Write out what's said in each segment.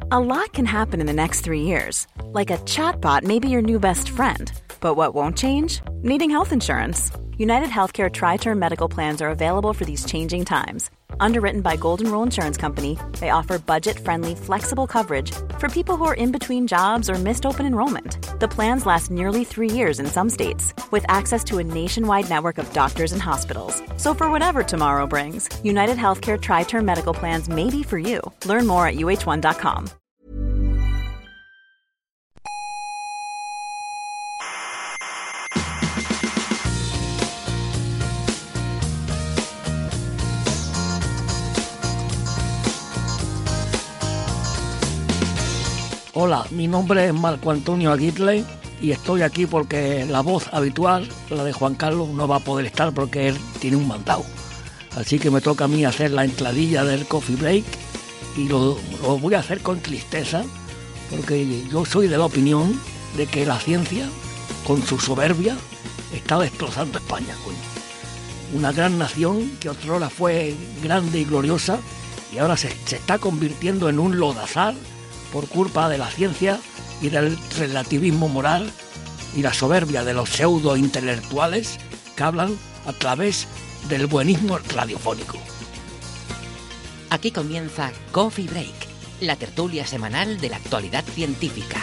A lot can happen in the next 3 years. Like a chatbot may be your new best friend. But what won't change? Needing health insurance. United Healthcare Tri-Term Medical Plans are available for these changing times. Underwritten by Golden Rule Insurance Company, they offer budget-friendly, flexible coverage for people who are in between jobs or missed open enrollment. The plans last nearly 3 years in some states, with access to a nationwide network of doctors and hospitals. So for whatever tomorrow brings, United Healthcare Tri-Term Medical Plans may be for you. Learn more at uh1.com. Hola, mi nombre es Marco Antonio Aguirre y estoy aquí porque la voz habitual, la de Juan Carlos, no va a poder estar porque él tiene un mandado. Así que me toca a mí hacer la entradilla del Coffee Break y lo voy a hacer con tristeza porque yo soy de la opinión de que la ciencia, con su soberbia, está destrozando España. Una gran nación que otrora fue grande y gloriosa y ahora se está convirtiendo en un lodazal por culpa de la ciencia y del relativismo moral y la soberbia de los pseudo-intelectuales que hablan a través del buenismo radiofónico. Aquí comienza Coffee Break, la tertulia semanal de la actualidad científica.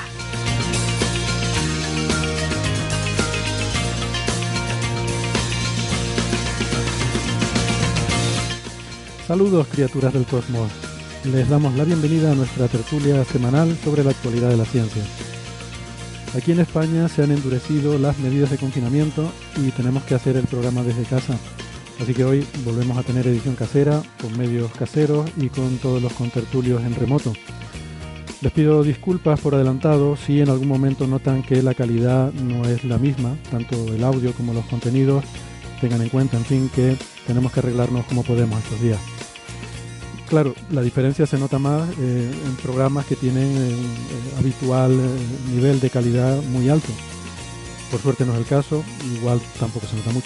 Saludos, criaturas del cosmos. Les damos la bienvenida a nuestra tertulia semanal sobre la actualidad de la ciencia. Aquí en España se han endurecido las medidas de confinamiento y tenemos que hacer el programa desde casa. Así que hoy volvemos a tener edición casera, con medios caseros y con todos los contertulios en remoto. Les pido disculpas por adelantado si en algún momento notan que la calidad no es la misma, tanto el audio como los contenidos. Tengan en cuenta, en fin, que tenemos que arreglarnos como podemos estos días. Claro, la diferencia se nota más en programas que tienen un habitual nivel de calidad muy alto. Por suerte no es el caso, igual tampoco se nota mucho.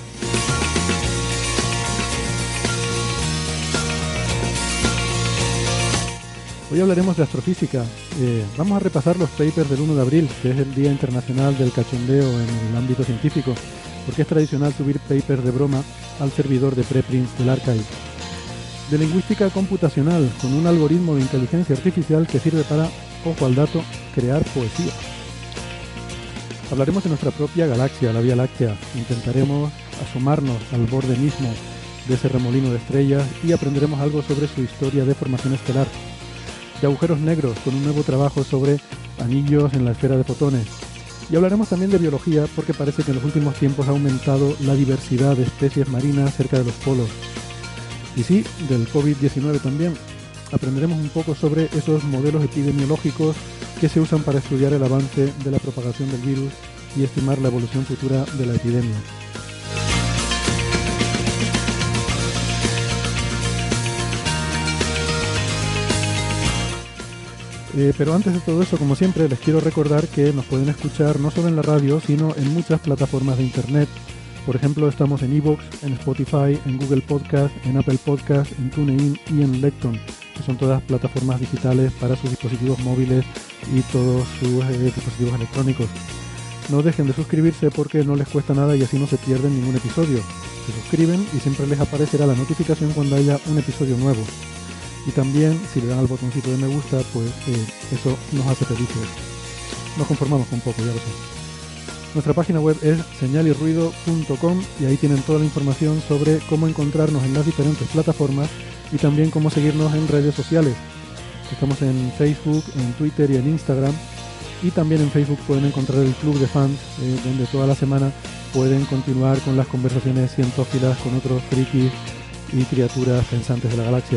Hoy hablaremos de astrofísica. Vamos a repasar los papers del 1 de abril, que es el Día Internacional del Cachondeo en el ámbito científico, porque es tradicional subir papers de broma al servidor de preprints del archive. De lingüística computacional, con un algoritmo de inteligencia artificial que sirve para, ojo al dato, crear poesía. Hablaremos de nuestra propia galaxia, la Vía Láctea. Intentaremos asomarnos al borde mismo de ese remolino de estrellas y aprenderemos algo sobre su historia de formación estelar. De agujeros negros, con un nuevo trabajo sobre anillos en la esfera de fotones. Y hablaremos también de biología, porque parece que en los últimos tiempos ha aumentado la diversidad de especies marinas cerca de los polos. Y sí, del COVID-19 también. Aprenderemos un poco sobre esos modelos epidemiológicos que se usan para estudiar el avance de la propagación del virus y estimar la evolución futura de la epidemia. Pero antes de todo eso, como siempre, les quiero recordar que nos pueden escuchar no solo en la radio, sino en muchas plataformas de internet. Por ejemplo, estamos en iVoox, en Spotify, en Google Podcast, en Apple Podcast, en TuneIn y en Lecton, que son todas plataformas digitales para sus dispositivos móviles y todos sus dispositivos electrónicos. No dejen de suscribirse porque no les cuesta nada y así no se pierden ningún episodio. Se suscriben y siempre les aparecerá la notificación cuando haya un episodio nuevo. Y también, si le dan al botoncito de me gusta, pues eso nos hace felices. Nos conformamos con poco, ya lo sé. Nuestra página web es señalirruido.com y ahí tienen toda la información sobre cómo encontrarnos en las diferentes plataformas y también cómo seguirnos en redes sociales. Estamos en Facebook, en Twitter y en Instagram. Y también en Facebook pueden encontrar el club de fans, donde toda la semana pueden continuar con las conversaciones cientófilas con otros frikis y criaturas pensantes de la galaxia.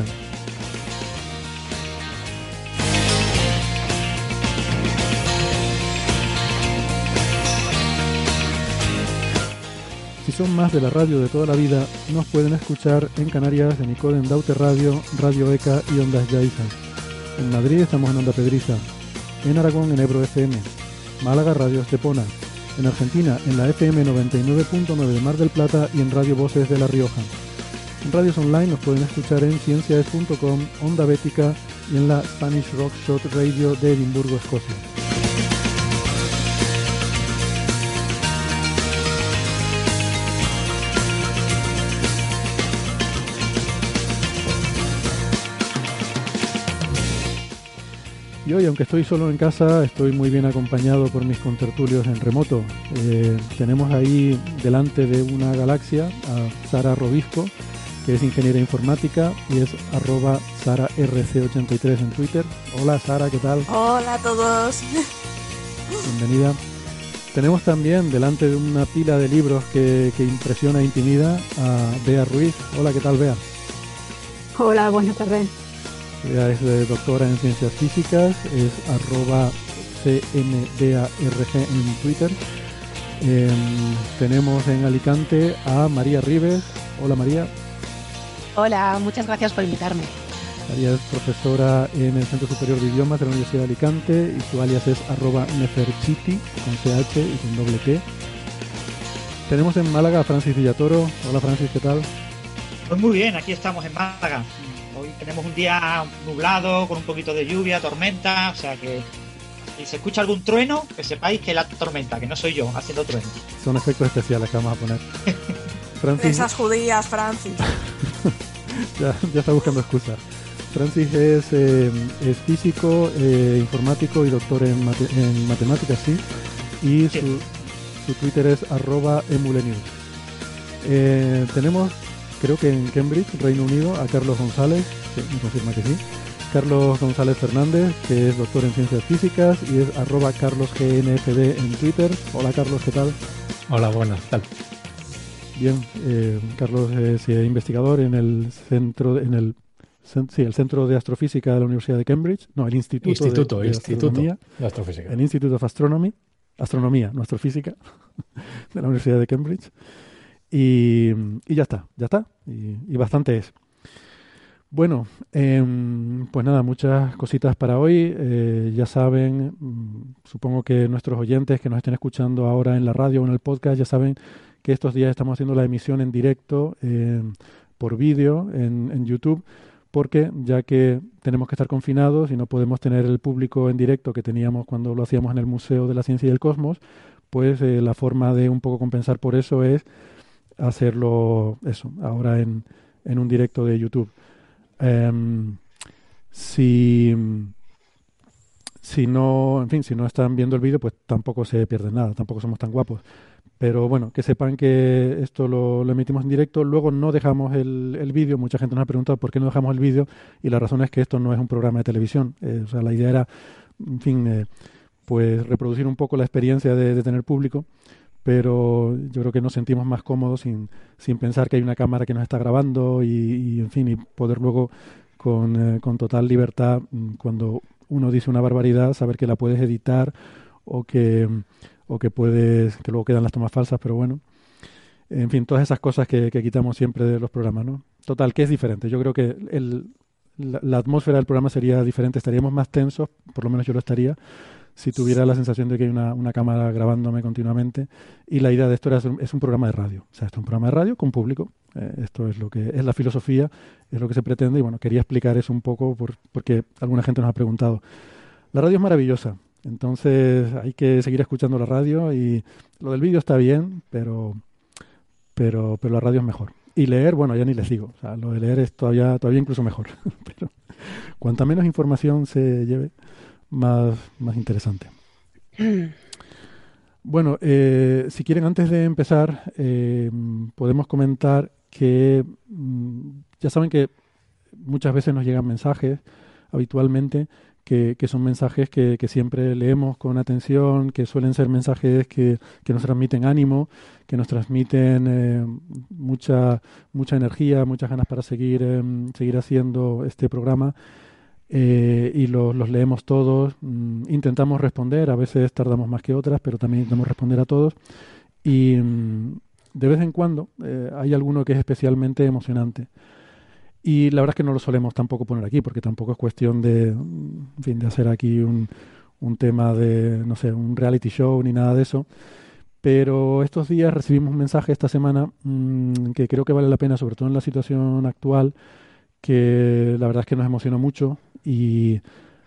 Si son más de la radio de toda la vida, nos pueden escuchar en Canarias, en Icodem Daute Radio, Radio ECA y Ondas Yaiza. En Madrid estamos en Onda Pedriza. En Aragón en Ebro FM. Málaga Radio Estepona. En Argentina en la FM 99.9 de Mar del Plata y en Radio Voces de La Rioja. En radios online nos pueden escuchar en ciencias.com, Onda Bética y en la Spanish Rock Shot Radio de Edimburgo, Escocia. Y hoy, aunque estoy solo en casa, estoy muy bien acompañado por mis contertulios en remoto. Tenemos ahí delante de una galaxia a Sara Robisco, que es ingeniera informática y es @SaraRC83 en Twitter. Hola Sara, ¿qué tal? Hola a todos. Bienvenida. Tenemos también delante de una pila de libros que impresiona e intimida a Bea Ruiz. Hola, ¿qué tal, Bea? Hola, buenas tardes. Bea es doctora en ciencias físicas, es @cndarg en Twitter. Tenemos en Alicante a María Ribes. Hola María. Hola, muchas gracias por invitarme. María es profesora en el Centro Superior de Idiomas de la Universidad de Alicante y su alias es @neferchiti con CH y con doble T. Tenemos en Málaga a Francis Villatoro. Hola Francis, ¿qué tal? Pues muy bien, aquí estamos en Málaga. Hoy tenemos un día nublado, con un poquito de lluvia, tormenta, o sea que si se escucha algún trueno, que sepáis que es la tormenta, que no soy yo haciendo trueno. Son efectos especiales que vamos a poner. Francis... Esas judías, Francis. ya está buscando excusas. Francis es físico, informático y doctor en matemáticas, sí. Y sí. Su Twitter es @emulenews. Tenemos, creo que en Cambridge, Reino Unido, a Carlos González, sí, me confirma que sí. Carlos González Fernández, que es doctor en ciencias físicas y es @carlosgnfd en Twitter. Hola Carlos, ¿qué tal? Hola, buenas, ¿qué tal? Bien, Carlos es investigador en el centro, el Centro de Astrofísica de la Universidad de Cambridge, no, el Instituto de Astrofísica. El Institute of Astronomía, no astrofísica, de la Universidad de Cambridge. Y ya está, y bastante es. Bueno, pues nada, muchas cositas para hoy. Ya saben, supongo que nuestros oyentes que nos estén escuchando ahora en la radio o en el podcast ya saben que estos días estamos haciendo la emisión en directo por vídeo en YouTube, porque ya que tenemos que estar confinados y no podemos tener el público en directo que teníamos cuando lo hacíamos en el Museo de la Ciencia y el Cosmos, pues la forma de un poco compensar por eso es hacerlo eso, ahora en un directo de YouTube. Si no están viendo el vídeo, pues tampoco se pierde nada, tampoco somos tan guapos. Pero bueno, que sepan que esto lo emitimos en directo, luego no dejamos el vídeo. Mucha gente nos ha preguntado por qué no dejamos el vídeo y la razón es que esto no es un programa de televisión. O sea, la idea era, en fin, pues reproducir un poco la experiencia de tener público, pero yo creo que nos sentimos más cómodos sin pensar que hay una cámara que nos está grabando y en fin, y poder luego con total libertad, cuando uno dice una barbaridad, saber que la puedes editar o que luego quedan las tomas falsas, pero bueno, en fin, todas esas cosas que quitamos siempre de los programas, ¿no? Total, que es diferente. Yo creo que la atmósfera del programa sería diferente, estaríamos más tensos, por lo menos yo lo estaría, si tuviera la sensación de que hay una cámara grabándome continuamente. Y la idea de esto es un programa de radio. O sea, esto es un programa de radio con público. Esto es lo que es la filosofía, es lo que se pretende. Y bueno, quería explicar eso un poco porque alguna gente nos ha preguntado. La radio es maravillosa. Entonces hay que seguir escuchando la radio y lo del vídeo está bien, pero la radio es mejor. Y leer, bueno, ya ni les digo. O sea, lo de leer es todavía incluso mejor. Pero cuanta menos información se lleve, más interesante. Bueno, si quieren, antes de empezar, podemos comentar que ya saben que muchas veces nos llegan mensajes habitualmente que son mensajes que siempre leemos con atención, que suelen ser mensajes que nos transmiten ánimo, que nos transmiten mucha energía, muchas ganas para seguir haciendo este programa. Y los leemos todos, intentamos responder, a veces tardamos más que otras, pero también intentamos responder a todos y de vez en cuando hay alguno que es especialmente emocionante y la verdad es que no lo solemos tampoco poner aquí porque tampoco es cuestión de hacer aquí un tema de, no sé, un reality show ni nada de eso, pero estos días recibimos un mensaje esta semana que creo que vale la pena, sobre todo en la situación actual, que la verdad es que nos emocionó mucho y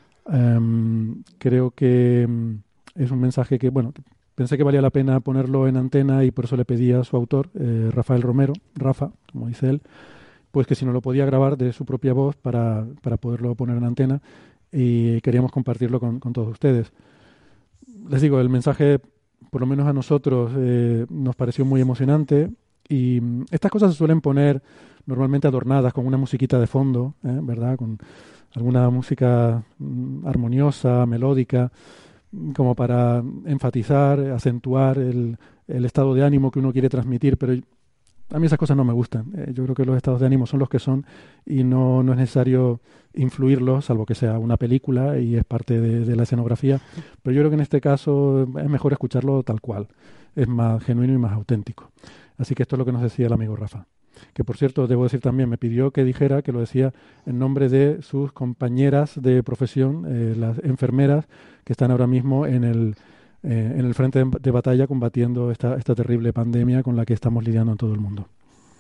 creo que es un mensaje que, bueno, pensé que valía la pena ponerlo en antena y por eso le pedí a su autor, Rafael Romero, Rafa, como dice él, pues que si no lo podía grabar de su propia voz para poderlo poner en antena, y queríamos compartirlo con todos ustedes. Les digo, el mensaje, por lo menos a nosotros, nos pareció muy emocionante, y estas cosas se suelen poner normalmente adornadas con una musiquita de fondo, ¿verdad? Con alguna música armoniosa, melódica, como para enfatizar, acentuar el estado de ánimo que uno quiere transmitir, pero a mí esas cosas no me gustan. Yo creo que los estados de ánimo son los que son y no es necesario influirlos, salvo que sea una película y es parte de la escenografía. Pero yo creo que en este caso es mejor escucharlo tal cual. Es más genuino y más auténtico. Así que esto es lo que nos decía el amigo Rafa. Que, por cierto, debo decir también, me pidió que dijera que lo decía en nombre de sus compañeras de profesión, las enfermeras que están ahora mismo en el frente de batalla combatiendo esta terrible pandemia con la que estamos lidiando en todo el mundo.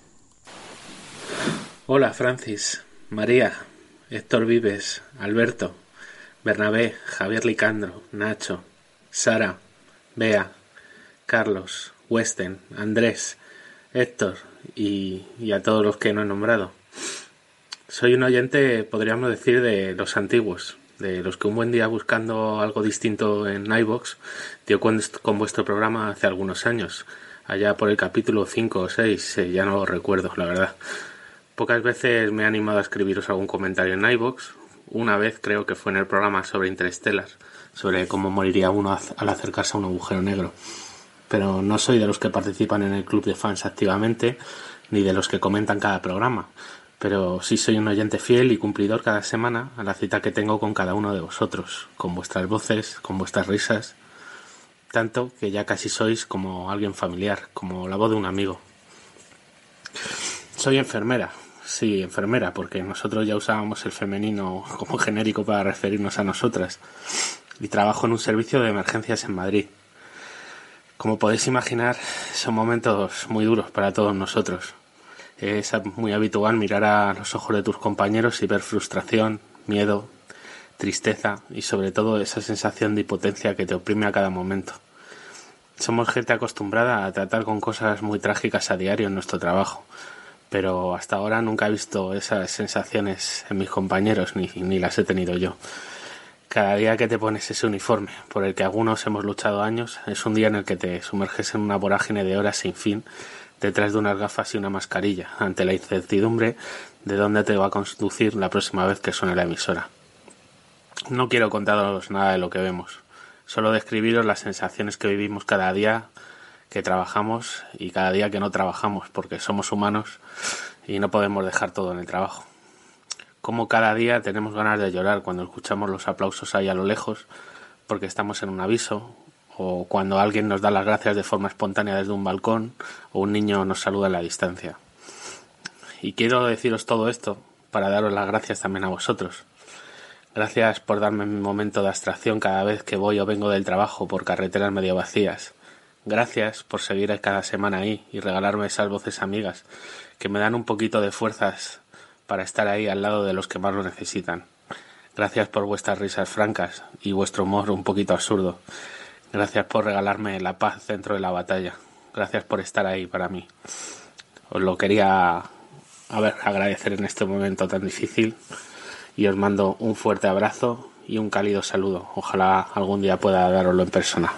Hola, Francis, María, Héctor Vives, Alberto, Bernabé, Javier Licandro, Nacho, Sara, Bea, Carlos, Westen, Andrés, Héctor y a todos los que no he nombrado. Soy un oyente, podríamos decir, de los antiguos, de los que un buen día buscando algo distinto en iVoox dio con vuestro programa hace algunos años, allá por el capítulo 5 o 6, ya no lo recuerdo, la verdad. Pocas veces me he animado a escribiros algún comentario en iVoox. Una vez creo que fue en el programa sobre Interstellar, sobre cómo moriría uno al acercarse a un agujero negro. Pero no soy de los que participan en el club de fans activamente, ni de los que comentan cada programa. Pero sí soy un oyente fiel y cumplidor cada semana a la cita que tengo con cada uno de vosotros, con vuestras voces, con vuestras risas, tanto que ya casi sois como alguien familiar, como la voz de un amigo. Soy enfermera, sí, enfermera, porque nosotros ya usábamos el femenino como genérico para referirnos a nosotras, y trabajo en un servicio de emergencias en Madrid. Como podéis imaginar, son momentos muy duros para todos nosotros. Es muy habitual mirar a los ojos de tus compañeros y ver frustración, miedo, tristeza y sobre todo esa sensación de impotencia que te oprime a cada momento. Somos gente acostumbrada a tratar con cosas muy trágicas a diario en nuestro trabajo, pero hasta ahora nunca he visto esas sensaciones en mis compañeros ni las he tenido yo. Cada día que te pones ese uniforme, por el que algunos hemos luchado años, es un día en el que te sumerges en una vorágine de horas sin fin, detrás de unas gafas y una mascarilla, ante la incertidumbre de dónde te va a conducir la próxima vez que suene la emisora. No quiero contaros nada de lo que vemos, solo describiros las sensaciones que vivimos cada día que trabajamos y cada día que no trabajamos, porque somos humanos y no podemos dejar todo en el trabajo. Como cada día tenemos ganas de llorar cuando escuchamos los aplausos ahí a lo lejos porque estamos en un aviso, o cuando alguien nos da las gracias de forma espontánea desde un balcón, o un niño nos saluda en la distancia. Y quiero deciros todo esto para daros las gracias también a vosotros. Gracias por darme mi momento de abstracción cada vez que voy o vengo del trabajo por carreteras medio vacías. Gracias por seguir cada semana ahí y regalarme esas voces amigas que me dan un poquito de fuerzas para estar ahí al lado de los que más lo necesitan. Gracias por vuestras risas francas y vuestro humor un poquito absurdo. Gracias por regalarme la paz dentro de la batalla. Gracias por estar ahí para mí. Os lo quería agradecer en este momento tan difícil y os mando un fuerte abrazo y un cálido saludo. Ojalá algún día pueda daroslo en persona.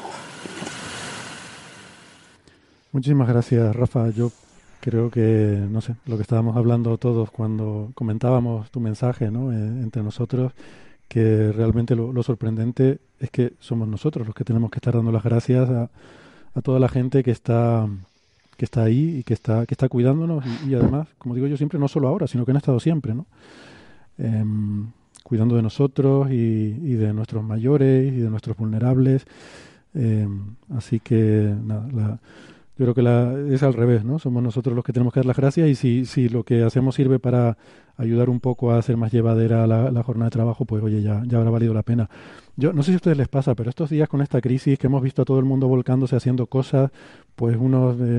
Muchísimas gracias, Rafa. Yo creo que, no sé, lo que estábamos hablando todos cuando comentábamos tu mensaje, ¿no? Entre nosotros, que realmente lo sorprendente es que somos nosotros los que tenemos que estar dando las gracias a toda la gente que está ahí y que está cuidándonos y además, como digo yo siempre, no solo ahora, sino que han estado siempre, ¿no? Cuidando de nosotros y de nuestros mayores y de nuestros vulnerables. Así que nada, yo creo que es al revés, ¿no? Somos nosotros los que tenemos que dar las gracias y si lo que hacemos sirve para ayudar un poco a hacer más llevadera la jornada de trabajo, pues oye, ya habrá valido la pena. Yo no sé si a ustedes les pasa, pero estos días con esta crisis que hemos visto a todo el mundo volcándose haciendo cosas, pues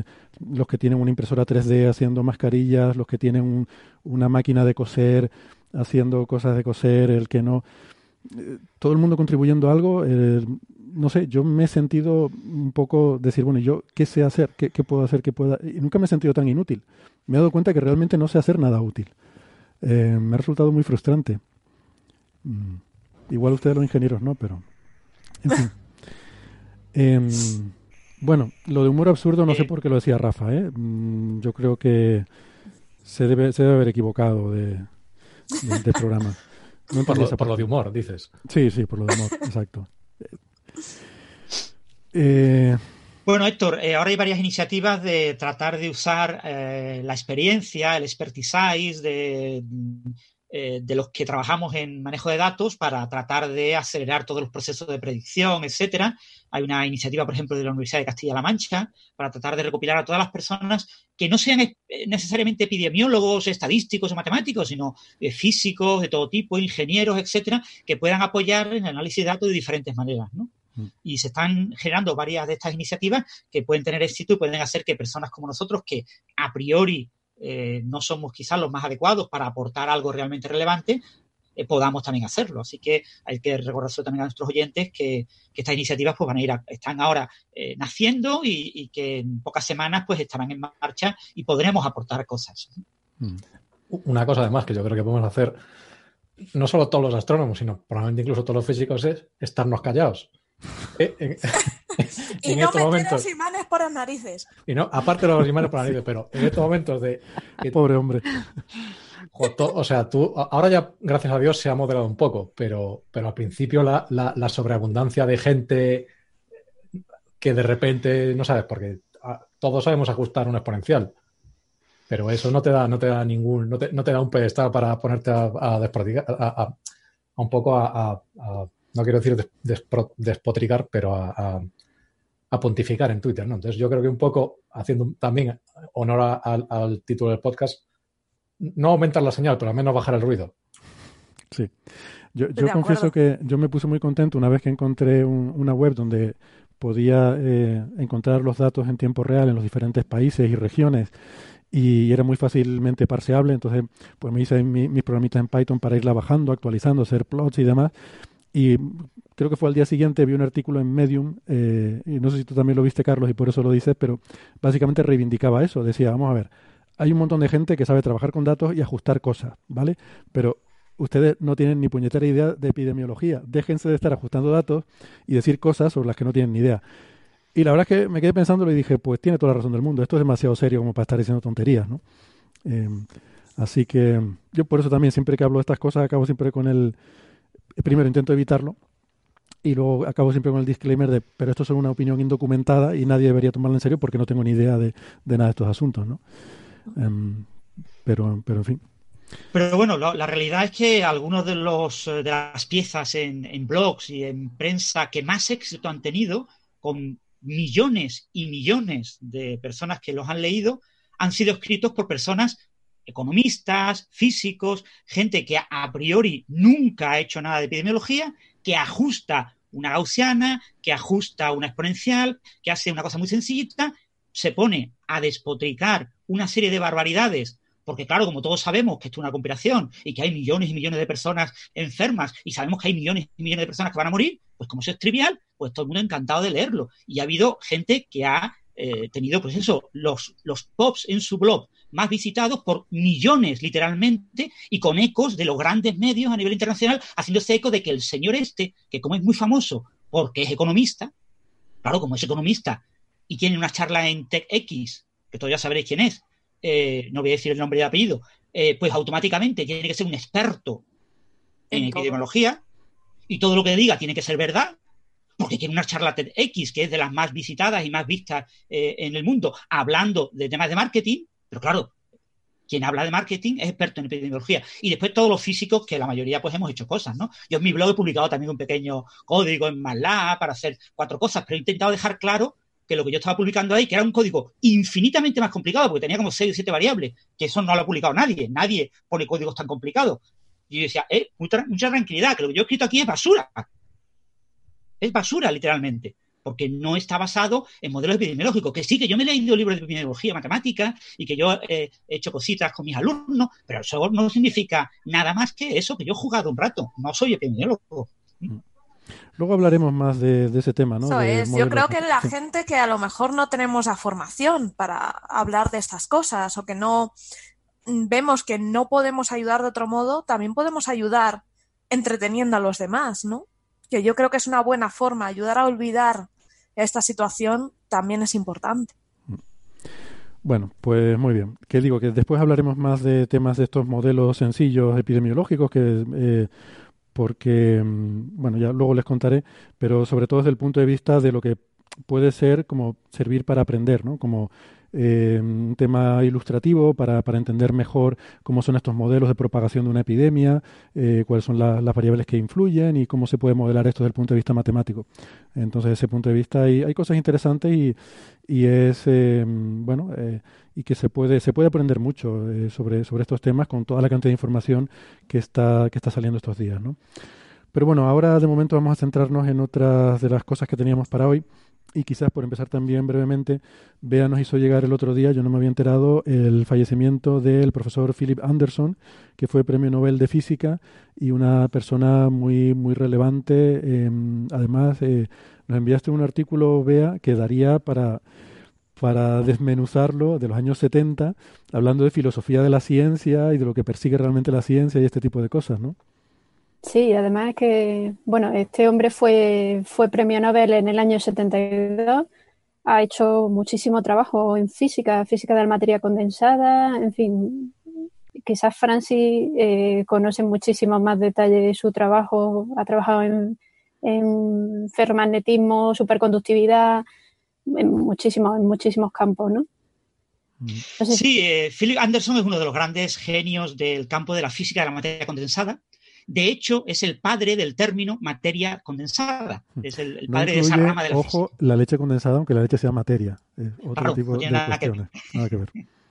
los que tienen una impresora 3D haciendo mascarillas, los que tienen una máquina de coser haciendo cosas de coser, el que no... todo el mundo contribuyendo a algo, no sé, yo me he sentido un poco decir, bueno, ¿yo qué sé hacer? ¿Qué puedo hacer que pueda? Y nunca me he sentido tan inútil. Me he dado cuenta que realmente no sé hacer nada útil. Me ha resultado muy frustrante. Igual ustedes los ingenieros no, pero... En fin. Bueno, lo de humor absurdo no sé por qué lo decía Rafa, yo creo que se debe haber equivocado de programa. No por lo de humor, dices. Sí, por lo de humor, exacto. Bueno, Héctor, ahora hay varias iniciativas de tratar de usar la experiencia, el expertise de los que trabajamos en manejo de datos para tratar de acelerar todos los procesos de predicción, etcétera. Hay una iniciativa, por ejemplo, de la Universidad de Castilla-La Mancha para tratar de recopilar a todas las personas que no sean necesariamente epidemiólogos, estadísticos o matemáticos, sino físicos de todo tipo, ingenieros, etcétera, que puedan apoyar en el análisis de datos de diferentes maneras, ¿no? Y se están generando varias de estas iniciativas que pueden tener éxito y pueden hacer que personas como nosotros, que a priori no somos quizás los más adecuados para aportar algo realmente relevante, podamos también hacerlo. Así que hay que recordárselo también a nuestros oyentes que estas iniciativas pues están ahora naciendo y que en pocas semanas pues estarán en marcha y podremos aportar cosas. Una cosa además que yo creo que podemos hacer, no solo todos los astrónomos, sino probablemente incluso todos los físicos, es estarnos callados. Y no meteros imanes por las narices. Y no, aparte de los imanes por las narices, pero en estos momentos de... Pobre hombre. O sea, tú, ahora ya, gracias a Dios, se ha moderado un poco, pero al principio la sobreabundancia de gente que de repente, no sabes, porque todos sabemos ajustar un exponencial, pero eso no te da un pedestal para ponerte a despotricar, a un poco no quiero decir despotricar, pero a pontificar en Twitter, ¿no? Entonces yo creo que un poco, haciendo también honor al título del podcast, no aumentar la señal, pero al menos bajar el ruido. Sí. Yo confieso que yo me puse muy contento una vez que encontré una web donde podía encontrar los datos en tiempo real en los diferentes países y regiones y era muy fácilmente parseable. Entonces pues me hice mis programitas en Python para irla bajando, actualizando, hacer plots y demás. Y creo que fue al día siguiente, vi un artículo en Medium, y no sé si tú también lo viste, Carlos, y por eso lo dices, pero básicamente reivindicaba eso. Decía, vamos a ver, hay un montón de gente que sabe trabajar con datos y ajustar cosas, ¿vale? Pero ustedes no tienen ni puñetera idea de epidemiología. Déjense de estar ajustando datos y decir cosas sobre las que no tienen ni idea. Y la verdad es que me quedé pensándolo y dije, pues tiene toda la razón del mundo. Esto es demasiado serio como para estar diciendo tonterías, ¿no? Así que yo por eso también, siempre que hablo de estas cosas, acabo siempre con primero intento evitarlo y luego acabo siempre con el disclaimer de pero esto es una opinión indocumentada y nadie debería tomarla en serio porque no tengo ni idea de nada de estos asuntos, ¿no? Pero en fin. Pero bueno, la realidad es que algunos de las piezas en blogs y en prensa que más éxito han tenido, con millones y millones de personas que los han leído, han sido escritos por personas economistas, físicos, gente que a priori nunca ha hecho nada de epidemiología, que ajusta una gaussiana, que ajusta una exponencial, que hace una cosa muy sencillita, se pone a despotricar una serie de barbaridades, porque claro, como todos sabemos que esto es una conspiración y que hay millones y millones de personas enfermas y sabemos que hay millones y millones de personas que van a morir, pues como eso es trivial, pues todo el mundo encantado de leerlo. Y ha habido gente que ha tenido, pues eso, los posts en su blog más visitados por millones, literalmente, y con ecos de los grandes medios a nivel internacional, haciéndose eco de que el señor que como es muy famoso porque es economista, claro, como es economista y tiene una charla en TEDx, que todos ya sabréis quién es, no voy a decir el nombre y el apellido, pues automáticamente tiene que ser un experto en epidemiología y todo lo que diga tiene que ser verdad, porque tiene una charla TEDx que es de las más visitadas y más vistas en el mundo, hablando de temas de marketing. Pero claro, quien habla de marketing es experto en epidemiología. Y después todos los físicos, que la mayoría pues hemos hecho cosas, ¿no? Yo en mi blog he publicado también un pequeño código en MATLAB para hacer 4 cosas, pero he intentado dejar claro que lo que yo estaba publicando ahí, que era un código infinitamente más complicado, porque tenía como 6 o 7 variables, que eso no lo ha publicado nadie. Nadie pone códigos tan complicados. Y yo decía, mucha tranquilidad, que lo que yo he escrito aquí es basura. Es basura, literalmente. porque no está basado en modelos epidemiológicos. Que sí, que yo me he leído libros de epidemiología, matemática, y que yo he hecho cositas con mis alumnos, pero eso no significa nada más que eso, que yo he jugado un rato. No soy epidemiólogo. Luego hablaremos más de ese tema, ¿no? Eso es. Yo creo que la gente que a lo mejor no tenemos la formación para hablar de estas cosas o que no vemos que no podemos ayudar de otro modo, también podemos ayudar entreteniendo a los demás, ¿no? Que yo creo que es una buena forma. Ayudar a olvidar esta situación también es importante. Bueno, pues muy bien. Que digo que después hablaremos más de temas de estos modelos sencillos epidemiológicos porque, bueno, ya luego les contaré, pero sobre todo desde el punto de vista de lo que puede ser como servir para aprender, ¿no? Como un tema ilustrativo para entender mejor cómo son estos modelos de propagación de una epidemia, cuáles son las variables que influyen y cómo se puede modelar esto desde el punto de vista matemático. Entonces, desde ese punto de vista hay cosas interesantes y es, y que se puede aprender mucho sobre estos temas con toda la cantidad de información que está saliendo estos días, ¿no? Pero bueno, ahora de momento vamos a centrarnos en otras de las cosas que teníamos para hoy. Y quizás por empezar también brevemente, Bea nos hizo llegar el otro día, yo no me había enterado, el fallecimiento del profesor Philip Anderson, que fue premio Nobel de Física y una persona muy, muy relevante. Además, nos enviaste un artículo, Bea, que daría para desmenuzarlo de los años 70, hablando de filosofía de la ciencia y de lo que persigue realmente la ciencia y este tipo de cosas, ¿no? Sí, además es que, bueno, este hombre fue premio Nobel en el año 72, ha hecho muchísimo trabajo en física de la materia condensada, en fin, quizás Francis conoce muchísimo más detalle de su trabajo, ha trabajado en ferromagnetismo, superconductividad, en muchísimos campos, ¿no? Entonces, sí, Philip Anderson es uno de los grandes genios del campo de la física de la materia condensada. De hecho, es el padre del término materia condensada. Es el padre de esa rama de la física. Ojo, la leche condensada, aunque la leche sea materia. Otro tipo de cuestiones. Nada que ver.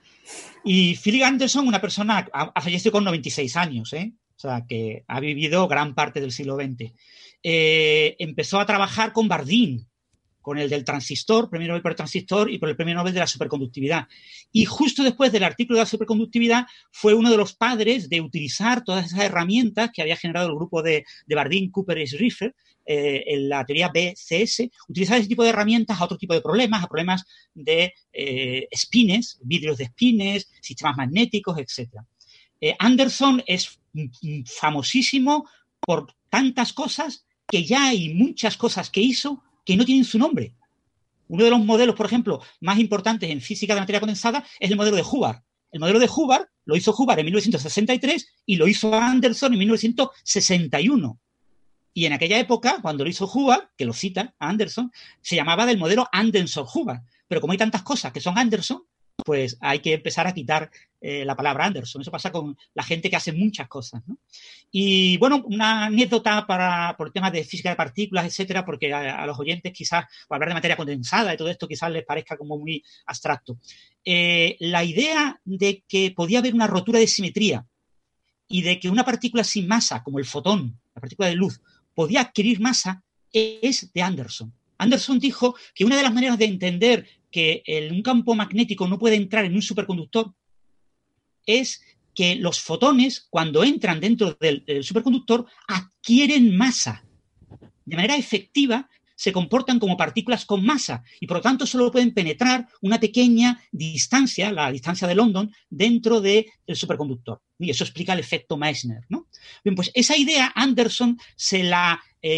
Y Philip Anderson, una persona, ha fallecido con 96 años, o sea, que ha vivido gran parte del siglo XX. Empezó a trabajar con Bardeen, con el del transistor, premio Nobel por el transistor y por el premio Nobel de la superconductividad. Y justo después del artículo de la superconductividad fue uno de los padres de utilizar todas esas herramientas que había generado el grupo de Bardeen, Cooper y Schrieffer en la teoría BCS, utilizar ese tipo de herramientas a otro tipo de problemas, a problemas de espines, vidrios de espines, sistemas magnéticos, etc. Anderson es famosísimo por tantas cosas que ya hay muchas cosas que hizo que no tienen su nombre. Uno de los modelos, por ejemplo, más importantes en física de materia condensada es el modelo de Hubbard. El modelo de Hubbard lo hizo Hubbard en 1963 y lo hizo Anderson en 1961. Y en aquella época, cuando lo hizo Hubbard, que lo cita a Anderson, se llamaba del modelo Anderson-Hubbard. Pero como hay tantas cosas que son Anderson, pues hay que empezar a quitar la palabra Anderson. Eso pasa con la gente que hace muchas cosas, ¿no? Y bueno, una anécdota por temas de física de partículas, etcétera, porque a los oyentes quizás, por hablar de materia condensada y todo esto, quizás les parezca como muy abstracto. La idea de que podía haber una rotura de simetría y de que una partícula sin masa, como el fotón, la partícula de luz, podía adquirir masa, es de Anderson. Anderson dijo que una de las maneras de entender que un campo magnético no puede entrar en un superconductor es que los fotones, cuando entran dentro del superconductor, adquieren masa. De manera efectiva, se comportan como partículas con masa y, por lo tanto, solo pueden penetrar una pequeña distancia, la distancia de London, dentro del superconductor. Y eso explica el efecto Meissner, ¿no? Bien, pues esa idea Anderson se la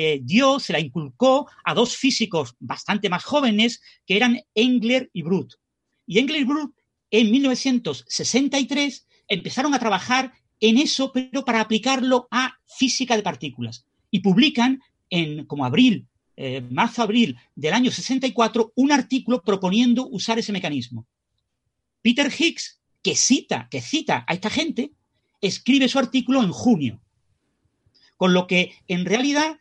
inculcó a dos físicos bastante más jóvenes, que eran Engler y Brut. Y Engler y Brut, en 1963, empezaron a trabajar en eso, pero para aplicarlo a física de partículas. Y publican como marzo-abril del año 64, un artículo proponiendo usar ese mecanismo. Peter Higgs, que cita a esta gente, escribe su artículo en junio. Con lo que, en realidad,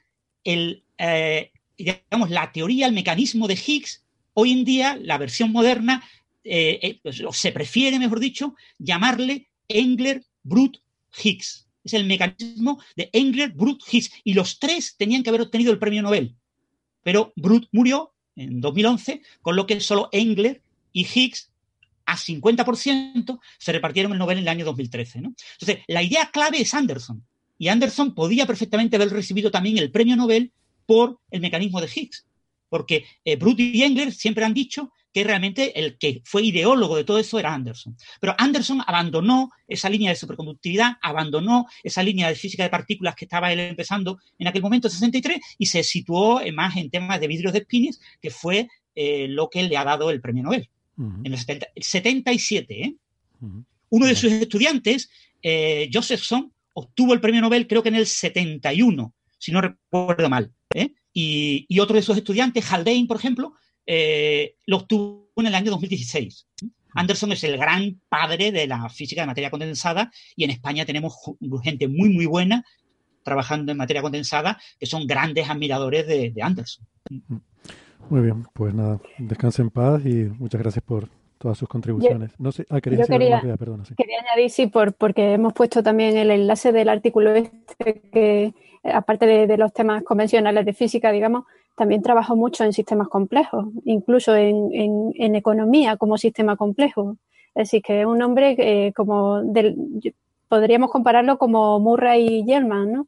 la teoría, el mecanismo de Higgs, hoy en día, la versión moderna, se prefiere, mejor dicho, llamarle Engler-Brut-Higgs. Es el mecanismo de Engler-Brut-Higgs. Y los tres tenían que haber obtenido el premio Nobel. Pero Brut murió en 2011, con lo que solo Engler y Higgs a 50% se repartieron el Nobel en el año 2013, ¿no? Entonces, la idea clave es Anderson. Y Anderson podía perfectamente haber recibido también el premio Nobel por el mecanismo de Higgs. Porque Brut y Engler siempre han dicho que realmente el que fue ideólogo de todo eso era Anderson. Pero Anderson abandonó esa línea de superconductividad, abandonó esa línea de física de partículas que estaba él empezando en aquel momento, 63, y se situó más en temas de vidrios de spines, que fue lo que le ha dado el premio Nobel. En el 77, ¿eh? Uno de sus estudiantes, Josephson, obtuvo el premio Nobel creo que en el 71, si no recuerdo mal, ¿eh? Y otro de sus estudiantes, Haldane, por ejemplo, lo obtuvo en el año 2016. Anderson es el gran padre de la física de materia condensada y en España tenemos gente muy, muy buena trabajando en materia condensada que son grandes admiradores de Anderson. Muy bien, pues nada, descanse en paz y muchas gracias por todas sus contribuciones. No sé, yo quería añadir, sí, porque hemos puesto también el enlace del artículo que, aparte de los temas convencionales de física, digamos, también trabajó mucho en sistemas complejos, incluso en economía como sistema complejo. Es decir, que es un hombre podríamos compararlo como Murray y Gell-Mann, ¿no?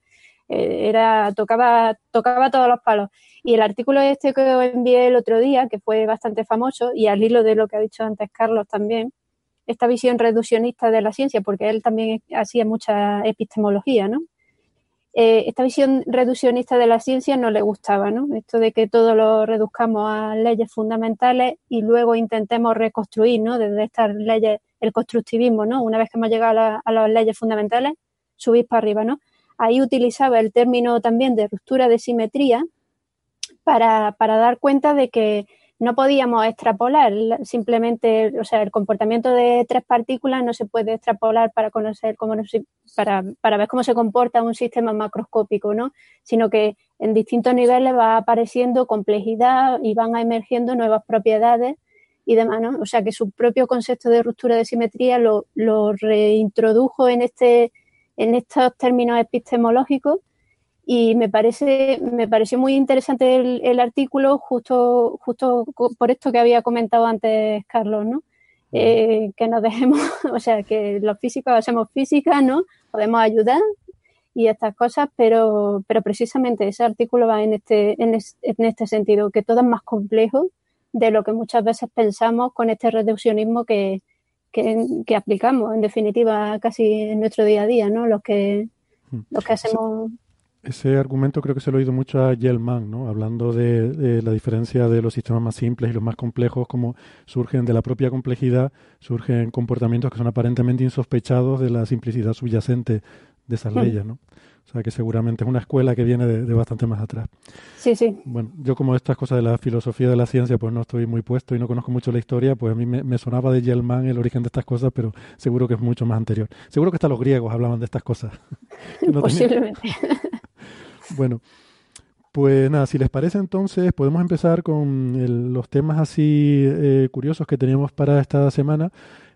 Tocaba todos los palos. Y el artículo que os envié el otro día, que fue bastante famoso, y al hilo de lo que ha dicho antes Carlos también, esta visión reduccionista de la ciencia, porque él también hacía mucha epistemología, ¿no? Esta visión reduccionista de la ciencia no le gustaba, ¿no? Esto de que todo lo reduzcamos a leyes fundamentales y luego intentemos reconstruir, ¿no? Desde estas leyes, el constructivismo, ¿no? Una vez que hemos llegado a las leyes fundamentales, subir para arriba, ¿no? Ahí utilizaba el término también de ruptura de simetría para dar cuenta de que no podíamos extrapolar simplemente, o sea, el comportamiento de tres partículas no se puede extrapolar para conocer para ver cómo se comporta un sistema macroscópico, ¿no? Sino que en distintos niveles va apareciendo complejidad y van emergiendo nuevas propiedades y demás, ¿no? O sea, que su propio concepto de ruptura de simetría lo reintrodujo en estos términos epistemológicos. Y me pareció muy interesante el artículo justo por esto que había comentado antes Carlos, ¿no? Que nos dejemos, o sea, que los físicos hacemos física, ¿no? Podemos ayudar y estas cosas, pero precisamente ese artículo va en este sentido, que todo es más complejo de lo que muchas veces pensamos con este reduccionismo que aplicamos, en definitiva, casi en nuestro día a día, ¿no? Los que hacemos... Ese argumento creo que se lo he oído mucho a Gell-Mann, ¿no? Hablando de la diferencia de los sistemas más simples y los más complejos, como surgen de la propia complejidad, surgen comportamientos que son aparentemente insospechados de la simplicidad subyacente de esas leyes, ¿no? O sea que seguramente es una escuela que viene de bastante más atrás. Sí, sí. Bueno, yo como estas cosas de la filosofía de la ciencia pues no estoy muy puesto y no conozco mucho la historia, pues a mí me sonaba de Gell-Mann el origen de estas cosas, pero seguro que es mucho más anterior. Seguro que hasta los griegos hablaban de estas cosas. No posiblemente. Bueno, pues nada, si les parece entonces podemos empezar con los temas así curiosos que teníamos para esta semana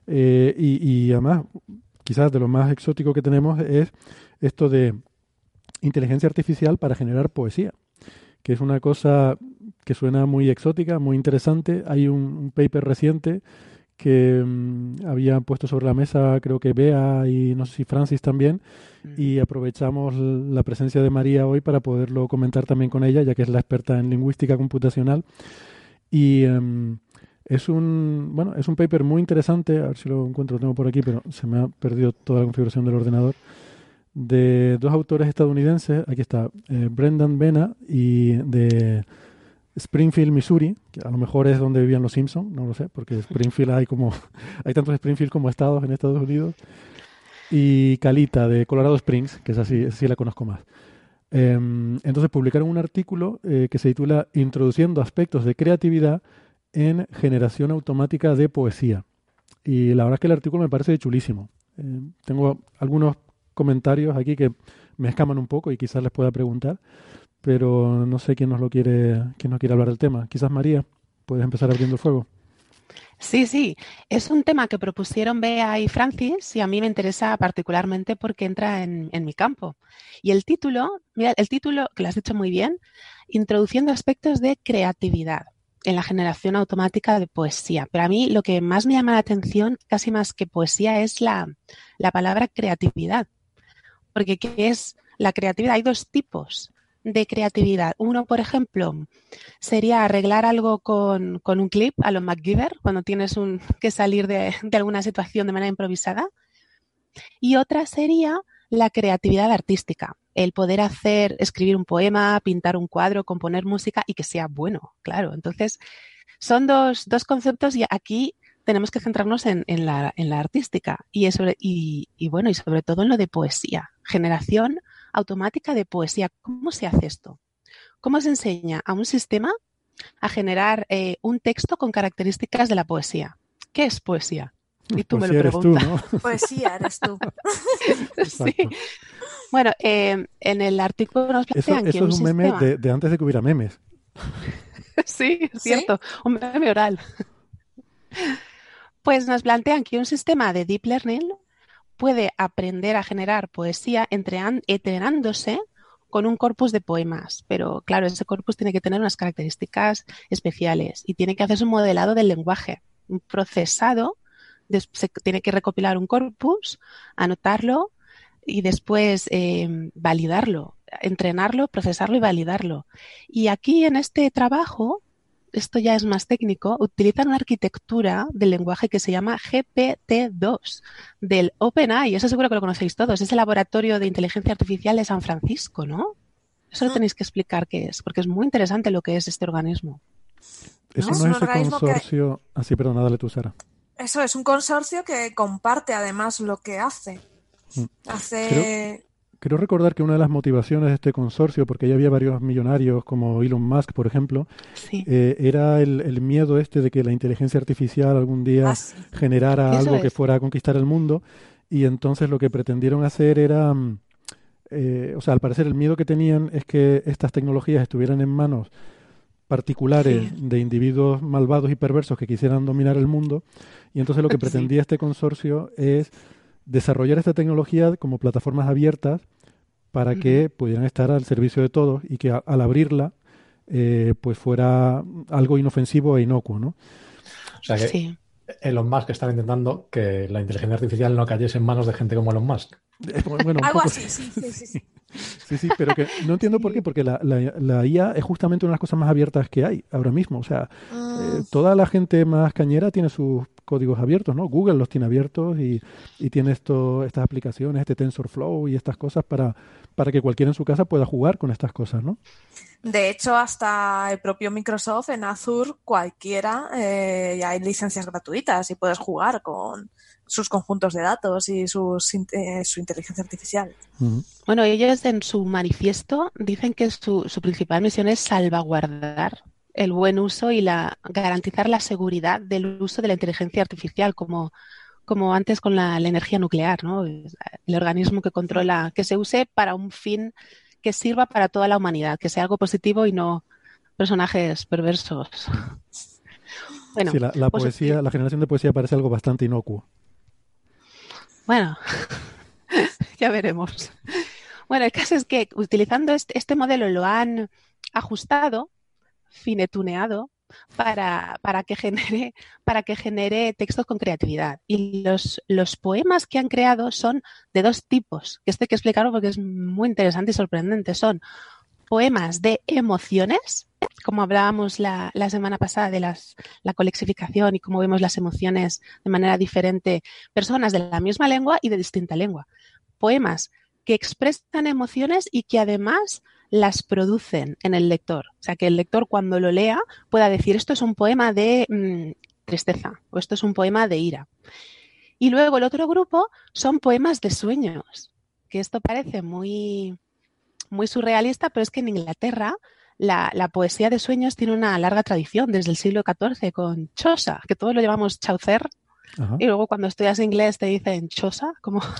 y además quizás de lo más exótico que tenemos es esto de inteligencia artificial para generar poesía, que es una cosa que suena muy exótica, muy interesante. Hay un paper reciente que habían puesto sobre la mesa, creo que Bea y no sé si Francis también, y aprovechamos la presencia de María hoy para poderlo comentar también con ella, ya que es la experta en lingüística computacional. Y es un paper muy interesante, a ver si lo encuentro, lo tengo por aquí, pero se me ha perdido toda la configuración del ordenador, de dos autores estadounidenses. Aquí está, Brendan Bena y de Springfield, Missouri, que a lo mejor es donde vivían los Simpsons, no lo sé, porque Springfield hay tantos Springfield como estados en Estados Unidos, y Calita de Colorado Springs, que es así, sí la conozco más. Entonces publicaron un artículo que se titula Introduciendo aspectos de creatividad en generación automática de poesía. Y la verdad es que el artículo me parece chulísimo. Tengo algunos comentarios aquí que me escaman un poco y quizás les pueda preguntar, pero no sé quién nos quiere hablar del tema. Quizás María, puedes empezar abriendo el fuego. Sí, es un tema que propusieron Bea y Francis y a mí me interesa particularmente porque entra en mi campo. Y el título, mira, que lo has dicho muy bien, Introduciendo aspectos de creatividad. en la generación automática de poesía. Pero a mí lo que más me llama la atención, casi más que poesía, es la palabra creatividad. Porque ¿qué es la creatividad? Hay dos tipos de creatividad. Uno, por ejemplo, sería arreglar algo con un clip a lo MacGyver, cuando tienes que salir de alguna situación de manera improvisada. Y otra sería la creatividad artística, el poder escribir un poema, pintar un cuadro, componer música y que sea bueno, claro. Entonces, son dos conceptos y aquí tenemos que centrarnos en la artística y sobre todo en lo de poesía, generación automática de poesía. ¿Cómo se hace esto? ¿Cómo se enseña a un sistema a generar un texto con características de la poesía? ¿Qué es poesía? Y tú Poesía me lo preguntas. eres tú, ¿no? Poesía eres tú. Sí. Bueno, en el artículo nos plantean que eso es un meme sistema... de antes de que hubiera memes. Sí, es cierto, un meme oral. Pues nos plantean que un sistema de deep learning puede aprender a generar poesía entrenándose con un corpus de poemas, pero claro, ese corpus tiene que tener unas características especiales y tiene que hacerse un modelado del lenguaje, un procesado, se tiene que recopilar un corpus, anotarlo y después validarlo, entrenarlo, procesarlo y validarlo. Y aquí en este trabajo, esto ya es más técnico, utilizan una arquitectura del lenguaje que se llama GPT-2 del OpenAI. Eso seguro que lo conocéis todos. Es el laboratorio de inteligencia artificial de San Francisco, ¿no? Eso lo tenéis que explicar qué es, porque es muy interesante lo que es este organismo. Eso ¿No? no Es un es ese organismo consorcio... Ah, sí, perdona, dale tú, Sara. Eso es un consorcio que comparte además lo que hace. Creo recordar que una de las motivaciones de este consorcio, porque ya había varios millonarios como Elon Musk, por ejemplo, Sí. era el miedo de que la inteligencia artificial algún día generara Eso algo que es. fuera a conquistar el mundo, y entonces lo que pretendieron hacer era, al parecer el miedo que tenían es que estas tecnologías estuvieran en manos particulares de individuos malvados y perversos que quisieran dominar el mundo, y entonces lo que pretendía este consorcio es desarrollar esta tecnología como plataformas abiertas para que pudieran estar al servicio de todos y que al abrirla pues fuera algo inofensivo e inocuo, ¿no? O sea que Elon Musk está intentando que la inteligencia artificial no cayese en manos de gente como Elon Musk. Bueno, Algo poco así, sí. Sí, pero que no entiendo por qué, porque la IA es justamente una de las cosas más abiertas que hay ahora mismo. O sea, toda la gente más cañera tiene sus códigos abiertos, ¿no? Google los tiene abiertos y tiene estas aplicaciones, este TensorFlow y estas cosas para que cualquiera en su casa pueda jugar con estas cosas, ¿no? De hecho, hasta el propio Microsoft en Azure, cualquiera, ya hay licencias gratuitas y puedes jugar con sus conjuntos de datos y su inteligencia artificial. Bueno, ellos en su manifiesto dicen que su principal misión es salvaguardar el buen uso y garantizar la seguridad del uso de la inteligencia artificial, como antes con la energía nuclear, ¿no? El organismo que controla, que se use para un fin que sirva para toda la humanidad, que sea algo positivo y no personajes perversos. Bueno, sí, la poesía, la generación de poesía parece algo bastante inocuo. Bueno, ya veremos. Bueno, el caso es que utilizando este modelo lo han ajustado, finetuneado, para que genere textos con creatividad. Y los poemas que han creado son de dos tipos, que esto hay que explicarlo porque es muy interesante y sorprendente. Son poemas de emociones, como hablábamos la semana pasada de la colexificación y cómo vemos las emociones de manera diferente, personas de la misma lengua y de distinta lengua. Poemas que expresan emociones y que además las producen en el lector. O sea, que el lector cuando lo lea pueda decir esto es un poema de tristeza o esto es un poema de ira. Y luego el otro grupo son poemas de sueños, que esto parece muy, muy surrealista, pero es que en Inglaterra la poesía de sueños tiene una larga tradición desde el siglo XIV con Chaucer, que todos lo llamamos Chaucer. Ajá. Y luego cuando estudias inglés te dicen Chaucer,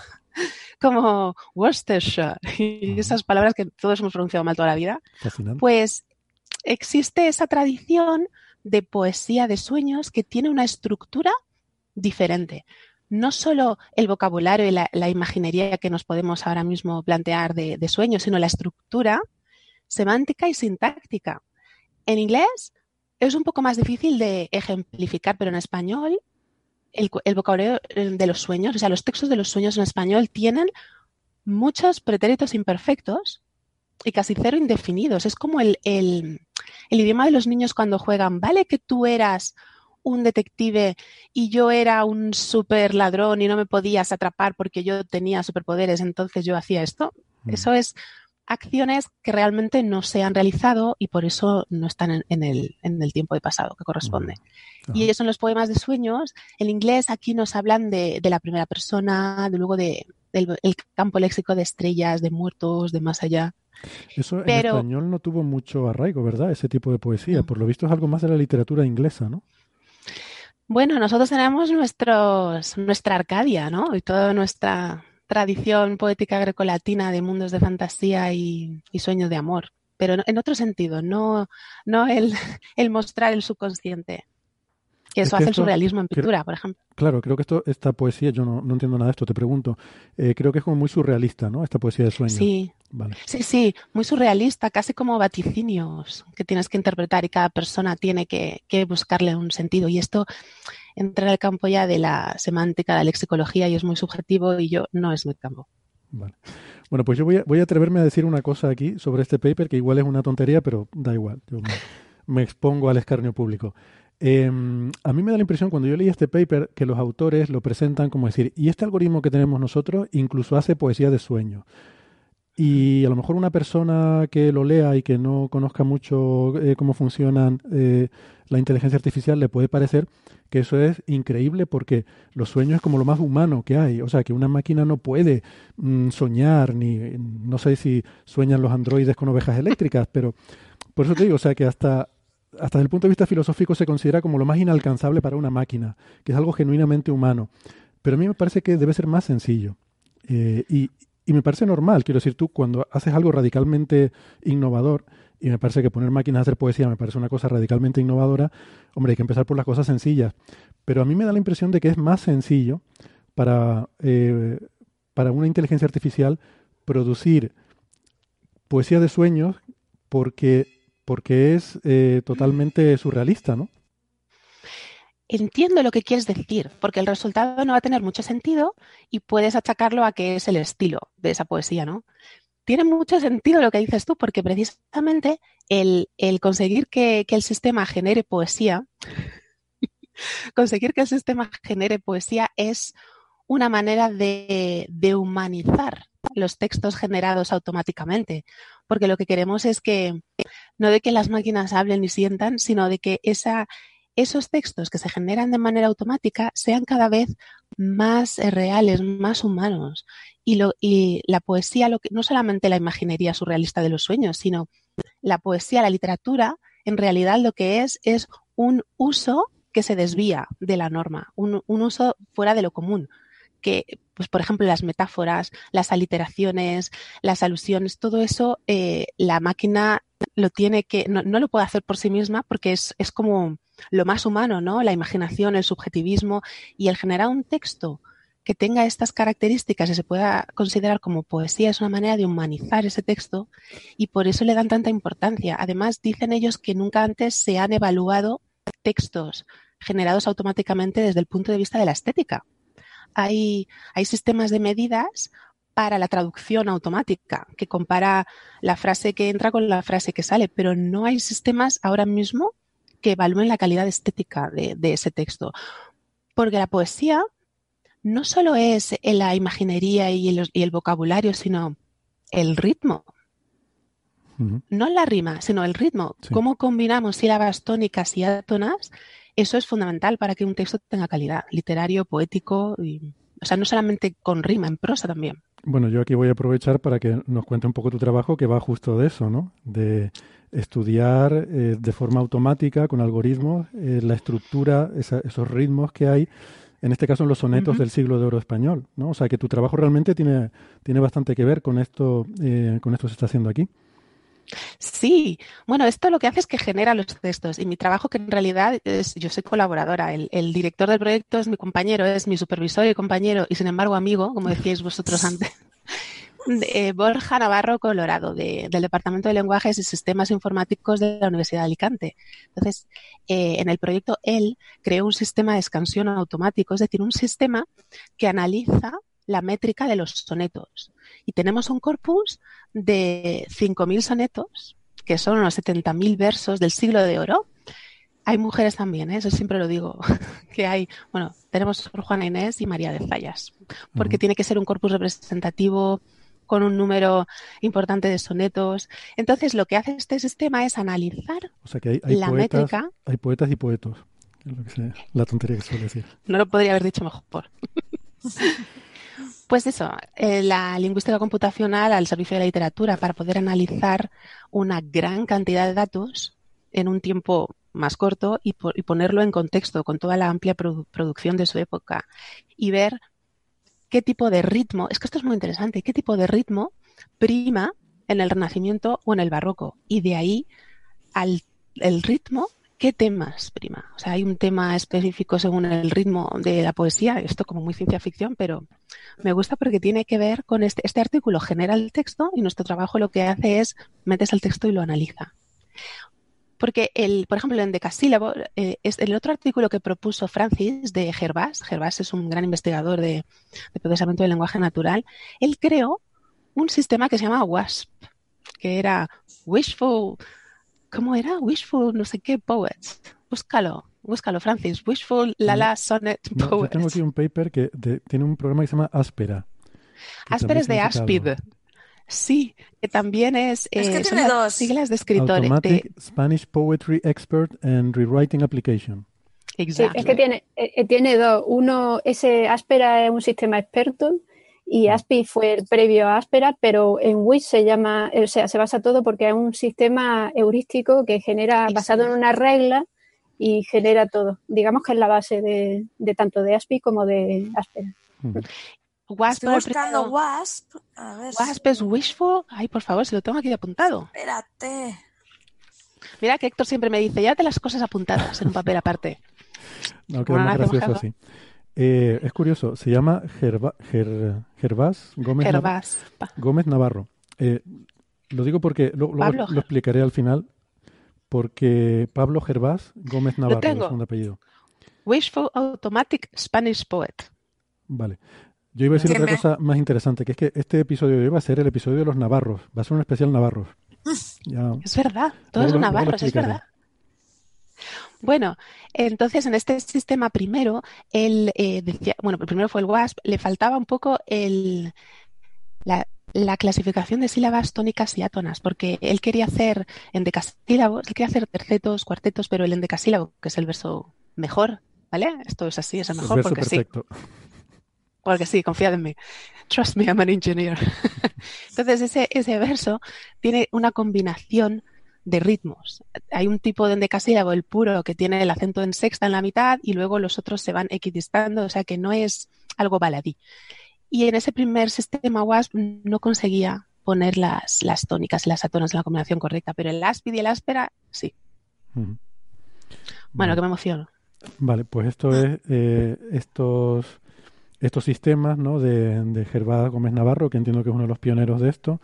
como Worcestershire y esas palabras que todos hemos pronunciado mal toda la vida. Fascinante. Pues existe esa tradición de poesía de sueños que tiene una estructura diferente. No solo el vocabulario y la imaginería que nos podemos ahora mismo plantear de sueños, sino la estructura semántica y sintáctica. En inglés es un poco más difícil de ejemplificar, pero en español el vocabulario de los sueños, o sea, los textos de los sueños en español tienen muchos pretéritos imperfectos y casi cero indefinidos. Es como el idioma de los niños cuando juegan. Vale que tú eras un detective y yo era un super ladrón y no me podías atrapar porque yo tenía superpoderes, entonces yo hacía esto. Eso es acciones que realmente no se han realizado y por eso no están en el tiempo de pasado que corresponde. Y ellos son los poemas de sueños. En inglés aquí nos hablan de la primera persona, luego del campo léxico de estrellas, de muertos, de más allá. Eso en español no tuvo mucho arraigo, ¿verdad? Ese tipo de poesía. Por lo visto es algo más de la literatura inglesa, ¿no? Bueno, nosotros tenemos nuestra Arcadia, ¿no? Y toda nuestra tradición poética grecolatina de mundos de fantasía y sueños de amor. Pero en otro sentido, no el mostrar el subconsciente. Que eso hace el surrealismo en pintura, por ejemplo. Claro, creo que esta poesía, yo no entiendo nada de esto, te pregunto, creo que es como muy surrealista, ¿no? Esta poesía de sueños. Sí, vale. Sí, muy surrealista, casi como vaticinios que tienes que interpretar y cada persona tiene que buscarle un sentido. Y esto entra en el campo ya de la semántica, de la lexicología y es muy subjetivo y no es mi campo. Vale. Bueno, pues yo voy a atreverme a decir una cosa aquí sobre este paper que igual es una tontería, pero da igual, yo me expongo al escarnio público. A mí me da la impresión cuando yo leí este paper que los autores lo presentan como decir, y este algoritmo que tenemos nosotros incluso hace poesía de sueño. Y a lo mejor una persona que lo lea y que no conozca mucho cómo funcionan la inteligencia artificial le puede parecer que eso es increíble porque los sueños es como lo más humano que hay. O sea, que una máquina no puede soñar, no sé si sueñan los androides con ovejas eléctricas, pero por eso te digo, o sea, que hasta desde el punto de vista filosófico se considera como lo más inalcanzable para una máquina, que es algo genuinamente humano. Pero a mí me parece que debe ser más sencillo. Y me parece normal, quiero decir, tú cuando haces algo radicalmente innovador, y me parece que poner máquinas a hacer poesía me parece una cosa radicalmente innovadora, hombre, hay que empezar por las cosas sencillas. Pero a mí me da la impresión de que es más sencillo para una inteligencia artificial producir poesía de sueños porque es totalmente surrealista, ¿no? Entiendo lo que quieres decir, porque el resultado no va a tener mucho sentido y puedes achacarlo a que es el estilo de esa poesía, ¿no? Tiene mucho sentido lo que dices tú, porque precisamente el conseguir que el sistema genere poesía, es una manera de humanizar los textos generados automáticamente, porque lo que queremos es que no de que las máquinas hablen y sientan, sino de que esos textos que se generan de manera automática sean cada vez más reales, más humanos. Y la poesía, no solamente la imaginería surrealista de los sueños, sino la poesía, la literatura, en realidad lo que es un uso que se desvía de la norma, un uso fuera de lo común. Que, pues, por ejemplo, las metáforas, las aliteraciones, las alusiones, todo eso, la máquina lo tiene que, no lo puede hacer por sí misma porque es como lo más humano, ¿no? La imaginación, el subjetivismo y el generar un texto que tenga estas características y se pueda considerar como poesía es una manera de humanizar ese texto y por eso le dan tanta importancia. Además, dicen ellos que nunca antes se han evaluado textos generados automáticamente desde el punto de vista de la estética. Hay sistemas de medidas para la traducción automática que compara la frase que entra con la frase que sale, pero no hay sistemas ahora mismo que evalúen la calidad estética de ese texto. Porque la poesía no solo es la imaginería y el vocabulario, sino el ritmo. Uh-huh. No la rima, sino el ritmo. Sí. Cómo combinamos sílabas tónicas y átonas, eso es fundamental para que un texto tenga calidad, literario, poético, o sea, no solamente con rima, en prosa también. Bueno, yo aquí voy a aprovechar para que nos cuente un poco tu trabajo, que va justo de eso, ¿no? De estudiar de forma automática, con algoritmos, la estructura, esos ritmos que hay, en este caso en los sonetos del siglo de oro español, ¿no? O sea, que tu trabajo realmente tiene bastante que ver con esto se está haciendo aquí. Sí, bueno, esto lo que hace es que genera los textos y mi trabajo, que en realidad yo soy colaboradora, el director del proyecto es mi compañero, es mi supervisor y compañero y sin embargo amigo, como decíais vosotros antes. Borja Navarro Colorado, del Departamento de Lenguajes y Sistemas Informáticos de la Universidad de Alicante. Entonces, en el proyecto él creó un sistema de escansión automático, es decir, un sistema que analiza la métrica de los sonetos. Y tenemos un corpus de 5.000 sonetos, que son unos 70.000 versos del siglo de oro. Hay mujeres también, eso siempre lo digo, que hay, bueno, tenemos Sor Juana Inés y María de Zayas, porque tiene que ser un corpus representativo con un número importante de sonetos. Entonces, lo que hace este sistema es analizar O sea que hay la poetas, métrica. hay poetas y poetos, es lo que la tontería que suele decir. No lo podría haber dicho mejor. Pues eso, la lingüística computacional al servicio de la literatura para poder analizar una gran cantidad de datos en un tiempo más corto y ponerlo en contexto con toda la amplia producción de su época y ver qué tipo de ritmo, es que esto es muy interesante, qué tipo de ritmo prima en el Renacimiento o en el Barroco, y de ahí el ritmo, qué temas prima. O sea, hay un tema específico según el ritmo de la poesía, esto como muy ciencia ficción, pero me gusta porque tiene que ver con este artículo genera el texto y nuestro trabajo lo que hace es metes el texto y lo analiza. Porque, por ejemplo, el endecasílabo, es el otro artículo que propuso Francis de Gervás. Gervás es un gran investigador de procesamiento del lenguaje natural. Él creó un sistema que se llama WASP, que era Wishful, ¿cómo era? Wishful no sé qué poets. Búscalo, Francis. Wishful Lala Sonnet No, Poets. yo tengo aquí un paper que tiene un programa que se llama Áspera. Áspera es de Aspid. Sí, que también es que son tiene las dos. siglas de escritores. Automatic Spanish Poetry Expert and Rewriting Application. Exacto. Sí, es que tiene dos. Uno, ese Aspera es un sistema experto y ASPI fue el previo a Aspera, pero en WIS se llama, o sea, se basa todo porque es un sistema heurístico que genera, basado en una regla y genera todo. Digamos que es la base de tanto de ASPI como de Aspera. Wasp, estoy buscando Wasp. A ver Wasp es Wishful. Ay, por favor, se lo tengo aquí apuntado. Espérate. Mira que Héctor siempre me dice, llévate las cosas apuntadas en un papel aparte. No, queda más gracioso así. Es curioso, se llama Gervás Gómez Navarro. Lo digo porque luego lo explicaré al final, porque Pablo Gervás Gómez Navarro es un apellido. Wishful Automatic Spanish Poet. Vale. Yo iba a decir otra cosa más interesante, que es que este episodio de hoy va a ser el episodio de los navarros. Va a ser un especial navarros. Ya, es verdad, todos son navarros, es verdad. Bueno, entonces en este sistema primero, él decía, bueno, primero fue el WASP, le faltaba un poco la clasificación de sílabas tónicas y átonas, porque él quería hacer endecasílabos, él quería hacer tercetos, cuartetos, pero el endecasílabo, que es el verso mejor, ¿vale? Esto es así, es el mejor porque perfecto. Sí. Porque sí, confiad en mí. Trust me, I'm an engineer. Entonces ese verso tiene una combinación de ritmos. Hay un tipo de endecasílabo, el puro, que tiene el acento en sexta en la mitad y luego los otros se van equidistando, o sea que no es algo baladí. Y en ese primer sistema WASP no conseguía poner las tónicas y las átonas en la combinación correcta, pero el ASPID y el áspera sí. Bueno, que me emociono. Vale, pues esto es estos sistemas, ¿no? de Gervás Gómez Navarro, que entiendo que es uno de los pioneros de esto,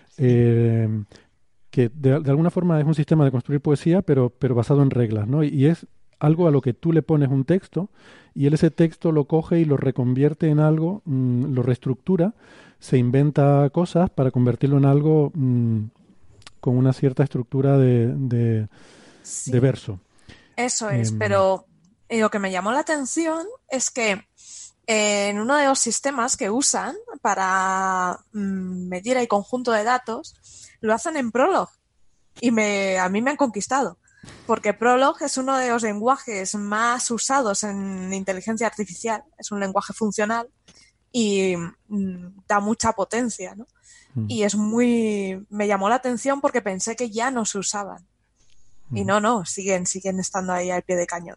que de alguna forma es un sistema de construir poesía, pero basado en reglas, ¿no? Y es algo a lo que tú le pones un texto y él ese texto lo coge y lo reconvierte en algo, lo reestructura, se inventa cosas para convertirlo en algo con una cierta estructura de verso. Eso es, pero lo que me llamó la atención es que en uno de los sistemas que usan para medir el conjunto de datos, lo hacen en Prolog y a mí me han conquistado, porque Prolog es uno de los lenguajes más usados en inteligencia artificial, es un lenguaje funcional y da mucha potencia, ¿no? Y me llamó la atención porque pensé que ya no se usaban y no, siguen estando ahí al pie de cañón.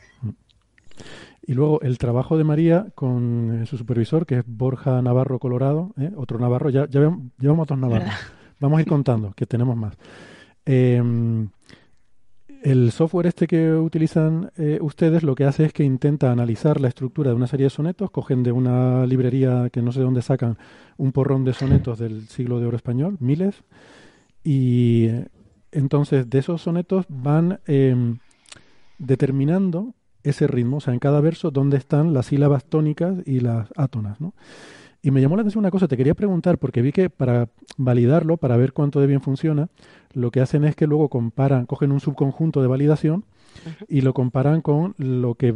Y luego el trabajo de María con su supervisor, que es Borja Navarro Colorado, otro navarro, ya llevamos otros navarros. Vamos a ir contando, que tenemos más. Es El software este que utilizan ustedes lo que hace es que intenta analizar la estructura de una serie de sonetos, cogen de una librería que no sé de dónde sacan un porrón de sonetos del siglo de oro español, miles, y entonces de esos sonetos van determinando ese ritmo, o sea, en cada verso dónde están las sílabas tónicas y las átonas, ¿no? Y me llamó la atención una cosa, te quería preguntar, porque vi que para validarlo, para ver cuánto de bien funciona, lo que hacen es que luego comparan, cogen un subconjunto de validación y lo comparan con lo que,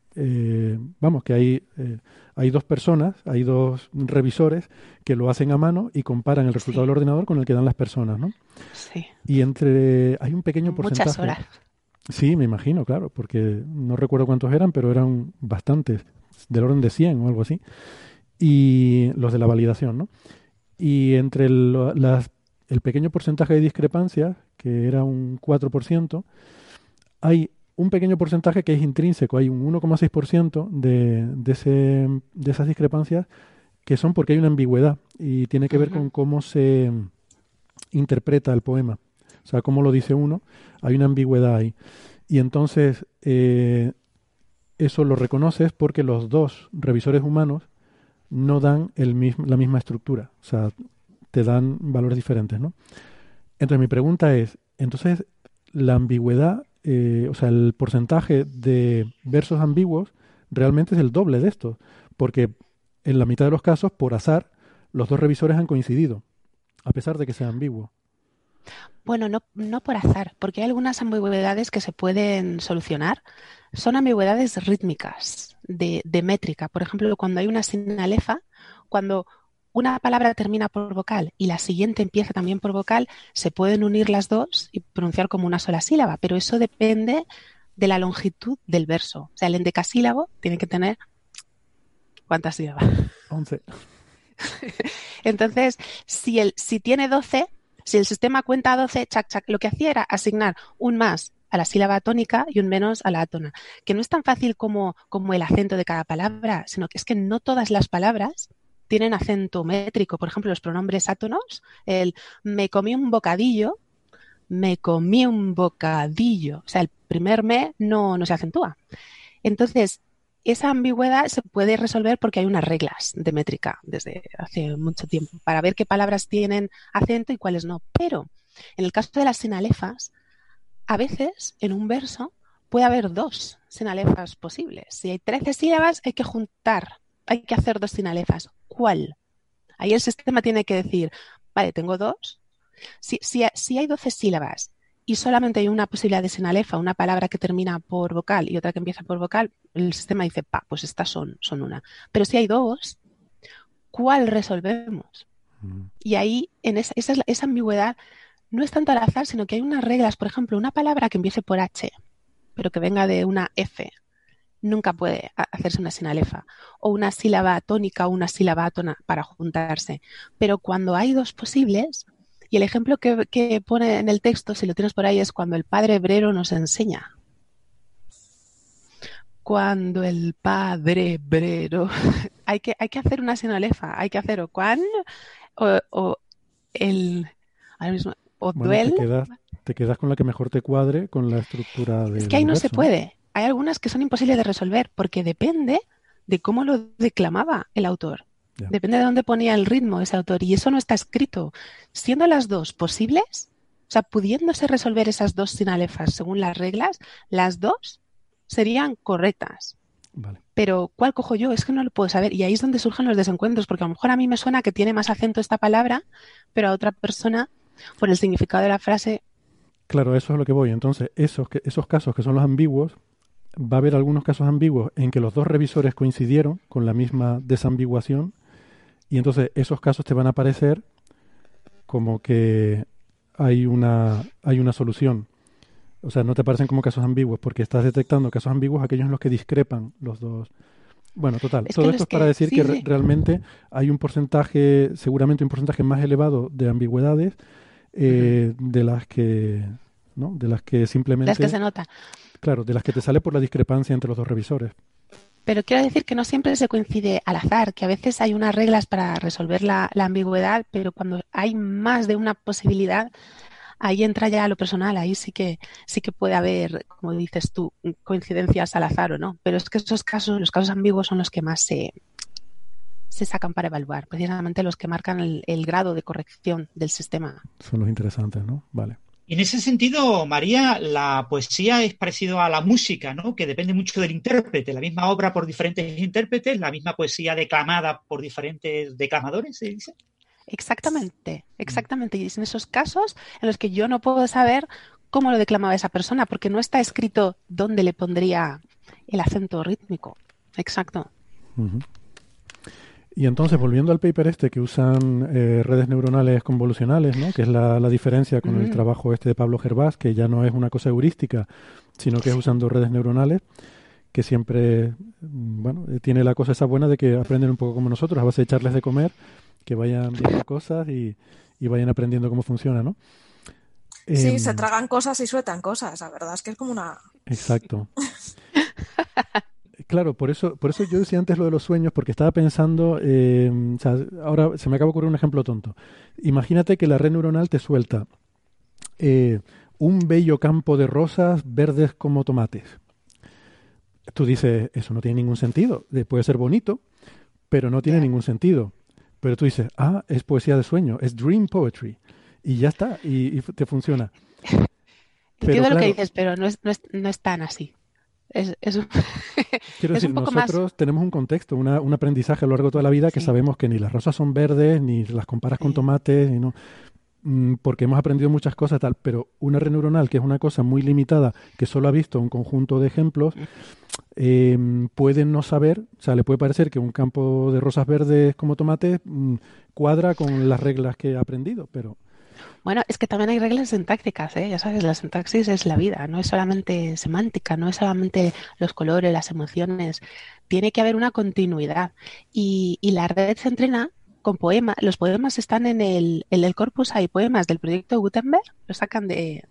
que hay dos personas, hay dos revisores que lo hacen a mano y comparan el resultado del ordenador con el que dan las personas, ¿no? Sí. Y hay un pequeño porcentaje. Muchas horas. Sí, me imagino, claro, porque no recuerdo cuántos eran, pero eran bastantes, del orden de 100 o algo así. Y los de la validación, ¿no? Y entre el pequeño porcentaje de discrepancias, que era un 4%, hay un pequeño porcentaje que es intrínseco, hay un 1,6% de esas discrepancias que son porque hay una ambigüedad y tiene que ver con cómo se interpreta el poema. O sea, cómo lo dice uno, hay una ambigüedad ahí. Y entonces eso lo reconoces porque los dos revisores humanos no dan la misma estructura, o sea, te dan valores diferentes, ¿no? Entonces mi pregunta es, entonces la ambigüedad, o sea, el porcentaje de versos ambiguos realmente es el doble de esto, porque en la mitad de los casos, por azar, los dos revisores han coincidido, a pesar de que sea ambiguo. Bueno, no por azar, porque hay algunas ambigüedades que se pueden solucionar. Son ambigüedades rítmicas, de métrica. Por ejemplo, cuando hay una sinalefa, cuando una palabra termina por vocal y la siguiente empieza también por vocal, se pueden unir las dos y pronunciar como una sola sílaba, pero eso depende de la longitud del verso. O sea, el endecasílabo tiene que tener... ¿Cuántas sílabas? 11. Entonces, si tiene 12... Si el sistema cuenta a 12, chac, chac, lo que hacía era asignar un más a la sílaba tónica y un menos a la átona, que no es tan fácil como el acento de cada palabra, sino que es que no todas las palabras tienen acento métrico. Por ejemplo, los pronombres átonos, el me comí un bocadillo, o sea, el primer me no se acentúa. Entonces, esa ambigüedad se puede resolver porque hay unas reglas de métrica desde hace mucho tiempo para ver qué palabras tienen acento y cuáles no. Pero en el caso de las sinalefas, a veces en un verso puede haber dos sinalefas posibles. Si hay 13 sílabas, hay que hacer dos sinalefas. ¿Cuál? Ahí el sistema tiene que decir, vale, tengo dos. Si hay 12 sílabas y solamente hay una posibilidad de sinalefa, una palabra que termina por vocal y otra que empieza por vocal, el sistema dice, pues estas son una. Pero si hay dos, ¿cuál resolvemos? Y ahí, esa ambigüedad no es tanto al azar, sino que hay unas reglas. Por ejemplo, una palabra que empiece por H, pero que venga de una F, nunca puede hacerse una sinalefa. O una sílaba tónica o una sílaba átona para juntarse. Pero cuando hay dos posibles... Y el ejemplo que pone en el texto, si lo tienes por ahí, es cuando el padre hebrero nos enseña. Cuando el padre hebrero... hay que hacer una sinalefa. Hay que hacer o cuán o el... Ahora mismo, o bueno, duel. Te quedas con la que mejor te cuadre con la estructura del Es que ahí no verso, se puede. Hay algunas que son imposibles de resolver porque depende de cómo lo declamaba el autor. Ya. Depende de dónde ponía el ritmo ese autor y eso no está escrito. Siendo las dos posibles, o sea, pudiéndose resolver esas dos sinalefas según las reglas, las dos serían correctas. Vale. Pero ¿cuál cojo yo? Es que no lo puedo saber y ahí es donde surgen los desencuentros porque a lo mejor a mí me suena que tiene más acento esta palabra, pero a otra persona, por el significado de la frase... Claro, eso es lo que voy. Entonces, esos casos que son los ambiguos, va a haber algunos casos ambiguos en que los dos revisores coincidieron con la misma desambiguación. Y entonces esos casos te van a parecer como que hay una solución. O sea, no te parecen como casos ambiguos porque estás detectando casos ambiguos aquellos en los que discrepan los dos. Bueno, total. Todo esto es para decir que realmente hay un porcentaje, seguramente un porcentaje más elevado de ambigüedades de las que, ¿no? De las que simplemente... Las que se nota. Claro, de las que te sale por la discrepancia entre los dos revisores. Pero quiero decir que no siempre se coincide al azar, que a veces hay unas reglas para resolver la ambigüedad, pero cuando hay más de una posibilidad, ahí entra ya lo personal, ahí sí que puede haber, como dices tú, coincidencias al azar o no, pero es que esos casos, los casos ambiguos son los que más se sacan para evaluar, precisamente los que marcan el grado de corrección del sistema. Son los interesantes, ¿no? Vale. Y en ese sentido, María, la poesía es parecido a la música, ¿no? Que depende mucho del intérprete. La misma obra por diferentes intérpretes, la misma poesía declamada por diferentes declamadores, ¿se dice? Exactamente. Y es en esos casos en los que yo no puedo saber cómo lo declamaba esa persona, porque no está escrito dónde le pondría el acento rítmico. Exacto. Uh-huh. Y entonces, volviendo al paper que usan redes neuronales convolucionales, ¿no? Que es la diferencia con el trabajo de Pablo Gervás, que ya no es una cosa heurística, sino que es usando redes neuronales, que siempre, tiene la cosa esa buena de que aprenden un poco como nosotros, a base de echarles de comer, que vayan viendo cosas y vayan aprendiendo cómo funciona, ¿no? Sí, se tragan cosas y sueltan cosas, la verdad es que es como una... Exacto. Claro, por eso yo decía antes lo de los sueños, porque estaba pensando, ahora se me acaba de ocurrir un ejemplo tonto. Imagínate que la red neuronal te suelta un bello campo de rosas verdes como tomates. Tú dices, eso no tiene ningún sentido. Puede ser bonito, pero no tiene ningún sentido. Pero tú dices, es poesía de sueño, es dream poetry. Y ya está, y te funciona. Entiendo lo que dices, pero no es tan así. Quiero decir, nosotros tenemos un contexto, un aprendizaje a lo largo de toda la vida que sabemos que ni las rosas son verdes, ni las comparas con tomates, y no, porque hemos aprendido muchas cosas tal, pero una red neuronal, que es una cosa muy limitada, que solo ha visto un conjunto de ejemplos, puede no saber, o sea, le puede parecer que un campo de rosas verdes como tomates cuadra con las reglas que ha aprendido, pero... Bueno, es que también hay reglas sintácticas, ¿eh? Ya sabes, la sintaxis es la vida, no es solamente semántica, no es solamente los colores, las emociones, tiene que haber una continuidad. Y la red se entrena con poemas, los poemas están en el corpus, hay poemas del proyecto Gutenberg, lo sacan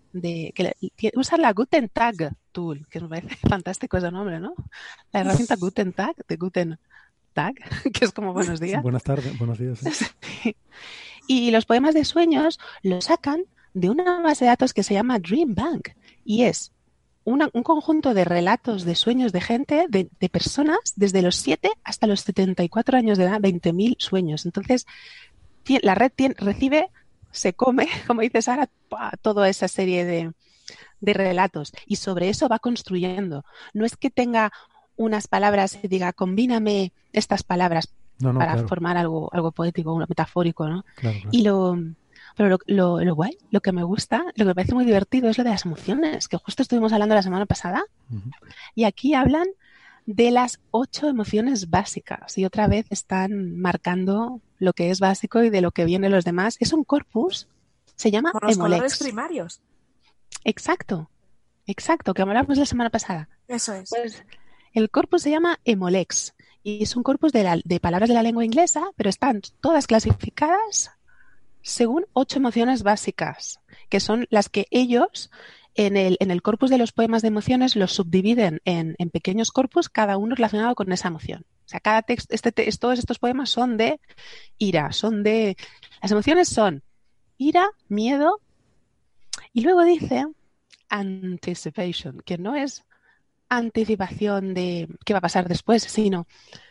usan la Guten Tag Tool, que me parece fantástico ese nombre, ¿no? La herramienta Guten Tag, de Guten Tag, que es como buenos días. Buenas tardes, buenos días. Sí. Y los poemas de sueños los sacan de una base de datos que se llama Dream Bank y es un conjunto de relatos de sueños de gente, de personas, desde los 7 hasta los 74 años de edad, 20.000 sueños. Entonces, la red se come, como dice Sara, toda esa serie de relatos y sobre eso va construyendo. No es que tenga unas palabras y diga, combíname estas palabras para formar algo poético, metafórico, ¿no? Claro. Pero lo guay, lo que me gusta, lo que me parece muy divertido es lo de las emociones, que justo estuvimos hablando la semana pasada, y aquí hablan de las 8 emociones básicas, y otra vez están marcando lo que es básico y de lo que viene los demás. Es un corpus, se llama por los Emolex. Colores primarios. Exacto, que hablamos la semana pasada. Eso es. Pues el corpus se llama Emolex, y es un corpus de palabras de la lengua inglesa, pero están todas clasificadas según 8 emociones básicas, que son las que ellos en el corpus de los poemas de emociones los subdividen en pequeños corpus, cada uno relacionado con esa emoción. O sea, cada texto, todos estos poemas son de ira, las emociones son ira, miedo, y luego dice anticipation, que no es anticipación de qué va a pasar después, sino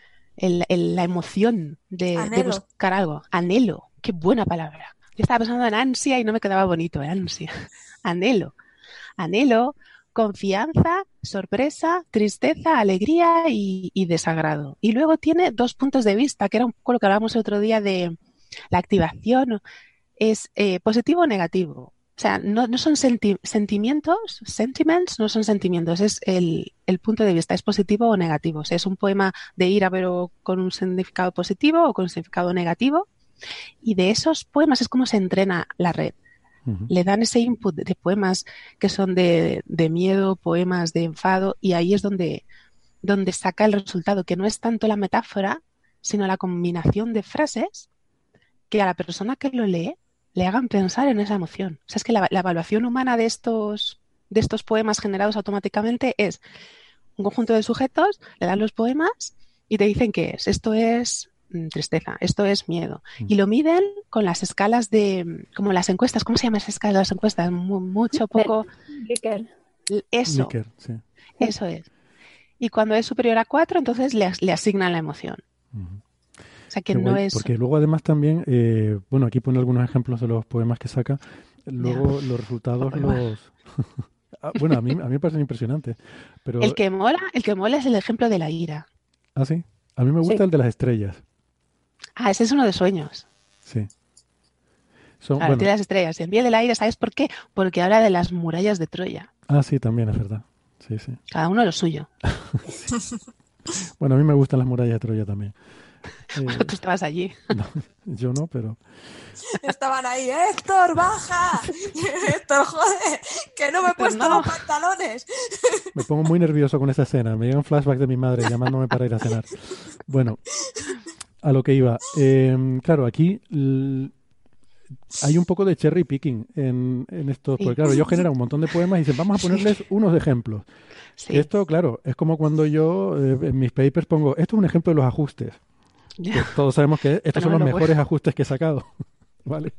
la emoción de buscar algo. Anhelo, qué buena palabra. Yo estaba pensando en ansia y no me quedaba bonito, ansia. Anhelo, confianza, sorpresa, tristeza, alegría y desagrado. Y luego tiene 2 puntos de vista, que era un poco lo que hablábamos el otro día de la activación. Es positivo o negativo. O sea, no son sentiments no son sentimientos, es el punto de vista, es positivo o negativo. O sea, es un poema de ira pero con un significado positivo o con un significado negativo. Y de esos poemas es como se entrena la red. Le dan ese input de poemas que son de miedo, poemas de enfado, y ahí es donde saca el resultado, que no es tanto la metáfora, sino la combinación de frases que a la persona que lo lee le hagan pensar en esa emoción. O sea, es que la evaluación humana de estos poemas generados automáticamente es un conjunto de sujetos, le dan los poemas y te dicen qué es. Esto es tristeza, esto es miedo. Y lo miden con las escalas como las encuestas, ¿cómo se llaman esas escalas de las encuestas? Mucho, poco. Likert. Eso. Likert, sí. Eso es. Y cuando es superior a 4, entonces le asignan la emoción. O sea que no es... Porque luego además también, bueno, aquí pone algunos ejemplos de los poemas que saca, luego los resultados bueno, a mí me parecen impresionantes. Pero... El que mola es el ejemplo de la ira. ¿Ah, sí? A mí me gusta el de las estrellas. Ah, ese es uno de sueños. Sí. Claro, tiene las estrellas. Y el bien del aire, ¿sabes por qué? Porque habla de las murallas de Troya. Ah, sí, también es verdad. Sí, sí. Cada uno lo suyo. Sí. Bueno, a mí me gustan las murallas de Troya también. Bueno, tú estabas allí. No, yo no, pero... Estaban ahí, Héctor, baja. Héctor, joder, que no me he puesto los pantalones. Me pongo muy nervioso con esa escena. Me llegan flashbacks de mi madre llamándome para ir a cenar. Bueno, a lo que iba. Claro, aquí hay un poco de cherry picking en estos. Porque claro, yo genero un montón de poemas y dicen, vamos a ponerles unos ejemplos. Sí. Esto, claro, es como cuando yo en mis papers pongo, esto es un ejemplo de los ajustes. Todos sabemos que estos son los mejores ajustes que he sacado. ¿Vale?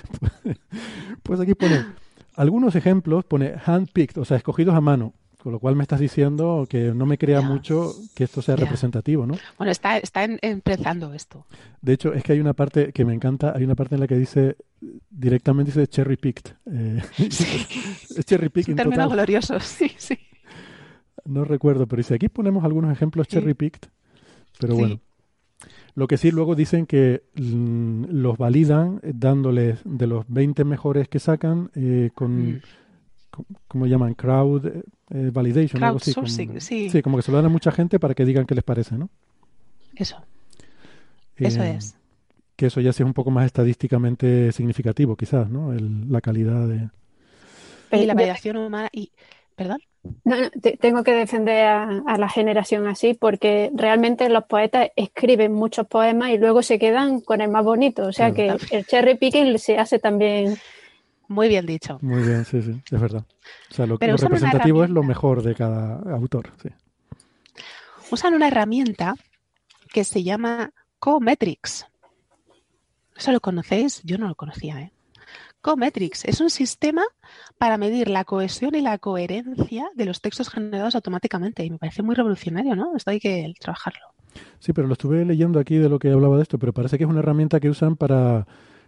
Pues aquí pone algunos ejemplos, pone handpicked, o sea, escogidos a mano, con lo cual me estás diciendo que no me crea mucho que esto sea representativo, ¿no? Bueno, está empezando esto. De hecho, es que hay una parte que me encanta, hay una parte en la que dice, directamente dice cherry picked. Es cherry picking. Es un término glorioso, sí, sí. No recuerdo, pero dice, aquí ponemos algunos ejemplos cherry picked, pero bueno. Lo que sí luego dicen que los validan dándoles de los 20 mejores que sacan con ¿cómo llaman? Crowd validation. Algo así, sí, como que se lo dan a mucha gente para que digan qué les parece, ¿no? Eso es. Que eso ya sí es un poco más estadísticamente significativo, quizás, ¿no? La calidad de... Y la validación humana y... ¿Perdón? No, tengo que defender a la generación así porque realmente los poetas escriben muchos poemas y luego se quedan con el más bonito. O sea que el cherry picking se hace también. Muy bien dicho. Muy bien, sí, es verdad. O sea, lo representativo es lo mejor de cada autor. Sí. Usan una herramienta que se llama Cometrics. ¿Eso lo conocéis? Yo no lo conocía, ¿eh? Cometrics es un sistema para medir la cohesión y la coherencia de los textos generados automáticamente y me parece muy revolucionario, ¿no? Esto hay que trabajarlo. Sí, pero lo estuve leyendo aquí de lo que hablaba de esto, pero parece que es una herramienta que usan para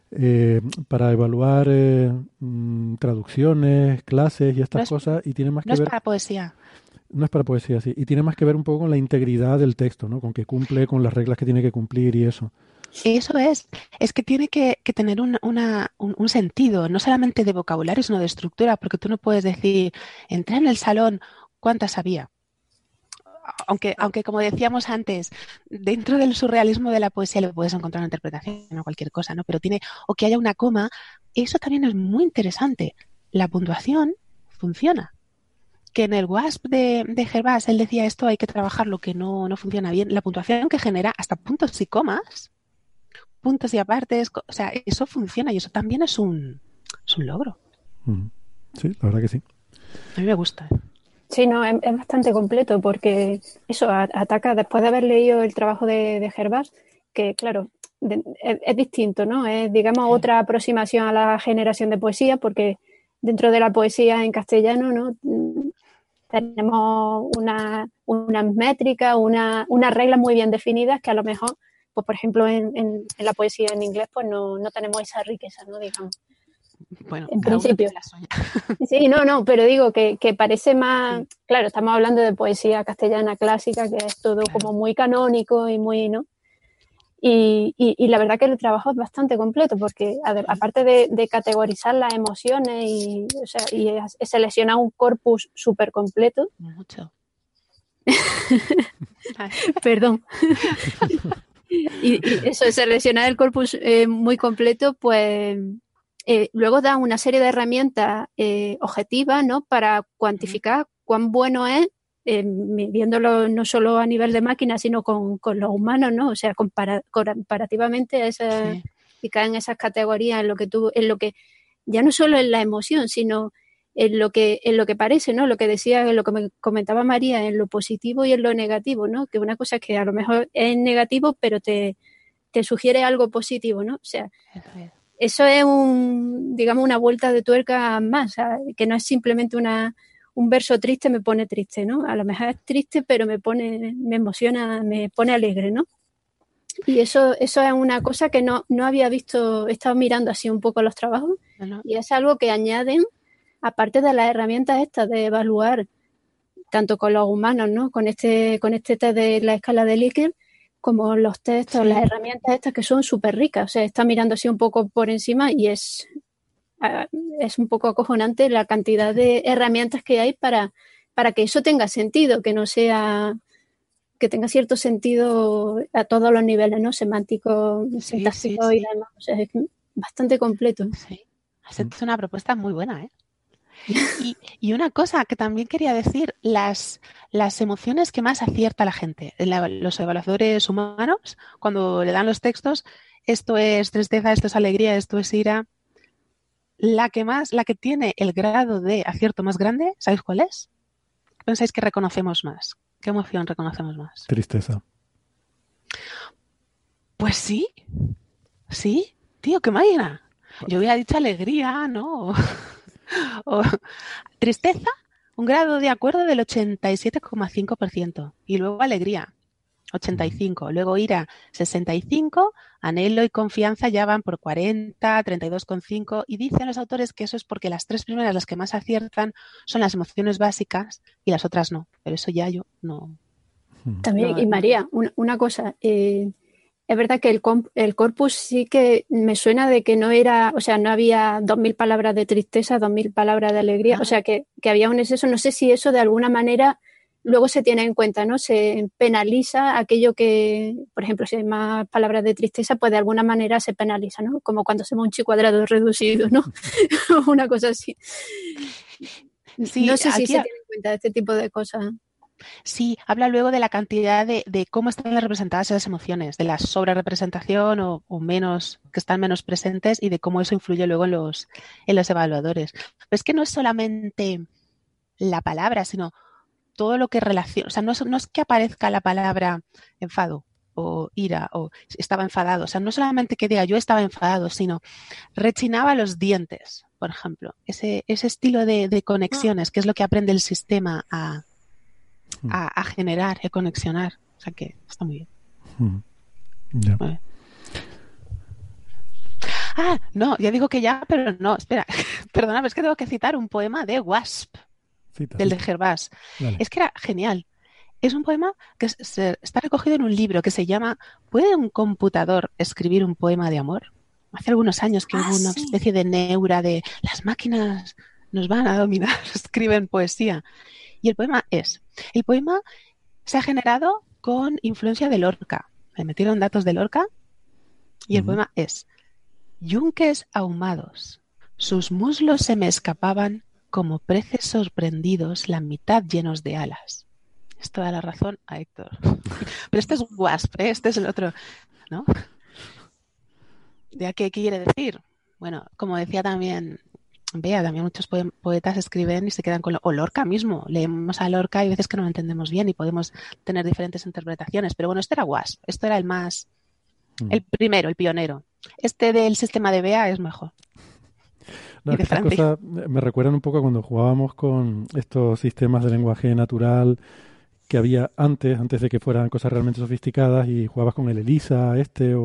evaluar traducciones, clases y estas cosas y tiene más que ver... No es para poesía. No es para poesía, sí. Y tiene más que ver un poco con la integridad del texto, ¿no? Con que cumple con las reglas que tiene que cumplir y eso. Eso es que tiene que tener un sentido, no solamente de vocabulario, sino de estructura, porque tú no puedes decir, entré en el salón, ¿cuántas había? Aunque como decíamos antes, dentro del surrealismo de la poesía le puedes encontrar una interpretación o cualquier cosa, ¿no? Pero o que haya una coma, eso también es muy interesante. La puntuación funciona. Que en el WASP de Gervás él decía esto hay que trabajarlo, que no funciona bien. La puntuación que genera hasta puntos y comas, puntos y apartes, o sea, eso funciona y eso también es un logro. Sí, la verdad que sí. A mí me gusta. Sí, no, es bastante completo porque eso ataca, después de haber leído el trabajo de Gervás, que claro, es distinto, ¿no? Es, digamos, otra aproximación a la generación de poesía porque dentro de la poesía en castellano, ¿no? Tenemos unas métricas, unas reglas muy bien definidas que a lo mejor, pues por ejemplo, en la poesía en inglés, pues no tenemos esa riqueza, ¿no? Digamos. Bueno, en principio. Sí, no, pero digo que parece más... Sí. Claro, estamos hablando de poesía castellana clásica, que es todo como muy canónico y muy, ¿no? Y la verdad que el trabajo es bastante completo porque aparte de categorizar las emociones y seleccionar un corpus súper completo. Mucho. Perdón. y eso de seleccionar el corpus muy completo, pues luego da una serie de herramientas objetivas, ¿no? Para cuantificar cuán bueno es viéndolo no solo a nivel de máquina, sino con los humanos, ¿no? O sea, comparativamente a esas, y caen esas categorías en lo que ya no solo en la emoción, sino en lo que parece, ¿no? Lo que decía, lo que me comentaba María, en lo positivo y en lo negativo, ¿no? Que una cosa es que a lo mejor es negativo, pero te te sugiere algo positivo, ¿no? O sea, eso es digamos, una vuelta de tuerca más, ¿sabes? Que no es simplemente un verso triste me pone triste, ¿no? A lo mejor es triste, pero me emociona, me pone alegre, ¿no? Y eso es una cosa que no había visto, he estado mirando así un poco los trabajos, y es algo que añaden, aparte de las herramientas estas de evaluar, tanto con los humanos, ¿no? Con este test de la escala de Likert, como los textos, las herramientas estas que son súper ricas. O sea, está mirando así un poco por encima y es un poco acojonante la cantidad de herramientas que hay para que eso tenga sentido, que no sea, que tenga cierto sentido a todos los niveles, ¿no? Semántico, sintáctico y demás. O sea, es bastante completo. Sí, es una propuesta muy buena, ¿eh? Y una cosa que también quería decir, las emociones que más acierta la gente, los evaluadores humanos, cuando le dan los textos, esto es tristeza, esto es alegría, esto es ira, la que tiene el grado de acierto más grande, ¿sabéis cuál es? ¿Qué pensáis que reconocemos más? ¿Qué emoción reconocemos más? Tristeza. Pues sí, tío, qué máquina. Yo hubiera dicho alegría, ¿no? O tristeza, un grado de acuerdo del 87,5%. Y luego alegría, 85%. Luego ira, 65%. Anhelo y confianza ya van por 40, 32,5%. Y dicen los autores que eso es porque las tres primeras, las que más aciertan, son las emociones básicas y las otras no. Pero eso ya yo no. También, y María, una cosa. Es verdad que el corpus sí que me suena de que no era, o sea, no había 2.000 palabras de tristeza, 2.000 palabras de alegría, o sea, que había un exceso. No sé si eso de alguna manera luego se tiene en cuenta, ¿no? Se penaliza aquello que, por ejemplo, si hay más palabras de tristeza, pues de alguna manera se penaliza, ¿no? Como cuando hacemos un chi cuadrado reducido, ¿no? Una cosa así. Sí, no sé si se tiene en cuenta este tipo de cosas. Sí, habla luego de la cantidad de cómo están representadas esas emociones, de la sobrerepresentación o menos, que están menos presentes y de cómo eso influye luego en los evaluadores. Pero es que no es solamente la palabra, sino todo lo que relaciona. O sea, no es que aparezca la palabra enfado o ira o estaba enfadado. O sea, no solamente que diga yo estaba enfadado, sino rechinaba los dientes, por ejemplo. Ese estilo de conexiones, que es lo que aprende el sistema a generar, a conexionar. O sea que está muy bien. Ya. Vale. Ah, no, ya digo que ya, pero no, espera. Perdona, pero es que tengo que citar un poema de Wasp, del de Gervás. Vale. Es que era genial. Es un poema que está recogido en un libro que se llama ¿Puede un computador escribir un poema de amor? Hace algunos años que hubo una especie de neura de las máquinas nos van a dominar, escriben poesía. Y el poema se ha generado con influencia de Lorca. Me metieron datos de Lorca y el poema es: yunques ahumados, sus muslos se me escapaban como preces sorprendidos, la mitad llenos de alas. Esto da la razón a Héctor. Pero este es Wasp, ¿eh? Este es el otro, ¿no? ¿De qué quiere decir? Bueno, como decía también Bea, también muchos poetas escriben y se quedan con o Lorca mismo. Leemos a Lorca y hay veces que no lo entendemos bien y podemos tener diferentes interpretaciones. Pero bueno, esto era Wasp, esto era el primero, el pionero. Este del sistema de Bea es mejor. No, estas cosas me recuerdan un poco a cuando jugábamos con estos sistemas de lenguaje natural que había antes de que fueran cosas realmente sofisticadas, y jugabas con el ELISA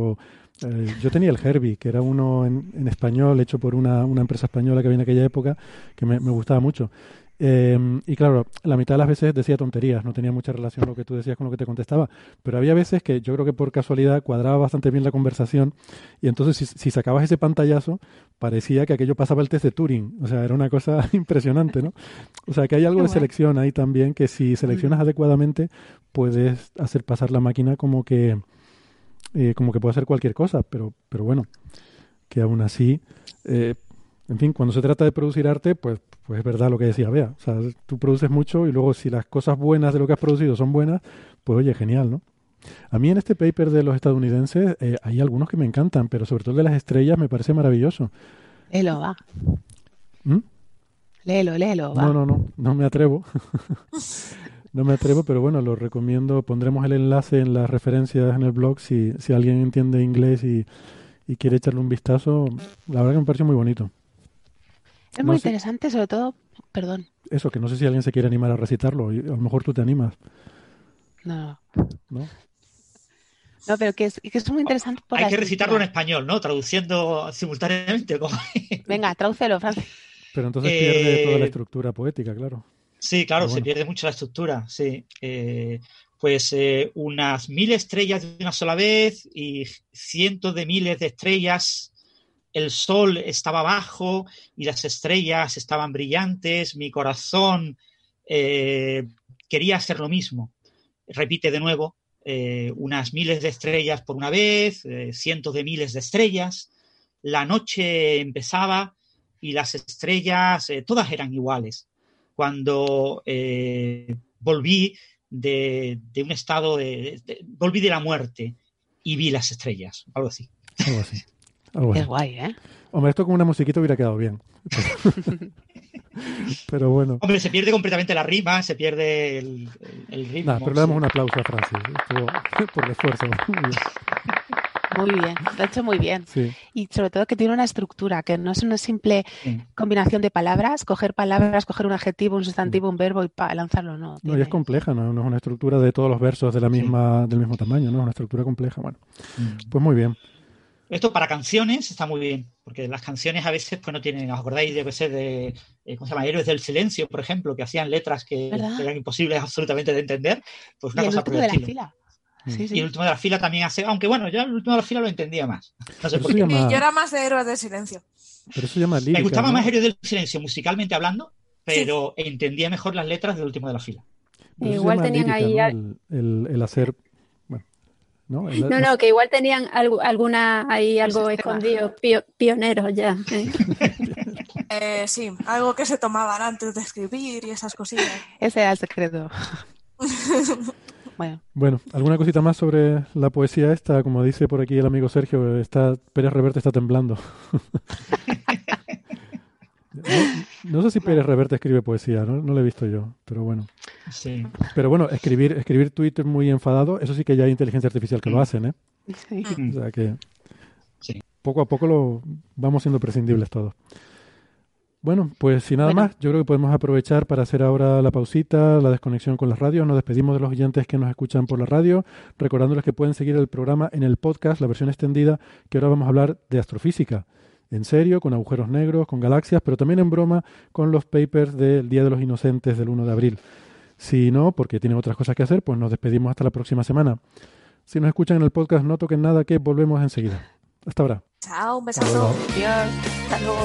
yo tenía el Herbie, que era uno en español, hecho por una empresa española que había en aquella época, que me gustaba mucho. Y claro, la mitad de las veces decía tonterías, no tenía mucha relación lo que tú decías con lo que te contestaba, pero había veces que yo creo que por casualidad cuadraba bastante bien la conversación, y entonces si sacabas ese pantallazo parecía que aquello pasaba el test de Turing. O sea, era una cosa impresionante, ¿no? O sea, que hay algo de selección ahí también, que si seleccionas adecuadamente puedes hacer pasar la máquina como que puede hacer cualquier cosa, pero bueno, que aún así, en fin, cuando se trata de producir arte, pues es verdad lo que decía Bea. O sea, tú produces mucho y luego si las cosas buenas de lo que has producido son buenas, pues oye, genial, ¿no? A mí en este paper de los estadounidenses hay algunos que me encantan, pero sobre todo el de las estrellas me parece maravilloso. Léelo, va. Léelo, va. No me atrevo. No me atrevo, pero bueno, lo recomiendo. Pondremos el enlace en las referencias en el blog si alguien entiende inglés y quiere echarle un vistazo. La verdad que me pareció muy bonito. Es muy interesante, sobre todo, perdón. Eso, que no sé si alguien se quiere animar a recitarlo. Y a lo mejor tú te animas. No. ¿No? No, pero que es muy interesante. Hay que recitarlo en español, ¿no? Traduciendo simultáneamente. Venga, tradúcelo, Francis. Pero entonces pierde toda la estructura poética, claro. Sí, claro, se pierde mucho la estructura, sí. Unas 1000 estrellas de una sola vez y cientos de miles de estrellas. El sol estaba abajo y las estrellas estaban brillantes. Mi corazón quería hacer lo mismo. Repite de nuevo. Unas miles de estrellas por una vez, cientos de miles de estrellas. La noche empezaba y las estrellas todas eran iguales. Cuando volví de un estado volví de la muerte y vi las estrellas, algo así. Algo así. Qué guay, ¿eh? Hombre, esto con una musiquita hubiera quedado bien. Pero bueno. Hombre, se pierde completamente la rima, se pierde el ritmo. Pero le damos un aplauso a Francis por el esfuerzo. Muy bien, lo ha hecho muy bien. Sí. Y sobre todo que tiene una estructura, que no es una simple combinación de palabras, coger un adjetivo, un sustantivo, un verbo y lanzarlo, no. No, y es compleja, ¿no? No es una estructura de todos los versos del mismo tamaño, ¿no? Es una estructura compleja. Bueno, pues muy bien. Esto para canciones está muy bien, porque las canciones a veces pues no tienen, ¿os acordáis de ¿cómo se llama? Héroes del Silencio, por ejemplo, que hacían letras que eran imposibles absolutamente de entender? Pues una cosa por el estilo. Fila. Sí. Y el último de la fila también aunque bueno, yo el último de la fila lo entendía más. No sé por qué. Yo era más de Héroes del Silencio. Pero eso se llama lírica, me gustaba ¿no? más Héroes del Silencio musicalmente hablando, pero entendía mejor las letras del último de la fila. Pero igual tenían lírica, ahí... ¿no? El hacer... Bueno, ¿no? No, que igual tenían algo escondido, pioneros ya. Sí, algo que se tomaban antes de escribir y esas cosillas. Ese era el secreto. Bueno, ¿alguna cosita más sobre la poesía esta? Como dice por aquí el amigo Sergio, Pérez Reverte está temblando. No sé si Pérez Reverte escribe poesía, no lo he visto yo, pero bueno. Sí. Pero bueno, escribir Twitter muy enfadado, eso sí que ya hay inteligencia artificial que lo hacen, ¿eh? Sí. O sea que poco a poco vamos siendo prescindibles todos. Bueno, pues sin nada más, yo creo que podemos aprovechar para hacer ahora la pausita, la desconexión con las radios. Nos despedimos de los oyentes que nos escuchan por la radio, recordándoles que pueden seguir el programa en el podcast, la versión extendida, que ahora vamos a hablar de astrofísica. En serio, con agujeros negros, con galaxias, pero también en broma con los papers del Día de los Inocentes del 1 de abril. Si no, porque tienen otras cosas que hacer, pues nos despedimos hasta la próxima semana. Si nos escuchan en el podcast, no toquen nada, que volvemos enseguida. Hasta ahora. Chao, un besazo. Adiós. Hasta luego.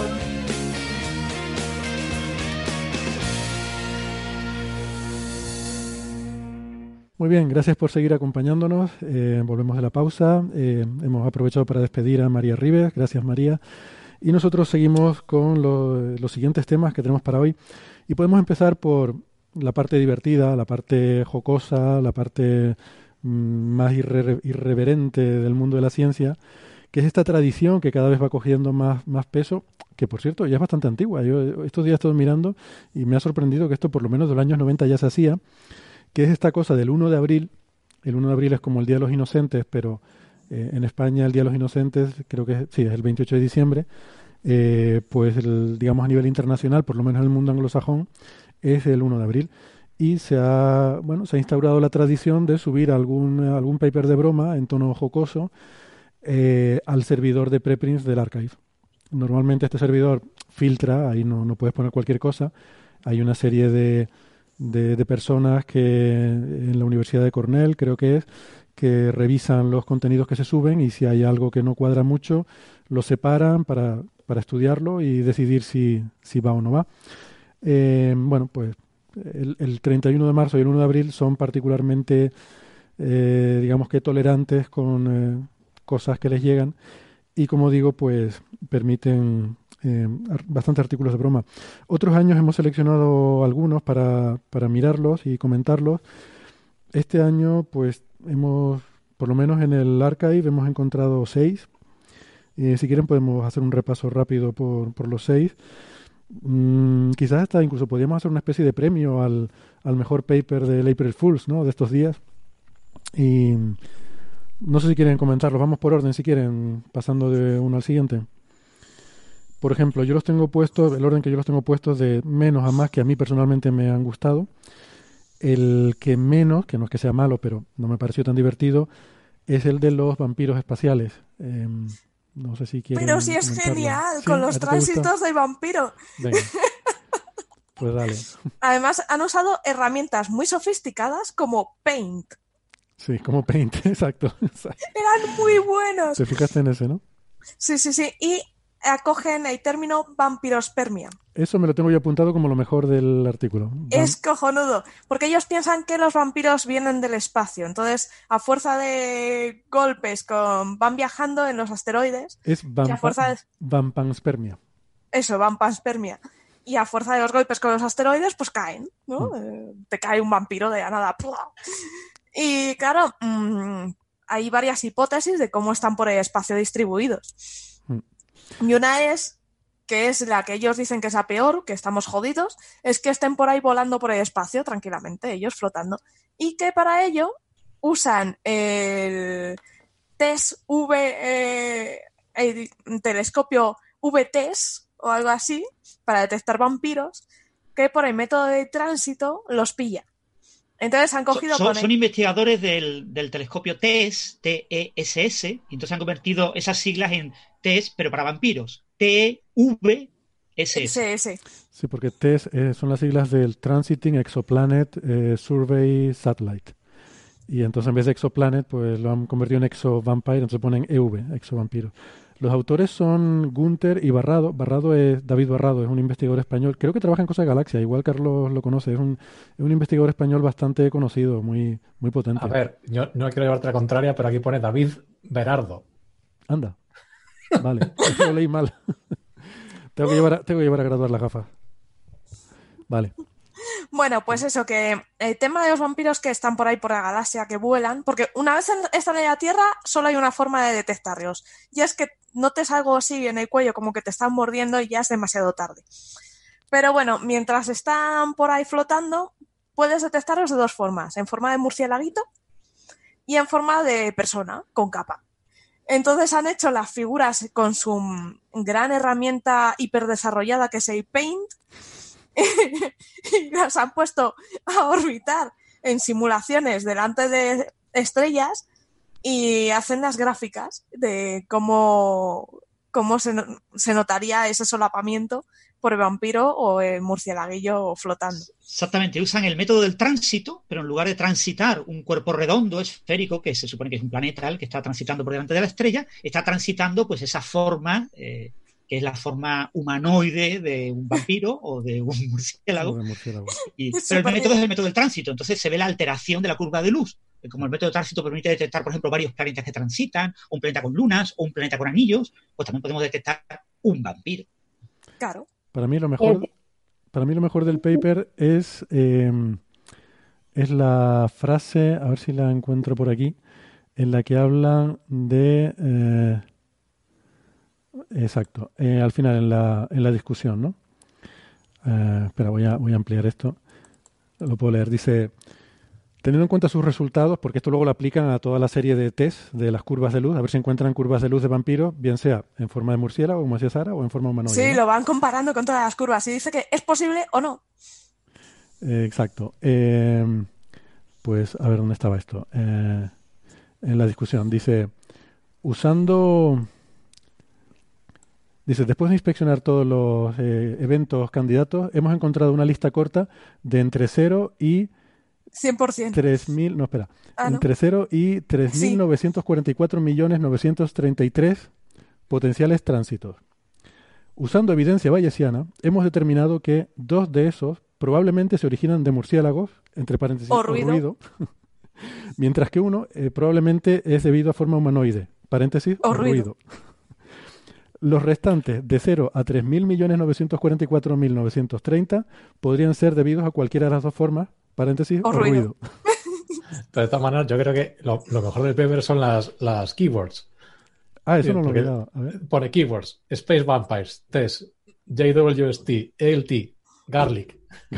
Muy bien, gracias por seguir acompañándonos. Volvemos de la pausa. Hemos aprovechado para despedir a María Ribes. Gracias, María. Y nosotros seguimos con los siguientes temas que tenemos para hoy. Y podemos empezar por la parte divertida, la parte jocosa, la parte más irreverente del mundo de la ciencia, que es esta tradición que cada vez va cogiendo más peso, que por cierto ya es bastante antigua. Yo estos días he estado mirando y me ha sorprendido que esto por lo menos de los años 90 ya se hacía, que es esta cosa del 1 de abril. El 1 de abril es como el Día de los Inocentes, pero en España el Día de los Inocentes creo que es el 28 de diciembre, pues digamos a nivel internacional, por lo menos en el mundo anglosajón, es el 1 de abril. Y se ha instaurado la tradición de subir algún paper de broma en tono jocoso al servidor de preprints del archive. Normalmente este servidor filtra, ahí no puedes poner cualquier cosa. Hay una serie de personas que en la Universidad de Cornell, creo que revisan los contenidos que se suben y si hay algo que no cuadra mucho, lo separan para estudiarlo y decidir si va o no va. Bueno, pues el 31 de marzo y el 1 de abril son particularmente, digamos que tolerantes con cosas que les llegan y, como digo, pues permiten bastantes artículos de broma. Otros años hemos seleccionado algunos para mirarlos y comentarlos. Este año, pues por lo menos en el archive hemos encontrado 6. Si quieren podemos hacer un repaso rápido por los 6. Quizás hasta incluso podríamos hacer una especie de premio al mejor paper del April Fools, ¿no? De estos días. Y no sé si quieren comentarlo. Vamos por orden, si quieren, pasando de uno al siguiente. Por ejemplo, yo los tengo puestos, el orden que yo los tengo puestos de menos a más, que a mí personalmente me han gustado. El que menos, que no es que sea malo, pero no me pareció tan divertido, es el de los vampiros espaciales. No sé si quieren Pero sí es comentarlo. genial, ¿Sí? con ¿A los ti te gusta? tránsitos de vampiro. Venga. Pues dale. Además, han usado herramientas muy sofisticadas como Paint. Sí, como Paint, exacto. Eran muy buenos. Te fijaste en ese, ¿no? Sí. Y acogen el término vampirospermia. Eso me lo tengo yo apuntado como lo mejor del artículo. Es cojonudo, porque ellos piensan que los vampiros vienen del espacio. Entonces, a fuerza de golpes van viajando en los asteroides. Es a fuerza de... vampanspermia. Eso, vampanspermia. Y a fuerza de los golpes con los asteroides, pues caen, ¿no? Te cae un vampiro de la nada. Y claro, hay varias hipótesis de cómo están por el espacio distribuidos. Y una es, que es la que ellos dicen que es la peor, que estamos jodidos, es que estén por ahí volando por el espacio tranquilamente, ellos flotando. Y que para ello usan el el telescopio VTES o algo así, para detectar vampiros, que por el método de tránsito los pilla. Entonces han cogido... Son investigadores del telescopio TESS, TESS, y entonces han convertido esas siglas en TESS, pero para vampiros. TVSS. Sí, porque TESS son las siglas del Transiting Exoplanet Survey Satellite. Y entonces en vez de Exoplanet, pues lo han convertido en Exovampire, entonces ponen EV, Exovampiro. Los autores son Gunther y Barrado. David Barrado, es un investigador español. Creo que trabaja en Cosa de Galaxia, igual Carlos lo conoce. Es un investigador español bastante conocido, muy, muy potente. A ver, yo no quiero llevarte la contraria, pero aquí pone David Berardo. Anda. Vale, lo leí mal. Tengo que llevar a graduar las gafas. Vale. Bueno, pues eso, que el tema de los vampiros que están por ahí por la galaxia, que vuelan, porque una vez están en la Tierra solo hay una forma de detectarlos, y es que notes algo así en el cuello como que te están mordiendo y ya es demasiado tarde. Pero bueno, mientras están por ahí flotando, puedes detectarlos de dos formas, en forma de murciélaguito y en forma de persona, con capa. Entonces han hecho las figuras con su gran herramienta hiperdesarrollada que es el Paint, y las han puesto a orbitar en simulaciones delante de estrellas y hacen las gráficas de cómo se notaría ese solapamiento por el vampiro o el murciélaguillo flotando. Exactamente, usan el método del tránsito, pero en lugar de transitar un cuerpo redondo, esférico, que se supone que es un planeta el que está transitando por delante de la estrella, está transitando pues esa forma que es la forma humanoide de un vampiro o de un murciélago. Pero el método es el método del tránsito, entonces se ve la alteración de la curva de luz. Como el método de tránsito permite detectar, por ejemplo, varios planetas que transitan, un planeta con lunas o un planeta con anillos, pues también podemos detectar un vampiro. Claro. Para mí lo mejor del paper es la frase, a ver si la encuentro por aquí, en la que hablan de... exacto, al final en la discusión, ¿no? Espera, voy a ampliar esto. Lo puedo leer. Dice, teniendo en cuenta sus resultados, porque esto luego lo aplican a toda la serie de test de las curvas de luz, a ver si encuentran curvas de luz de vampiros, bien sea en forma de murciélago, como decía Sara, o en forma humanoide. Sí, ¿no? lo van comparando con todas las curvas y dice que es posible o no. Exacto. Pues, a ver, ¿dónde estaba esto? En la discusión. Dice, después de inspeccionar todos los eventos candidatos, hemos encontrado una lista corta de entre 0 y 100%. 3.000, no, espera. ¿no? Entre 0 y 3.944.933 potenciales tránsitos. Usando evidencia bayesiana, hemos determinado que 2 de esos probablemente se originan de murciélagos, entre paréntesis, o ruido. Mientras que uno probablemente es debido a forma humanoide, paréntesis, o ruido. Los restantes, de 0 a 3.944.930, podrían ser debidos a cualquiera de las dos formas, paréntesis, o ruido. De todas maneras, yo creo que lo mejor del paper son las keywords. Ah, eso no lo he mirado. Pone keywords, Space Vampires, TESS, JWST, ALT, Garlic.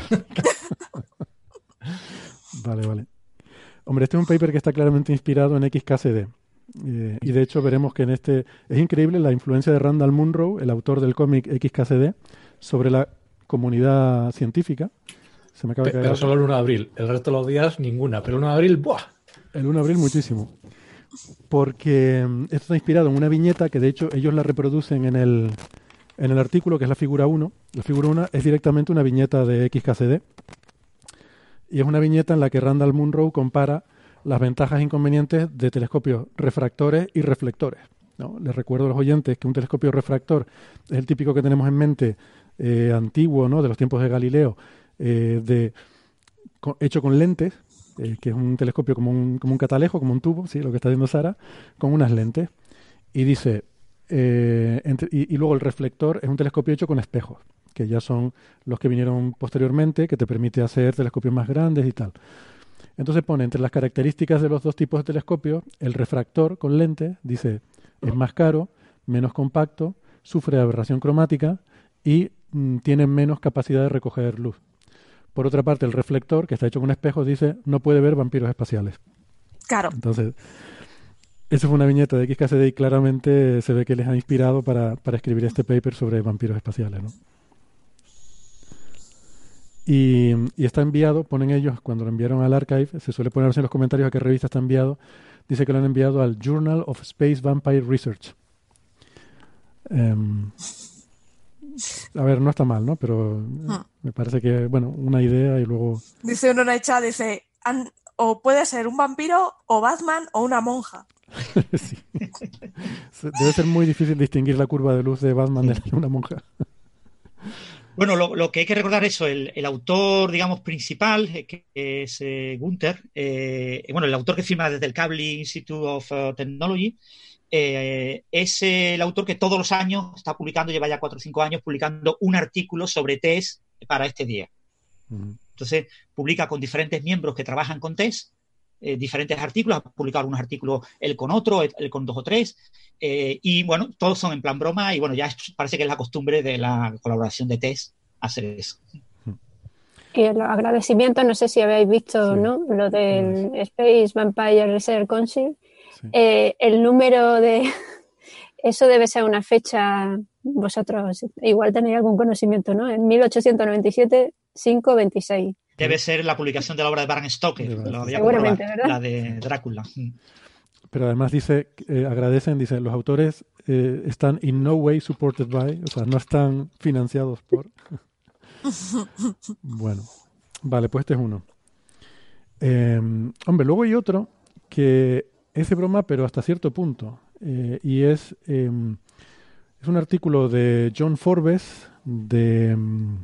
Vale. Hombre, este es un paper que está claramente inspirado en XKCD. Y de hecho veremos que en este... Es increíble la influencia de Randall Munroe, el autor del cómic XKCD, sobre la comunidad científica. Se me acaba de caer. Pero solo el 1 de abril. El resto de los días, ninguna. Pero el 1 de abril, ¡buah! El 1 de abril muchísimo. Porque esto está inspirado en una viñeta que de hecho ellos la reproducen en el artículo, que es la figura 1. La figura 1 es directamente una viñeta de XKCD. Y es una viñeta en la que Randall Munroe compara las ventajas e inconvenientes de telescopios refractores y reflectores, ¿no? Les recuerdo a los oyentes que un telescopio refractor es el típico que tenemos en mente, antiguo, ¿no? De los tiempos de Galileo, hecho con lentes, que es un telescopio como un catalejo, como un tubo, ¿sí? Lo que está viendo Sara, con unas lentes. Y dice, y luego el reflector es un telescopio hecho con espejos, que ya son los que vinieron posteriormente, que te permite hacer telescopios más grandes y tal. Entonces pone entre las características de los dos tipos de telescopios, el refractor con lente, dice, es más caro, menos compacto, sufre aberración cromática y tiene menos capacidad de recoger luz. Por otra parte, el reflector, que está hecho con espejos, dice, no puede ver vampiros espaciales. Claro. Entonces, eso fue una viñeta de XKCD y claramente se ve que les ha inspirado para escribir este paper sobre vampiros espaciales, ¿no? Y está enviado, ponen ellos, cuando lo enviaron al archive, se suele poner en los comentarios a qué revista está enviado, dice que lo han enviado al Journal of Space Vampire Research. A ver, no está mal, ¿no? Pero me parece que, bueno, una idea y luego... Dice uno en el chat, dice, o puede ser un vampiro, o Batman, o una monja. Sí. Debe ser muy difícil distinguir la curva de luz de Batman de una monja. Bueno, lo que hay que recordar es eso, el autor, digamos, principal, que es Gunther, bueno, el autor que firma desde el Kavli Institute of Technology, es el autor que todos los años está publicando, lleva ya 4 o 5 años publicando un artículo sobre TESS para este día. Entonces, publica con diferentes miembros que trabajan con TESS, diferentes artículos, ha publicado algunos artículos él con otro, él con 2 o 3, y bueno, todos son en plan broma y bueno, ya parece que es la costumbre de la colaboración de TESS hacer eso. Y los agradecimientos, no sé si habéis visto, sí, ¿no? Lo del Space Vampire Research Council. Sí. El número de... Eso debe ser una fecha, vosotros igual tenéis algún conocimiento, ¿no? En 1897, 526. Debe ser la publicación de la obra de Bram Stoker. Seguramente, ¿verdad? La de Drácula. Pero además dice, agradecen, dice, los autores están in no way supported by, o sea, no están financiados por... Bueno, vale, pues este es uno. Hombre, luego hay otro que es de broma, pero hasta cierto punto. Y es un artículo de John Forbes de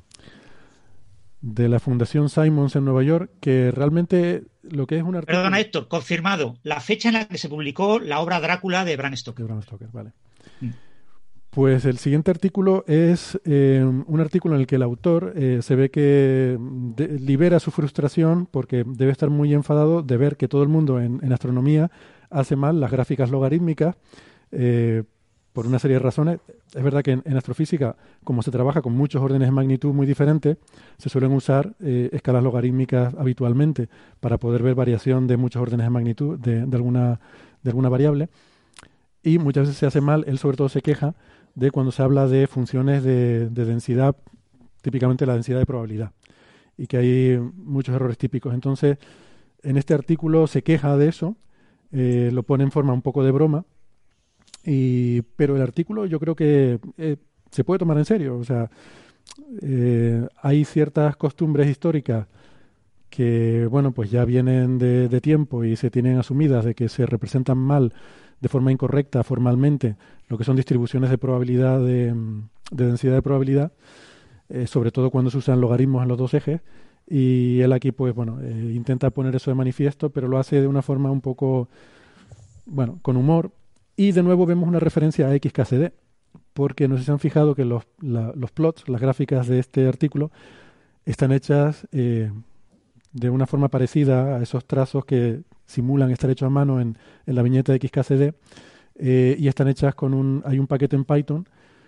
la Fundación Simons en Nueva York, que realmente lo que es un artículo... Perdona, Héctor, confirmado. La fecha en la que se publicó la obra Drácula de Bram Stoker. De Bram Stoker, vale. Pues el siguiente artículo es un artículo en el que el autor se ve que libera su frustración porque debe estar muy enfadado de ver que todo el mundo en astronomía hace mal las gráficas logarítmicas por una serie de razones. Es verdad que en astrofísica, como se trabaja con muchos órdenes de magnitud muy diferentes, se suelen usar escalas logarítmicas habitualmente para poder ver variación de muchos órdenes de magnitud de alguna variable. Y muchas veces se hace mal, él sobre todo se queja de cuando se habla de funciones de densidad, típicamente la densidad de probabilidad, y que hay muchos errores típicos. Entonces, en este artículo se queja de eso, lo pone en forma un poco de broma, pero el artículo yo creo que se puede tomar en serio. O sea, hay ciertas costumbres históricas que, bueno, pues ya vienen de tiempo y se tienen asumidas de que se representan mal, de forma incorrecta formalmente, lo que son distribuciones de probabilidad, de densidad de probabilidad, sobre todo cuando se usan logaritmos en los dos ejes, y él aquí, pues bueno, intenta poner eso de manifiesto, pero lo hace de una forma un poco, bueno, con humor, y de nuevo vemos una referencia a XKCD, porque no sé si se han fijado que los plots, las gráficas de este artículo, están hechas de una forma parecida a esos trazos que simulan estar hechos a mano en la viñeta de XKCD, y están hechas hay un paquete en Python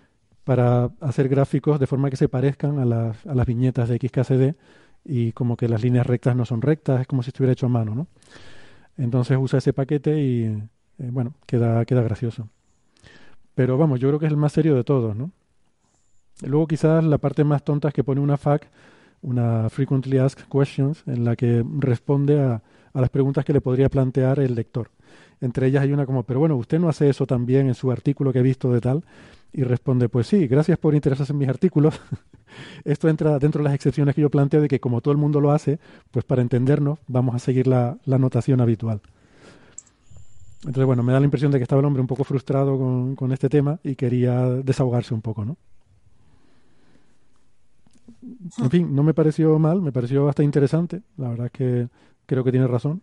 para hacer gráficos de forma que se parezcan a las viñetas de XKCD y como que las líneas rectas no son rectas, es como si estuviera hecho a mano, ¿no? Entonces usa ese paquete y, bueno, queda gracioso. Pero vamos, yo creo que es el más serio de todos, ¿no? Luego quizás la parte más tonta es que pone una FAQ, una Frequently Asked Questions, en la que responde a las preguntas que le podría plantear el lector. Entre ellas hay una como, pero bueno, ¿usted no hace eso también en su artículo que he visto de tal? Y responde, pues sí, gracias por interesarse en mis artículos. Esto entra dentro de las excepciones que yo planteo de que como todo el mundo lo hace, pues para entendernos vamos a seguir la notación habitual. Entonces, bueno, me da la impresión de que estaba el hombre un poco frustrado con este tema y quería desahogarse un poco, ¿no? En fin, no me pareció mal, me pareció bastante interesante. La verdad es que creo que tiene razón.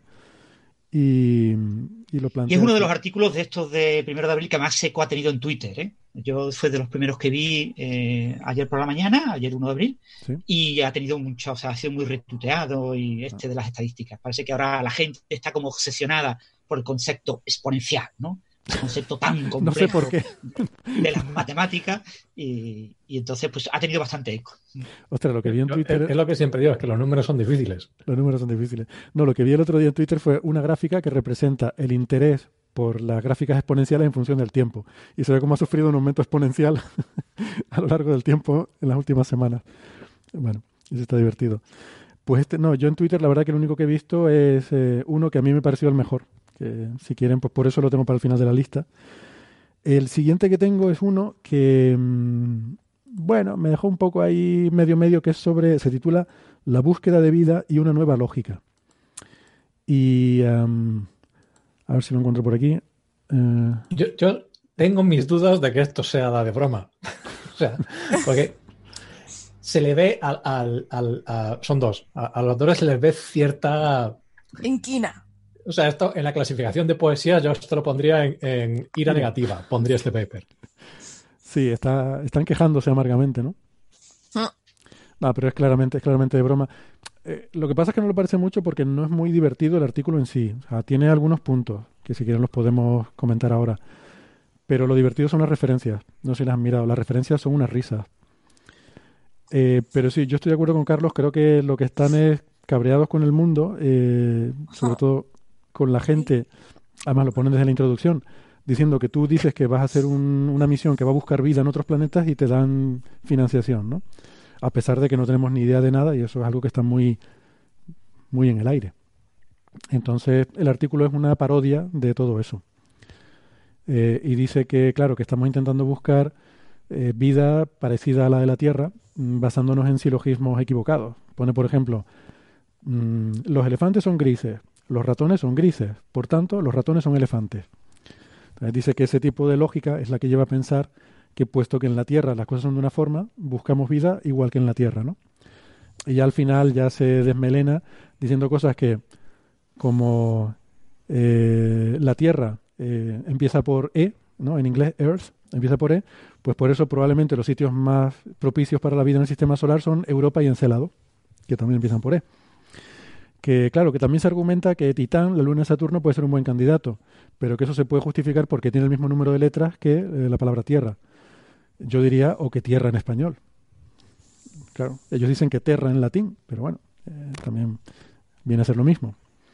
Y lo plantea. Y es uno de los artículos de estos de 1 de abril que más eco ha tenido en Twitter, ¿eh? Yo fue de los primeros que vi ayer por la mañana, ayer 1 de abril, ¿sí? Y ha tenido mucho, o sea, ha sido muy retuiteado y de las estadísticas. Parece que ahora la gente está como obsesionada por el concepto exponencial, ¿no? El concepto tan complejo no sé por qué. de las matemáticas y entonces pues ha tenido bastante eco. Ostras, lo que vi en Twitter... Es lo que siempre digo, es que los números son difíciles. Los números son difíciles. No, lo que vi el otro día en Twitter fue una gráfica que representa el interés por las gráficas exponenciales en función del tiempo. Y se ve cómo ha sufrido un aumento exponencial a lo largo del tiempo en las últimas semanas. Bueno, eso está divertido. Pues no, yo en Twitter la verdad que lo único que he visto es uno que a mí me pareció el mejor. Que si quieren, pues por eso lo tengo para el final de la lista. El siguiente que tengo es uno que, bueno, me dejó un poco ahí medio, que es se titula La búsqueda de vida y una nueva lógica. Y a ver si lo encuentro por aquí. Yo tengo mis dudas de que esto sea la de broma. O sea, porque se le ve son dos. A los dos se les ve cierta... inquina. O sea, esto en la clasificación de poesía yo esto lo pondría en ira negativa, pondría este paper. Sí, están quejándose amargamente, ¿no? No, pero es claramente de broma. Lo que pasa es que no lo parece mucho porque no es muy divertido el artículo en sí. O sea, tiene algunos puntos que si quieren los podemos comentar ahora. Pero lo divertido son las referencias. No sé si las han mirado. Las referencias son unas risas. Pero sí, yo estoy de acuerdo con Carlos. Creo que lo que están es cabreados con el mundo, sobre todo con la gente, además lo ponen desde la introducción, diciendo que tú dices que vas a hacer una misión que va a buscar vida en otros planetas y te dan financiación, ¿no? A pesar de que no tenemos ni idea de nada y eso es algo que está muy, muy en el aire. Entonces, el artículo es una parodia de todo eso. Y dice que, claro, que estamos intentando buscar vida parecida a la de la Tierra, basándonos en silogismos equivocados. Pone, por ejemplo, los elefantes son grises, los ratones son grises, por tanto, los ratones son elefantes. Entonces, dice que ese tipo de lógica es la que lleva a pensar que, puesto que en la Tierra las cosas son de una forma, buscamos vida igual que en la Tierra, ¿no? Y ya al final ya se desmelena diciendo cosas que, como la Tierra empieza por E, ¿no? En inglés, Earth, empieza por E, pues por eso probablemente los sitios más propicios para la vida en el sistema solar son Europa y Encélado, que también empiezan por E. Que claro, que también se argumenta que Titán, la luna de Saturno, puede ser un buen candidato, pero que eso se puede justificar porque tiene el mismo número de letras que la palabra Tierra. Yo diría, o que Tierra en español. Claro, ellos dicen que Terra en latín, pero bueno, también viene a ser lo mismo.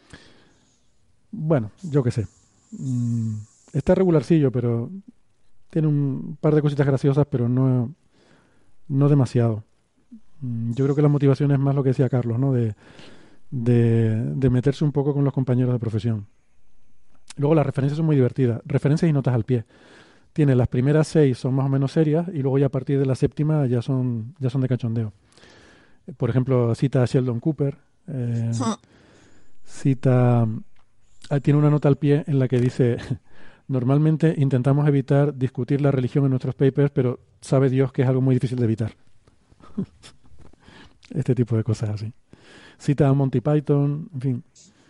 Bueno, yo qué sé. Está regularcillo, pero tiene un par de cositas graciosas, pero no demasiado. Yo creo que la motivación es más lo que decía Carlos, ¿no? De meterse un poco con los compañeros de profesión. Luego las referencias son muy divertidas. Referencias y notas al pie. Tiene las primeras 6 son más o menos serias y luego ya a partir de la séptima ya son de cachondeo. Por ejemplo, cita a Sheldon Cooper. Tiene una nota al pie en la que dice: normalmente intentamos evitar discutir la religión en nuestros papers, pero sabe Dios que es algo muy difícil de evitar. Este tipo de cosas así. Cita a Monty Python, en fin.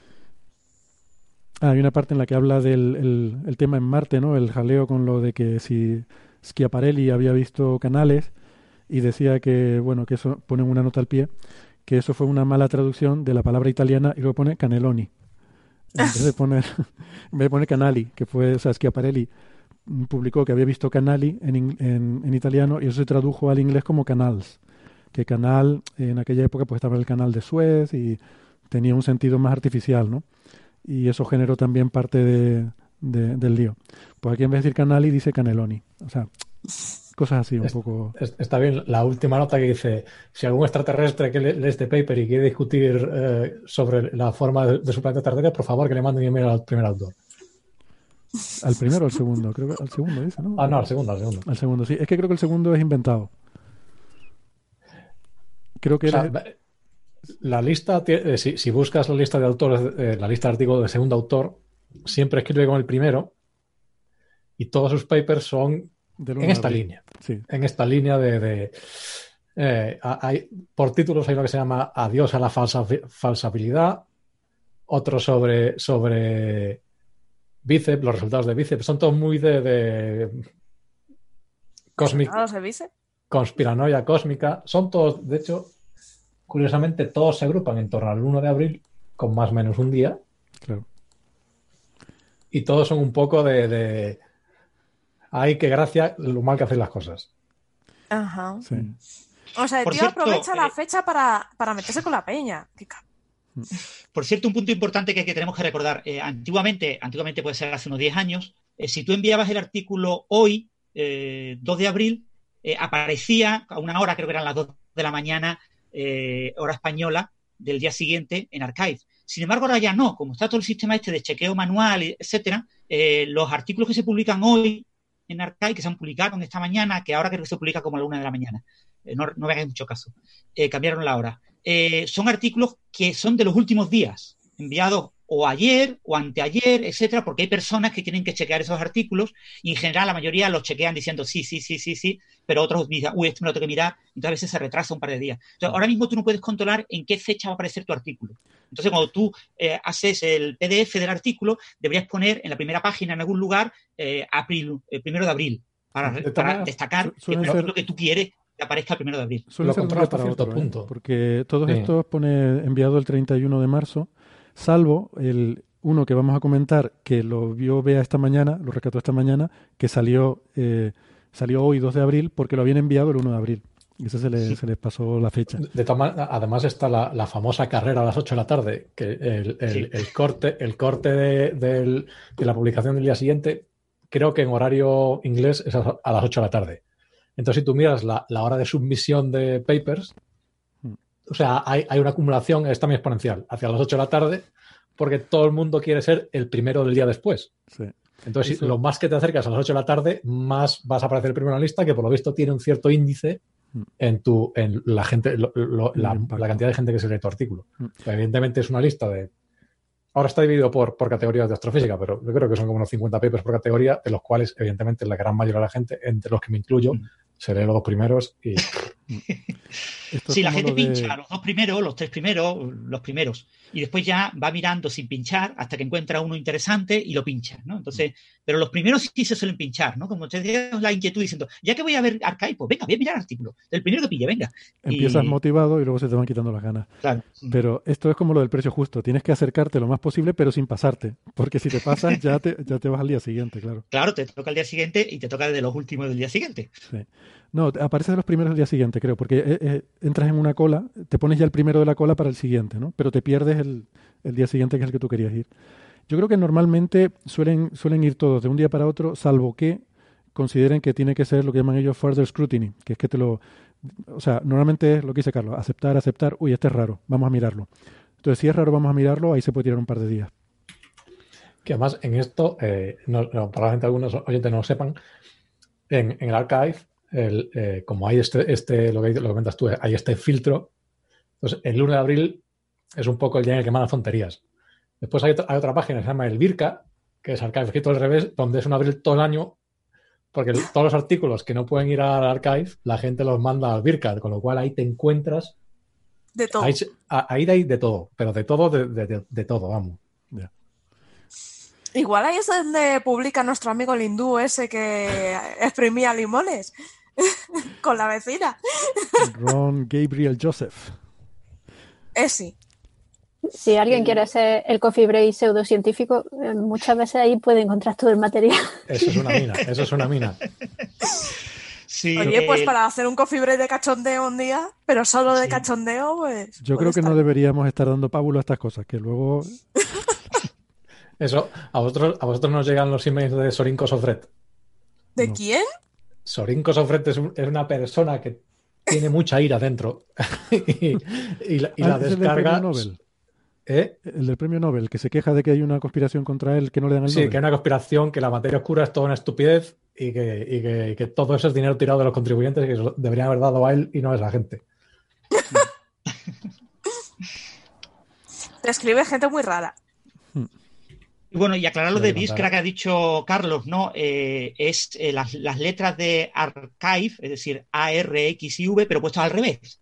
Hay una parte en la que habla del el tema en Marte, ¿no? El jaleo con lo de que si Schiaparelli había visto Canales y decía que, bueno, que eso, ponen una nota al pie, que eso fue una mala traducción de la palabra italiana y luego pone Cannelloni. En vez de poner Canali, que fue, o sea, Schiaparelli, publicó que había visto canali en italiano y eso se tradujo al inglés como canals. Que canal, en aquella época pues estaba el canal de Suez y tenía un sentido más artificial, ¿no? Y eso generó también parte del lío. Pues aquí en vez de decir canali dice caneloni. O sea, cosas así un poco... Está bien la última nota que dice, si algún extraterrestre que lee este paper y quiere discutir sobre la forma de su planeta extraterrestre, por favor que le manden un email al primer autor. ¿Al primero o al segundo? Creo que al segundo dice, ¿no? No, al segundo. Al segundo, sí. Es que creo que el segundo es inventado. Creo que la lista, si buscas la lista de autores, la lista de artículos del segundo autor, siempre escribe con el primero y todos sus papers son en esta línea. Sí. En esta línea por títulos hay uno que se llama Adiós a la falsabilidad, otro sobre Bicep, los resultados de Bicep. Son todos muy de ¿Resultados de Bicep? Conspiranoia cósmica. Son todos, de hecho, curiosamente, todos se agrupan en torno al 1 de abril, con más o menos un día. Claro. Y todos son un poco de ay, qué gracia, lo mal que hacen las cosas. Ajá. Sí. O sea, el tío aprovecha la fecha para meterse con la peña. Por cierto, un punto importante que tenemos que recordar. Antiguamente puede ser hace unos 10 años, si tú enviabas el artículo hoy, 2 de abril, aparecía a una hora, creo que eran las 2 de la mañana, hora española, del día siguiente en Archive. Sin embargo, ahora ya no. Como está todo el sistema de chequeo manual, etcétera, los artículos que se publican hoy en Archive, que se han publicado esta mañana, que ahora creo que se publica como a la 1 de la mañana, no me hagáis mucho caso, cambiaron la hora. Son artículos que son de los últimos días, enviados o ayer o anteayer, etcétera, porque hay personas que tienen que chequear esos artículos y en general la mayoría los chequean diciendo sí, pero otros dicen, esto me lo tengo que mirar, entonces a veces se retrasa un par de días. Entonces, ahora mismo tú no puedes controlar en qué fecha va a aparecer tu artículo. Entonces, cuando tú haces el PDF del artículo, deberías poner en la primera página, en algún lugar, el 1 de abril, para destacar que es lo que tú quieres que aparezca el 1 de abril. Suele ser para otro punto. Porque todos estos pone enviado el 31 de marzo, salvo el uno que vamos a comentar, que lo vio Bea esta mañana, lo rescató esta mañana, que salió hoy, 2 de abril, porque lo habían enviado el 1 de abril. Y eso se les pasó la fecha. Además está la famosa carrera a las 8 de la tarde, que el corte de la publicación del día siguiente, creo que en horario inglés es a las 8 de la tarde. Entonces, si tú miras la hora de submisión de papers, o sea, hay una acumulación, es también exponencial, hacia las 8 de la tarde, porque todo el mundo quiere ser el primero del día después. Sí. Entonces, lo más que te acercas a las 8 de la tarde, más vas a aparecer el primero en la lista, que por lo visto tiene un cierto índice en la gente, la cantidad de gente que se lee tu artículo. O sea, evidentemente es una lista de... Ahora está dividido por categorías de astrofísica, pero yo creo que son como unos 50 papers por categoría, de los cuales, evidentemente, la gran mayoría de la gente, entre los que me incluyo, se lee los dos primeros y... Sí, la gente pincha los 2 primeros, los 3 primeros, los primeros. Y después ya va mirando sin pinchar hasta que encuentra uno interesante y lo pincha, ¿no? Entonces, pero los primeros sí se suelen pinchar, ¿no? Como te digo, la inquietud diciendo, ya que voy a ver Archive, pues venga, voy a mirar el artículo. El primero que pille, venga. Empiezas motivado y luego se te van quitando las ganas. Claro. Pero esto es como lo del precio justo. Tienes que acercarte lo más posible, pero sin pasarte. Porque si te pasas, ya te vas al día siguiente, claro. Claro, te toca el día siguiente y te toca de los últimos del día siguiente. Sí. No, aparece de los primeros del día siguiente, creo, porque entras en una cola, te pones ya el primero de la cola para el siguiente, ¿no? Pero te pierdes el día siguiente, que es el que tú querías ir. Yo creo que normalmente suelen ir todos de un día para otro, salvo que consideren que tiene que ser lo que llaman ellos further scrutiny, que es que o sea, normalmente es lo que dice Carlos, aceptar, uy, este es raro, vamos a mirarlo. Entonces, si es raro, vamos a mirarlo, ahí se puede tirar un par de días. Que además en esto, probablemente algunos oyentes no lo sepan, en el Archive, como hay lo que comentas tú, hay este filtro, entonces el 1 de abril es un poco el día en el que mandan tonterías. Después hay otra página que se llama el Virca, que es Archive escrito al revés, donde es un abril todo el año, porque todos los artículos que no pueden ir al Archive, la gente los manda al Virca, con lo cual ahí te encuentras de todo. Ahí hay de todo, pero de todo, de todo, vamos. Yeah. Igual ahí es donde publica nuestro amigo el hindú ese que exprimía limones con la vecina. Ron Gabriel Joseph. Sí. Si alguien quiere hacer el coffee break pseudocientífico, muchas veces ahí puede encontrar todo el material. Eso es una mina. Sí, Oye, pues para hacer un coffee break de cachondeo un día, pero solo de cachondeo, pues... Yo creo que no deberíamos estar dando pábulo a estas cosas, que luego... Eso, a vosotros nos llegan los emails de Sorin Kosofret. ¿De quién? Sorin Kosofret es una persona que tiene mucha ira dentro y la descarga... El del premio Nobel, que se queja de que hay una conspiración contra él, que no le dan el Nobel. Sí, que hay una conspiración, que la materia oscura es toda una estupidez y que todo eso es dinero tirado de los contribuyentes y que se deberían haber dado a él y no a esa gente. Te escribe gente muy rara. Y bueno, y aclarar lo de Vizcra que ha dicho Carlos, ¿no? Las letras de Archive, es decir, A-R-X-I-V, pero puestas al revés.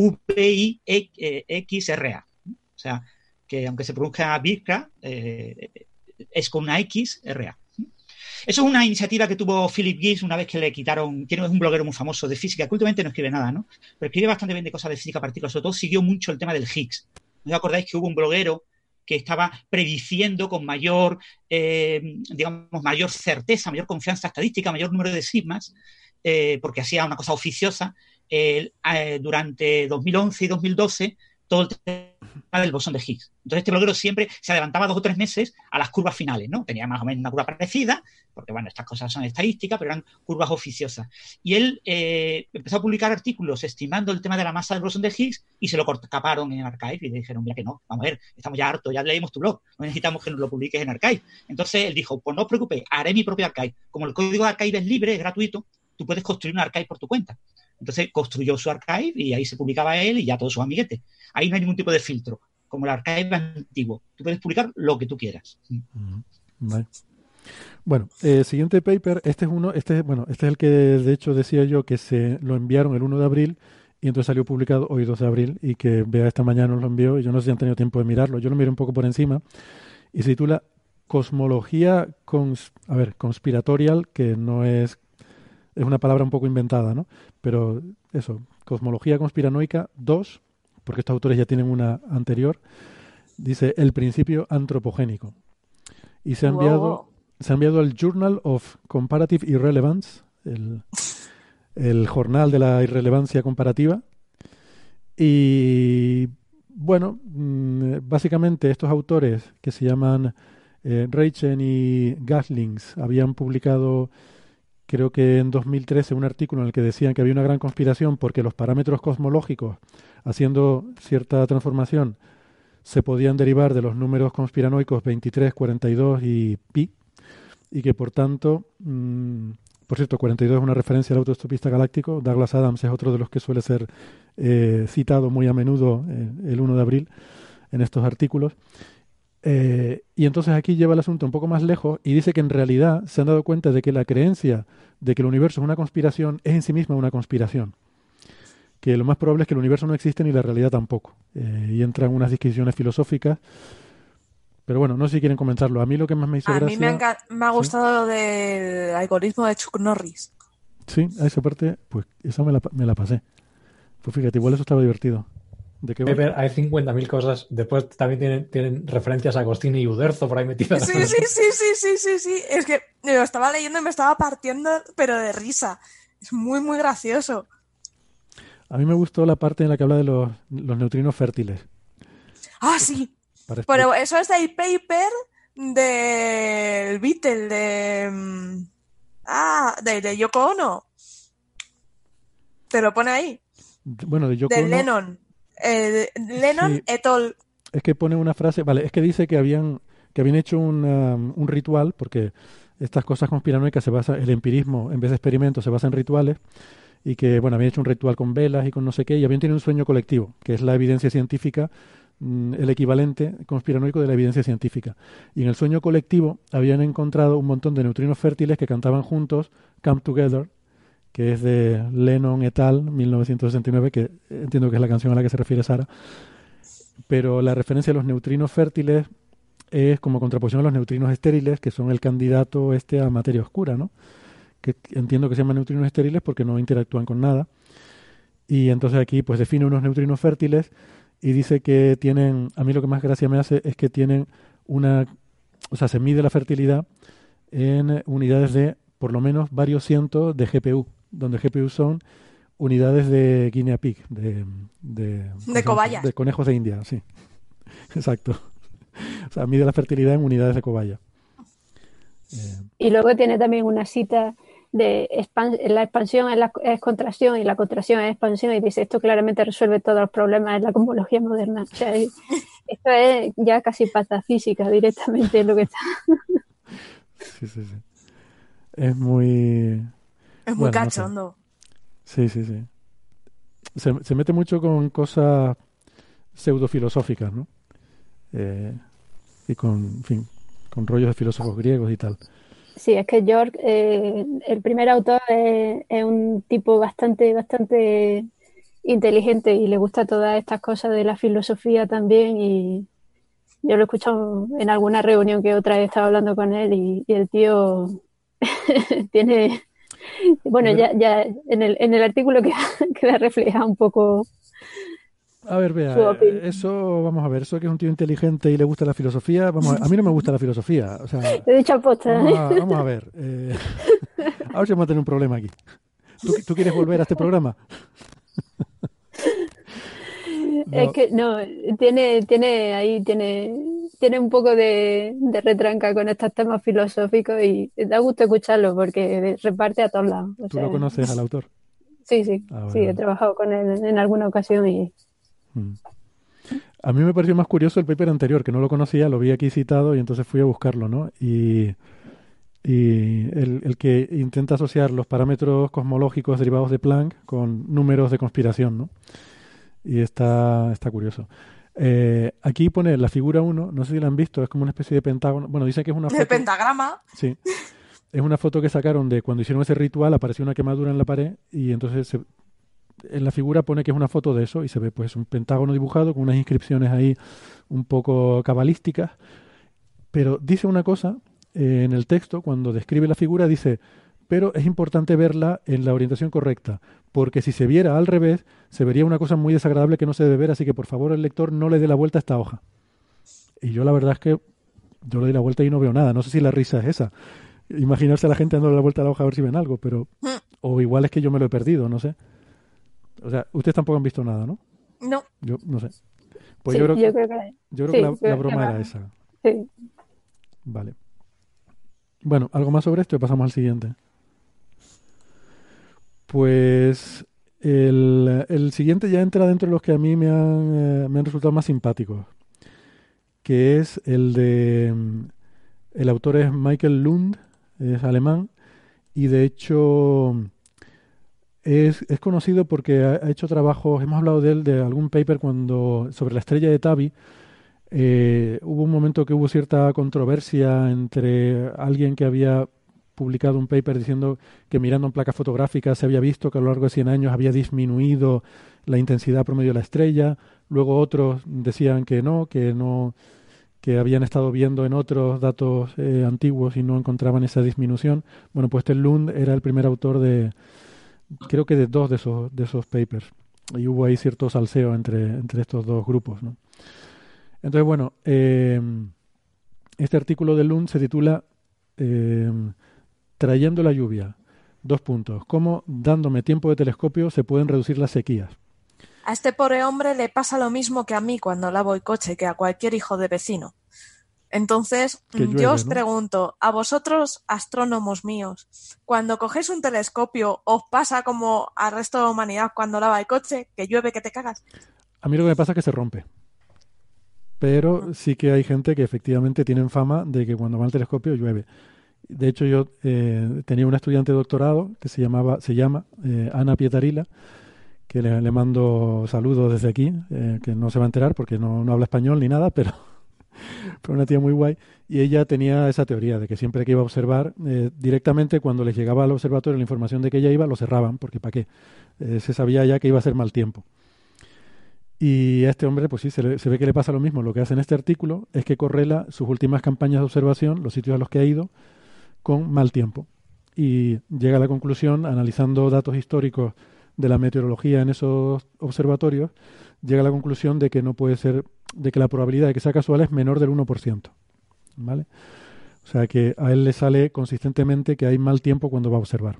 V-I-X-R-A. O sea, que aunque se pronuncia Vizcra, es con una X, R-A. Eso es una iniciativa que tuvo Philip Gibbs una vez que le quitaron, es un bloguero muy famoso de física, que últimamente no escribe nada, ¿no? Pero escribe bastante bien de cosas de física partículas, sobre todo siguió mucho el tema del Higgs. ¿No os acordáis que hubo un bloguero que estaba prediciendo con mayor certeza, mayor confianza estadística, mayor número de sigmas, porque hacía una cosa oficiosa, durante 2011 y 2012, todo el tema del bosón de Higgs. Entonces este bloguero siempre se adelantaba 2 o 3 meses a las curvas finales, ¿no? Tenía más o menos una curva parecida, porque bueno, estas cosas son estadísticas, pero eran curvas oficiosas. Y él empezó a publicar artículos estimando el tema de la masa del bosón de Higgs y se lo caparon en Archive y le dijeron, mira que no, vamos a ver, estamos ya hartos, ya leímos tu blog, no necesitamos que nos lo publiques en Archive. Entonces él dijo, pues no os preocupéis, haré mi propio Archive. Como el código de Archive es libre, es gratuito, tú puedes construir un Archive por tu cuenta. Entonces construyó su Archive y ahí se publicaba él y ya todos sus amiguetes. Ahí no hay ningún tipo de filtro, como el Archive antiguo. Tú puedes publicar lo que tú quieras. Vale. Bueno, siguiente paper, este es el que de hecho decía yo que se lo enviaron el 1 de abril y entonces salió publicado hoy 2 de abril y que Bea esta mañana nos lo envió y yo no sé si han tenido tiempo de mirarlo. Yo lo miré un poco por encima y se titula Cosmología Conspiratorial, que no es una palabra un poco inventada, ¿no? Pero eso, Cosmología Conspiranoica 2, porque estos autores ya tienen una anterior, dice el principio antropogénico. Y se ha enviado al Journal of Comparative Irrelevance, el jornal de la irrelevancia comparativa. Y bueno, básicamente estos autores que se llaman Reichen y Gaslings habían publicado, creo que en 2013, un artículo en el que decían que había una gran conspiración porque los parámetros cosmológicos, haciendo cierta transformación, se podían derivar de los números conspiranoicos 23, 42 y pi, y que por tanto, por cierto, 42 es una referencia al autoestopista galáctico, Douglas Adams es otro de los que suele ser citado muy a menudo el 1 de abril en estos artículos. Y entonces aquí lleva el asunto un poco más lejos y dice que en realidad se han dado cuenta de que la creencia de que el universo es una conspiración es en sí misma una conspiración. Que lo más probable es que el universo no existe ni la realidad tampoco. Y entran unas discusiones filosóficas. Pero bueno, no sé si quieren comentarlo. A mí lo que más me hizo gracia... A mí me ha gustado lo del algoritmo de Chuck Norris. Sí, a esa parte, pues esa me la pasé. Pues fíjate, igual eso estaba divertido. ¿De qué hay 50.000 cosas. Después también tienen referencias a Agostini y Uderzo por ahí metidas. Sí. Es que lo estaba leyendo y me estaba partiendo, pero de risa. Es muy, muy gracioso. A mí me gustó la parte en la que habla de los neutrinos fértiles. Ah, sí. Pero eso es del paper del Beatle, de Yoko Ono. Te lo pone ahí. Bueno, de Yoko Ono. De Lennon. Lennon sí. et al. Es que pone una frase, vale, es que dice que habían hecho un ritual, porque estas cosas conspiranoicas se basan, el empirismo en vez de experimentos se basa en rituales, y que, bueno, habían hecho un ritual con velas y con no sé qué, y habían tenido un sueño colectivo, que es la evidencia científica, el equivalente conspiranoico de la evidencia científica. Y en el sueño colectivo habían encontrado un montón de neutrinos fértiles que cantaban juntos Come Together, que es de Lennon et al. 1969, que entiendo que es la canción a la que se refiere Sara. Pero la referencia a los neutrinos fértiles es como contraposición a los neutrinos estériles, que son el candidato a materia oscura, ¿no? Que entiendo que se llaman neutrinos estériles porque no interactúan con nada. Y entonces aquí pues define unos neutrinos fértiles y dice que tienen, a mí lo que más gracia me hace es que tienen o sea, se mide la fertilidad en unidades de por lo menos varios cientos de GPU, donde GPU son unidades de guinea pig, de cobayas. De conejos de India, sí. Exacto. O sea, mide la fertilidad en unidades de cobaya. Y luego tiene también una cita de la expansión es contracción y la contracción es expansión, y dice, esto claramente resuelve todos los problemas en la cosmología moderna. O sea, esto es ya casi patafísica directamente lo que está. Sí. Es muy... Es muy cachondo. No sé. Sí. Se mete mucho con cosas pseudofilosóficas, ¿no? Y en fin, con rollos de filósofos griegos y tal. Sí, es que George, el primer autor, es un tipo bastante inteligente y le gusta todas estas cosas de la filosofía también, y yo lo he escuchado en alguna reunión que otra he estado hablando con él, y el tío tiene, bueno, ya en el artículo queda reflejado un poco. A ver, vea, eso, vamos a ver, eso que es un tío inteligente y le gusta la filosofía, a mí no me gusta la filosofía, o sea... Te he dicho aposta, vamos a ver, a ver si vamos a tener un problema aquí. ¿Tú quieres volver a este programa? No. Es que no, tiene un poco de retranca con estos temas filosóficos, y da gusto escucharlo porque reparte a todos lados. ¿Tú lo conoces al autor? Sí, he trabajado con él en alguna ocasión y... A mí me pareció más curioso el paper anterior, que no lo conocía, lo vi aquí citado y entonces fui a buscarlo, ¿no? Y el que intenta asociar los parámetros cosmológicos derivados de Planck con números de conspiración, ¿no? Y está curioso. Aquí pone la figura 1, no sé si la han visto, es como una especie de pentágono. Bueno, dice que es una foto... ¿De pentagrama? Sí. Es una foto que sacaron de cuando hicieron ese ritual, apareció una quemadura en la pared y entonces en la figura pone que es una foto de eso y se ve pues un pentágono dibujado con unas inscripciones ahí un poco cabalísticas, pero dice una cosa en el texto, cuando describe la figura dice, pero es importante verla en la orientación correcta, porque si se viera al revés, se vería una cosa muy desagradable que no se debe ver, así que por favor el lector no le dé la vuelta a esta hoja. Y yo la verdad es que yo le doy la vuelta y no veo nada, no sé si la risa es esa, imaginarse a la gente dándole la vuelta a la hoja a ver si ven algo, pero o igual es que yo me lo he perdido, no sé. O sea, ustedes tampoco han visto nada, ¿no? No. Yo no sé. Pues sí, yo creo que la sí, broma era esa. Sí. Vale. Bueno, ¿algo más sobre esto? Y pasamos al siguiente. Pues el siguiente ya entra dentro de los que a mí me han resultado más simpáticos, que es el de... El autor es Michael Lund, es alemán, y de hecho es conocido porque ha hecho trabajos, hemos hablado de él, de algún paper sobre la estrella de Tabi. Hubo un momento que hubo cierta controversia entre alguien que había publicado un paper diciendo que mirando en placas fotográficas se había visto que a lo largo de 100 años había disminuido la intensidad promedio de la estrella. Luego otros decían que no, que habían estado viendo en otros datos antiguos y no encontraban esa disminución. Bueno, pues Lund era el primer autor creo que de 2 de esos papers. Y hubo ahí cierto salseo entre estos dos grupos, ¿no? Entonces, bueno, este artículo de Lund se titula Trayendo la lluvia. 2 puntos. ¿Cómo, dándome tiempo de telescopio, se pueden reducir las sequías? A este pobre hombre le pasa lo mismo que a mí cuando lavo el coche, que a cualquier hijo de vecino. Entonces, llueve, yo os ¿no? pregunto, a vosotros, astrónomos míos, cuando cogéis un telescopio, ¿os pasa como al resto de la humanidad cuando lava el coche, que llueve que te cagas? A mí lo que me pasa es que se rompe. Pero sí que hay gente que efectivamente tienen fama de que cuando va al telescopio llueve. De hecho, yo tenía una estudiante de doctorado que se llama Ana Pietarila, que le mando saludos desde aquí, que no se va a enterar porque no habla español ni nada, pero una tía muy guay. Y ella tenía esa teoría de que siempre que iba a observar, directamente cuando les llegaba al observatorio la información de que ella iba, lo cerraban, porque ¿para qué? Se sabía ya que iba a ser mal tiempo. Y a este hombre, pues sí, se ve que le pasa lo mismo. Lo que hace en este artículo es que correla sus últimas campañas de observación, los sitios a los que ha ido, con mal tiempo. Y llega a la conclusión, analizando datos históricos de la meteorología en esos observatorios, llega a la conclusión de que no puede ser, de que la probabilidad de que sea casual es menor del 1%. ¿Vale? O sea que a él le sale consistentemente que hay mal tiempo cuando va a observar.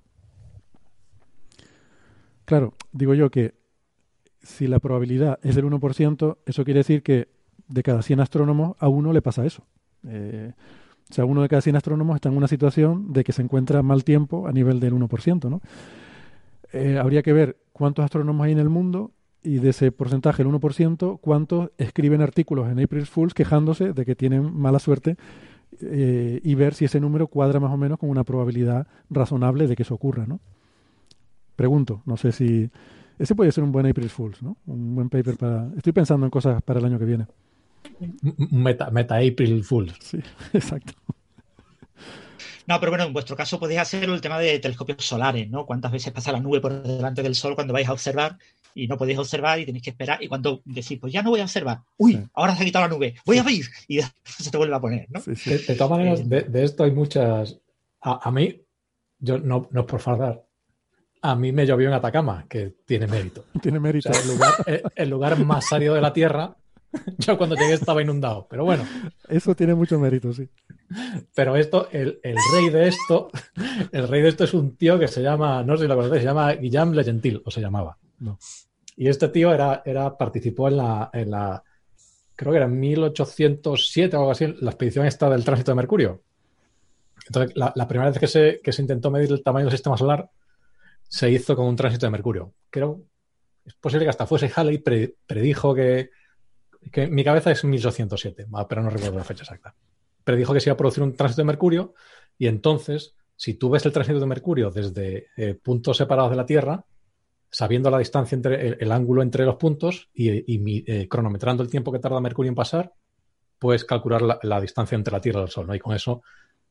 Claro, digo yo que si la probabilidad es del 1%, eso quiere decir que de cada 100 astrónomos a uno le pasa eso. O sea, uno de cada 100 astrónomos está en una situación de que se encuentra mal tiempo a nivel del 1%, ¿no? Habría que ver cuántos astrónomos hay en el mundo y de ese porcentaje, el 1%, cuántos escriben artículos en April Fools quejándose de que tienen mala suerte y ver si ese número cuadra más o menos con una probabilidad razonable de que eso ocurra, ¿no? Pregunto, no sé si... Ese puede ser un buen April Fools, ¿no? Un buen paper para... Estoy pensando en cosas para el año que viene. Meta April Fools. Sí, exacto. No, pero bueno, en vuestro caso podéis hacer el tema de telescopios solares, ¿no? ¿Cuántas veces pasa la nube por delante del Sol cuando vais a observar y no podéis observar y tenéis que esperar? Y cuando decís, pues ya no voy a observar, ¡uy! Sí. Ahora se ha quitado la nube, voy a ver y se te vuelve a poner, ¿no? Sí, sí. De todas maneras, de esto hay muchas... A mí, yo no es por fardar, a mí me llovió en Atacama, que tiene mérito. Tiene mérito. O sea, el lugar más árido de la Tierra, yo cuando llegué estaba inundado, pero bueno. Eso tiene mucho mérito, sí. Pero esto, el rey de esto es un tío que se llama, no sé si lo conocéis, se llama Guillaume Le Gentil, o se llamaba. No. Y este tío participó en la creo que era en 1807 o algo así, la expedición esta del tránsito de Mercurio. Entonces, la primera vez que se intentó medir el tamaño del sistema solar se hizo con un tránsito de Mercurio. Creo, es posible que hasta fuese Halley, predijo que mi cabeza es 1807, pero no recuerdo la fecha exacta. Predijo que se iba a producir un tránsito de Mercurio y entonces, si tú ves el tránsito de Mercurio desde puntos separados de la Tierra, sabiendo la distancia entre el ángulo entre los puntos y cronometrando el tiempo que tarda Mercurio en pasar, puedes calcular la distancia entre la Tierra y el Sol, ¿no? Y con eso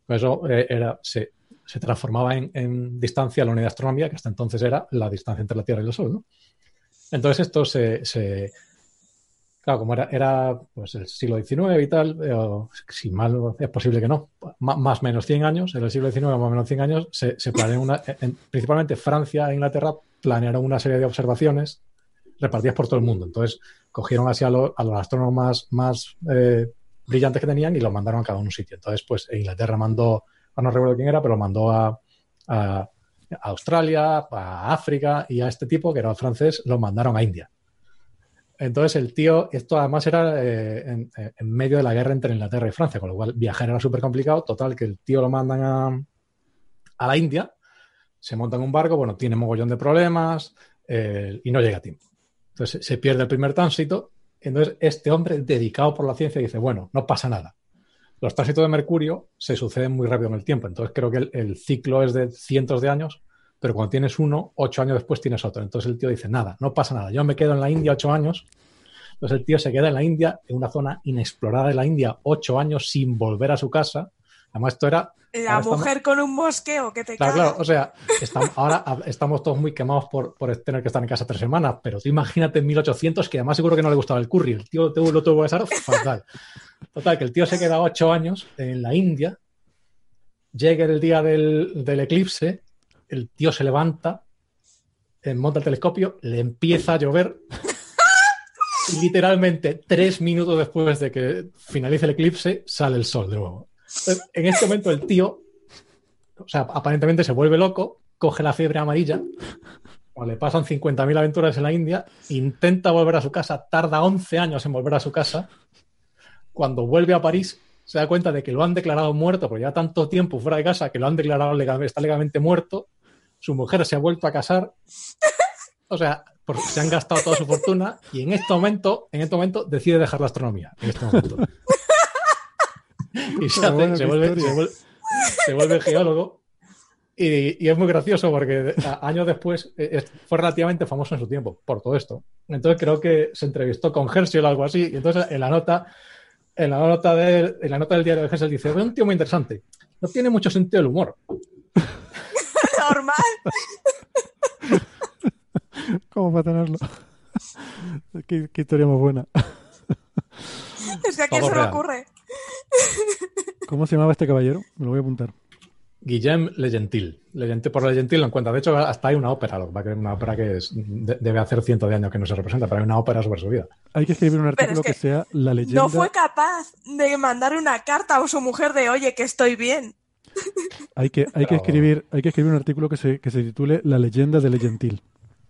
se transformaba en distancia la unidad de astronomía, que hasta entonces era la distancia entre la Tierra y el Sol, ¿no? Entonces esto claro, como era pues el siglo XIX y tal, si mal es posible que no, más o menos 100 años, en el siglo XIX más o menos 100 años, se planeó principalmente Francia e Inglaterra planearon una serie de observaciones repartidas por todo el mundo. Entonces cogieron así a los astrónomos más brillantes que tenían y los mandaron a cada uno un sitio. Entonces, pues Inglaterra mandó, no recuerdo quién era, pero mandó a Australia, a África, y a este tipo, que era el francés, lo mandaron a India. Entonces el tío, esto además era en medio de la guerra entre Inglaterra y Francia, con lo cual viajar era súper complicado. Total, que el tío lo mandan a la India, se monta en un barco, bueno, tiene mogollón de problemas y no llega a tiempo. Entonces se pierde el primer tránsito. Entonces este hombre, dedicado por la ciencia, dice, bueno, no pasa nada. Los tránsitos de Mercurio se suceden muy rápido en el tiempo. Entonces creo que el ciclo es de cientos de años, pero cuando tienes uno, 8 años después tienes otro. Entonces el tío dice, nada, no pasa nada. Yo me quedo en la India 8 años. Entonces el tío se queda en la India, en una zona inexplorada de la India, 8 años sin volver a su casa. Además esto era... La mujer con un mosqueo que te caga. Claro, o sea, ahora estamos todos muy quemados por tener que estar en casa 3 semanas, pero tú imagínate en 1800, que además seguro que no le gustaba el curry. El tío lo tuvo que pasar fatal. Total, que el tío se queda 8 años en la India, llega el día del eclipse, el tío se levanta, monta el telescopio, le empieza a llover y literalmente 3 minutos después de que finalice el eclipse sale el sol de nuevo. Entonces, en este momento el tío, o sea, aparentemente se vuelve loco, coge la fiebre amarilla, o le pasan 50.000 aventuras en la India, intenta volver a su casa, tarda 11 años en volver a su casa. Cuando vuelve a París se da cuenta de que lo han declarado muerto, porque ya tanto tiempo fuera de casa que lo han declarado está legalmente muerto. Su mujer se ha vuelto a casar, o sea, porque se han gastado toda su fortuna y en este momento decide dejar la astronomía. En este momento. Y se vuelve geólogo y es muy gracioso porque años después fue relativamente famoso en su tiempo por todo esto. Entonces creo que se entrevistó con Herschel o algo así y entonces en la nota del diario de Herschel dice, es un tío muy interesante, no tiene mucho sentido del humor. Normal. ¿Cómo para tenerlo? Qué historia más buena. Es que a quién se le ocurre. ¿Cómo se llamaba este caballero? Me lo voy a apuntar. Guillem Le Gentil. Por Le Gentil lo encuentra. De hecho, hasta hay una ópera, lo que va a creer una ópera que debe hacer cientos de años que no se representa, pero hay una ópera sobre su vida. Hay que escribir un artículo que sea la leyenda. No fue capaz de mandar una carta a su mujer de oye, que estoy bien. Hay que escribir un artículo que se titule La leyenda de Le Gentil.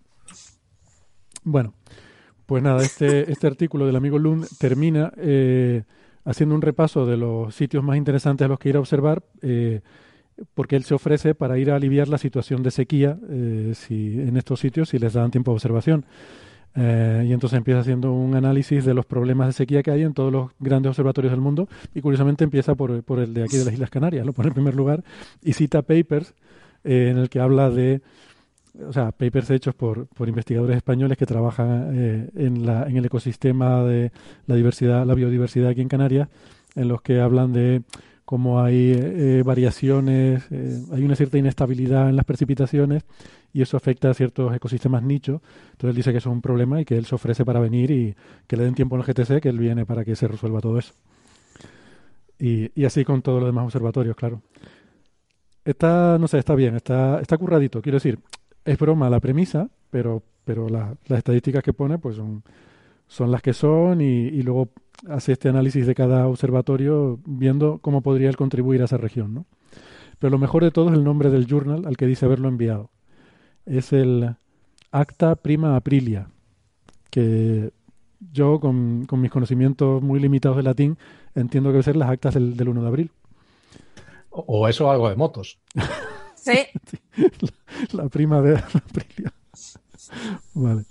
Bueno, pues nada, este artículo del amigo Lund termina haciendo un repaso de los sitios más interesantes a los que ir a observar, porque él se ofrece para ir a aliviar la situación de sequía en estos sitios, si les dan tiempo de observación. Y entonces empieza haciendo un análisis de los problemas de sequía que hay en todos los grandes observatorios del mundo, y curiosamente empieza por el de aquí de las Islas Canarias, lo pone en primer lugar, y cita papers en el que habla de, o sea, papers hechos por investigadores españoles que trabajan en el ecosistema de la biodiversidad aquí en Canarias, en los que hablan de cómo hay variaciones, hay una cierta inestabilidad en las precipitaciones, y eso afecta a ciertos ecosistemas nicho. Entonces él dice que eso es un problema y que él se ofrece para venir y que le den tiempo en el GTC, que él viene para que se resuelva todo eso. Y así con todos los demás observatorios, claro. No sé, está bien, está curradito. Quiero decir, es broma la premisa, pero las estadísticas que pone pues son las que son, y luego hace este análisis de cada observatorio viendo cómo podría él contribuir a esa región, ¿no? Pero lo mejor de todo es el nombre del journal al que dice haberlo enviado. Es el Acta Prima Aprilia, que yo con mis conocimientos muy limitados de latín entiendo que debe ser las actas del 1 de abril. O eso algo de motos. Sí. La prima de Aprilia. Vale.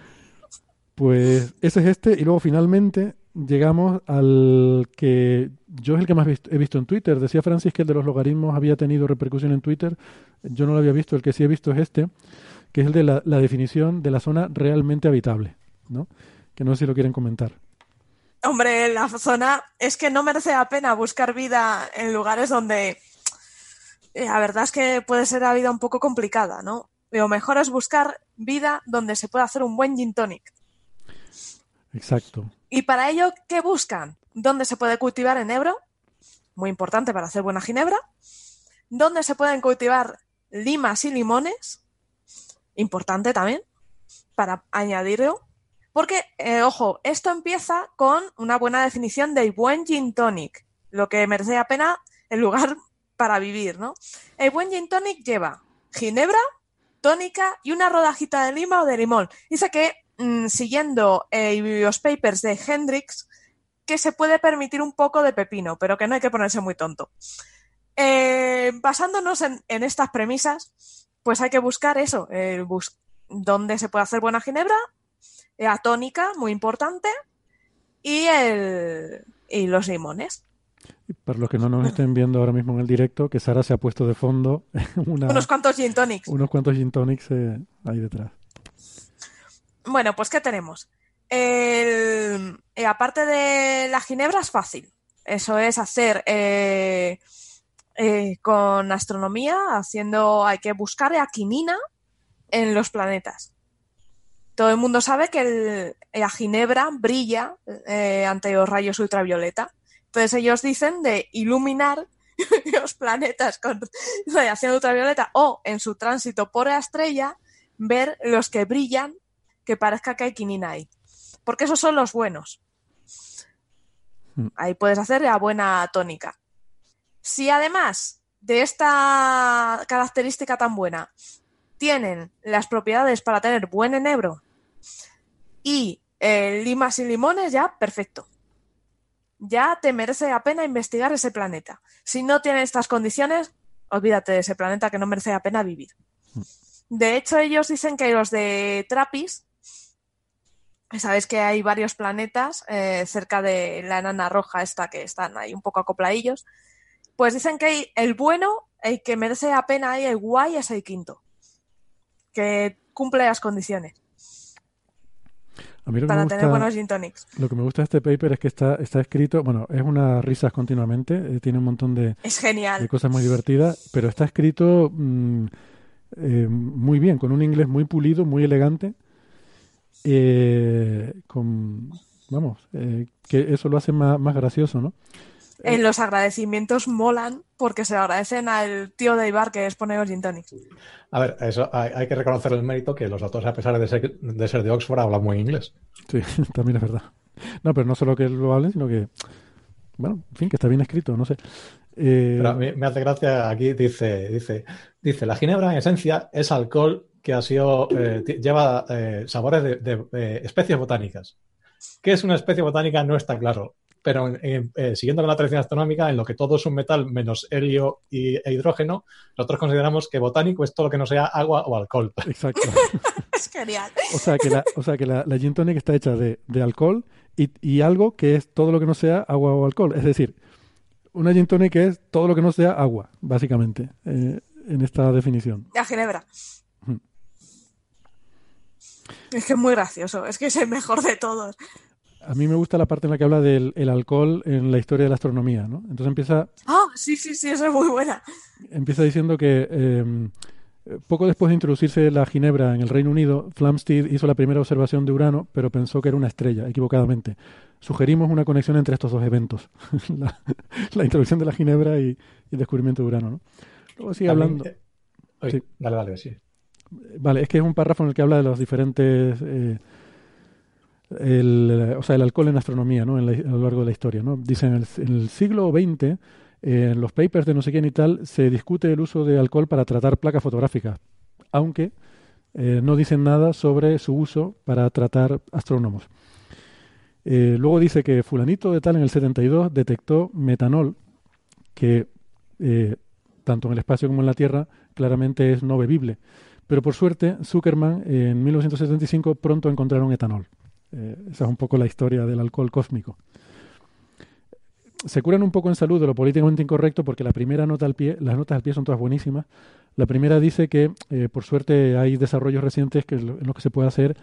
Pues ese es y luego finalmente llegamos al que yo es el que más he visto en Twitter. Decía Francis que el de los logaritmos había tenido repercusión en Twitter. Yo no lo había visto. El que sí he visto es que es el de la definición de la zona realmente habitable, ¿no? Que no sé si lo quieren comentar. Hombre, la zona es que no merece la pena buscar vida en lugares donde la verdad es que puede ser la vida un poco complicada, ¿no? Lo mejor es buscar vida donde se pueda hacer un buen gin tonic. Exacto. Y para ello, ¿qué buscan? ¿Dónde se puede cultivar enebro? Muy importante para hacer buena ginebra. ¿Dónde se pueden cultivar limas y limones? Importante también para añadirlo. Porque, ojo, esto empieza con una buena definición del buen gin tonic, lo que merece la pena el lugar para vivir, ¿no? El buen gin tonic lleva ginebra, tónica y una rodajita de lima o de limón. Dice que siguiendo los papers de Hendrix, que se puede permitir un poco de pepino, pero que no hay que ponerse muy tonto. Basándonos en estas premisas, pues hay que buscar eso, dónde se puede hacer buena ginebra, la tónica, muy importante, y los limones. Y para los que no nos estén viendo ahora mismo en el directo, que Sara se ha puesto de fondo unos cuantos gin tonics. Unos cuantos gin tonics ahí detrás. Bueno, pues ¿qué tenemos? Aparte de la ginebra es fácil. Eso es hacer con astronomía, hay que buscar la quinina en los planetas. Todo el mundo sabe que la ginebra brilla ante los rayos ultravioleta. Entonces ellos dicen de iluminar los planetas con radiación ultravioleta o en su tránsito por la estrella, ver los que brillan, que parezca que hay quinina ahí. Porque esos son los buenos. Ahí puedes hacer la buena tónica. Si además de esta característica tan buena tienen las propiedades para tener buen enebro y limas y limones, ya perfecto. Ya te merece la pena investigar ese planeta. Si no tiene estas condiciones, olvídate de ese planeta, que no merece la pena vivir. De hecho, ellos dicen que los de Trappist, sabéis que hay varios planetas cerca de la enana roja esta, que están ahí un poco acopladillos, pues dicen que hay el bueno, el que merece la pena, y el guay es el quinto, que cumple las condiciones. A mí para tener buenos gin tonics. Lo que me gusta de este paper es que está escrito, bueno, es unas risas continuamente, tiene un montón de cosas muy divertidas, pero está escrito muy bien, con un inglés muy pulido, muy elegante, que eso lo hace más gracioso, ¿no? En los agradecimientos molan porque se lo agradecen al tío de Ibar que es poner gin tonics. A ver, eso hay que reconocer el mérito que los autores, a pesar de ser de Oxford, hablan muy inglés. Sí, también es verdad. No, pero no solo que lo hablen, sino que, bueno, en fin, que está bien escrito, no sé. Pero a mí me hace gracia, aquí dice, la ginebra en esencia es alcohol que ha sido, lleva sabores de especies botánicas. ¿Qué es una especie botánica? No está claro. Pero siguiendo con la tradición astronómica, en lo que todo es un metal menos helio e hidrógeno, nosotros consideramos que botánico es todo lo que no sea agua o alcohol. Exacto. Es genial. O sea que la gin tonic está hecha de alcohol y algo que es todo lo que no sea agua o alcohol. Es decir, una gin tonic es todo lo que no sea agua, básicamente, en esta definición. La ginebra. Es que es muy gracioso, es que es el mejor de todos. A mí me gusta la parte en la que habla del alcohol en la historia de la astronomía, ¿no? Entonces empieza... Ah, sí, esa es muy buena. Empieza diciendo que poco después de introducirse la ginebra en el Reino Unido, Flamsteed hizo la primera observación de Urano, pero pensó que era una estrella, equivocadamente. Sugerimos una conexión entre estos dos eventos, la introducción de la ginebra y el descubrimiento de Urano, ¿no? Luego sigue hablando... Sí. Dale, sí. Vale, es que es un párrafo en el que habla de los diferentes... el alcohol en astronomía, ¿no? A lo largo de la historia, ¿no? Dice, en el siglo XX, en los papers de no sé quién y tal, se discute el uso de alcohol para tratar placas fotográficas, aunque no dicen nada sobre su uso para tratar astrónomos. Luego dice que fulanito de tal en el 72 detectó metanol, que tanto en el espacio como en la Tierra claramente es no bebible. Pero por suerte, Zuckerman en 1975 pronto encontraron etanol. Esa es un poco la historia del alcohol cósmico. Se curan un poco en salud de lo políticamente incorrecto porque la primera nota al pie, las notas al pie son todas buenísimas. La primera dice que por suerte hay desarrollos recientes en los que se puede hacer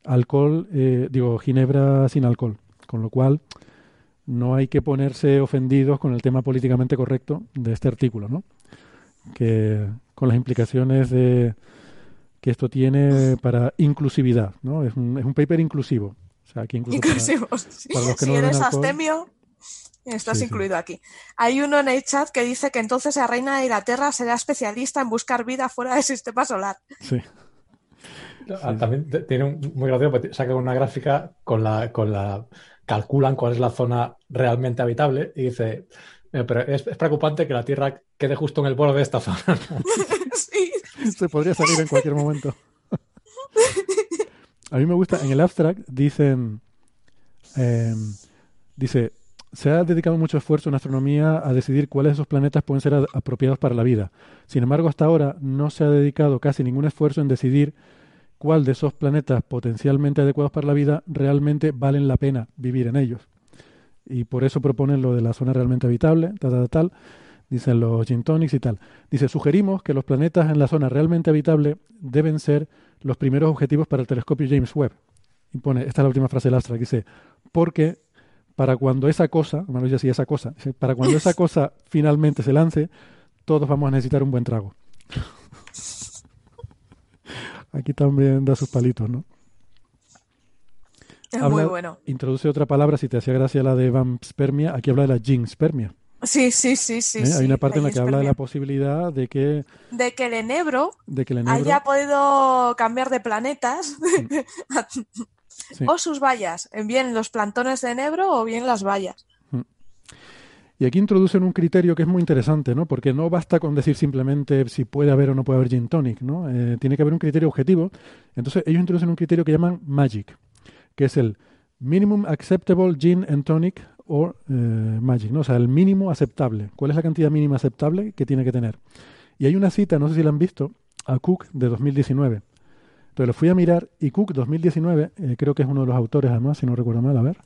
ginebra sin alcohol, con lo cual no hay que ponerse ofendidos con el tema políticamente correcto de este artículo, ¿no? Que con las implicaciones que esto tiene para inclusividad, ¿no? Es un paper inclusivo. O sea, que inclusivo, para los que si no eres astemio, estás incluido aquí. Hay uno en el chat que dice que entonces la reina de Inglaterra será especialista en buscar vida fuera del sistema solar. Sí. También tiene muy gracioso, porque sacan una gráfica con la calculan cuál es la zona realmente habitable y dice, pero es preocupante que la Tierra quede justo en el borde de esta zona, ¿no? Sí. Se podría salir en cualquier momento. A mí me gusta, en el abstract dice, se ha dedicado mucho esfuerzo en astronomía a decidir cuáles de esos planetas pueden ser apropiados para la vida. Sin embargo, hasta ahora no se ha dedicado casi ningún esfuerzo en decidir cuál de esos planetas potencialmente adecuados para la vida realmente valen la pena vivir en ellos. Y por eso proponen lo de la zona realmente habitable, tal. Dicen los gin tonics y tal. Dice, sugerimos que los planetas en la zona realmente habitable deben ser los primeros objetivos para el telescopio James Webb. Y pone, esta es la última frase del abstract, dice, porque para cuando esa cosa finalmente se lance, todos vamos a necesitar un buen trago. Aquí también da sus palitos, ¿no? Es muy bueno. Introduce otra palabra, si te hacía gracia la de vanspermia, aquí habla de la ginspermia. Sí. Hay una parte en la que habla de la posibilidad de que el enebro haya podido cambiar de planetas sí. O sus bayas, bien los plantones de enebro o bien las bayas. Y aquí introducen un criterio que es muy interesante, ¿no? Porque no basta con decir simplemente si puede haber o no puede haber gin tonic, ¿no? Tiene que haber un criterio objetivo. Entonces ellos introducen un criterio que llaman MAGIC, que es el Minimum Acceptable Gin and Tonic o MAGIC, ¿no? O sea, el mínimo aceptable. ¿Cuál es la cantidad mínima aceptable que tiene que tener? Y hay una cita, no sé si la han visto, a Cook de 2019. Entonces lo fui a mirar y Cook 2019, creo que es uno de los autores además, si no recuerdo mal, a ver.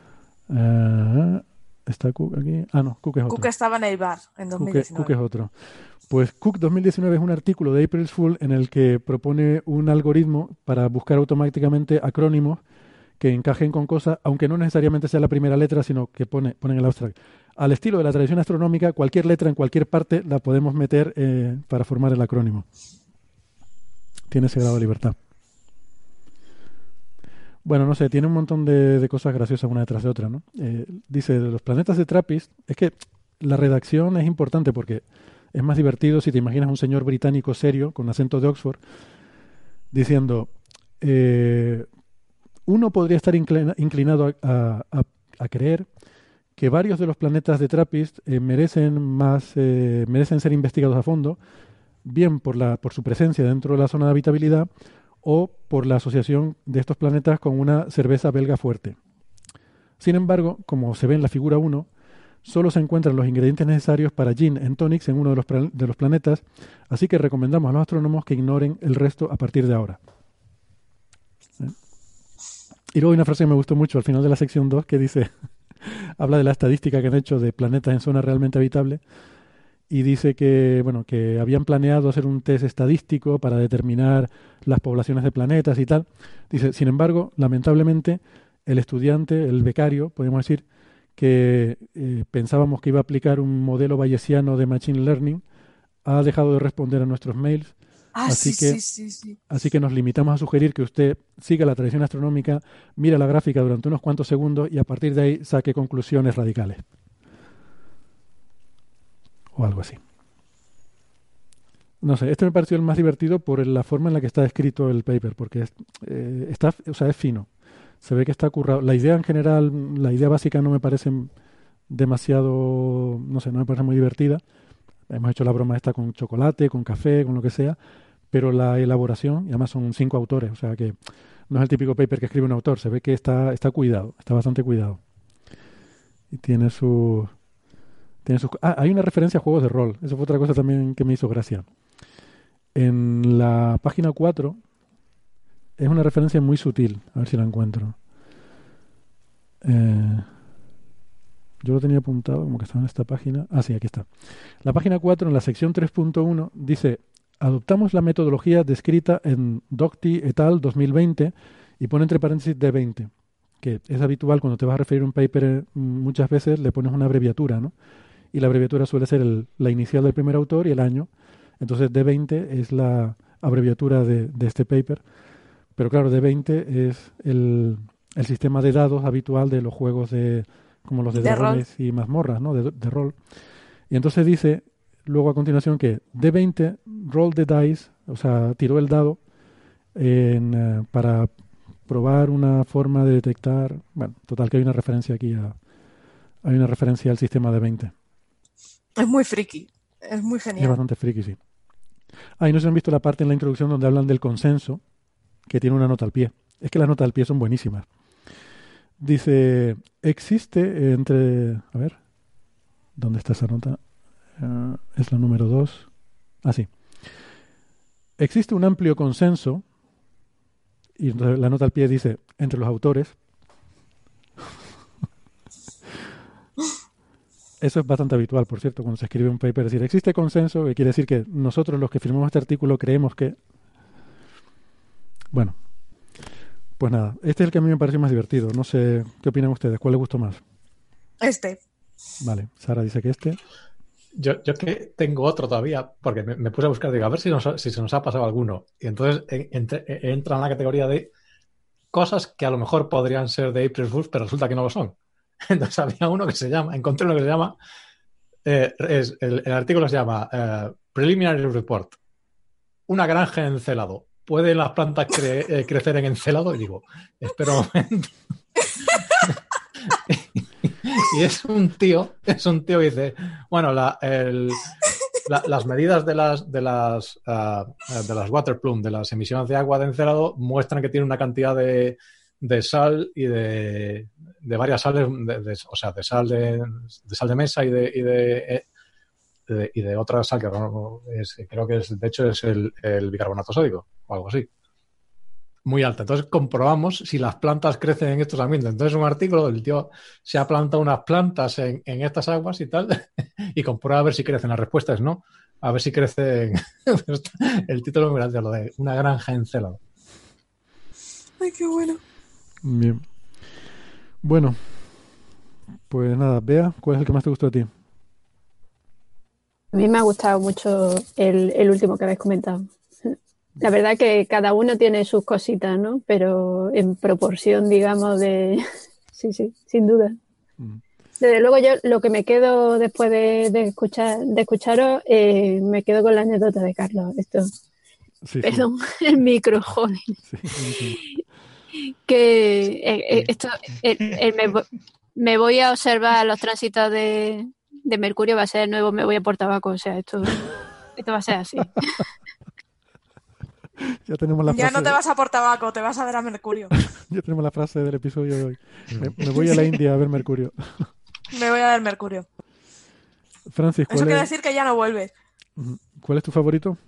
¿Está Cook aquí? Ah, no, Cook es otro. Cook estaba en el bar en 2019. Cook es otro. Pues Cook 2019 es un artículo de April Fool en el que propone un algoritmo para buscar automáticamente acrónimos que encajen con cosas, aunque no necesariamente sea la primera letra, sino que ponen el abstract. Al estilo de la tradición astronómica, cualquier letra en cualquier parte la podemos meter para formar el acrónimo. Tiene ese grado de libertad. Bueno, no sé, tiene un montón de cosas graciosas una detrás de otra, ¿no? Dice, de los planetas de Trappist, es que la redacción es importante porque es más divertido si te imaginas un señor británico serio, con acento de Oxford, diciendo, uno podría estar inclinado a creer que varios de los planetas de Trappist merecen ser investigados a fondo, bien por su presencia dentro de la zona de habitabilidad o por la asociación de estos planetas con una cerveza belga fuerte. Sin embargo, como se ve en la figura 1, solo se encuentran los ingredientes necesarios para gin and tonics en uno de los planetas, así que recomendamos a los astrónomos que ignoren el resto a partir de ahora. Y luego hay una frase que me gustó mucho al final de la sección 2 que dice, habla de la estadística que han hecho de planetas en zona realmente habitable y dice que, bueno, que habían planeado hacer un test estadístico para determinar las poblaciones de planetas y tal. Dice, sin embargo, lamentablemente, el estudiante, el becario, podemos decir, que pensábamos que iba a aplicar un modelo bayesiano de Machine Learning, ha dejado de responder a nuestros mails. Así que nos limitamos a sugerir que usted siga la tradición astronómica, mire la gráfica durante unos cuantos segundos y a partir de ahí saque conclusiones radicales. O algo así. No sé, este me pareció el más divertido por la forma en la que está escrito el paper, porque es fino. Se ve que está currado. La idea en general, la idea básica no me parece demasiado, no sé, no me parece muy divertida. Hemos hecho la broma esta con chocolate, con café, con lo que sea, pero la elaboración, y además son 5 autores, o sea que no es el típico paper que escribe un autor, se ve que está cuidado, está bastante cuidado. Y tiene sus... hay una referencia a juegos de rol, eso fue otra cosa también que me hizo gracia. En la página 4 es una referencia muy sutil, a ver si la encuentro. Yo lo tenía apuntado como que estaba en esta página. Ah, sí, aquí está. La página 4, en la sección 3.1, dice, adoptamos la metodología descrita en Docty et al. 2020 y pone entre paréntesis D20, que es habitual cuando te vas a referir a un paper, muchas veces le pones una abreviatura, ¿no? Y la abreviatura suele ser la inicial del primer autor y el año. Entonces D20 es la abreviatura de este paper. Pero claro, D20 es el sistema de dados habitual de los juegos como los de dragones y mazmorras, ¿no? De rol. Y entonces dice, luego a continuación, que D20, roll the dice, o sea, tiró el dado para probar una forma de detectar... Bueno, total, que hay una referencia aquí hay una referencia al sistema D20. Es muy friki, es muy genial. Es bastante friki, sí. Y no se han visto la parte en la introducción donde hablan del consenso, que tiene una nota al pie. Es que las notas al pie son buenísimas. Dice, existe entre... A ver, ¿dónde está esa nota? Es la número 2. Ah, sí. Existe un amplio consenso, y entonces la nota al pie dice, entre los autores. Eso es bastante habitual, por cierto, cuando se escribe un paper, decir, existe consenso, que quiere decir que nosotros los que firmamos este artículo creemos que... Bueno, pues nada, este es el que a mí me pareció más divertido. No sé qué opinan ustedes, ¿cuál les gustó más? Este. Vale, Sara dice que este. Yo es que tengo otro todavía, porque me puse a buscar, digo, a ver si se nos ha pasado alguno. Y entonces entra en la categoría de cosas que a lo mejor podrían ser de April Fools, pero resulta que no lo son. Entonces había uno que se llama, encontré uno que se llama, el artículo se llama Preliminary Report. Una granja en Encelado. ¿Pueden las plantas crecer en Encelado? Y digo, espera un momento. Y es un tío que dice, bueno, las medidas de las water plume, de las emisiones de agua de Encelado, muestran que tiene una cantidad de sal y de varias sales, o sea, de sal de mesa y de otra sal que creo que de hecho es el bicarbonato sódico o algo así. Muy alta. Entonces comprobamos si las plantas crecen en estos ambientes. Entonces un artículo del tío se ha plantado unas plantas en estas aguas y tal y comprueba a ver si crecen. La respuesta es no. A ver si crecen. El título es muy grande, lo de una granja en Encelado. Ay, qué bueno. Bien. Bueno, pues nada, Bea, ¿cuál es el que más te gustó a ti? A mí me ha gustado mucho el último que habéis comentado. La verdad que cada uno tiene sus cositas, ¿no? Pero en proporción, digamos, de... Sí, sin duda. Desde luego yo lo que me quedo después de escucharos, me quedo con la anécdota de Carlos. Perdón, el micro, joder. Que esto me voy a observar los tránsitos de Mercurio, va a ser el nuevo, me voy a por tabaco, o sea, esto va a ser así. Ya tenemos la frase. Ya no te vas a por tabaco, te vas a ver a Mercurio. Ya tenemos la frase del episodio de hoy. Me voy a la India a ver Mercurio. Me voy a ver Mercurio. Francis, eso quiere decir que ya no vuelves. ¿Cuál es tu favorito?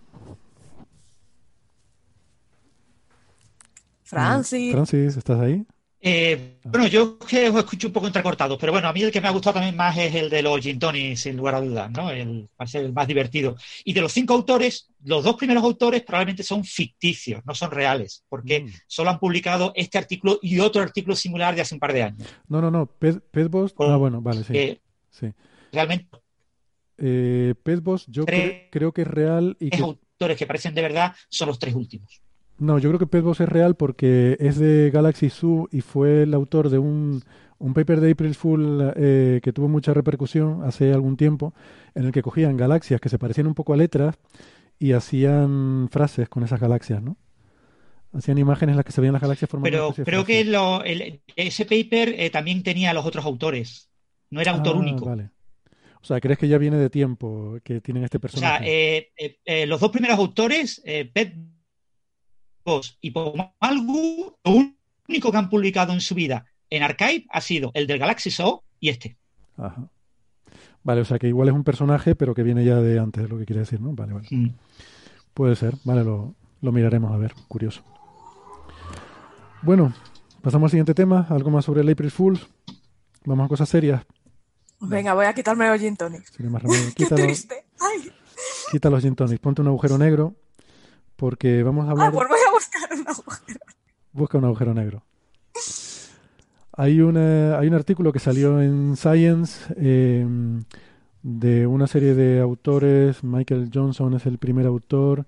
Francis, ¿estás ahí? Bueno, yo que os escucho un poco entrecortados, pero bueno, a mí el que me ha gustado también más es el de los gin tonics, sin lugar a dudas, ¿no? Parece el más divertido. Y de los 5 autores, los 2 primeros autores probablemente son ficticios, no son reales, porque solo han publicado este artículo y otro artículo similar de hace un par de años. No, Pezbos. Bueno, vale, sí. Realmente. Pezbos, yo creo que es real. Y que autores que parecen de verdad son los 3 últimos. No, yo creo que Pezbos es real porque es de Galaxy Zoo y fue el autor de un paper de April Fool que tuvo mucha repercusión hace algún tiempo, en el que cogían galaxias que se parecían un poco a letras y hacían frases con esas galaxias, ¿no? Hacían imágenes en las que se veían las galaxias formando. Pero creo que ese paper también tenía a los otros autores, no era autor único. Vale. O sea, ¿crees que ya viene de tiempo que tienen este personaje? O sea, los 2 primeros autores, y Pomalgu, lo único que han publicado en su vida en Archive ha sido el del Galaxy Zoo y este. Ajá. Vale, o sea que igual es un personaje, pero que viene ya de antes, es lo que quiere decir, ¿no? Vale. Puede ser, vale, lo miraremos a ver, curioso. Bueno, pasamos al siguiente tema, algo más sobre el April Fools. Vamos a cosas serias. Venga, voy a quitarme los gin tonics. ¡Qué triste! ¡Ay! Quita los gin tonics, ponte un agujero negro, porque vamos a hablar... pues voy a buscar un agujero. Busca un agujero negro. Hay un artículo que salió en Science de una serie de autores. Michael Johnson es el primer autor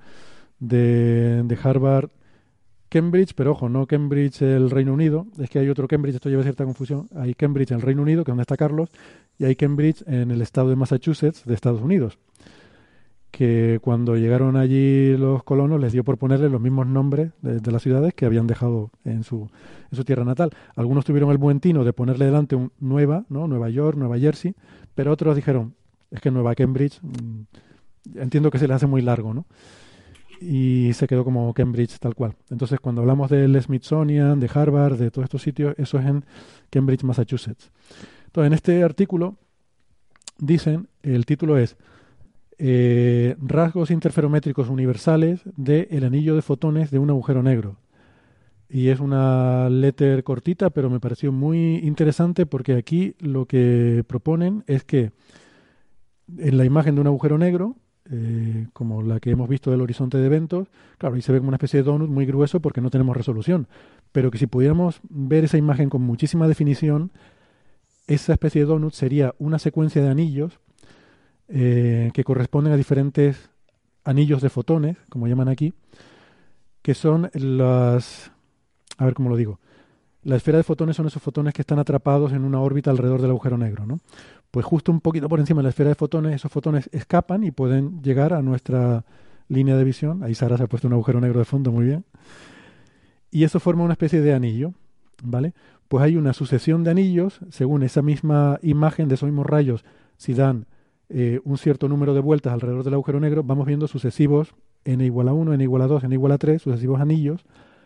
de Harvard, Cambridge, pero ojo, no Cambridge el Reino Unido, es que hay otro Cambridge, esto lleva cierta confusión. Hay Cambridge en el Reino Unido, que es donde está Carlos, y hay Cambridge en el estado de Massachusetts, de Estados Unidos, que cuando llegaron allí los colonos les dio por ponerle los mismos nombres de las ciudades que habían dejado en su tierra natal. Algunos tuvieron el buen tino de ponerle delante un Nueva, ¿no? Nueva York, Nueva Jersey, pero otros dijeron, es que Nueva Cambridge, entiendo que se le hace muy largo, ¿no? Y se quedó como Cambridge tal cual. Entonces, cuando hablamos del Smithsonian, de Harvard, de todos estos sitios, eso es en Cambridge, Massachusetts. Entonces, en este artículo dicen, el título es rasgos interferométricos universales del anillo de fotones de un agujero negro. Y es una letter cortita, pero me pareció muy interesante porque aquí lo que proponen es que en la imagen de un agujero negro, como la que hemos visto del horizonte de eventos, claro, ahí se ve como una especie de donut muy grueso porque no tenemos resolución, pero que si pudiéramos ver esa imagen con muchísima definición, esa especie de donut sería una secuencia de anillos que corresponden a diferentes anillos de fotones, como llaman aquí, que son las... A ver cómo lo digo. La esfera de fotones son esos fotones que están atrapados en una órbita alrededor del agujero negro, ¿no? Pues justo un poquito por encima de la esfera de fotones, esos fotones escapan y pueden llegar a nuestra línea de visión. Ahí Sara se ha puesto un agujero negro de fondo, muy bien. Y eso forma una especie de anillo, ¿vale? Pues hay una sucesión de anillos, según esa misma imagen de esos mismos rayos, si dan un cierto número de vueltas alrededor del agujero negro, vamos viendo sucesivos n igual a 1, n igual a 2, n igual a 3, sucesivos anillos,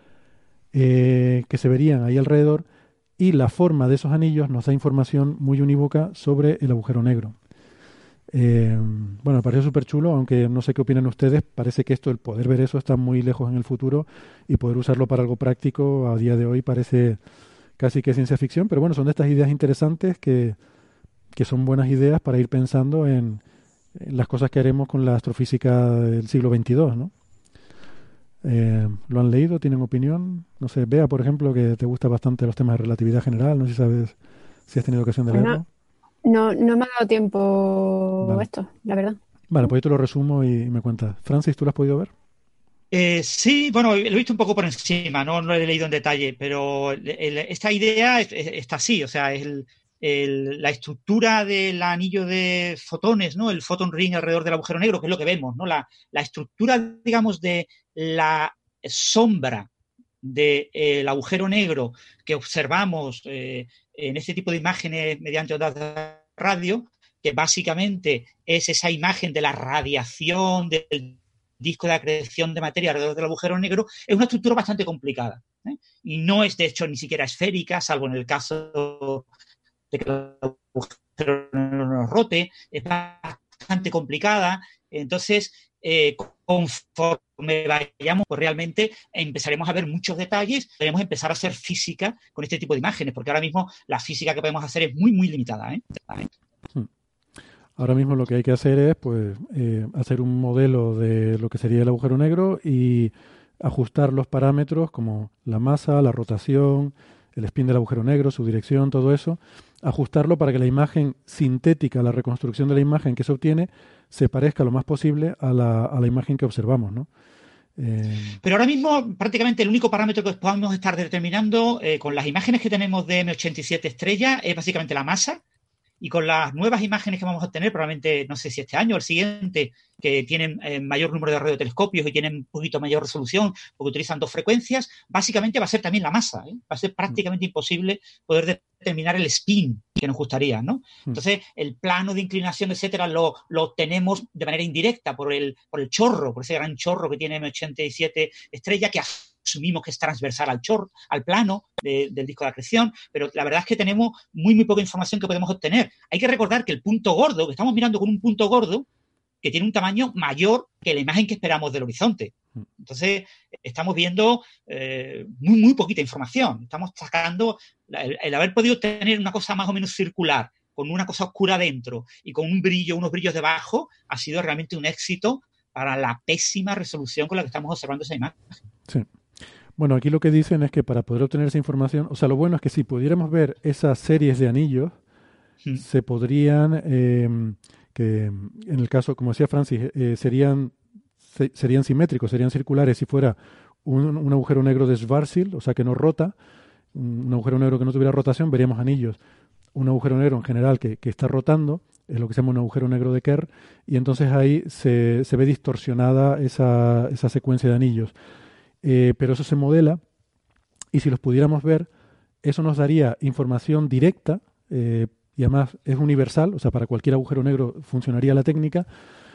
que se verían ahí alrededor, y la forma de esos anillos nos da información muy unívoca sobre el agujero negro. Bueno, me pareció súper chulo, aunque no sé qué opinan ustedes, parece que esto, el poder ver eso está muy lejos en el futuro y poder usarlo para algo práctico a día de hoy parece casi que ciencia ficción, pero bueno, son de estas ideas interesantes que son buenas ideas para ir pensando en las cosas que haremos con la astrofísica del siglo XXII, ¿no? ¿Lo han leído? ¿Tienen opinión? No sé, Bea, por ejemplo, que te gusta bastante los temas de relatividad general, no sé si sabes si has tenido ocasión de leerlo. No me ha dado tiempo vale. Esto, la verdad. Vale, pues yo te lo resumo y me cuentas. Francis, ¿tú lo has podido ver? Sí, bueno, lo he visto un poco por encima, no lo he leído en detalle, pero esta idea está así, o sea, la estructura del anillo de fotones, ¿no? El photon ring alrededor del agujero negro, que es lo que vemos, ¿no? La estructura, digamos, de la sombra del agujero negro que observamos en este tipo de imágenes mediante ondas de radio, que básicamente es esa imagen de la radiación del disco de acreción de materia alrededor del agujero negro, es una estructura bastante complicada, ¿eh? Y no es, de hecho, ni siquiera esférica, salvo en el caso de que el agujero negro nos rote, es bastante complicada. Entonces, conforme vayamos, pues realmente empezaremos a ver muchos detalles, podemos empezar a hacer física con este tipo de imágenes, porque ahora mismo la física que podemos hacer es muy, muy limitada, ¿eh? Ahora mismo lo que hay que hacer es pues hacer un modelo de lo que sería el agujero negro y ajustar los parámetros como la masa, la rotación, el spin del agujero negro, su dirección, todo eso, ajustarlo para que la imagen sintética, la reconstrucción de la imagen que se obtiene, se parezca lo más posible a la imagen que observamos, ¿no? Pero ahora mismo prácticamente el único parámetro que podemos estar determinando con las imágenes que tenemos de M87 estrella es básicamente la masa. Y con las nuevas imágenes que vamos a obtener, probablemente, no sé si este año o el siguiente, que tienen mayor número de radiotelescopios y tienen un poquito mayor resolución, porque utilizan 2 frecuencias, básicamente va a ser también la masa, ¿eh? Va a ser prácticamente imposible poder determinar el spin que nos gustaría, ¿no? Entonces, el plano de inclinación, etcétera, lo obtenemos de manera indirecta por el chorro, por ese gran chorro que tiene M87 estrella, que asumimos que es transversal al plano del disco de acreción, pero la verdad es que tenemos muy, muy poca información que podemos obtener. Hay que recordar que el punto gordo, que estamos mirando con un punto gordo, que tiene un tamaño mayor que la imagen que esperamos del horizonte. Entonces, estamos viendo muy, muy poquita información. Estamos sacando el haber podido tener una cosa más o menos circular, con una cosa oscura dentro y con unos brillos debajo, ha sido realmente un éxito para la pésima resolución con la que estamos observando esa imagen. Sí. Bueno, aquí lo que dicen es que para poder obtener esa información, o sea, lo bueno es que si pudiéramos ver esas series de anillos, se podrían, que en el caso, como decía Francis, serían simétricos, serían circulares si fuera un agujero negro de Schwarzschild, o sea, que no rota, un agujero negro que no tuviera rotación, veríamos anillos. Un agujero negro en general que está rotando, es lo que se llama un agujero negro de Kerr, y entonces ahí se ve distorsionada esa secuencia de anillos. Pero eso se modela y si los pudiéramos ver, eso nos daría información directa y además es universal, o sea, para cualquier agujero negro funcionaría la técnica,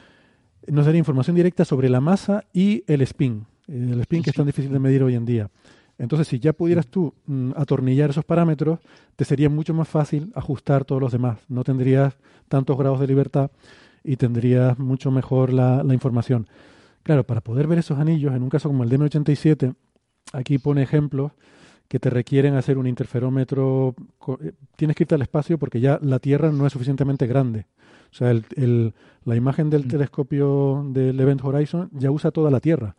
nos daría información directa sobre la masa y el spin que es tan difícil de medir hoy en día. Entonces, si ya pudieras tú atornillar esos parámetros, te sería mucho más fácil ajustar todos los demás. No tendrías tantos grados de libertad y tendrías mucho mejor la información. Claro, para poder ver esos anillos, en un caso como el de M87, aquí pone ejemplos que te requieren hacer un interferómetro. Tienes que irte al espacio porque ya la Tierra no es suficientemente grande. O sea, la imagen del telescopio del Event Horizon ya usa toda la Tierra.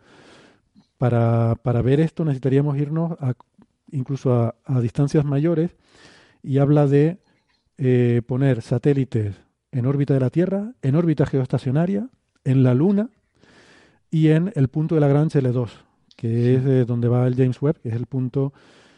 Para ver esto necesitaríamos irnos incluso a distancias mayores y habla de poner satélites en órbita de la Tierra, en órbita geoestacionaria, en la Luna y en el punto de Lagrange L2, que es donde va el James Webb, que es el punto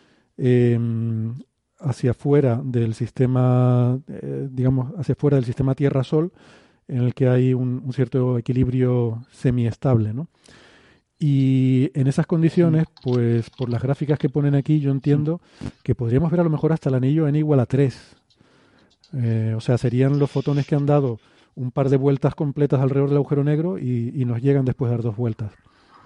hacia afuera del sistema, digamos, hacia afuera del sistema Tierra-Sol, en el que hay un cierto equilibrio semiestable, ¿no? Y en esas condiciones, pues por las gráficas que ponen aquí, yo entiendo que podríamos ver a lo mejor hasta el anillo n igual a 3. O sea, serían los fotones que han dado un par de vueltas completas alrededor del agujero negro y nos llegan después de dar 2 vueltas.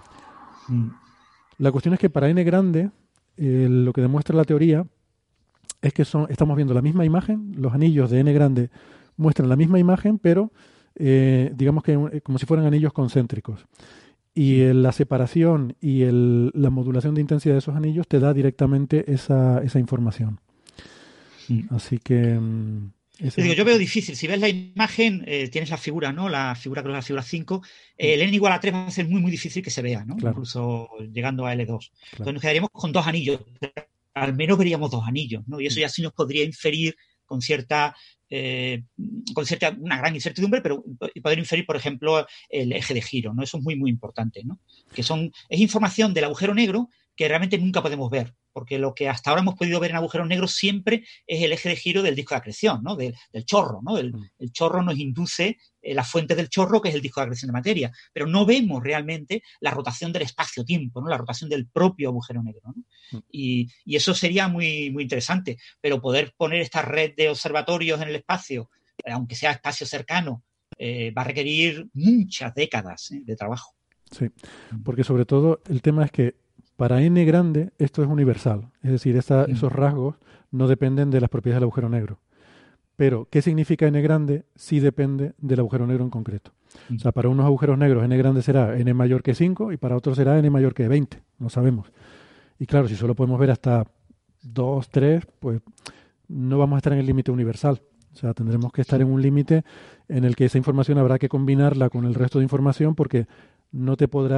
La cuestión es que para n grande, lo que demuestra la teoría es que estamos viendo la misma imagen, los anillos de n grande muestran la misma imagen, pero digamos que como si fueran anillos concéntricos. Y la separación y la modulación de intensidad de esos anillos te da directamente esa información. Así que... yo veo difícil. Si ves la imagen, tienes la figura, ¿no? La figura, creo que es la figura 5. El n igual a 3 va a ser muy, muy difícil que se vea, ¿no? Claro. Incluso llegando a L2. Claro. Entonces nos quedaríamos con 2 anillos. Al menos veríamos 2 anillos, ¿no? Y eso ya sí nos podría inferir con cierta con una gran incertidumbre, pero poder inferir, por ejemplo, el eje de giro, ¿no? Eso es muy, muy importante, ¿no? Es información del agujero negro que realmente nunca podemos ver, porque lo que hasta ahora hemos podido ver en agujeros negros siempre es el eje de giro del disco de acreción, ¿no? Del chorro, ¿no? El chorro nos induce la fuente del chorro, que es el disco de acreción de materia, pero no vemos realmente la rotación del espacio-tiempo, ¿no? La rotación del propio agujero negro, ¿no? Y eso sería muy, muy interesante, pero poder poner esta red de observatorios en el espacio, aunque sea espacio cercano, va a requerir muchas décadas de trabajo. Sí, porque sobre todo el tema es que para n grande esto es universal, es decir, esos rasgos no dependen de las propiedades del agujero negro. Pero, ¿qué significa n grande? Sí depende del agujero negro en concreto. O sea, para unos agujeros negros n grande será n mayor que 5 y para otros será n mayor que 20, no sabemos. Y claro, si solo podemos ver hasta 2, 3, pues no vamos a estar en el límite universal. O sea, tendremos que estar en un límite en el que esa información habrá que combinarla con el resto de información porque no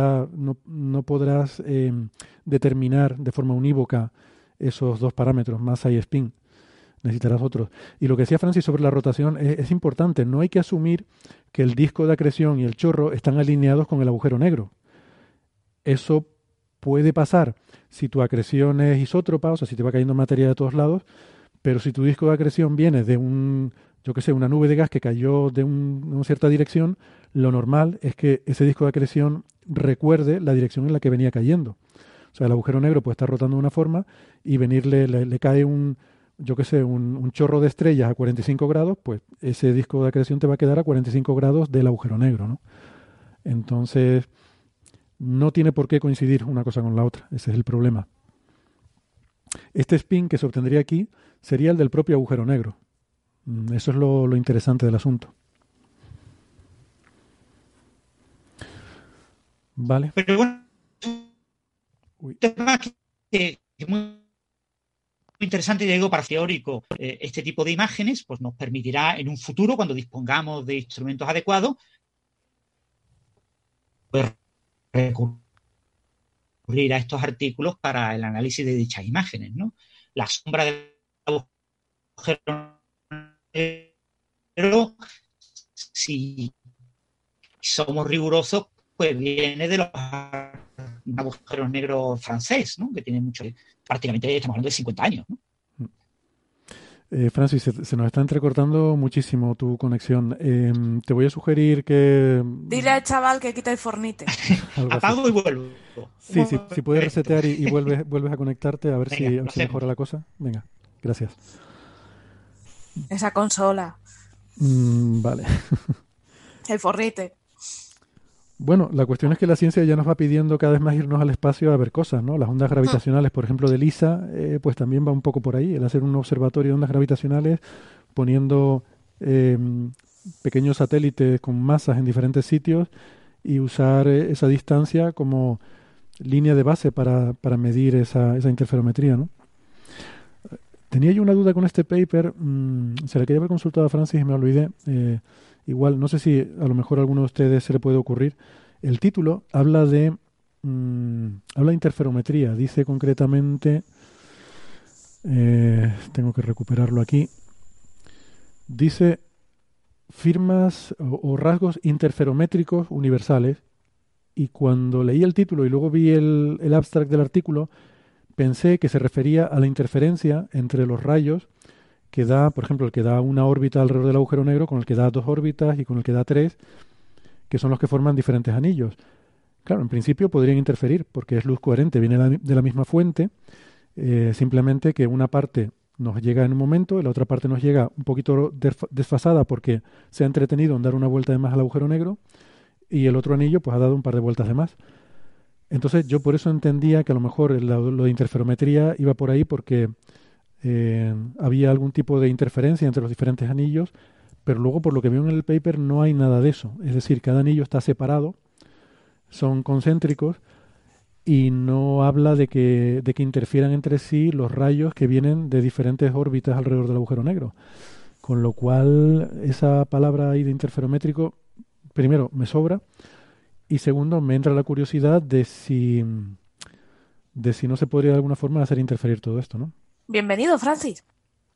podrás determinar de forma unívoca esos dos parámetros, masa y spin. Necesitarás otros. Y lo que decía Francis sobre la rotación es importante. No hay que asumir que el disco de acreción y el chorro están alineados con el agujero negro. Eso puede pasar si tu acreción es isótropa, o sea, si te va cayendo materia de todos lados, pero si tu disco de acreción viene de una nube de gas que cayó de una cierta dirección, lo normal es que ese disco de acreción recuerde la dirección en la que venía cayendo. O sea, el agujero negro puede estar rotando de una forma y le cae un chorro de estrellas a 45 grados, pues ese disco de acreción te va a quedar a 45 grados del agujero negro, ¿no? Entonces, no tiene por qué coincidir una cosa con la otra. Ese es el problema. Este spin que se obtendría aquí sería el del propio agujero negro. Eso es lo interesante del asunto. Vale. Pero bueno, un tema que es muy interesante, ya digo, para teórico, este tipo de imágenes pues nos permitirá en un futuro, cuando dispongamos de instrumentos adecuados, pues recurrir a estos artículos para el análisis de dichas imágenes, ¿no? La sombra del agujero negro, si somos rigurosos, pues viene de los agujeros negros francés, ¿no? Que tiene mucho, prácticamente estamos hablando de 50 años, ¿no? Francis, se nos está entrecortando muchísimo tu conexión. Te voy a sugerir que... Dile al chaval que quita el fornite. Apago y vuelvo. Sí, si puedes resetear y vuelves a conectarte a ver si mejora la cosa. Venga, gracias. Esa consola. Vale. El fornite. Bueno, la cuestión es que la ciencia ya nos va pidiendo cada vez más irnos al espacio a ver cosas, ¿no? Las ondas gravitacionales, por ejemplo, de LISA, pues también va un poco por ahí, el hacer un observatorio de ondas gravitacionales poniendo pequeños satélites con masas en diferentes sitios y usar esa distancia como línea de base para medir esa interferometría, ¿no? Tenía yo una duda con este paper, se la quería haber consultado a Francis y me olvidé. Igual, no sé si a lo mejor a alguno de ustedes se le puede ocurrir. El título habla de interferometría. Dice concretamente, tengo que recuperarlo aquí. Dice firmas o rasgos interferométricos universales. Y cuando leí el título y luego vi el abstract del artículo, pensé que se refería a la interferencia entre los rayos que da, por ejemplo, el que da una órbita alrededor del agujero negro, con el que da 2 órbitas y con el que da 3, que son los que forman diferentes anillos. Claro, en principio podrían interferir, porque es luz coherente, viene de la misma fuente, simplemente que una parte nos llega en un momento y la otra parte nos llega un poquito desfasada porque se ha entretenido en dar una vuelta de más al agujero negro, y el otro anillo pues ha dado un par de vueltas de más. Entonces yo por eso entendía que a lo mejor lo de interferometría iba por ahí porque había algún tipo de interferencia entre los diferentes anillos, pero luego por lo que veo en el paper no hay nada de eso. Es decir, cada anillo está separado, son concéntricos y no habla de que interfieran entre sí los rayos que vienen de diferentes órbitas alrededor del agujero negro. Con lo cual esa palabra ahí de interferométrico, primero, me sobra, y segundo, me entra la curiosidad de si no se podría de alguna forma hacer interferir todo esto, ¿no? Bienvenido, Francis.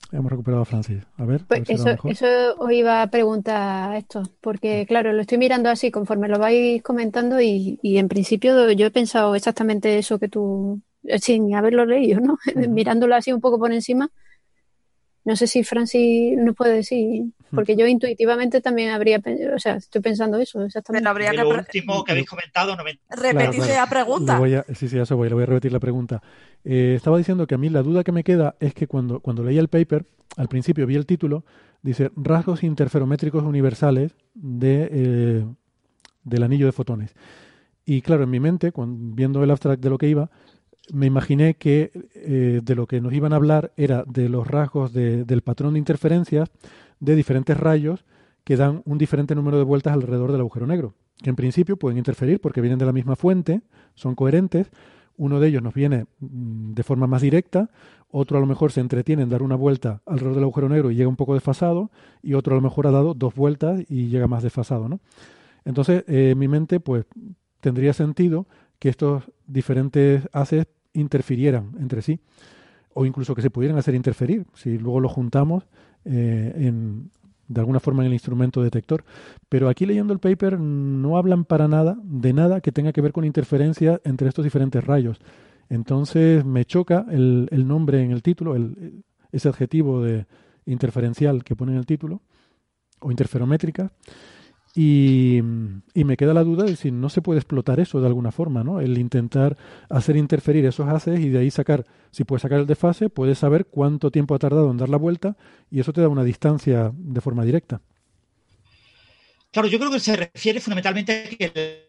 Hemos recuperado a Francis. A ver Pues si va mejor. eso os iba a preguntar esto, porque claro, lo estoy mirando así conforme lo vais comentando y en principio yo he pensado exactamente eso que tú, sin haberlo leído, ¿no? Mirándolo así un poco por encima. No sé si Francis nos puede decir, porque yo intuitivamente también estoy pensando eso, exactamente. Pero habría De que lo último que habéis comentado, no me... repetir la pregunta. Sí, a eso voy, le voy a repetir la pregunta. Estaba diciendo que a mí la duda que me queda es que cuando leía el paper, al principio vi el título, dice rasgos interferométricos universales del anillo de fotones. Y claro, en mi mente, viendo el abstract de lo que iba, me imaginé que de lo que nos iban a hablar era de los rasgos del patrón de interferencias de diferentes rayos que dan un diferente número de vueltas alrededor del agujero negro, que en principio pueden interferir porque vienen de la misma fuente, son coherentes. Uno de ellos nos viene de forma más directa, otro a lo mejor se entretiene en dar una vuelta alrededor del agujero negro y llega un poco desfasado, y otro a lo mejor ha dado 2 vueltas y llega más desfasado, ¿no? Entonces, en mi mente, pues, tendría sentido que estos diferentes haces interfirieran entre sí, o incluso que se pudieran hacer interferir, si luego lo juntamos de alguna forma en el instrumento detector. Pero aquí leyendo el paper no hablan para nada de nada que tenga que ver con interferencia entre estos diferentes rayos. Entonces me choca el nombre en el título, ese adjetivo de interferencial que pone en el título, o interferométrica. Y me queda la duda de si no se puede explotar eso de alguna forma, ¿no? El intentar hacer interferir esos haces y de ahí sacar, si puedes sacar el desfase, puedes saber cuánto tiempo ha tardado en dar la vuelta y eso te da una distancia de forma directa. Claro, yo creo que se refiere fundamentalmente a que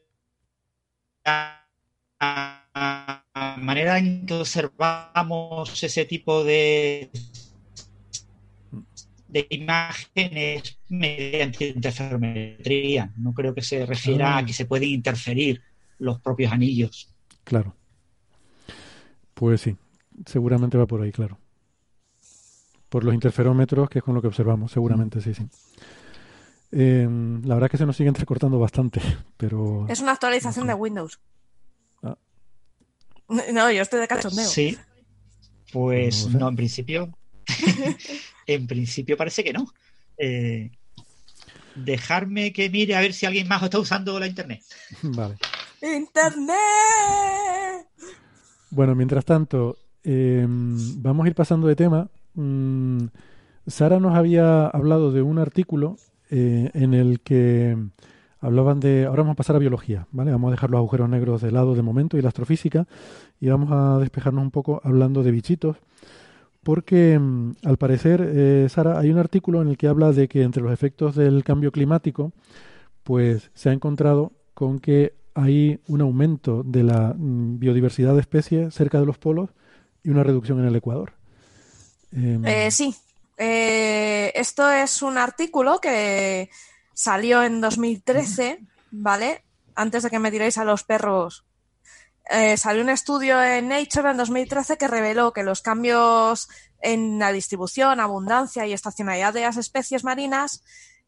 la manera en que observamos ese tipo de imágenes mediante interferometría. No creo que se refiera a que se pueden interferir los propios anillos. Claro. Pues sí, seguramente va por ahí, claro. Por los interferómetros, que es con lo que observamos, seguramente, sí. La verdad es que se nos sigue entrecortando bastante, pero... Es una actualización de Windows. No, yo estoy de cachondeo. Sí, pues no, en principio... En principio parece que no. Dejarme que mire a ver si alguien más está usando la internet. Vale. ¡Internet! Bueno, mientras tanto, vamos a ir pasando de tema. Sara nos había hablado de un artículo en el que hablaban de... Ahora vamos a pasar a biología, ¿vale? Vamos a dejar los agujeros negros de lado de momento y la astrofísica y vamos a despejarnos un poco hablando de bichitos. Porque, al parecer, Sara, hay un artículo en el que habla de que entre los efectos del cambio climático, pues se ha encontrado con que hay un aumento de la biodiversidad de especies cerca de los polos y una reducción en el Ecuador. Sí. Esto es un artículo que salió en 2013, ¿vale? Antes de que me tiréis a los perros. Salió un estudio en Nature en 2013 que reveló que los cambios en la distribución, abundancia y estacionalidad de las especies marinas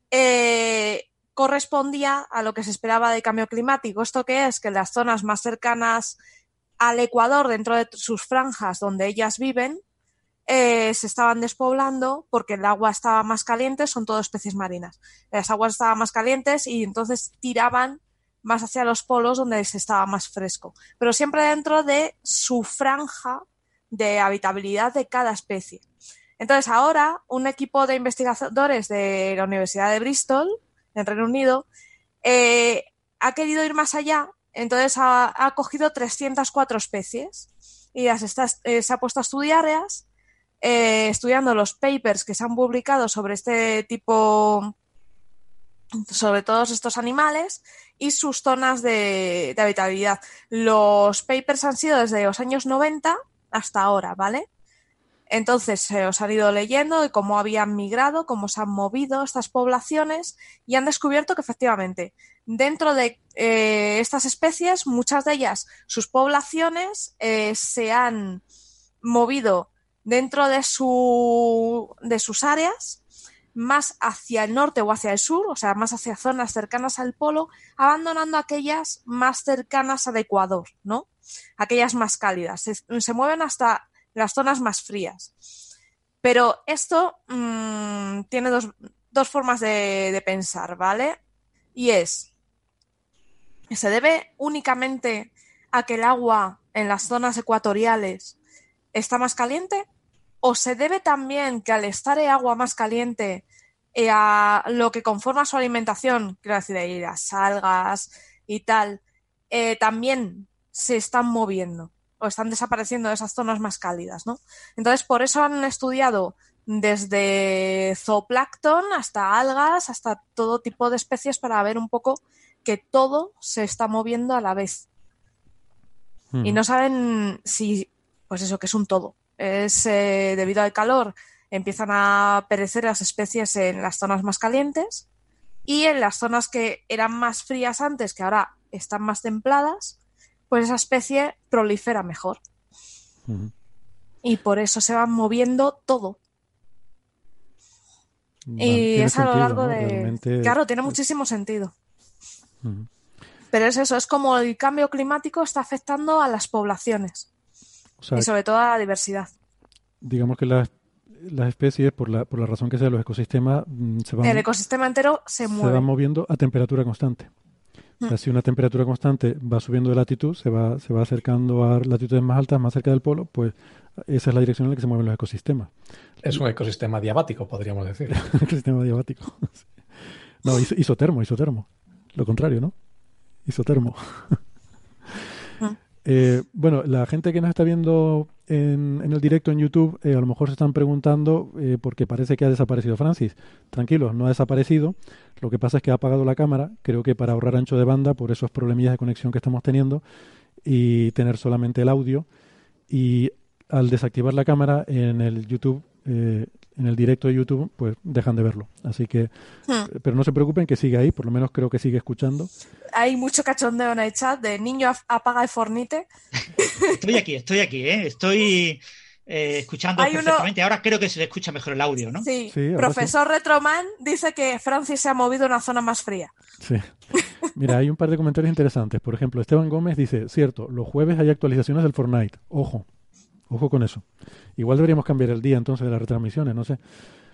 correspondía a lo que se esperaba del cambio climático. ¿Esto qué es? Que las zonas más cercanas al Ecuador, dentro de sus franjas donde ellas viven, se estaban despoblando porque el agua estaba más caliente, son todo especies marinas. Las aguas estaban más calientes y entonces tiraban más hacia los polos donde se estaba más fresco, pero siempre dentro de su franja de habitabilidad de cada especie. Entonces ahora un equipo de investigadores de la Universidad de Bristol, en Reino Unido, ha querido ir más allá, entonces ha cogido 304 especies y se ha puesto a estudiarlas, estudiando los papers que se han publicado sobre este tipo, sobre todos estos animales y sus zonas de habitabilidad. Los papers han sido desde los años 90 hasta ahora, ¿vale? Entonces se os han ido leyendo de cómo habían migrado, cómo se han movido estas poblaciones y han descubierto que efectivamente dentro de estas especies, muchas de ellas, sus poblaciones se han movido dentro de sus áreas más hacia el norte o hacia el sur, o sea, más hacia zonas cercanas al polo, abandonando aquellas más cercanas al Ecuador, ¿no? Aquellas más cálidas. Se mueven hasta las zonas más frías. Pero esto tiene dos formas de pensar, ¿vale? Y ¿se debe únicamente a que el agua en las zonas ecuatoriales está más caliente? ¿O se debe también que al estar el agua más caliente, a lo que conforma su alimentación, quiero decir, ahí las algas y tal, también se están moviendo o están desapareciendo de esas zonas más cálidas, ¿no? Entonces, por eso han estudiado desde zooplancton hasta algas, hasta todo tipo de especies para ver un poco que todo se está moviendo a la vez. Y no saben si, pues eso, que es un todo. Es debido al calor, empiezan a perecer las especies en las zonas más calientes y en las zonas que eran más frías antes, que ahora están más templadas, pues esa especie prolifera mejor. Y por eso se va moviendo todo. Y es a lo largo, ¿no? Realmente... Claro, tiene muchísimo sentido. Pero es eso, es como el cambio climático está afectando a las poblaciones. O sea, y sobre todo a la diversidad. Digamos que las especies, por la razón que sea, los ecosistemas el ecosistema entero se mueve. Se va moviendo a temperatura constante. O sea, si una temperatura constante va subiendo de latitud, se va acercando a latitudes más altas, más cerca del polo, pues esa es la dirección en la que se mueven los ecosistemas. Es un ecosistema diabático, podríamos decir. Ecosistema diabático. No, isotermo. Lo contrario, ¿no? Isotermo. Bueno, la gente que nos está viendo en el directo en YouTube, a lo mejor se están preguntando porque parece que ha desaparecido Francis. Tranquilos, no ha desaparecido. Lo que pasa es que ha apagado la cámara, creo que para ahorrar ancho de banda por esos problemillas de conexión que estamos teniendo y tener solamente el audio. Y al desactivar la cámara en el YouTube, en el directo de YouTube, pues dejan de verlo. Así que, pero no se preocupen, que sigue ahí, por lo menos creo que sigue escuchando. Hay mucho cachondeo en el chat de niño apaga el fornite. Estoy aquí, estoy escuchando perfectamente. Ahora creo que se le escucha mejor el audio, ¿no? Sí, profesor Retroman dice que Francis se ha movido a una zona más fría. Sí. Mira, hay un par de comentarios interesantes. Por ejemplo, Esteban Gómez dice, cierto, los jueves hay actualizaciones del Fortnite. Ojo con eso. Igual deberíamos cambiar el día entonces de las retransmisiones, no sé.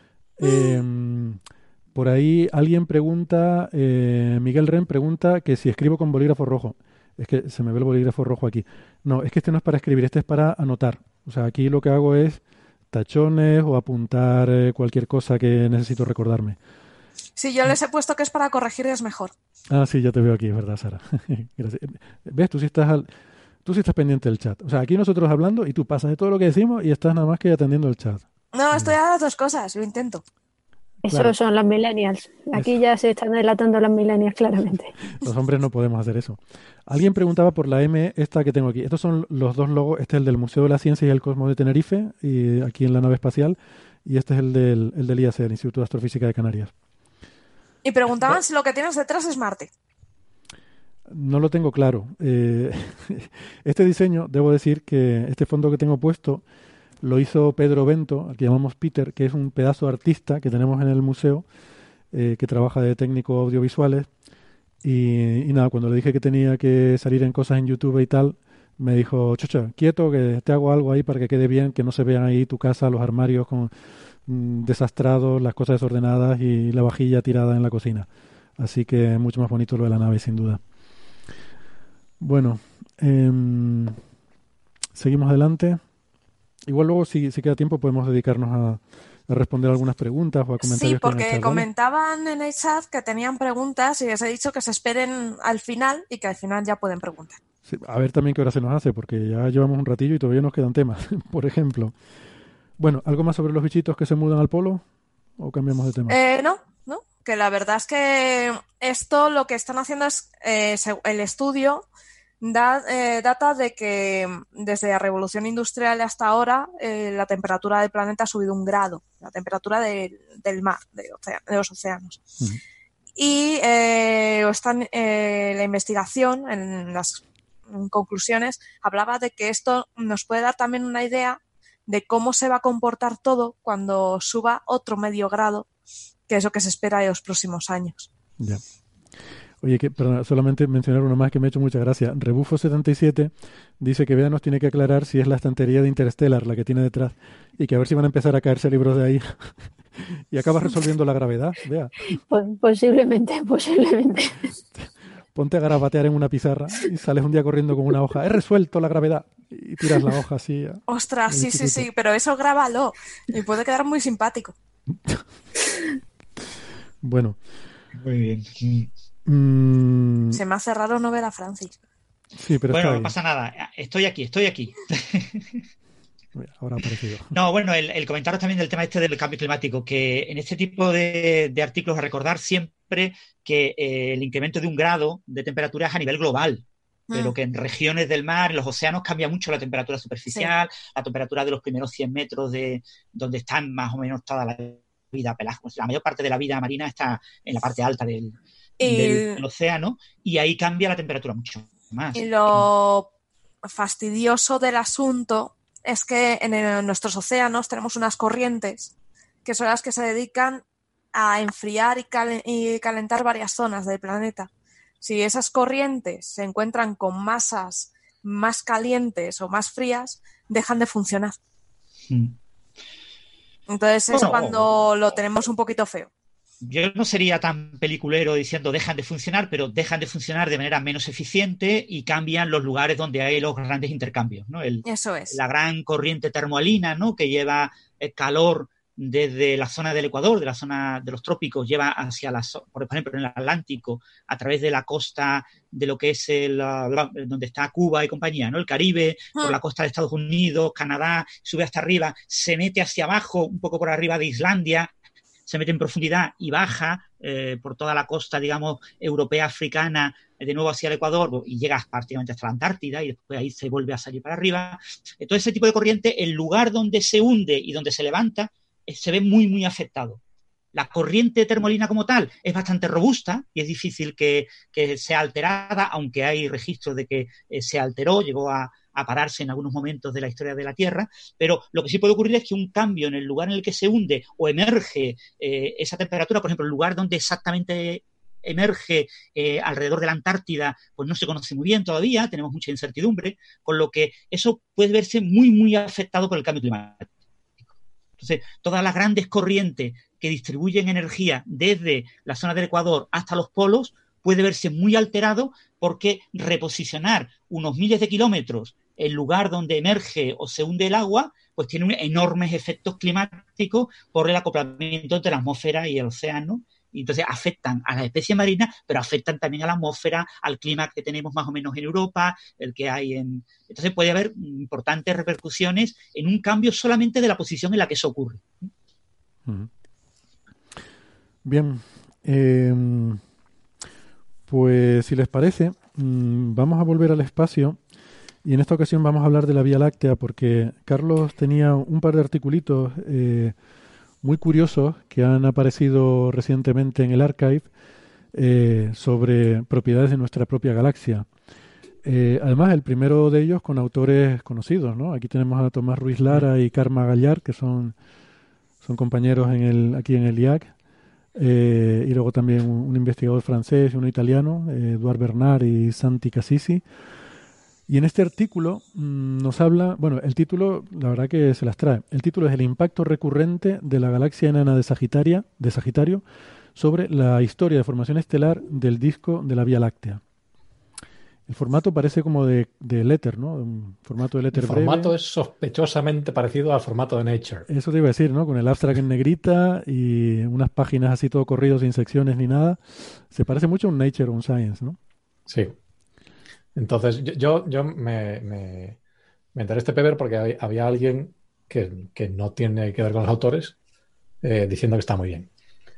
Por ahí alguien pregunta, Miguel Ren pregunta que si escribo con bolígrafo rojo. Es que se me ve el bolígrafo rojo aquí. No, es que este no es para escribir, este es para anotar. O sea, aquí lo que hago es tachones o apuntar cualquier cosa que necesito recordarme. Sí, yo les he puesto que es para corregir, es mejor. Ah, sí, ya te veo aquí, es verdad, Sara. Gracias. ¿Ves? Tú sí estás pendiente del chat. O sea, aquí nosotros hablando y tú pasas de todo lo que decimos y estás nada más que atendiendo el chat. No, estoy a las dos cosas, lo intento. Eso claro. Son los millennials. Aquí ya se están delatando los millennials claramente. Los hombres no podemos hacer eso. Alguien preguntaba por la M esta que tengo aquí. Estos son los dos logos. Este es el del Museo de la Ciencia y el Cosmos de Tenerife, y aquí en la nave espacial. Y este es el del IAC, el Instituto de Astrofísica de Canarias. Y preguntaban si lo que tienes detrás es Marte. No lo tengo claro. Este diseño, debo decir que este fondo que tengo puesto lo hizo Pedro Bento, al que llamamos Peter, que es un pedazo de artista que tenemos en el museo, que trabaja de técnico audiovisuales. Y nada, cuando le dije que tenía que salir en cosas en YouTube y tal, me dijo, chocha, quieto, que te hago algo ahí para que quede bien, que no se vean ahí tu casa, los armarios con desastrados, las cosas desordenadas y la vajilla tirada en la cocina. Así que mucho más bonito lo de la nave, sin duda. Bueno, seguimos adelante. Igual luego, si queda tiempo, podemos dedicarnos a responder algunas preguntas o a comentarios. Sí, porque comentaban en el chat que tenían preguntas y les he dicho que se esperen al final y que al final ya pueden preguntar. Sí, a ver también qué hora se nos hace, porque ya llevamos un ratillo y todavía nos quedan temas. Por ejemplo, bueno, ¿algo más sobre los bichitos que se mudan al polo? ¿O cambiamos de tema? No, que la verdad es que esto lo que están haciendo es el estudio data de que desde la revolución industrial hasta ahora la temperatura del planeta ha subido 1 grado, la temperatura del mar, de los océanos. Uh-huh. Y la investigación, en las conclusiones, hablaba de que esto nos puede dar también una idea de cómo se va a comportar todo cuando suba otro medio grado, que es lo que se espera en los próximos años. Ya. Oye, perdona, solamente mencionar uno más que me ha hecho mucha gracia. Rebufo77 dice que Bea nos tiene que aclarar si es la estantería de Interstellar la que tiene detrás y que a ver si van a empezar a caerse libros de ahí y acabas resolviendo la gravedad, Bea. Posiblemente. Ponte a garabatear en una pizarra y sales un día corriendo con una hoja. He resuelto la gravedad. Y tiras la hoja así. Ostras, sí, pero eso grábalo. Y puede quedar muy simpático. Bueno. Muy bien. Se me hace raro no ver a Francis. Sí, pero bueno, no pasa nada. Estoy aquí. Ahora ha aparecido. No, bueno, el comentario también del tema este del cambio climático, que en este tipo de artículos a recordar siempre que el incremento de 1 grado de temperatura es a nivel global, pero que en regiones del mar, en los océanos, cambia mucho la temperatura superficial, la temperatura de los primeros 100 metros de donde están más o menos toda la vida pelágica. La mayor parte de la vida marina está en la parte alta del océano y ahí cambia la temperatura mucho más. Y lo fastidioso del asunto es que en nuestros océanos tenemos unas corrientes que son las que se dedican a enfriar y calentar varias zonas del planeta. Si esas corrientes se encuentran con masas más calientes o más frías, dejan de funcionar. Entonces es cuando lo tenemos un poquito feo. Yo no sería tan peliculero diciendo dejan de funcionar, pero dejan de funcionar de manera menos eficiente y cambian los lugares donde hay los grandes intercambios, ¿no? Eso es. La gran corriente termohalina, ¿no? Que lleva el calor desde la zona del Ecuador, de la zona de los trópicos, lleva hacia por ejemplo, en el Atlántico, a través de la costa de lo que es donde está Cuba y compañía, ¿no? El Caribe, por la costa de Estados Unidos, Canadá, sube hasta arriba, se mete hacia abajo, un poco por arriba de Islandia, se mete en profundidad y baja por toda la costa, digamos, europea, africana, de nuevo hacia el Ecuador y llega prácticamente hasta la Antártida y después ahí se vuelve a salir para arriba. Entonces, ese tipo de corriente, el lugar donde se hunde y donde se levanta, se ve muy, muy afectado. La corriente termolina como tal es bastante robusta y es difícil que sea alterada, aunque hay registros de que se alteró, llegó a pararse en algunos momentos de la historia de la Tierra, pero lo que sí puede ocurrir es que un cambio en el lugar en el que se hunde o emerge esa temperatura, por ejemplo, el lugar donde exactamente emerge alrededor de la Antártida, pues no se conoce muy bien todavía, tenemos mucha incertidumbre, con lo que eso puede verse muy, muy afectado por el cambio climático. Entonces, todas las grandes corrientes que distribuyen energía desde la zona del Ecuador hasta los polos puede verse muy alterado porque reposicionar unos miles de kilómetros el lugar donde emerge o se hunde el agua, pues tiene enormes efectos climáticos por el acoplamiento entre la atmósfera y el océano. Y entonces afectan a las especies marinas, pero afectan también a la atmósfera, al clima que tenemos más o menos en Europa, el que hay en... Entonces puede haber importantes repercusiones en un cambio solamente de la posición en la que eso ocurre. Bien. Pues si les parece, vamos a volver al espacio y en esta ocasión vamos a hablar de la Vía Láctea porque Carlos tenía un par de articulitos muy curiosos que han aparecido recientemente en el Archive sobre propiedades de nuestra propia galaxia. Además, el primero de ellos con autores conocidos, ¿no? Aquí tenemos a Tomás Ruiz Lara y Karma Gallard, que son compañeros aquí en el IAC. Y luego también un investigador francés y uno italiano, Eduard Bernard y Santi Cassisi. Y en este artículo nos habla, bueno, el título, la verdad que se las trae. El título es El impacto recurrente de la galaxia enana de Sagitario sobre la historia de formación estelar del disco de la Vía Láctea. El formato parece como de letter, ¿no? Un formato de letter breve. El formato es sospechosamente parecido al formato de Nature. Eso te iba a decir, ¿no? Con el abstract en negrita y unas páginas así todo corrido sin secciones ni nada. Se parece mucho a un Nature o un Science, ¿no? Sí. Entonces, yo me enteré este paper porque había alguien que no tiene que ver con los autores diciendo que está muy bien.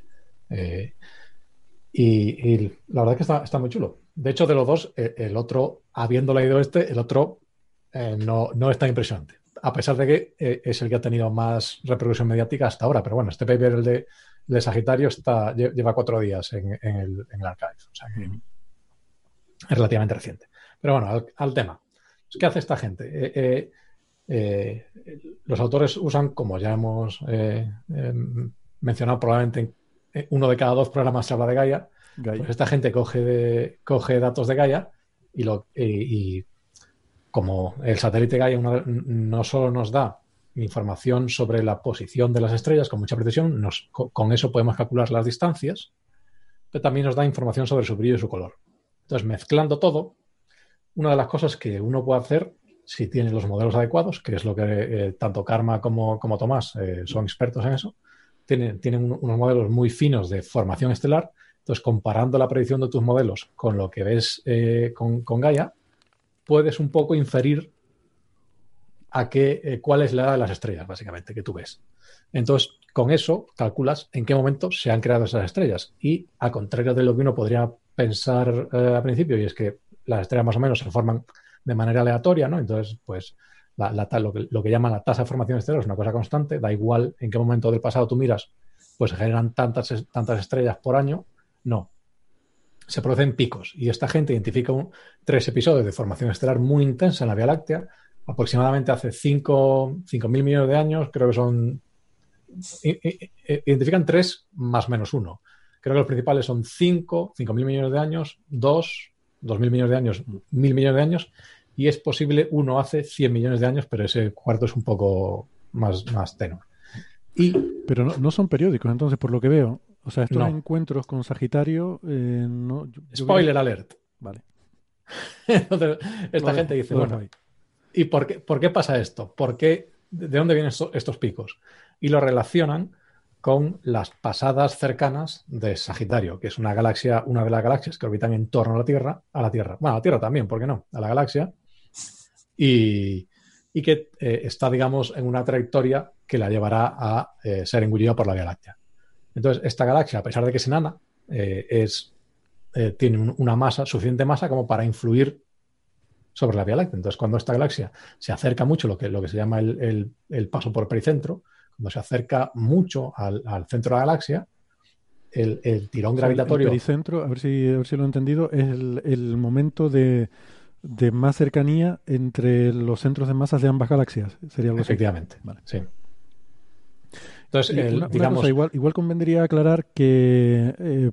Y la verdad es que está muy chulo. De hecho, de los dos, el otro, habiendo leído el otro no es tan impresionante. A pesar de que es el que ha tenido más repercusión mediática hasta ahora. Pero bueno, este paper, el de Sagitario, lleva 4 días en el Archive. O sea que es relativamente reciente. Pero bueno, al tema. ¿Qué hace esta gente? Los autores usan, como ya hemos mencionado, probablemente uno de cada 2 programas se habla de Gaia, Pues esta gente coge datos de Gaia y como el satélite Gaia no solo nos da información sobre la posición de las estrellas con mucha precisión, con eso podemos calcular las distancias, pero también nos da información sobre su brillo y su color. Entonces, mezclando todo, una de las cosas que uno puede hacer, si tiene los modelos adecuados, que es lo que tanto Karma como Tomás son expertos en eso, tienen unos modelos muy finos de formación estelar. Entonces, comparando la predicción de tus modelos con lo que ves con Gaia, puedes un poco inferir cuál es la edad de las estrellas, básicamente, que tú ves. Entonces, con eso calculas en qué momento se han creado esas estrellas. Y a contrario de lo que uno podría pensar al principio, y es que las estrellas más o menos se forman de manera aleatoria, ¿no? Entonces, pues lo que llaman la tasa de formación estelar es una cosa constante, da igual en qué momento del pasado tú miras, pues se generan tantas estrellas por año. No. Se producen picos. Y esta gente identifica 3 episodios de formación estelar muy intensa en la Vía Láctea, aproximadamente hace 5.000 millones de años, creo que son... Identifican 3 más menos 1. Creo que los principales son 5.000 millones de años, 2.000 millones de años, 1.000 millones de años, y es posible uno hace 100 millones de años, pero ese cuarto es un poco más tenue. Pero no son periódicos, entonces, por lo que veo. O sea, estos encuentros con Sagitario... Spoiler alert. Vale. Entonces, esta gente dice, bueno, ¿y por qué pasa esto? ¿De dónde vienen estos picos? Y lo relacionan con las pasadas cercanas de Sagitario, que es una de las galaxias que orbitan en torno a la Tierra. Bueno, a la Tierra también, ¿por qué no? A la galaxia. Y que está, digamos, en una trayectoria que la llevará a ser engullida por la Vía Láctea. Entonces, esta galaxia, a pesar de que es enana, tiene una suficiente masa como para influir sobre la Vía Láctea. Entonces, cuando esta galaxia se acerca mucho, lo que se llama el paso por pericentro, cuando se acerca mucho al centro de la galaxia, el tirón gravitatorio... El pericentro, a ver si lo he entendido, es el momento de más cercanía entre los centros de masas de ambas galaxias. Sería algo Efectivamente, así. Vale. Sí. Entonces, una cosa, igual convendría aclarar que,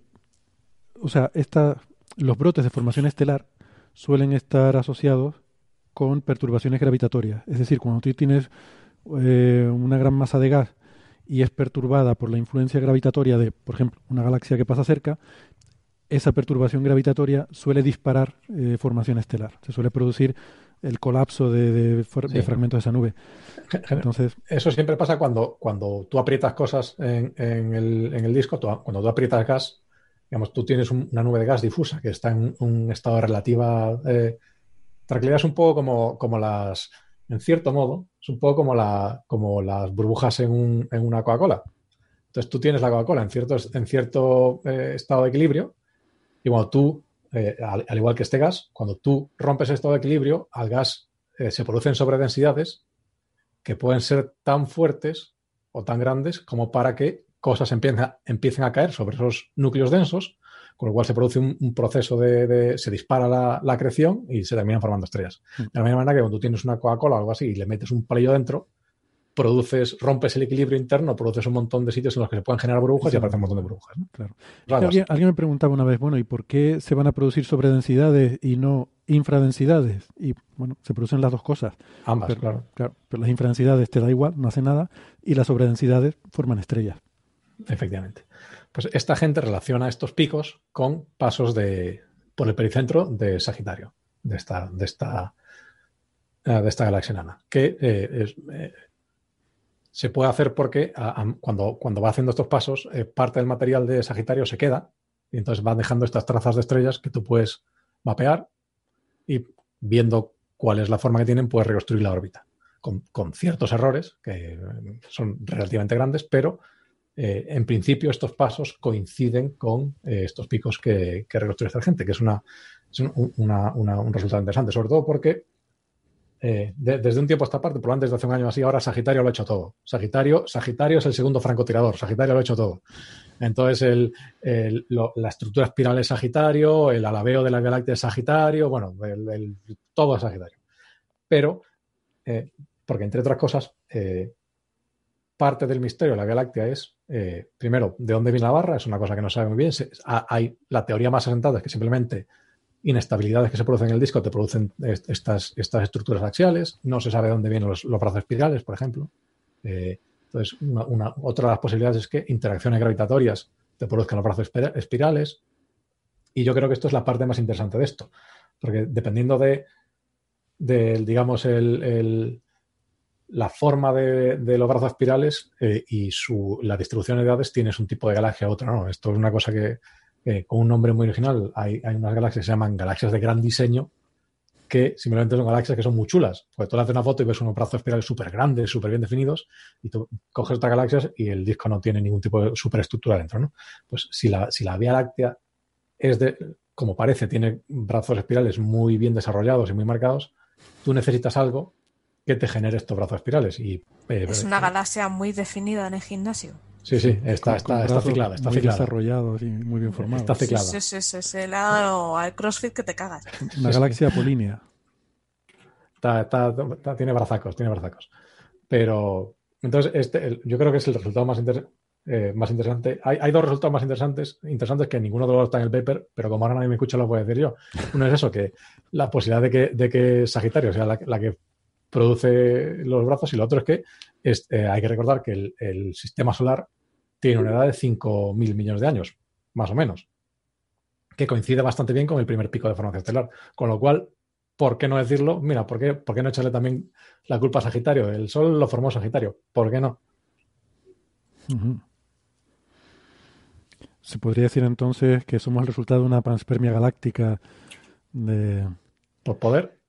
los brotes de formación estelar suelen estar asociados con perturbaciones gravitatorias. Es decir, cuando tú tienes una gran masa de gas y es perturbada por la influencia gravitatoria de, por ejemplo, una galaxia que pasa cerca, esa perturbación gravitatoria suele disparar formación estelar. Se suele producir el colapso de fragmentos de esa nube. Entonces, eso siempre pasa cuando tú aprietas cosas en el disco. Cuando tú aprietas gas, digamos, tú tienes una nube de gas difusa que está en un estado de relativa tranquilidad. Es un poco como las, en cierto modo, es un poco como las burbujas en una Coca-Cola. Entonces tú tienes la Coca-Cola en cierto estado de equilibrio, y cuando tú, al igual que este gas, cuando tú rompes el estado de equilibrio, al gas se producen sobredensidades que pueden ser tan fuertes o tan grandes como para que cosas empiecen a caer sobre esos núcleos densos, con lo cual se produce un proceso se dispara la acreción y se terminan formando estrellas. De la misma manera que cuando tú tienes una Coca-Cola o algo así y le metes un palillo dentro, rompes el equilibrio interno, produces un montón de sitios en los que se pueden generar burbujas y aparecen un montón de burbujas, ¿no? Claro. Alguien me preguntaba una vez, bueno, ¿y por qué se van a producir sobredensidades y no infradensidades? Y bueno, se producen las dos cosas. Ambas, claro. Pero las infradensidades te da igual, no hace nada, y las sobredensidades forman estrellas. Efectivamente. Pues esta gente relaciona estos picos con pasos por el pericentro de Sagitario, de esta galaxia enana, que se puede hacer porque cuando va haciendo estos pasos, parte del material de Sagitario se queda y entonces va dejando estas trazas de estrellas que tú puedes mapear y, viendo cuál es la forma que tienen, puedes reconstruir la órbita con ciertos errores que son relativamente grandes, pero en principio estos pasos coinciden con estos picos que reconstruye esta gente, que es un resultado interesante, sobre todo porque desde un tiempo a esta parte, por lo menos desde hace un año así, ahora Sagitario lo ha hecho todo. Sagitario es el segundo francotirador. Sagitario lo ha hecho todo. Entonces, la estructura espiral es Sagitario, el alabeo de la Vía Láctea es Sagitario, bueno, todo es Sagitario. Pero, porque entre otras cosas, parte del misterio de la Vía Láctea es primero, ¿de dónde viene la barra? Es una cosa que no se sabe muy bien. Hay la teoría más asentada es que simplemente inestabilidades que se producen en el disco te producen estas estructuras axiales. No se sabe de dónde vienen los brazos espirales, por ejemplo. Entonces, otra de las posibilidades es que interacciones gravitatorias te produzcan los brazos espirales. Y yo creo que esto es la parte más interesante de esto. Porque dependiendo digamos, la forma de los brazos espirales y la distribución de edades, tienes un tipo de galaxia u otra, ¿no? Esto es una cosa que con un nombre muy original, hay unas galaxias que se llaman galaxias de gran diseño, que simplemente son galaxias que son muy chulas. Porque tú le haces una foto y ves unos brazos espirales súper grandes, súper bien definidos, y tú coges estas galaxias y el disco no tiene ningún tipo de superestructura dentro, ¿no? Pues si la Vía Láctea como parece, tiene brazos espirales muy bien desarrollados y muy marcados, tú necesitas algo que te genere estos brazos espirales. Es una galaxia muy definida en el gimnasio. Sí, está ciclada. Está muy ciclada. Desarrollado y muy bien formado. Está ciclada. Sí, le ha dado al CrossFit que te cagas. Una galaxia apolínea. Tiene brazacos. Pero, entonces, yo creo que es el resultado más interesante. Hay dos resultados más interesantes que ninguno de los está en el paper, pero como ahora nadie me escucha, lo voy a decir yo. Uno es eso, que la posibilidad de que Sagitario sea la que produce los brazos, y lo otro es que hay que recordar que el sistema solar tiene una edad de 5.000 millones de años, más o menos, que coincide bastante bien con el primer pico de formación estelar. Con lo cual, ¿por qué no decirlo? Mira, ¿por qué no echarle también la culpa a Sagitario? El Sol lo formó Sagitario. ¿Por qué no? Uh-huh. Se podría decir entonces que somos el resultado de una panspermia galáctica de... ¿Por poder?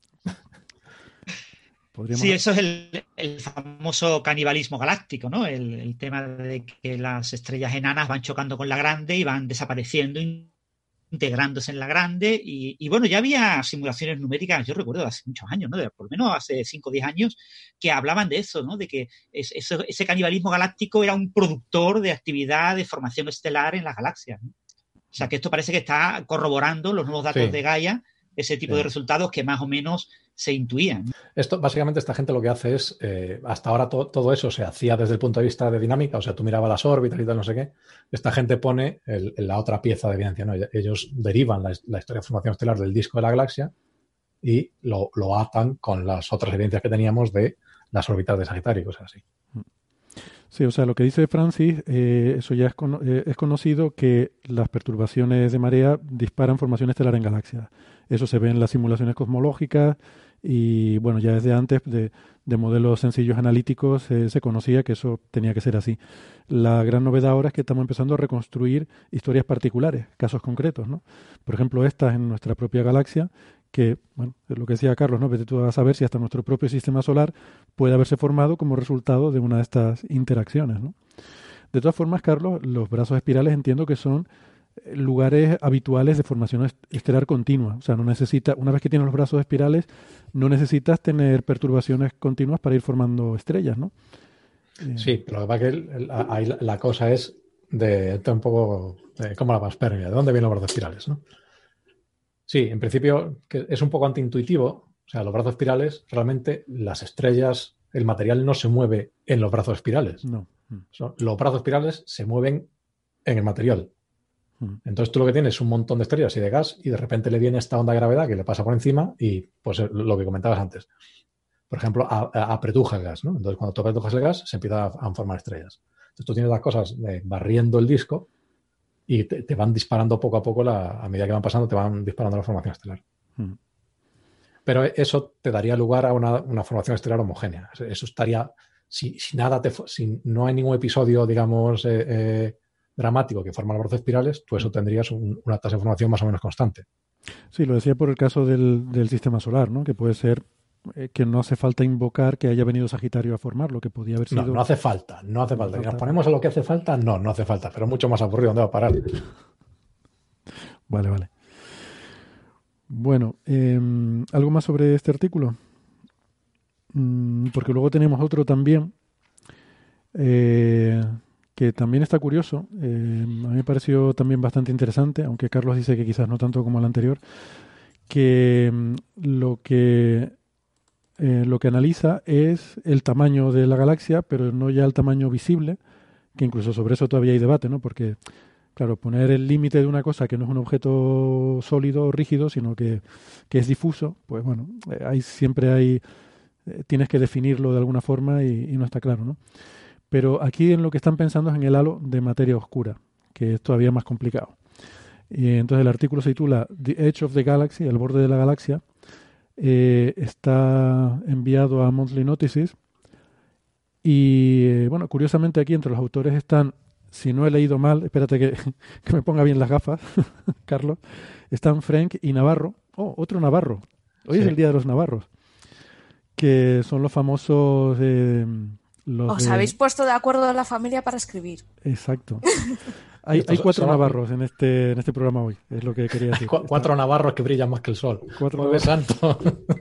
Sí, eso es el famoso canibalismo galáctico, ¿no? El tema de que las estrellas enanas van chocando con la grande y van desapareciendo, integrándose en la grande. Y bueno, ya había simulaciones numéricas, yo recuerdo hace muchos años, ¿no? Por lo menos hace 5 o 10 años, que hablaban de eso, ¿no? De que ese canibalismo galáctico era un productor de actividad de formación estelar en las galaxias, ¿no? O sea, que esto parece que está corroborando los nuevos datos de Gaia, ese tipo de resultados que más o menos se intuían. Esto, básicamente, esta gente lo que hace es, hasta ahora todo eso se hacía desde el punto de vista de dinámica, o sea, tú mirabas las órbitas y tal, no sé qué. Esta gente pone la otra pieza de evidencia, ¿no? Ellos derivan la historia de formación estelar del disco de la galaxia y lo atan con las otras evidencias que teníamos de las órbitas de Sagitario, cosas así. Sí, o sea, lo que dice Francis, eso ya es conocido, que las perturbaciones de marea disparan formación estelar en galaxias. Eso se ve en las simulaciones cosmológicas y, bueno, ya desde antes de modelos sencillos analíticos se conocía que eso tenía que ser así. La gran novedad ahora es que estamos empezando a reconstruir historias particulares, casos concretos, ¿no? Por ejemplo, estas en nuestra propia galaxia, que, bueno, es lo que decía Carlos, ¿no? Vete tú a saber si hasta nuestro propio sistema solar puede haberse formado como resultado de una de estas interacciones, ¿no? De todas formas, Carlos, los brazos espirales entiendo que son lugares habituales de formación estelar continua. O sea, no necesita, una vez que tienes los brazos espirales, no necesitas tener perturbaciones continuas para ir formando estrellas, ¿no? Sí, pero lo que pasa es que ahí la cosa es un poco como la panspermia, ¿de dónde vienen los brazos espirales, no? Sí, en principio que es un poco antiintuitivo. O sea, los brazos espirales, realmente las estrellas, el material no se mueve en los brazos espirales. No. Los brazos espirales se mueven en el material. Entonces tú lo que tienes es un montón de estrellas y de gas y de repente le viene esta onda de gravedad que le pasa por encima y pues lo que comentabas antes. Por ejemplo, apretuja el gas, ¿no? Entonces cuando tú apretujas el gas se empieza a formar estrellas. Entonces tú tienes las cosas barriendo el disco y te van disparando poco a poco, a medida que van pasando, te van disparando la formación estelar. Pero eso te daría lugar a una formación estelar homogénea. Eso estaría, si no hay ningún episodio, digamos, dramático que forma los brazos espirales, tú eso tendrías una tasa de formación más o menos constante. Sí, lo decía por el caso del sistema solar, ¿no? Que puede ser que no hace falta invocar que haya venido Sagitario a formar, lo que podía haber sido... No hace falta. Si nos ponemos a lo que hace falta, no hace falta, pero mucho más aburrido. ¿Dónde va a parar? Vale. Bueno, ¿algo más sobre este artículo? Porque luego tenemos otro también, que también está curioso. A mí me pareció también bastante interesante, aunque Carlos dice que quizás no tanto como el anterior, que lo que analiza es el tamaño de la galaxia, pero no ya el tamaño visible, que incluso sobre eso todavía hay debate, ¿no? Porque, claro, poner el límite de una cosa que no es un objeto sólido o rígido, sino que es difuso, pues bueno, tienes que definirlo de alguna forma y no está claro, ¿no? Pero aquí en lo que están pensando es en el halo de materia oscura, que es todavía más complicado. Y entonces el artículo se titula The Edge of the Galaxy, el borde de la galaxia. Está enviado a Monthly Notices. Y bueno, curiosamente aquí entre los autores están, si no he leído mal, espérate que me ponga bien las gafas, Carlos, están Frank y Navarro. Oh, otro Navarro. Hoy es el Día de los Navarros. Que son los famosos... Os habéis puesto de acuerdo en la familia para escribir. Exacto. Hay 4 navarros en este programa hoy, es lo que quería decir. 4 navarros que brillan más que el sol. 4 navarros. Santo.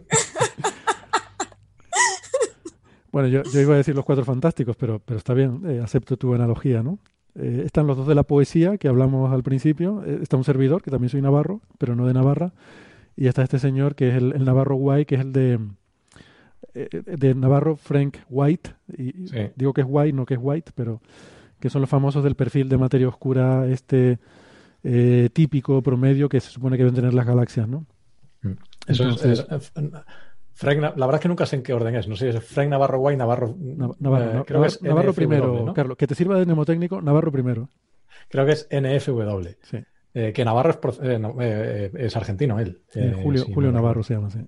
Bueno, yo iba a decir los 4 fantásticos, pero está bien, acepto tu analogía, ¿no? Están los 2 de la poesía, que hablamos al principio. Está un servidor, que también soy navarro, pero no de Navarra. Y está este señor, que es el navarro guay, que es el de Navarro, Frank White, y digo que es White, no que es White, pero que son los famosos del perfil de materia oscura típico, promedio, que se supone que deben tener las galaxias, ¿no? Entonces, Frank, la verdad es que nunca sé en qué orden es, no sé si es Frank Navarro White, Navarro creo que es Navarro NFW, primero, ¿no? Carlos, que te sirva de mnemotécnico, Navarro primero. Creo que es NFW. Sí. Que Navarro es argentino, él. Julio Navarro se llama, sí.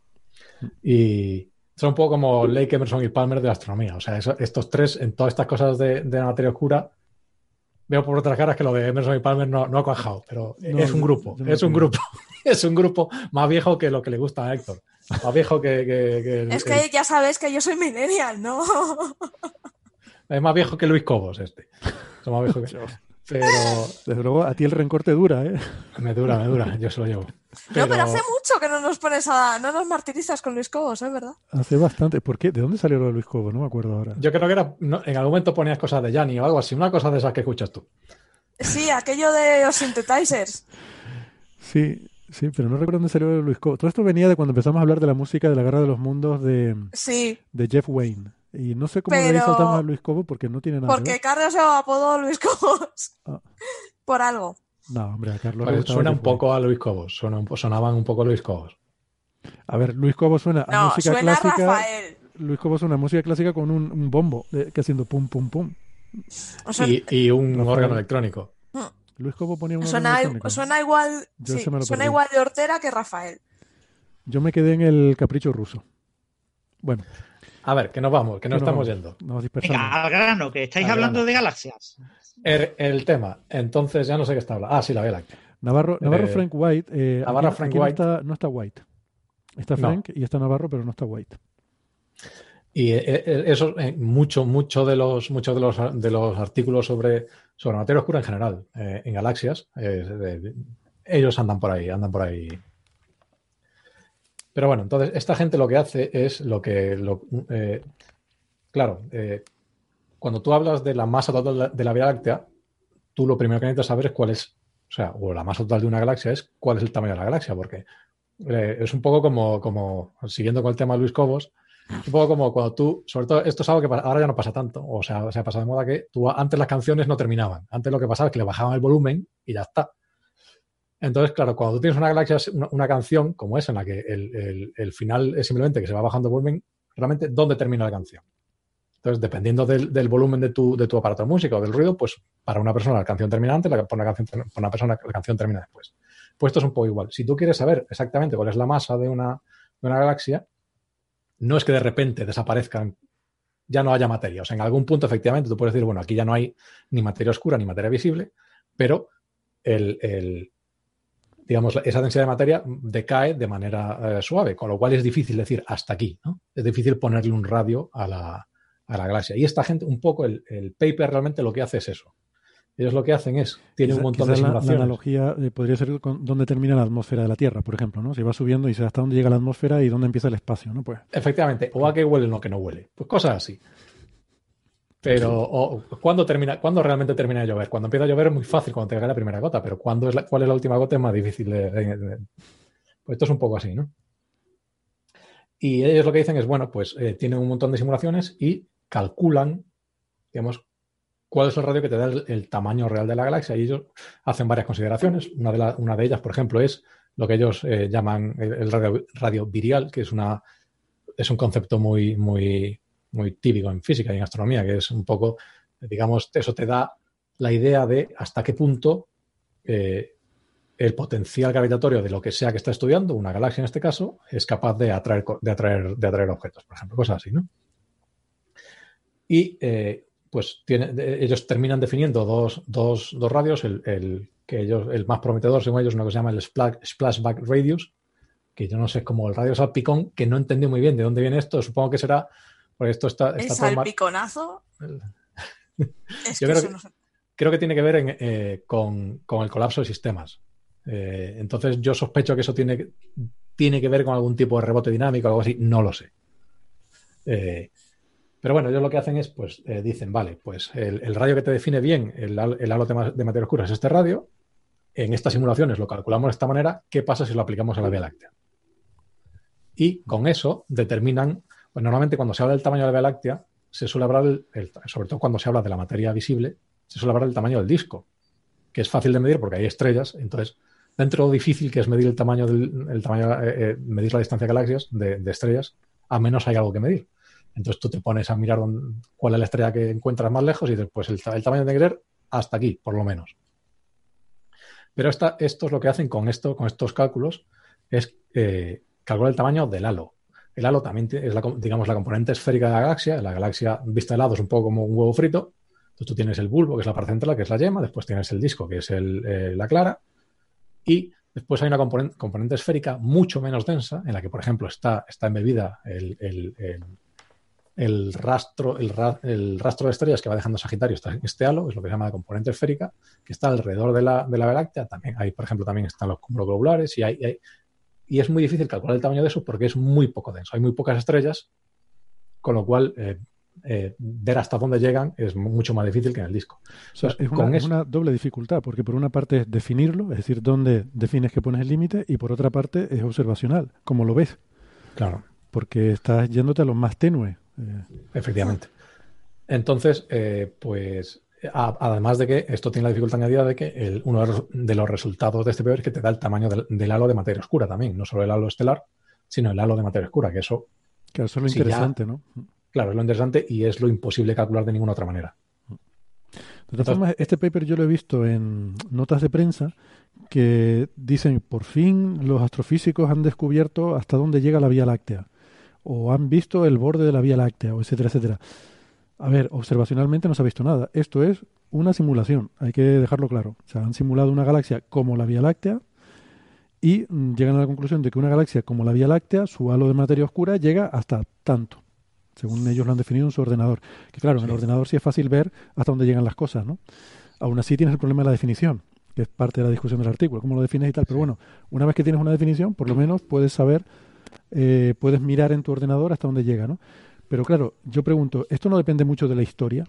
Y son un poco como Lake, Emerson y Palmer de la astronomía. O sea, estos 3, en todas estas cosas de la materia oscura, veo por otras caras que lo de Emerson y Palmer no ha cuajado, pero es un grupo. Es un grupo más viejo que lo que le gusta a Héctor. Más viejo que es que ya sabes que yo soy millennial, ¿no? Es más viejo que Luis Cobos, este. Es más viejo que... Pero... Desde luego, a ti el rencor te dura, ¿eh? Me dura, yo se lo llevo. Pero hace mucho que no nos martirizas con Luis Cobos, ¿es verdad? Hace bastante. ¿Por qué? ¿De dónde salió lo de Luis Cobos? No me acuerdo ahora. Yo creo que era... en algún momento ponías cosas de Yanni o algo así, una cosa de esas que escuchas tú. Sí, aquello de los synthesizers. Sí, pero no recuerdo dónde salió lo de Luis Cobos. Todo esto venía de cuando empezamos a hablar de la música de la Guerra de los Mundos de Jeff Wayne. Y no sé cómo le saltamos a Luis Cobos porque no tiene nada. Porque Carlos se apodó Luis Cobos. Por algo. No, hombre, a Carlos pues suena un poco a Luis Cobos. Sonaban un poco a Luis Cobos. A ver, Luis Cobos suena a música suena clásica. A Rafael. Luis Cobos suena a música clásica con un bombo que haciendo pum, pum, pum. Y un órgano electrónico. Luis Cobos ponía un órgano electrónico. Suena igual de hortera que Rafael. Yo me quedé en el capricho ruso. Bueno. A ver, que nos vamos, que no estamos yendo. Venga, al grano, que estáis hablando de galaxias. El tema, entonces ya no sé qué está hablando. Sí, la Vía Láctea. Navarro Frank White. Navarro Frank White. No está White. Está Frank y está Navarro, pero no está White. Y eso, mucho de los artículos sobre materia oscura en general, en galaxias, ellos andan por ahí. Pero bueno, entonces esta gente lo que hace es cuando tú hablas de la masa total de la Vía Láctea, tú lo primero que necesitas saber es cuál es, o la masa total de una galaxia es cuál es el tamaño de la galaxia, porque es un poco como siguiendo con el tema de Luis Cobos, es un poco como cuando tú, sobre todo esto es algo que ahora ya no pasa tanto, o sea, se ha pasado de moda que antes las canciones no terminaban, antes lo que pasaba es que le bajaban el volumen y ya está. Entonces, claro, cuando tú tienes una galaxia, una canción como esa, en la que el final es simplemente que se va bajando el volumen, realmente, ¿dónde termina la canción? Entonces, dependiendo del volumen de tu aparato de música o del ruido, pues para una persona la canción termina antes, para una persona la canción termina después. Pues esto es un poco igual. Si tú quieres saber exactamente cuál es la masa de una galaxia, no es que de repente desaparezcan, ya no haya materia. O sea, en algún punto, efectivamente, tú puedes decir, bueno, aquí ya no hay ni materia oscura ni materia visible, pero digamos, esa densidad de materia decae de manera suave, con lo cual es difícil decir hasta aquí, ¿no? Es difícil ponerle un radio a la galaxia. Y esta gente, un poco, el paper realmente lo que hace es eso. Ellos lo que hacen es, tienen un montón de simulaciones. La analogía podría ser con dónde termina la atmósfera de la Tierra, por ejemplo, ¿no? Si va subiendo y hasta dónde llega la atmósfera y dónde empieza el espacio, ¿no? Pues efectivamente, o a qué huele o no que no huele. Pues cosas así. Pero ¿cuándo realmente termina de llover? Cuando empieza a llover es muy fácil, cuando te cae la primera gota, pero cuál es la última gota es más difícil Pues esto es un poco así, ¿no? Y ellos lo que dicen es, bueno, pues tienen un montón de simulaciones y calculan, digamos, cuál es el radio que te da el tamaño real de la galaxia. Y ellos hacen varias consideraciones. Una de ellas, por ejemplo, es lo que ellos llaman el radio virial, que es un concepto muy, muy, muy típico en física y en astronomía, que es un poco, digamos, eso te da la idea de hasta qué punto el potencial gravitatorio de lo que sea que está estudiando, una galaxia en este caso, es capaz de atraer objetos, por ejemplo, cosas así, ¿no? Y pues ellos terminan definiendo dos radios, el más prometedor según ellos, uno que se llama el Splashback Radius, que yo no sé, como el radio salpicón, que no entendí muy bien de dónde viene esto, supongo que será, porque esto está ¿El todo salpiconazo? Yo creo que tiene que ver con el colapso de sistemas. Entonces yo sospecho que eso tiene que ver con algún tipo de rebote dinámico o algo así, no lo sé. Pero bueno, ellos lo que hacen es, pues, dicen, vale, pues el radio que te define bien el halo de materia oscura es este radio. En estas simulaciones lo calculamos de esta manera. ¿Qué pasa si lo aplicamos a la Vía Láctea? Y con eso determinan, pues normalmente cuando se habla del tamaño de la Vía Láctea, se suele hablar, sobre todo cuando se habla de la materia visible, se suele hablar del tamaño del disco, que es fácil de medir porque hay estrellas. Entonces, dentro de lo difícil que es medir medir la distancia de galaxias, de estrellas, a menos hay algo que medir. Entonces tú te pones a mirar cuál es la estrella que encuentras más lejos y dices, pues el tamaño de querer hasta aquí, por lo menos. Pero estos lo que hacen con estos cálculos es calcular el tamaño del halo. El halo también es la componente esférica de la galaxia. La galaxia vista de lado es un poco como un huevo frito. Entonces tú tienes el bulbo, que es la parte central, que es la yema, después tienes el disco, que es la clara, y después hay una componente esférica mucho menos densa, en la que, por ejemplo, está embebida el rastro de estrellas que va dejando Sagitario, este halo, es lo que se llama la componente esférica, que está alrededor de la Vía Láctea. También hay, por ejemplo, también están los cúmulos globulares y es muy difícil calcular el tamaño de eso porque es muy poco denso. Hay muy pocas estrellas, con lo cual ver hasta dónde llegan es mucho más difícil que en el disco. O sea, es una doble dificultad, porque por una parte es definirlo, es decir, dónde defines que pones el límite, y por otra parte es observacional, cómo lo ves. Claro. Porque estás yéndote a lo más tenue. Efectivamente. Entonces, pues además de que esto tiene la dificultad añadida de que uno de los resultados de este paper es que te da el tamaño del halo de materia oscura también, no solo el halo estelar, sino el halo de materia oscura, que eso... Claro, eso es lo interesante, ¿no? Claro, es lo interesante y es lo imposible calcular de ninguna otra manera. De todas formas, este paper yo lo he visto en notas de prensa que dicen, por fin los astrofísicos han descubierto hasta dónde llega la Vía Láctea, o han visto el borde de la Vía Láctea, o etcétera, etcétera. A ver, observacionalmente no se ha visto nada. Esto es una simulación, hay que dejarlo claro. O sea, han simulado una galaxia como la Vía Láctea y llegan a la conclusión de que una galaxia como la Vía Láctea, su halo de materia oscura llega hasta tanto, según ellos lo han definido en su ordenador. Que claro, en el ordenador sí es fácil ver hasta dónde llegan las cosas, ¿no? Aún así tienes el problema de la definición, que es parte de la discusión del artículo, cómo lo defines y tal. Pero bueno, una vez que tienes una definición, por lo menos puedes saber, puedes mirar en tu ordenador hasta dónde llega, ¿no? Pero claro, yo pregunto, ¿esto no depende mucho de la historia?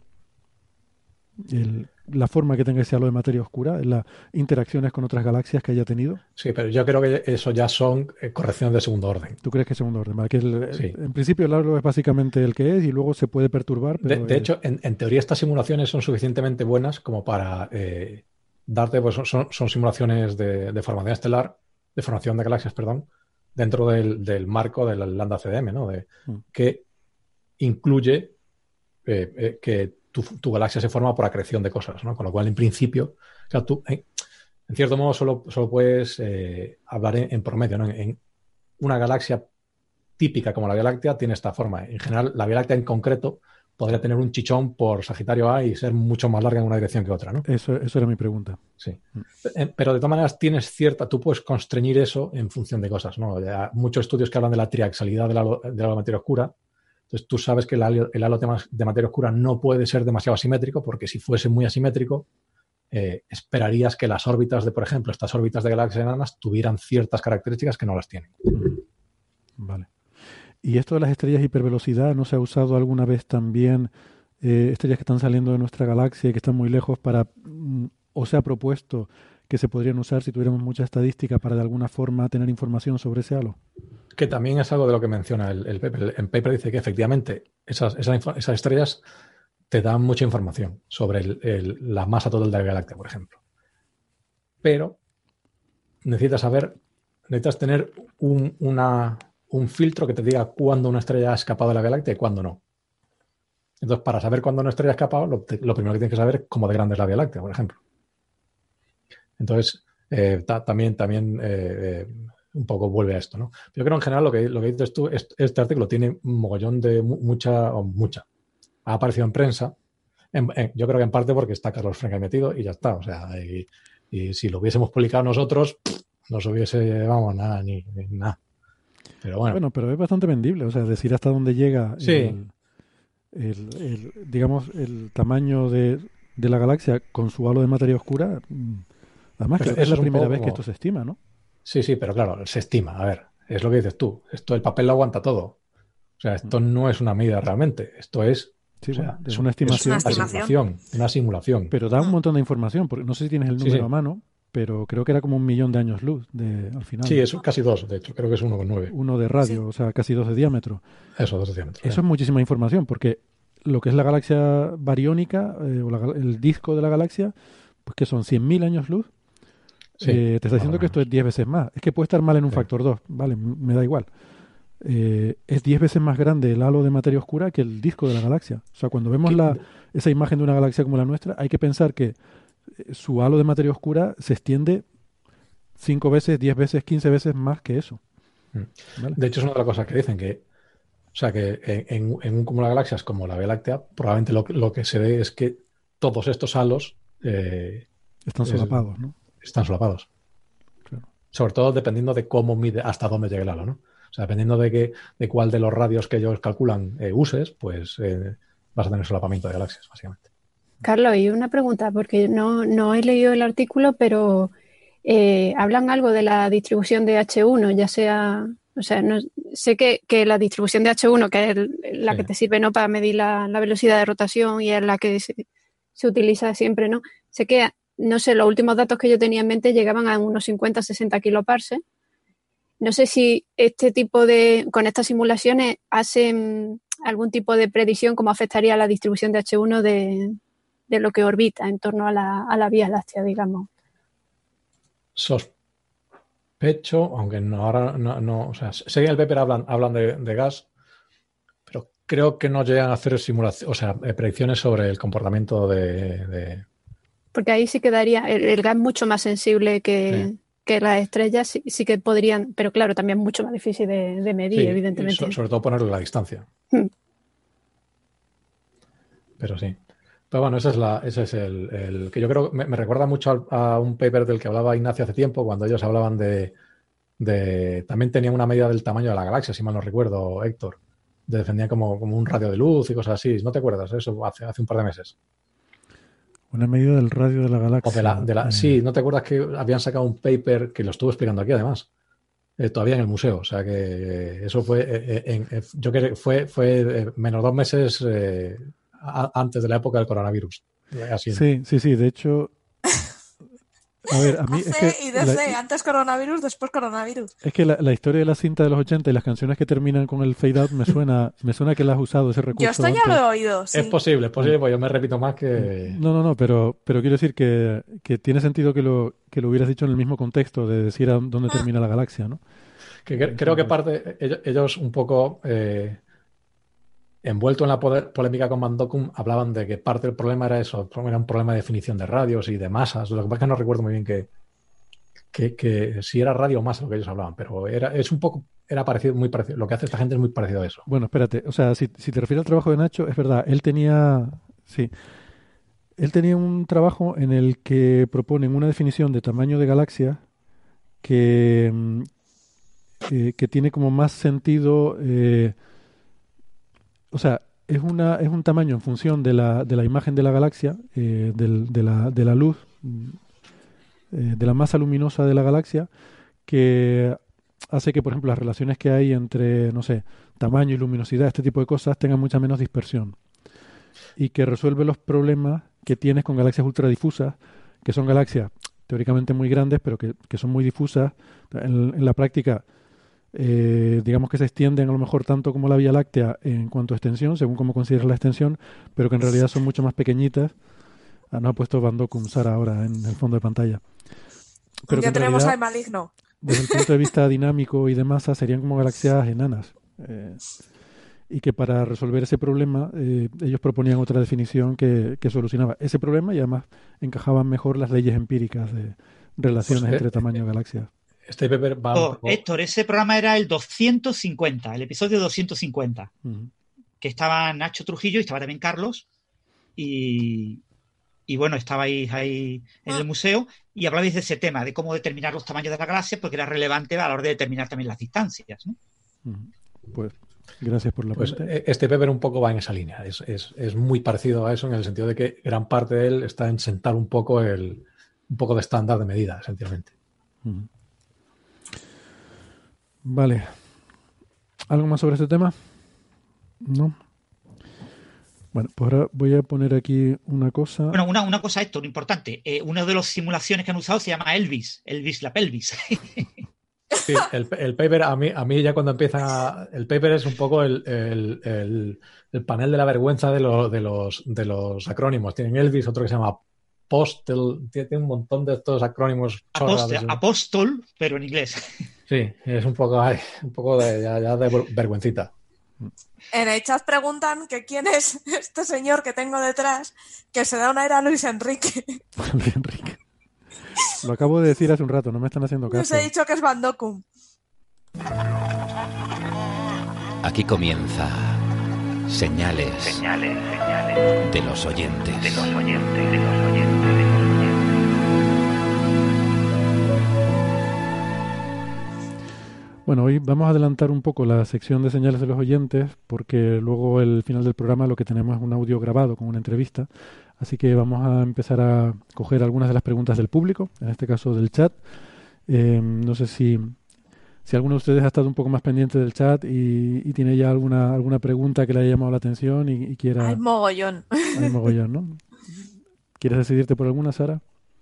La forma que tenga ese halo de materia oscura, las interacciones con otras galaxias que haya tenido. Sí, pero yo creo que eso ya son correcciones de segundo orden. ¿Tú crees que es segundo orden? ¿Vale? Que sí. En principio el halo es básicamente el que es y luego se puede perturbar. Pero de hecho, en teoría estas simulaciones son suficientemente buenas como para darte, pues son simulaciones de formación estelar, de formación de galaxias, perdón, dentro del marco del lambda CDM, ¿no? Que incluye que tu galaxia se forma por acreción de cosas, ¿no? Con lo cual, en principio, o sea, tú, en cierto modo, solo puedes hablar en promedio, ¿no? En una galaxia típica como la Vía Láctea tiene esta forma. En general, la Vía Láctea en concreto podría tener un chichón por Sagitario A y ser mucho más larga en una dirección que otra, ¿no? Eso era mi pregunta. Sí. Pero de todas maneras tú puedes constreñir eso en función de cosas, ¿no? Hay muchos estudios que hablan de la triaxalidad de la materia oscura. Entonces tú sabes que el halo de materia oscura no puede ser demasiado asimétrico, porque si fuese muy asimétrico, esperarías que las órbitas por ejemplo, estas órbitas de galaxias enanas tuvieran ciertas características que no las tienen. Vale. ¿Y esto de las estrellas hipervelocidad no se ha usado alguna vez también, estrellas que están saliendo de nuestra galaxia y que están muy lejos o se ha propuesto que se podrían usar si tuviéramos mucha estadística para de alguna forma tener información sobre ese halo? Que también es algo de lo que menciona el paper. El paper dice que efectivamente esas estrellas te dan mucha información sobre la masa total de la galaxia, por ejemplo. Pero necesitas tener un filtro que te diga cuándo una estrella ha escapado de la galaxia y cuándo no. Entonces, para saber cuándo una estrella ha escapado, lo primero que tienes que saber es cómo de grande es la Vía Láctea, por ejemplo. Entonces, también un poco vuelve a esto, ¿no? Yo creo en general lo que dices tú, este artículo tiene un mogollón de mucha. Ha aparecido en prensa. Yo creo que en parte porque está Carlos Frenk ahí metido y ya está. O sea, y si lo hubiésemos publicado nosotros, nos hubiese, vamos, nada, ni nada. Pero bueno. Bueno, pero es bastante vendible. O sea, decir hasta dónde llega digamos, el tamaño de la galaxia con su halo de materia oscura. Además, que es la primera vez que esto se estima, ¿no? Sí, pero claro, se estima. A ver, es lo que dices tú. El papel lo aguanta todo. O sea, esto no es una medida realmente. Esto es... Sí, bueno, es una estimación. Una simulación. Pero da un montón de información, porque no sé si tienes el número a mano, pero creo que era como 1 millón de años luz al final. Sí, es casi 2, de hecho, creo que es 1,9. 1 de radio, o sea, casi 2 de diámetro. Eso, 2 de diámetro. Eso es muchísima información, porque lo que es la galaxia bariónica, o el disco de la galaxia, pues que son 100.000 años luz, te está diciendo que esto es 10 veces más. Es que puede estar mal en un factor 2, vale, me da igual. Es 10 veces más grande el halo de materia oscura que el disco de la galaxia. O sea, cuando vemos esa imagen de una galaxia como la nuestra, hay que pensar que su halo de materia oscura se extiende 5 veces, 10 veces, 15 veces más que eso. ¿Vale? De hecho, es una de las cosas que dicen que en un cúmulo de galaxias como la Vía Láctea, probablemente lo que se ve es que todos estos halos están solapados, ¿no? Están solapados. Claro. Sobre todo dependiendo de cómo mide, hasta dónde llega el halo, ¿no? O sea, dependiendo de cuál de los radios que ellos calculan uses, pues vas a tener solapamiento de galaxias, básicamente. Carlos, y una pregunta, porque no he leído el artículo, pero hablan algo de la distribución de H1, ya sea... O sea, sé que la distribución de H1, que es la que te sirve, ¿no?, para medir la velocidad de rotación y es la que se utiliza siempre, ¿no? Sé que, no sé, los últimos datos que yo tenía en mente llegaban a unos 50-60 kiloparsecs. No sé si con estas simulaciones hacen algún tipo de predicción cómo afectaría la distribución de H1 de lo que orbita en torno a la Vía Láctea, digamos. Sospecho, aunque ahora no, o sea, sé que en el paper hablan de gas, pero creo que no llegan a hacer simulaciones, o sea, predicciones sobre el comportamiento de... Porque ahí sí quedaría el gas mucho más sensible que las estrellas, sí que podrían, pero claro, también mucho más difícil de medir, evidentemente. Sobre todo ponerle la distancia. Pero sí. Pero bueno, ese es el que yo creo me recuerda mucho a un paper del que hablaba Ignacio hace tiempo, cuando ellos hablaban también tenían una medida del tamaño de la galaxia, si mal no recuerdo, Héctor. Defendían como un radio de luz y cosas así. ¿No te acuerdas de eso? Hace un par de meses. Una medida del radio de la galaxia. Sí, ¿no te acuerdas que habían sacado un paper que lo estuvo explicando aquí, además? Todavía en el museo. O sea que eso fue, yo creo que fue menos 2 meses antes de la época del coronavirus. Así, sí. De hecho, a ver, a mí antes coronavirus, después coronavirus. Es que la historia de la cinta de los 80 y las canciones que terminan con el fade out me suena que la has usado ese recurso. Yo esto ya lo he oído, sí. Es posible, pues yo me repito más que... No, pero quiero decir que tiene sentido que lo hubieras dicho en el mismo contexto de decir a dónde termina la galaxia, ¿no? Creo que parte, ellos un poco... envuelto en la polémica con Van Dokkum, hablaban de que parte del problema era eso, era un problema de definición de radios y de masas. Lo que pasa es que no recuerdo muy bien que si era radio o masa lo que ellos hablaban, pero era parecido, muy parecido. Lo que hace esta gente es muy parecido a eso. Bueno, espérate, o sea, si te refieres al trabajo de Nacho, es verdad, él tenía un trabajo en el que proponen una definición de tamaño de galaxia que tiene como más sentido. O sea, es un tamaño en función de la imagen de la galaxia, de la luz, de la masa luminosa de la galaxia, que hace que, por ejemplo, las relaciones que hay entre, no sé, tamaño y luminosidad, este tipo de cosas, tengan mucha menos dispersión. Y que resuelve los problemas que tienes con galaxias ultradifusas, que son galaxias teóricamente muy grandes, pero que son muy difusas. En la práctica, digamos que se extienden a lo mejor tanto como la Vía Láctea en cuanto a extensión, según como consideres la extensión, pero que en realidad son mucho más pequeñitas. Nos ha puesto Van Dokum Sara ahora en el fondo de pantalla. Pero ya tenemos al maligno. Desde el punto de vista dinámico y de masa serían como galaxias enanas. Y que para resolver ese problema ellos proponían otra definición que solucionaba ese problema y además encajaban mejor las leyes empíricas de relaciones entre tamaño de galaxias. Este paper va Héctor, ese programa era el 250, el episodio 250, que estaba Nacho Trujillo y estaba también Carlos y bueno, estabais ahí en el museo y hablabais de ese tema, de cómo determinar los tamaños de las galaxias, porque era relevante a la hora de determinar también las distancias, ¿no? Pues gracias por la pregunta. Este paper un poco va en esa línea. Es muy parecido a eso en el sentido de que gran parte de él está en sentar un poco de estándar de medida, esencialmente. Vale. ¿Algo más sobre este tema? ¿No? Bueno, pues ahora voy a poner aquí una cosa. Bueno, una cosa, Héctor, importante. Una de las simulaciones que han usado se llama Elvis la pelvis. Sí, el paper, a mí ya cuando empieza. El paper es un poco el panel de la vergüenza de los acrónimos. Tienen Elvis, otro que se llama Postel, tiene un montón de estos acrónimos. Apóstol, pero en inglés. Sí, es un poco de vergüencita. En el chat preguntan que quién es este señor que tengo detrás, que se da un aire a Luis Enrique. Luis Enrique. Lo acabo de decir hace un rato, no me están haciendo caso. Les he dicho que es Van Dokum. Aquí comienza Señales de los oyentes. Bueno, hoy vamos a adelantar un poco la sección de señales de los oyentes porque luego al final del programa lo que tenemos es un audio grabado con una entrevista. Así que vamos a empezar a coger algunas de las preguntas del público, en este caso del chat. No sé si alguno de ustedes ha estado un poco más pendiente del chat y tiene ya alguna pregunta que le haya llamado la atención y quiera... Hay mogollón. Hay mogollón, ¿no? ¿Quieres decidirte por alguna, Sara?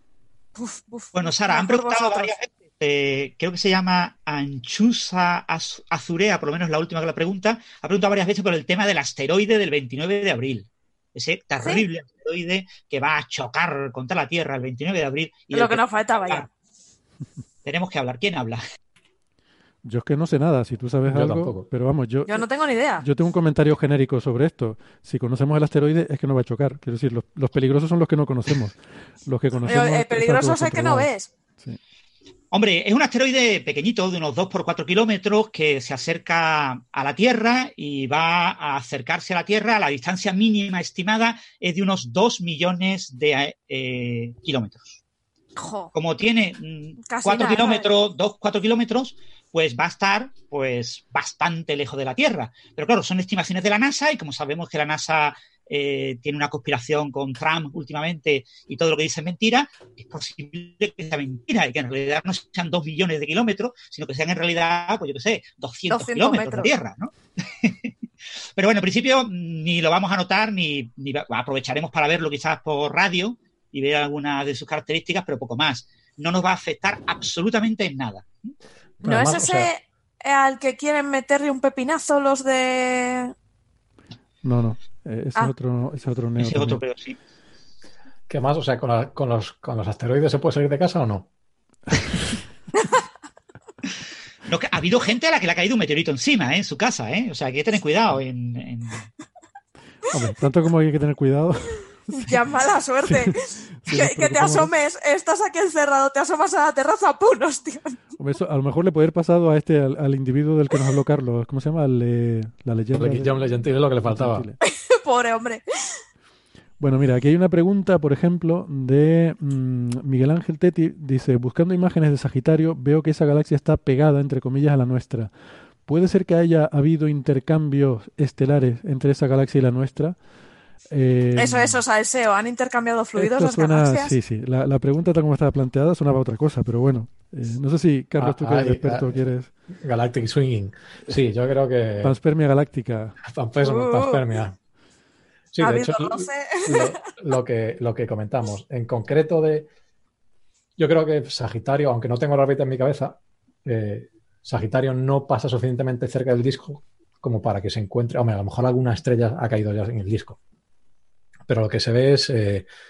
Bueno, Sara, han preguntado varias veces. Creo que se llama Anchusa Azurea, por lo menos la última que la pregunta, ha preguntado varias veces por el tema del asteroide del 29 de abril. Ese terrible asteroide que va a chocar contra la Tierra el 29 de abril. Y lo que nos faltaba ya. Tenemos que hablar. ¿Quién habla? Yo es que no sé nada, si tú sabes algo, tampoco. Pero vamos, yo no tengo ni idea. Yo tengo un comentario genérico sobre esto. Si conocemos el asteroide es que no va a chocar. Quiero decir, los peligrosos son los que no conocemos. Los que conocemos... El peligroso es el que no ves. Sí. Hombre, es un asteroide pequeñito de unos 2 por 4 kilómetros que se acerca a la Tierra y va a acercarse a la Tierra. La distancia mínima estimada es de unos 2 millones de kilómetros. Como tiene 4 kilómetros, pues va a estar pues bastante lejos de la Tierra. Pero claro, son estimaciones de la NASA y como sabemos que la NASA tiene una conspiración con Trump últimamente y todo lo que dice es mentira, es posible que sea mentira y que en realidad no sean 2 millones de kilómetros, sino que sean en realidad, pues yo qué sé, 200 kilómetros de Tierra, ¿no? Pero bueno, en principio ni lo vamos a notar ni aprovecharemos para verlo quizás por radio y ver algunas de sus características, pero poco más. No nos va a afectar absolutamente en nada. ¿No además, es ese al que quieren meterle un pepinazo los de...? No. Ese es otro neo. Ese otro, pero sí. ¿Qué más? O sea, ¿con los asteroides se puede salir de casa o no? No, que ha habido gente a la que le ha caído un meteorito encima, en su casa, O sea, hay que tener cuidado Hombre, tanto como hay que tener cuidado... Ya mala suerte. Que te asomes, estás aquí encerrado, te asomas a la terraza, ¡pum! Hostia. Eso a lo mejor le puede haber pasado a al individuo del que nos habló Carlos. ¿Cómo se llama? La leyenda. John Legentile es lo que le faltaba. Pobre hombre. Bueno, mira, aquí hay una pregunta, por ejemplo, de Miguel Ángel Teti. Dice, buscando imágenes de Sagitario, veo que esa galaxia está pegada, entre comillas, a la nuestra. ¿Puede ser que haya habido intercambios estelares entre esa galaxia y la nuestra? Eso, Salseo, han intercambiado fluidos las galaxias. Sí, la pregunta tal como estaba planteada sonaba otra cosa, pero bueno, no sé si, Carlos, tú que eres experto, quieres... Galactic Swinging, sí, yo creo que... Panspermia galáctica. Panspermia. Sí, de hecho, lo que comentamos, en concreto yo creo que Sagitario, aunque no tengo la órbita en mi cabeza, Sagitario no pasa suficientemente cerca del disco como para que se encuentre, hombre, a lo mejor alguna estrella ha caído ya en el disco. Pero lo que se ve es,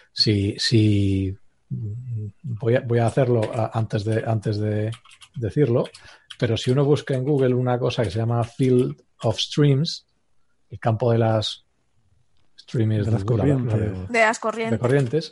si voy a hacerlo antes de decirlo, pero si uno busca en Google una cosa que se llama Field of Streams, el campo de las streams de las corrientes. De las corrientes. De corrientes,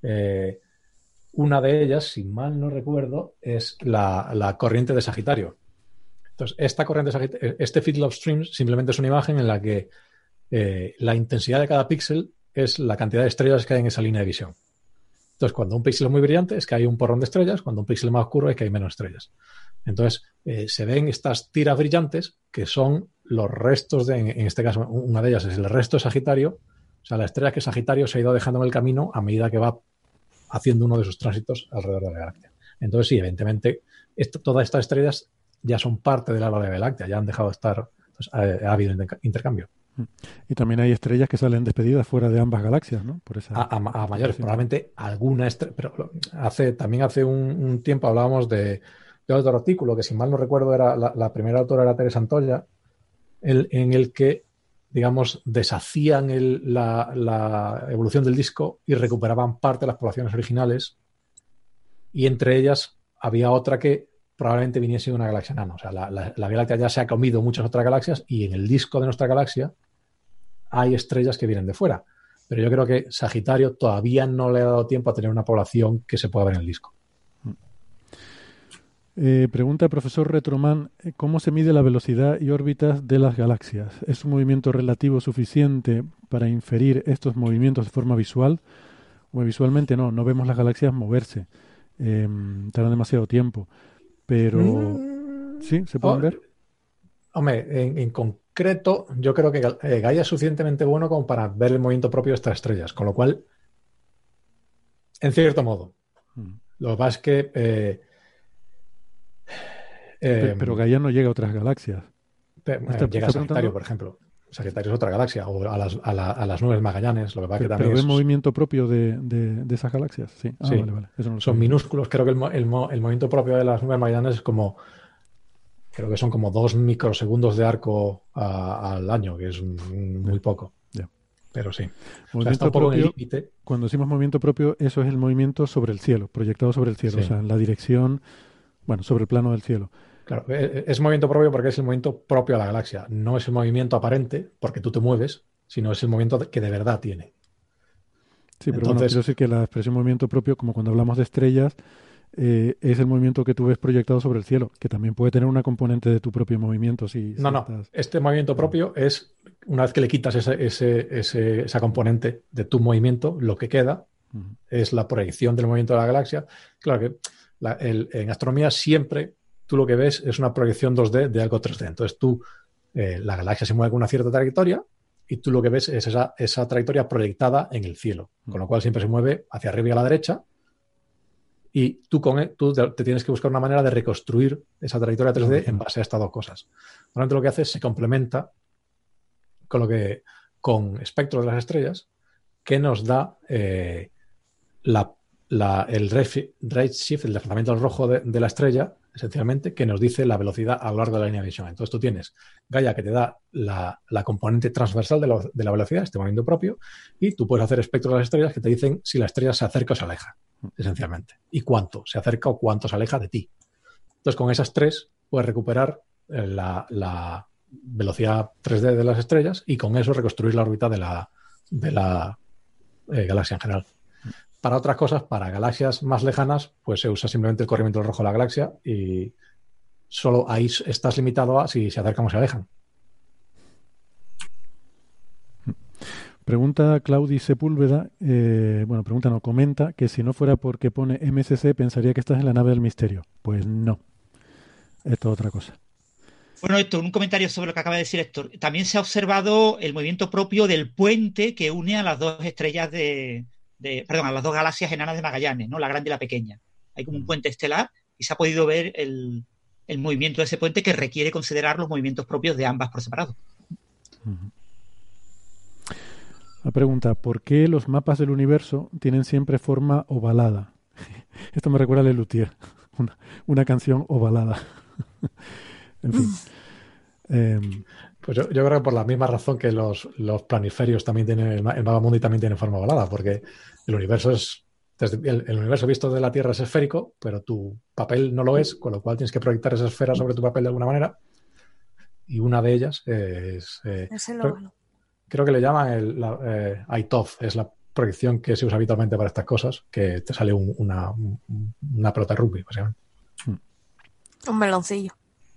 una de ellas, si mal no recuerdo, es la corriente de Sagitario. Entonces, esta corriente de Sagitario, este Field of Streams simplemente es una imagen en la que la intensidad de cada píxel es la cantidad de estrellas que hay en esa línea de visión. Entonces, cuando un píxel es muy brillante es que hay un porrón de estrellas, cuando un píxel es más oscuro es que hay menos estrellas. Entonces, se ven estas tiras brillantes que son los restos en este caso, una de ellas es el resto de Sagitario, o sea, la estrella que Sagitario se ha ido dejando en el camino a medida que va haciendo uno de sus tránsitos alrededor de la galaxia. Entonces, sí, evidentemente, todas estas estrellas ya son parte de la Vía Láctea, ya han dejado de estar, pues, ha habido intercambio. Y también hay estrellas que salen despedidas fuera de ambas galaxias, ¿no? Por esa a mayores, probablemente alguna estrella, pero también hace un tiempo hablábamos de otro artículo que, si mal no recuerdo, era la primera autora era Teresa Antolla, en el que, digamos, deshacían la evolución del disco y recuperaban parte de las poblaciones originales, y entre ellas había otra que probablemente viniese de una galaxia enana. O sea, la Vía Láctea ya se ha comido muchas otras galaxias y en el disco de nuestra galaxia hay estrellas que vienen de fuera. Pero yo creo que Sagitario todavía no le ha dado tiempo a tener una población que se pueda ver en el disco. Pregunta el profesor Retroman, ¿cómo se mide la velocidad y órbitas de las galaxias? ¿Es un movimiento relativo suficiente para inferir estos movimientos de forma visual? O visualmente no vemos las galaxias moverse. Tardan demasiado tiempo. Pero sí, ¿se pueden ver? Hombre, en concreto, yo creo que Gaia es suficientemente bueno como para ver el movimiento propio de estas estrellas, con lo cual, en cierto modo. Lo que pasa es que... pero Gaia no llega a otras galaxias. Llega a Sagitario, por ejemplo. Sagitario es otra galaxia, o a las nubes Magallanes. Lo que pasa que también pero ¿ve movimiento propio de esas galaxias? Sí. Sí. Vale. Eso no lo son sabía. minúsculos. Creo que el movimiento propio de las nubes Magallanes es como... Creo que son como 2 microsegundos de arco al año, que es muy poco. Yeah. Pero sí. Movimiento o sea, está un poco en el propio, límite. cuando decimos movimiento propio, eso es el movimiento sobre el cielo, proyectado sobre el cielo, Sí. o sea, en la dirección, sobre el plano del cielo. Claro, es movimiento propio porque es el movimiento propio a la galaxia. No es el movimiento aparente porque tú te mueves, sino es el movimiento que de verdad tiene. Sí, pero Entonces, quiero decir que la expresión movimiento propio, como cuando hablamos de estrellas, es el movimiento que tú ves proyectado sobre el cielo, que también puede tener una componente de tu propio movimiento. Este movimiento propio es, una vez que le quitas esa componente de tu movimiento, lo que queda es la proyección del movimiento de la galaxia. Claro que en astronomía siempre tú lo que ves es una proyección 2D de algo 3D. Entonces la galaxia se mueve con una cierta trayectoria y tú lo que ves es esa trayectoria proyectada en el cielo, con lo cual siempre se mueve hacia arriba y a la derecha. Y tú te tienes que buscar una manera de reconstruir esa trayectoria 3D en base a estas dos cosas. Normalmente lo que hace es se complementa con espectro de las estrellas, que nos da el redshift, el desplazamiento al rojo de la estrella, esencialmente, que nos dice la velocidad a lo largo de la línea de visión. Entonces tú tienes Gaia, que te da la componente transversal de la velocidad, este movimiento propio, y tú puedes hacer espectros de las estrellas que te dicen si la estrella se acerca o se aleja, esencialmente, y cuánto se acerca o cuánto se aleja de ti. Entonces con esas tres puedes recuperar la velocidad 3D de las estrellas y con eso reconstruir la órbita de la galaxia en general. Para otras cosas, para galaxias más lejanas, pues se usa simplemente el corrimiento rojo de la galaxia y solo ahí estás limitado a si se acercan o se alejan. Pregunta Claudi Sepúlveda, comenta que si no fuera porque pone MSC pensaría que estás en la nave del misterio. Pues no, esto es otra cosa. Bueno, Héctor, un comentario sobre lo que acaba de decir Héctor. También se ha observado el movimiento propio del puente que une a las dos estrellas a las dos galaxias enanas de Magallanes, ¿no? La grande y la pequeña. Hay como un puente estelar y se ha podido ver el movimiento de ese puente, que requiere considerar los movimientos propios de ambas por separado. La pregunta, ¿por qué los mapas del universo tienen siempre forma ovalada? Esto me recuerda a Lelutier, una canción ovalada. En fin. Pues yo creo que por la misma razón que los planisferios también tienen, el mapa mundi también tiene forma ovalada, porque el universo el universo visto desde la Tierra es esférico, pero tu papel no lo es, con lo cual tienes que proyectar esa esfera sobre tu papel de alguna manera, y una de ellas es el óvalo. Creo que le llaman ITOF, es la proyección que se usa habitualmente para estas cosas, que te sale una pelota de rugby, básicamente. Un meloncillo.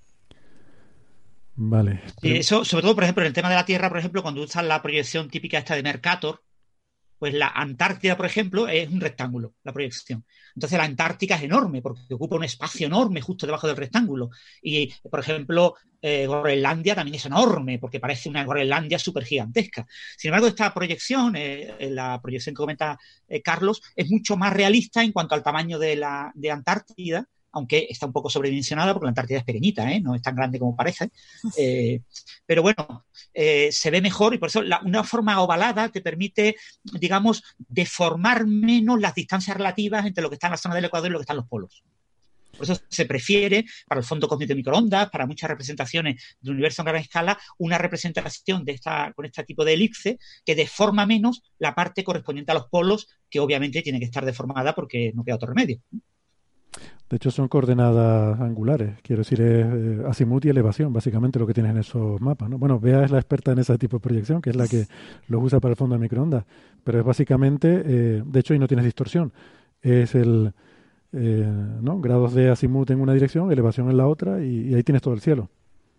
Vale. Y eso, sobre todo, por ejemplo, en el tema de la Tierra, por ejemplo, cuando usas la proyección típica esta de Mercator, pues la Antártida, por ejemplo, es un rectángulo, la proyección. Entonces la Antártica es enorme porque ocupa un espacio enorme justo debajo del rectángulo. Y, por ejemplo, Groenlandia también es enorme porque parece una Groenlandia súper gigantesca. Sin embargo, esta proyección, la proyección que comenta Carlos, es mucho más realista en cuanto al tamaño de Antártida, aunque está un poco sobredimensionada porque la Antártida es pequeñita, no es tan grande como parece. Pero bueno, se ve mejor y por eso una forma ovalada te permite, digamos, deformar menos las distancias relativas entre lo que está en la zona del Ecuador y lo que están los polos. Por eso se prefiere, para el fondo cósmico de microondas, para muchas representaciones del universo en gran escala, una representación con este tipo de elipse que deforma menos la parte correspondiente a los polos, que obviamente tiene que estar deformada porque no queda otro remedio. De hecho, son coordenadas angulares, quiero decir, es azimut y elevación, básicamente lo que tienes en esos mapas, ¿no? Bueno, Bea es la experta en ese tipo de proyección, que es la que los usa para el fondo de microondas, pero es básicamente, de hecho, ahí no tienes distorsión, es ¿no? Grados de azimut en una dirección, elevación en la otra, y ahí tienes todo el cielo.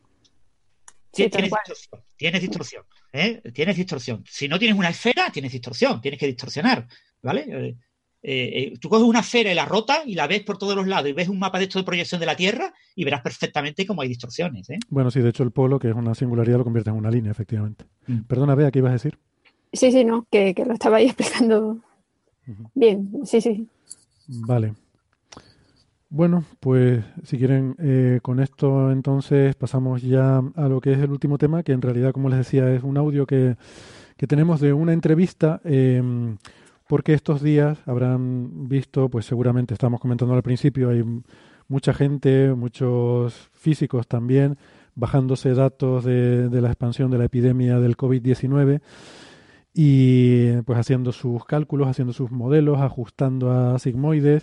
Sí, tienes distorsión. Tienes distorsión. Si no tienes una esfera, tienes distorsión, tienes que distorsionar, ¿vale? Tú coges una esfera y la rotas y la ves por todos los lados y ves un mapa de esto de proyección de la Tierra y verás perfectamente cómo hay distorsiones. Bueno, sí, de hecho el polo, que es una singularidad, lo convierte en una línea, efectivamente. Perdona, Bea, ¿qué ibas a decir? Sí, no, que lo estaba ahí explicando bien, sí. Vale. Bueno, pues si quieren, con esto entonces pasamos ya a lo que es el último tema, que en realidad, como les decía, es un audio que tenemos de una entrevista, porque estos días habrán visto, pues seguramente estábamos comentando al principio, hay mucha gente, muchos físicos también, bajándose datos de la expansión de la epidemia del COVID-19 y pues haciendo sus cálculos, haciendo sus modelos, ajustando a sigmoides.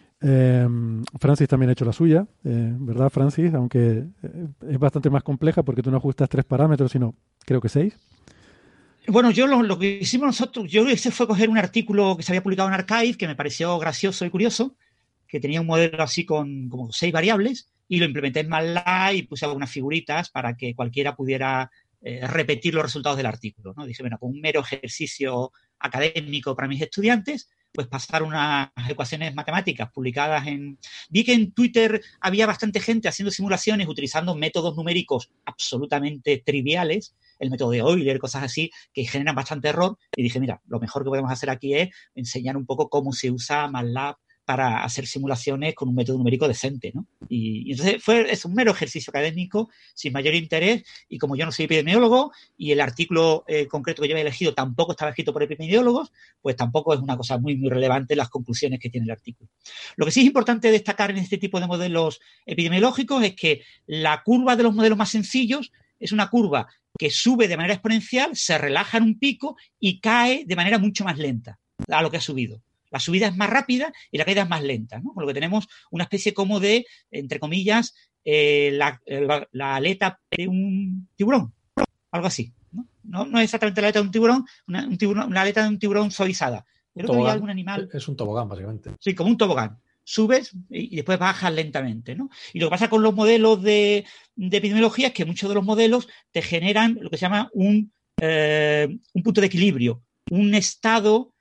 Francis también ha hecho la suya, ¿verdad, Francis? Aunque es bastante más compleja porque tú no ajustas 3 parámetros, sino creo que 6. Bueno, yo lo que hicimos nosotros, yo hice fue coger un artículo que se había publicado en Archive que me pareció gracioso y curioso, que tenía un modelo así con como 6 variables y lo implementé en MATLAB y puse algunas figuritas para que cualquiera pudiera repetir los resultados del artículo, ¿no? Dije, bueno, con un mero ejercicio académico para mis estudiantes, pues pasar unas ecuaciones matemáticas publicadas Vi que en Twitter había bastante gente haciendo simulaciones utilizando métodos numéricos absolutamente triviales, el método de Euler, cosas así, que generan bastante error, y dije, mira, lo mejor que podemos hacer aquí es enseñar un poco cómo se usa MATLAB para hacer simulaciones con un método numérico decente, ¿no? Y entonces es un mero ejercicio académico sin mayor interés, y como yo no soy epidemiólogo y el artículo concreto que yo había elegido tampoco estaba escrito por epidemiólogos, pues tampoco es una cosa muy, muy relevante las conclusiones que tiene el artículo. Lo que sí es importante destacar en este tipo de modelos epidemiológicos es que la curva de los modelos más sencillos es una curva que sube de manera exponencial, se relaja en un pico y cae de manera mucho más lenta a lo que ha subido. La subida es más rápida y la caída es más lenta, ¿no? Con lo que tenemos una especie como de, entre comillas, la aleta de un tiburón, algo así, ¿no? No es exactamente la aleta de un tiburón, una aleta de un tiburón suavizada. Pero que hay algún animal. Es un tobogán, básicamente. Sí, como un tobogán. Subes y después bajas lentamente, ¿no? Y lo que pasa con los modelos de epidemiología es que muchos de los modelos te generan lo que se llama un punto de equilibrio, un estado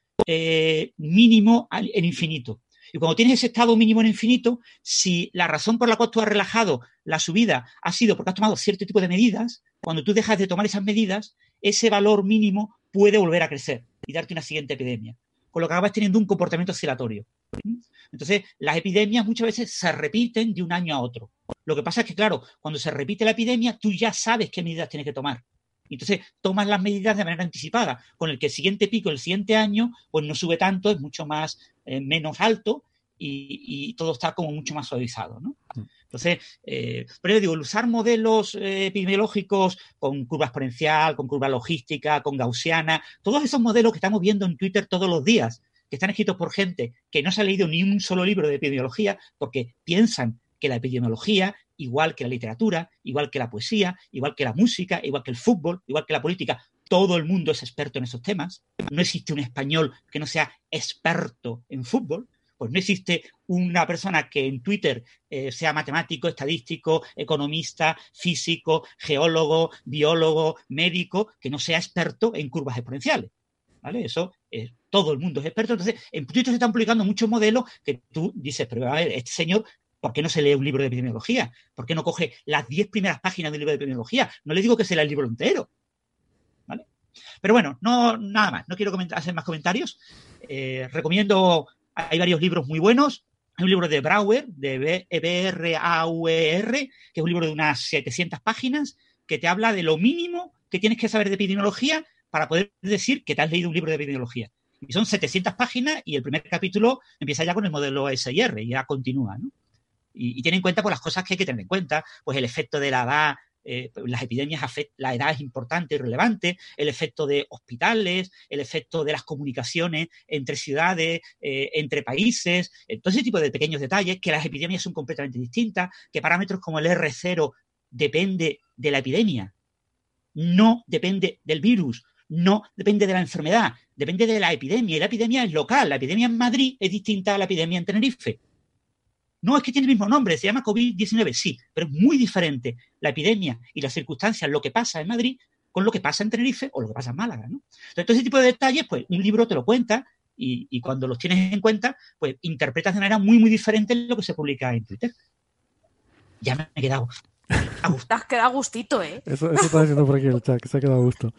mínimo en infinito. Y cuando tienes ese estado mínimo en infinito, si la razón por la cual tú has relajado la subida ha sido porque has tomado cierto tipo de medidas, cuando tú dejas de tomar esas medidas, ese valor mínimo puede volver a crecer y darte una siguiente epidemia. Con lo que acabas teniendo un comportamiento oscilatorio. Entonces, las epidemias muchas veces se repiten de un año a otro. Lo que pasa es que, claro, cuando se repite la epidemia, tú ya sabes qué medidas tienes que tomar. Entonces, tomas las medidas de manera anticipada, con el que el siguiente pico, el siguiente año, pues no sube tanto, es mucho más menos alto, y todo está como mucho más suavizado, ¿no? Entonces, pero yo digo, el usar modelos epidemiológicos con curva exponencial, con curva logística, con gaussiana, todos esos modelos que estamos viendo en Twitter todos los días, que están escritos por gente que no se ha leído ni un solo libro de epidemiología porque piensan que la epidemiología, igual que la literatura, igual que la poesía, igual que la música, igual que el fútbol, igual que la política, todo el mundo es experto en esos temas. No existe un español que no sea experto en fútbol. Pues no existe una persona que en Twitter sea matemático, estadístico, economista, físico, geólogo, biólogo, médico, que no sea experto en curvas exponenciales, ¿vale? Eso, todo el mundo es experto. Entonces, en Twitter se están publicando muchos modelos que tú dices, pero a ver, este señor, ¿por qué no se lee un libro de epidemiología? ¿Por qué no coge las 10 primeras páginas del libro de epidemiología? No le digo que se lea el libro entero, ¿vale? Pero bueno, no, nada más. No quiero hacer más comentarios. Recomiendo... Hay varios libros muy buenos. Hay un libro de Brauer, de Brauer, que es un libro de unas 700 páginas, que te habla de lo mínimo que tienes que saber de epidemiología para poder decir que te has leído un libro de epidemiología. Y son 700 páginas y el primer capítulo empieza ya con el modelo SIR y ya continúa, ¿no? Y tiene en cuenta pues, las cosas que hay que tener en cuenta, pues el efecto de la edad. Las epidemias la edad es importante y relevante, el efecto de hospitales, el efecto de las comunicaciones entre ciudades, entre países, todo ese tipo de pequeños detalles, que las epidemias son completamente distintas, que parámetros como el R0 depende de la epidemia, no depende del virus, no depende de la enfermedad, depende de la epidemia, y la epidemia es local, la epidemia en Madrid es distinta a la epidemia en Tenerife. No, es que tiene el mismo nombre, se llama COVID-19, sí, pero es muy diferente la epidemia y las circunstancias, lo que pasa en Madrid, con lo que pasa en Tenerife o lo que pasa en Málaga, ¿no? Entonces, todo ese tipo de detalles, pues un libro te lo cuenta y cuando los tienes en cuenta, pues interpretas de manera muy, muy diferente lo que se publica en Twitter. Ya me he quedado a gusto. Te has quedado a gustito, ¿eh? Eso está diciendo por aquí el chat, que se ha quedado a gusto.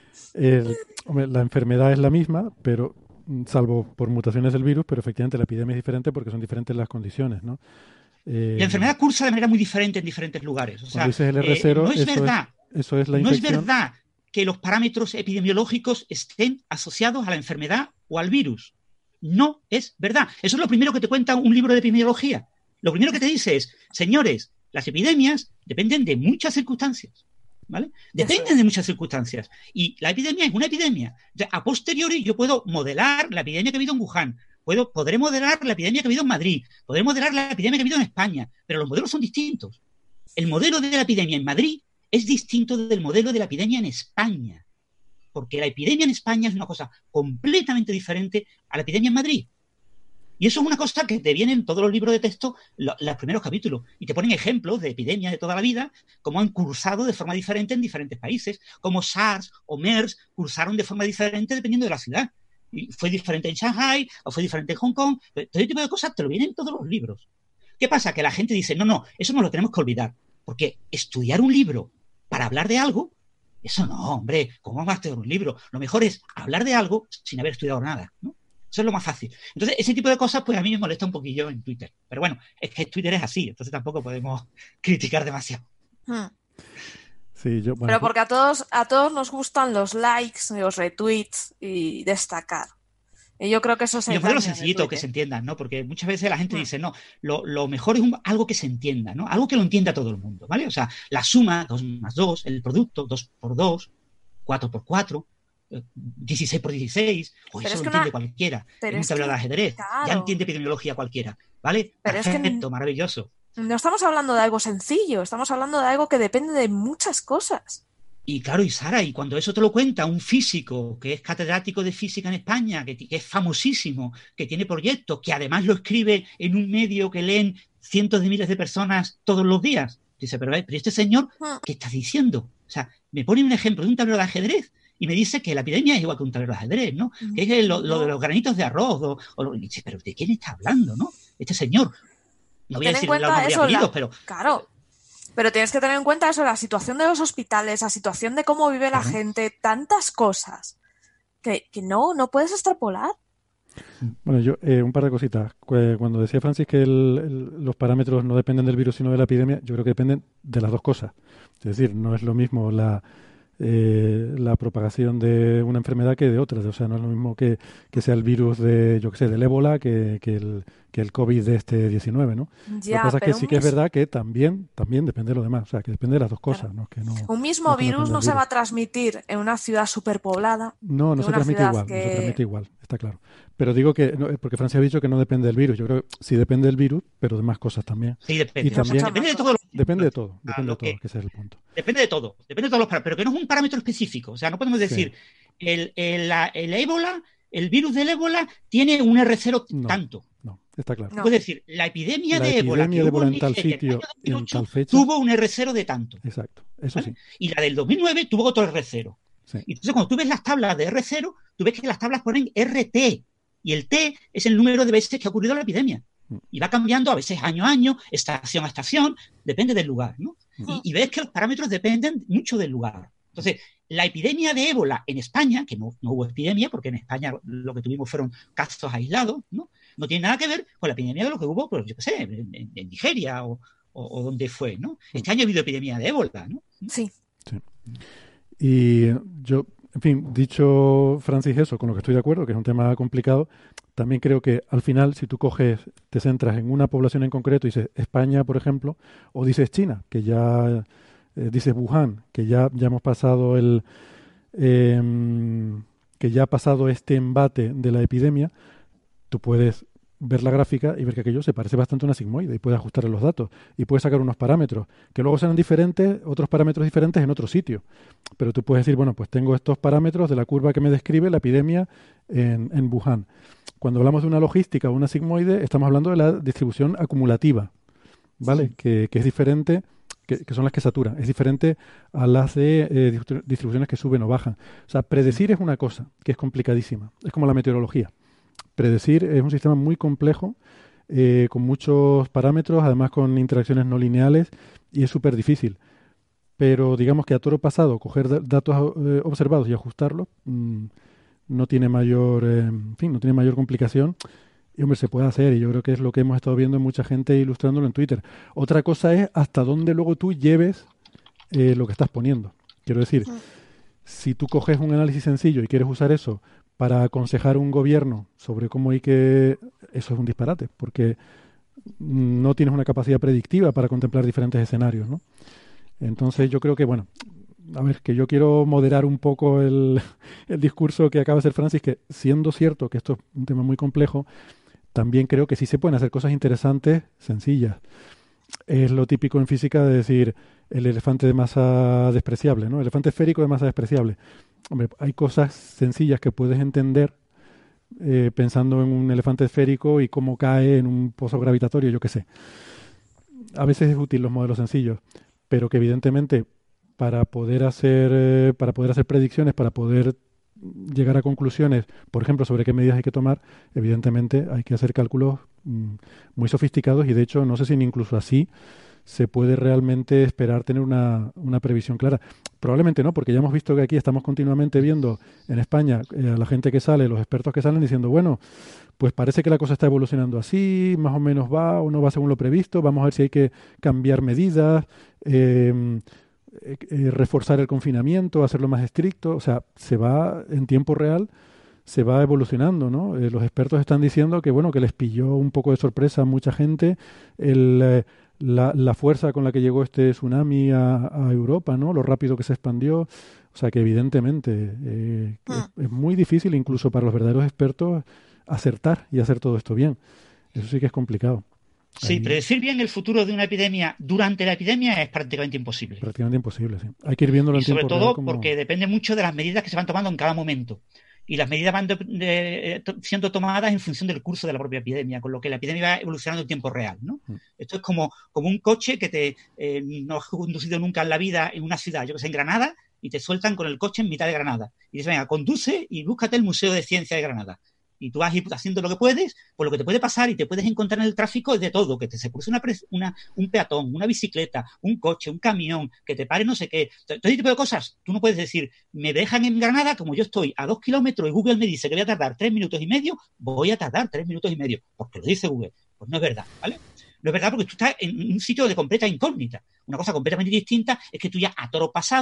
Hombre, la enfermedad es la misma, pero... salvo por mutaciones del virus, pero efectivamente la epidemia es diferente porque son diferentes las condiciones, ¿no? La enfermedad cursa de manera muy diferente en diferentes lugares. O sea, dices el R0, no es verdad, eso es la no es infección. verdad que los parámetros epidemiológicos estén asociados a la enfermedad o al virus. No es verdad. Eso es lo primero que te cuenta un libro de epidemiología. Lo primero que te dice es, señores, las epidemias dependen de muchas circunstancias. ¿Vale? Dependen de muchas circunstancias. Y la epidemia es una epidemia. O sea, a posteriori yo puedo modelar la epidemia que ha habido en Wuhan, podré modelar la epidemia que ha habido en Madrid, podré modelar la epidemia que ha habido en España, pero los modelos son distintos. El modelo de la epidemia en Madrid es distinto del modelo de la epidemia en España, porque la epidemia en España es una cosa completamente diferente a la epidemia en Madrid. Y eso es una cosa que te viene en todos los libros de texto, los primeros capítulos, y te ponen ejemplos de epidemias de toda la vida, cómo han cursado de forma diferente en diferentes países, como SARS o MERS cursaron de forma diferente dependiendo de la ciudad. Y fue diferente en Shanghai, o fue diferente en Hong Kong, todo ese tipo de cosas te lo vienen en todos los libros. ¿Qué pasa? Que la gente dice, no, eso no lo tenemos que olvidar, porque estudiar un libro para hablar de algo, eso no, hombre, ¿cómo vamos a estudiar un libro? Lo mejor es hablar de algo sin haber estudiado nada, ¿no? Eso es lo más fácil. Entonces, ese tipo de cosas, pues a mí me molesta un poquillo en Twitter. Pero bueno, es que Twitter es así, entonces tampoco podemos criticar demasiado. Sí, bueno, pero porque a todos nos gustan los likes, los retweets y destacar. Y yo creo que eso se y los modelos sencillitos que se entiendan, ¿no? Porque muchas veces la gente dice, no, lo mejor es algo que se entienda, ¿no? Algo que lo entienda todo el mundo, ¿vale? O sea, la suma, 2 más 2, el producto, 2 por 2, 4 por 4, 16 por 16, o eso lo entiende cualquiera. En un tablero de ajedrez, claro. Ya entiende epidemiología cualquiera, ¿vale? Pero perfecto, es que maravilloso. No estamos hablando de algo sencillo, estamos hablando de algo que depende de muchas cosas. Y claro, y Sara, y cuando eso te lo cuenta un físico que es catedrático de física en España, que es famosísimo, que tiene proyectos, que además lo escribe en un medio que leen cientos de miles de personas todos los días, dice, pero este señor, ¿qué está diciendo? O sea, me pone un ejemplo de un tablero de ajedrez y me dice que la epidemia es igual que un tablero de ajedrez, ¿no? Que es lo de los granitos de arroz, y dice, pero ¿de quién está hablando, no? Este señor, no voy a decir los nombres y apellidos, pero... Claro, pero tienes que tener en cuenta eso, la situación de los hospitales, la situación de cómo vive la gente, tantas cosas que no puedes extrapolar. Bueno, yo un par de cositas. Cuando decía Francis que los parámetros no dependen del virus sino de la epidemia, yo creo que dependen de las dos cosas. Es decir, no es lo mismo la propagación de una enfermedad que de otras. O sea, no es lo mismo que sea el virus de, yo qué sé, del ébola que el COVID de este 19, ¿no? Ya, lo que pasa es que pero sí que es verdad que también depende de lo demás, o sea, que depende de las dos cosas, ¿no? Que no un mismo no que virus depende no del se va virus. a transmitir en una ciudad superpoblada No que se una transmite ciudad igual, no se que... transmite igual, está claro. Pero digo que, porque Francia ha dicho que no depende del virus. Yo creo que sí depende del virus, pero de más cosas también. Sí, depende. Y también Depende de todo. Depende de todo, que ese es el punto. Depende de todo, depende de todos los parámetros, pero que no es un parámetro específico. O sea, no podemos decir, el ébola, el virus del ébola tiene un R0 tanto. No, está claro. Puedes decir, la epidemia de ébola que hubo en tal sitio y en tal fecha tuvo un R0 de tanto. Exacto, eso ¿vale? sí. Y la del 2009 tuvo otro R0. Sí. Y entonces, cuando tú ves las tablas de R0, tú ves que las tablas ponen RT. Y el T es el número de veces que ha ocurrido la epidemia. Y va cambiando a veces año a año, estación a estación, depende del lugar, ¿no? Y ves que los parámetros dependen mucho del lugar. Entonces, la epidemia de ébola en España, que no hubo epidemia, porque en España lo que tuvimos fueron casos aislados, ¿no? No tiene nada que ver con la epidemia de lo que hubo, pues yo qué sé, en Nigeria o donde fue, ¿no? Este año ha habido epidemia de ébola, ¿no? Sí. Y yo, en fin, dicho Francis eso, con lo que estoy de acuerdo, que es un tema complicado, también creo que al final, si tú te centras en una población en concreto y dices España, por ejemplo, o dices China, que ya dices Wuhan, que ya hemos pasado que ya ha pasado este embate de la epidemia, tú puedes ver la gráfica y ver que aquello se parece bastante a una sigmoide y puedes ajustar los datos y puedes sacar unos parámetros que luego serán diferentes, otros parámetros diferentes en otro sitio. Pero tú puedes decir, bueno, pues tengo estos parámetros de la curva que me describe la epidemia en Wuhan. Cuando hablamos de una logística o una sigmoide, estamos hablando de la distribución acumulativa, ¿vale? Sí. Que es diferente, que son las que saturan. Es diferente a las de distribuciones que suben o bajan. O sea, predecir es una cosa que es complicadísima. Es como la meteorología. Predecir es un sistema muy complejo, con muchos parámetros, además con interacciones no lineales, y es súper difícil. Pero digamos que a toro pasado, coger datos observados y ajustarlos, no tiene mayor complicación. Y hombre, se puede hacer, y yo creo que es lo que hemos estado viendo en mucha gente ilustrándolo en Twitter. Otra cosa es hasta dónde luego tú lleves lo que estás poniendo. Quiero decir, si tú coges un análisis sencillo y quieres usar eso para aconsejar a un gobierno sobre cómo hay que... Eso es un disparate, porque no tienes una capacidad predictiva para contemplar diferentes escenarios, ¿no? Entonces yo creo que, bueno, a ver, que yo quiero moderar un poco el discurso que acaba de hacer Francis, que siendo cierto que esto es un tema muy complejo, también creo que sí se pueden hacer cosas interesantes, sencillas. Es lo típico en física de decir el elefante de masa despreciable, ¿no? El elefante esférico de masa despreciable. Hombre, hay cosas sencillas que puedes entender pensando en un elefante esférico y cómo cae en un pozo gravitatorio, yo qué sé. A veces es útil los modelos sencillos, pero que evidentemente para poder hacer predicciones, para poder llegar a conclusiones, por ejemplo, sobre qué medidas hay que tomar, evidentemente hay que hacer cálculos muy sofisticados y de hecho no sé si incluso así se puede realmente esperar tener una previsión clara. Probablemente no, porque ya hemos visto que aquí estamos continuamente viendo en España a la gente que sale, los expertos que salen diciendo, bueno, pues parece que la cosa está evolucionando así, más o menos va o no va según lo previsto, vamos a ver si hay que cambiar medidas, reforzar el confinamiento, hacerlo más estricto, o sea, se va en tiempo real, se va evolucionando, ¿no? Los expertos están diciendo que, bueno, que les pilló un poco de sorpresa a mucha gente la fuerza con la que llegó este tsunami a Europa, ¿no? Lo rápido que se expandió, o sea, que evidentemente es muy difícil incluso para los verdaderos expertos acertar y hacer todo esto bien. Eso sí que es complicado. Sí, predecir bien el futuro de una epidemia durante la epidemia es prácticamente imposible. Prácticamente imposible, sí. Hay que ir viéndolo en tiempo real. Y sobre todo porque depende mucho de las medidas que se van tomando en cada momento. Y las medidas van siendo tomadas en función del curso de la propia epidemia, con lo que la epidemia va evolucionando en tiempo real, ¿no? Esto es como un coche que no has conducido nunca en la vida en una ciudad, yo que sé, en Granada, y te sueltan con el coche en mitad de Granada. Y dices, venga, conduce y búscate el Museo de Ciencia de Granada. Y tú vas a ir haciendo lo que puedes, pues lo que te puede pasar y te puedes encontrar en el tráfico es de todo, que se cruce un peatón, una bicicleta, un coche, un camión, que te pare no sé qué. Todo ese tipo de cosas, tú no puedes decir, me dejan en Granada, como yo estoy a 2 kilómetros y Google me dice que voy a tardar 3 minutos y medio, voy a tardar 3 minutos y medio, porque lo dice Google. Pues no es verdad, ¿vale? No es verdad porque tú estás en un sitio de completa incógnita. Una cosa completamente distinta es que tú ya a toro pasado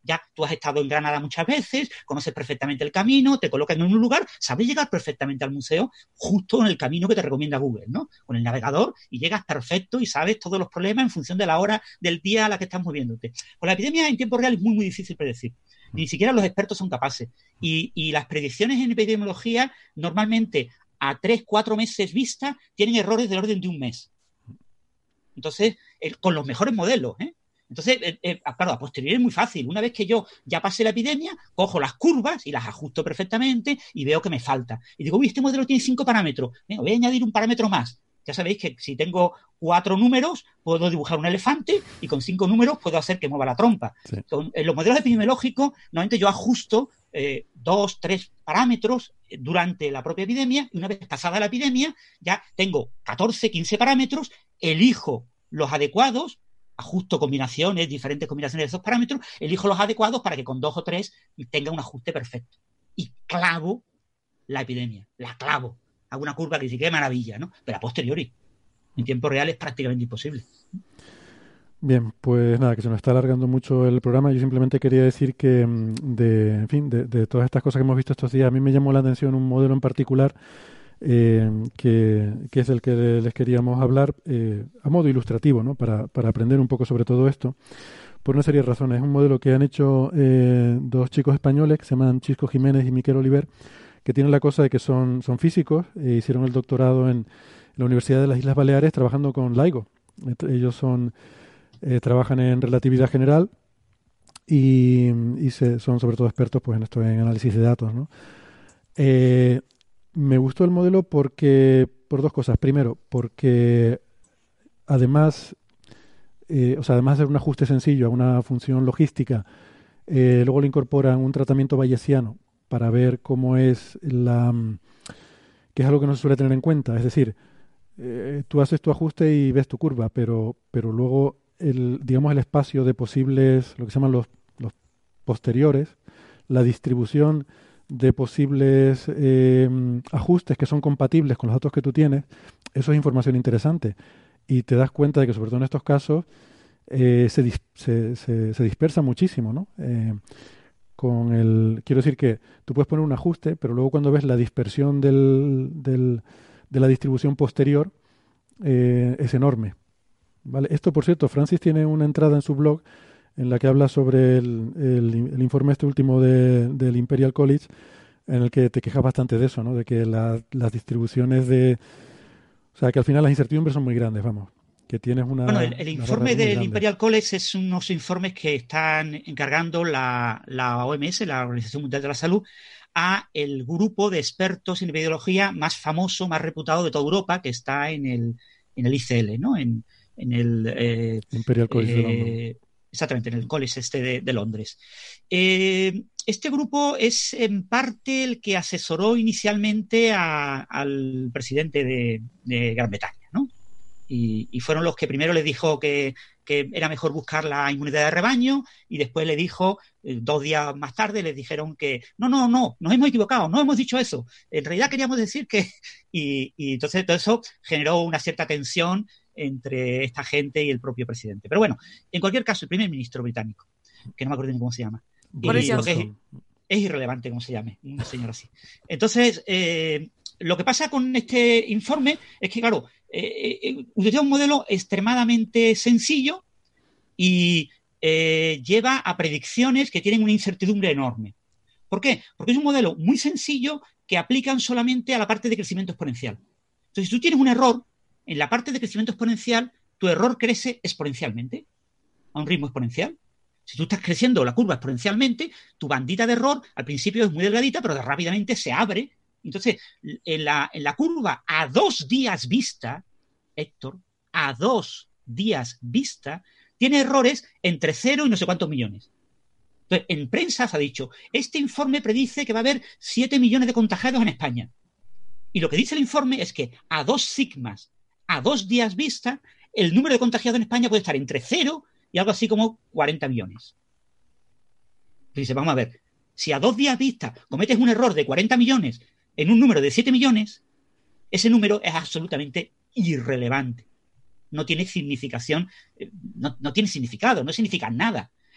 ya tú has estado en Granada muchas veces, conoces perfectamente el camino, te colocas en un lugar, sabes llegar perfectamente al museo justo en el camino que te recomienda Google, ¿no? Con el navegador y llegas perfecto y sabes todos los problemas en función de la hora del día a la que estás moviéndote. Con la epidemia en tiempo real es muy, muy difícil predecir. Ni siquiera los expertos son capaces. Y las predicciones en epidemiología normalmente a 3-4 meses vista tienen errores del orden de un mes. Entonces, con los mejores modelos, ¿eh? Entonces, claro, a posteriori es muy fácil. Una vez que yo ya pasé la epidemia, cojo las curvas y las ajusto perfectamente y veo que me falta. Y digo, uy, este modelo tiene 5 parámetros. Venga, voy a añadir un parámetro más. Ya sabéis que si tengo 4 números, puedo dibujar un elefante y con 5 números puedo hacer que mueva la trompa. Sí. En los modelos epidemiológicos, normalmente yo ajusto 2, 3 parámetros durante la propia epidemia y una vez pasada la epidemia ya tengo 14, 15 parámetros, elijo los adecuados, ajusto combinaciones, diferentes combinaciones de esos parámetros, elijo los adecuados para que con 2 o 3 tenga un ajuste perfecto. Y clavo la epidemia, la clavo. Hago una curva que dice qué maravilla, ¿no? Pero a posteriori, en tiempo real es prácticamente imposible. Bien, pues nada, que se nos está alargando mucho el programa. Yo simplemente quería decir que, de todas estas cosas que hemos visto estos días, a mí me llamó la atención un modelo en particular que es el que les queríamos hablar a modo ilustrativo, ¿no? Para aprender un poco sobre todo esto, por una serie de razones. Es un modelo que han hecho 2 chicos españoles que se llaman Chisco Jiménez y Miquel Oliver, que tienen la cosa de que son físicos, hicieron el doctorado en la Universidad de las Islas Baleares trabajando con LIGO. Ellos trabajan en relatividad general y son sobre todo expertos pues, en esto, en análisis de datos, ¿no? Me gustó el modelo por 2 cosas. Primero, porque además de hacer un ajuste sencillo a una función logística, luego le incorporan un tratamiento bayesiano para ver cómo es que es algo que no se suele tener en cuenta. Es decir, tú haces tu ajuste y ves tu curva, pero luego el espacio de posibles, lo que se llaman los posteriores, la distribución de posibles ajustes que son compatibles con los datos que tú tienes, eso es información interesante. Y te das cuenta de que, sobre todo en estos casos, se dispersa muchísimo, ¿no? Quiero decir que tú puedes poner un ajuste, pero luego cuando ves la dispersión de la distribución posterior, es enorme, ¿vale? Esto, por cierto, Francis tiene una entrada en su blog en la que habla sobre el informe este último del Imperial College, en el que te quejas bastante de eso, ¿no? De que las distribuciones o sea, que al final las incertidumbres son muy grandes, vamos. Que tienes una... Bueno, el informe del Imperial College es unos informes que están encargando la OMS, la Organización Mundial de la Salud, a el grupo de expertos en epidemiología más famoso, más reputado de toda Europa, que está en el ICL, ¿no? En el Imperial College de Londres. Exactamente, en el College de Londres. Este grupo es en parte el que asesoró inicialmente al presidente de Gran Bretaña, ¿no? Y fueron los que primero le dijo que era mejor buscar la inmunidad de rebaño y después le dijo, 2 días más tarde, les dijeron que no, nos hemos equivocado, no hemos dicho eso. En realidad queríamos decir que... Y entonces todo eso generó una cierta tensión entre esta gente y el propio presidente. Pero bueno, en cualquier caso, el primer ministro británico, que no me acuerdo ni cómo se llama, es irrelevante cómo se llame, un señor así. Entonces, lo que pasa con este informe es que, claro, utiliza un modelo extremadamente sencillo y lleva a predicciones que tienen una incertidumbre enorme. ¿Por qué? Porque es un modelo muy sencillo que aplican solamente a la parte de crecimiento exponencial. Entonces, si tú tienes un error en la parte de crecimiento exponencial, tu error crece exponencialmente, a un ritmo exponencial. Si tú estás creciendo la curva exponencialmente, tu bandita de error al principio es muy delgadita, pero rápidamente se abre. Entonces, en la curva a 2 días vista, Héctor, a 2 días vista, tiene errores entre 0 y no sé cuántos millones. Entonces, en prensa se ha dicho, este informe predice que va a haber 7 millones de contagiados en España. Y lo que dice el informe es que a 2 sigmas, a 2 días vista, el número de contagiados en España puede estar entre 0 y algo así como 40 millones. Dice, vamos a ver, si a 2 días vista cometes un error de 40 millones en un número de 7 millones, ese número es absolutamente irrelevante. No tiene significación, no tiene significado, no significa nada.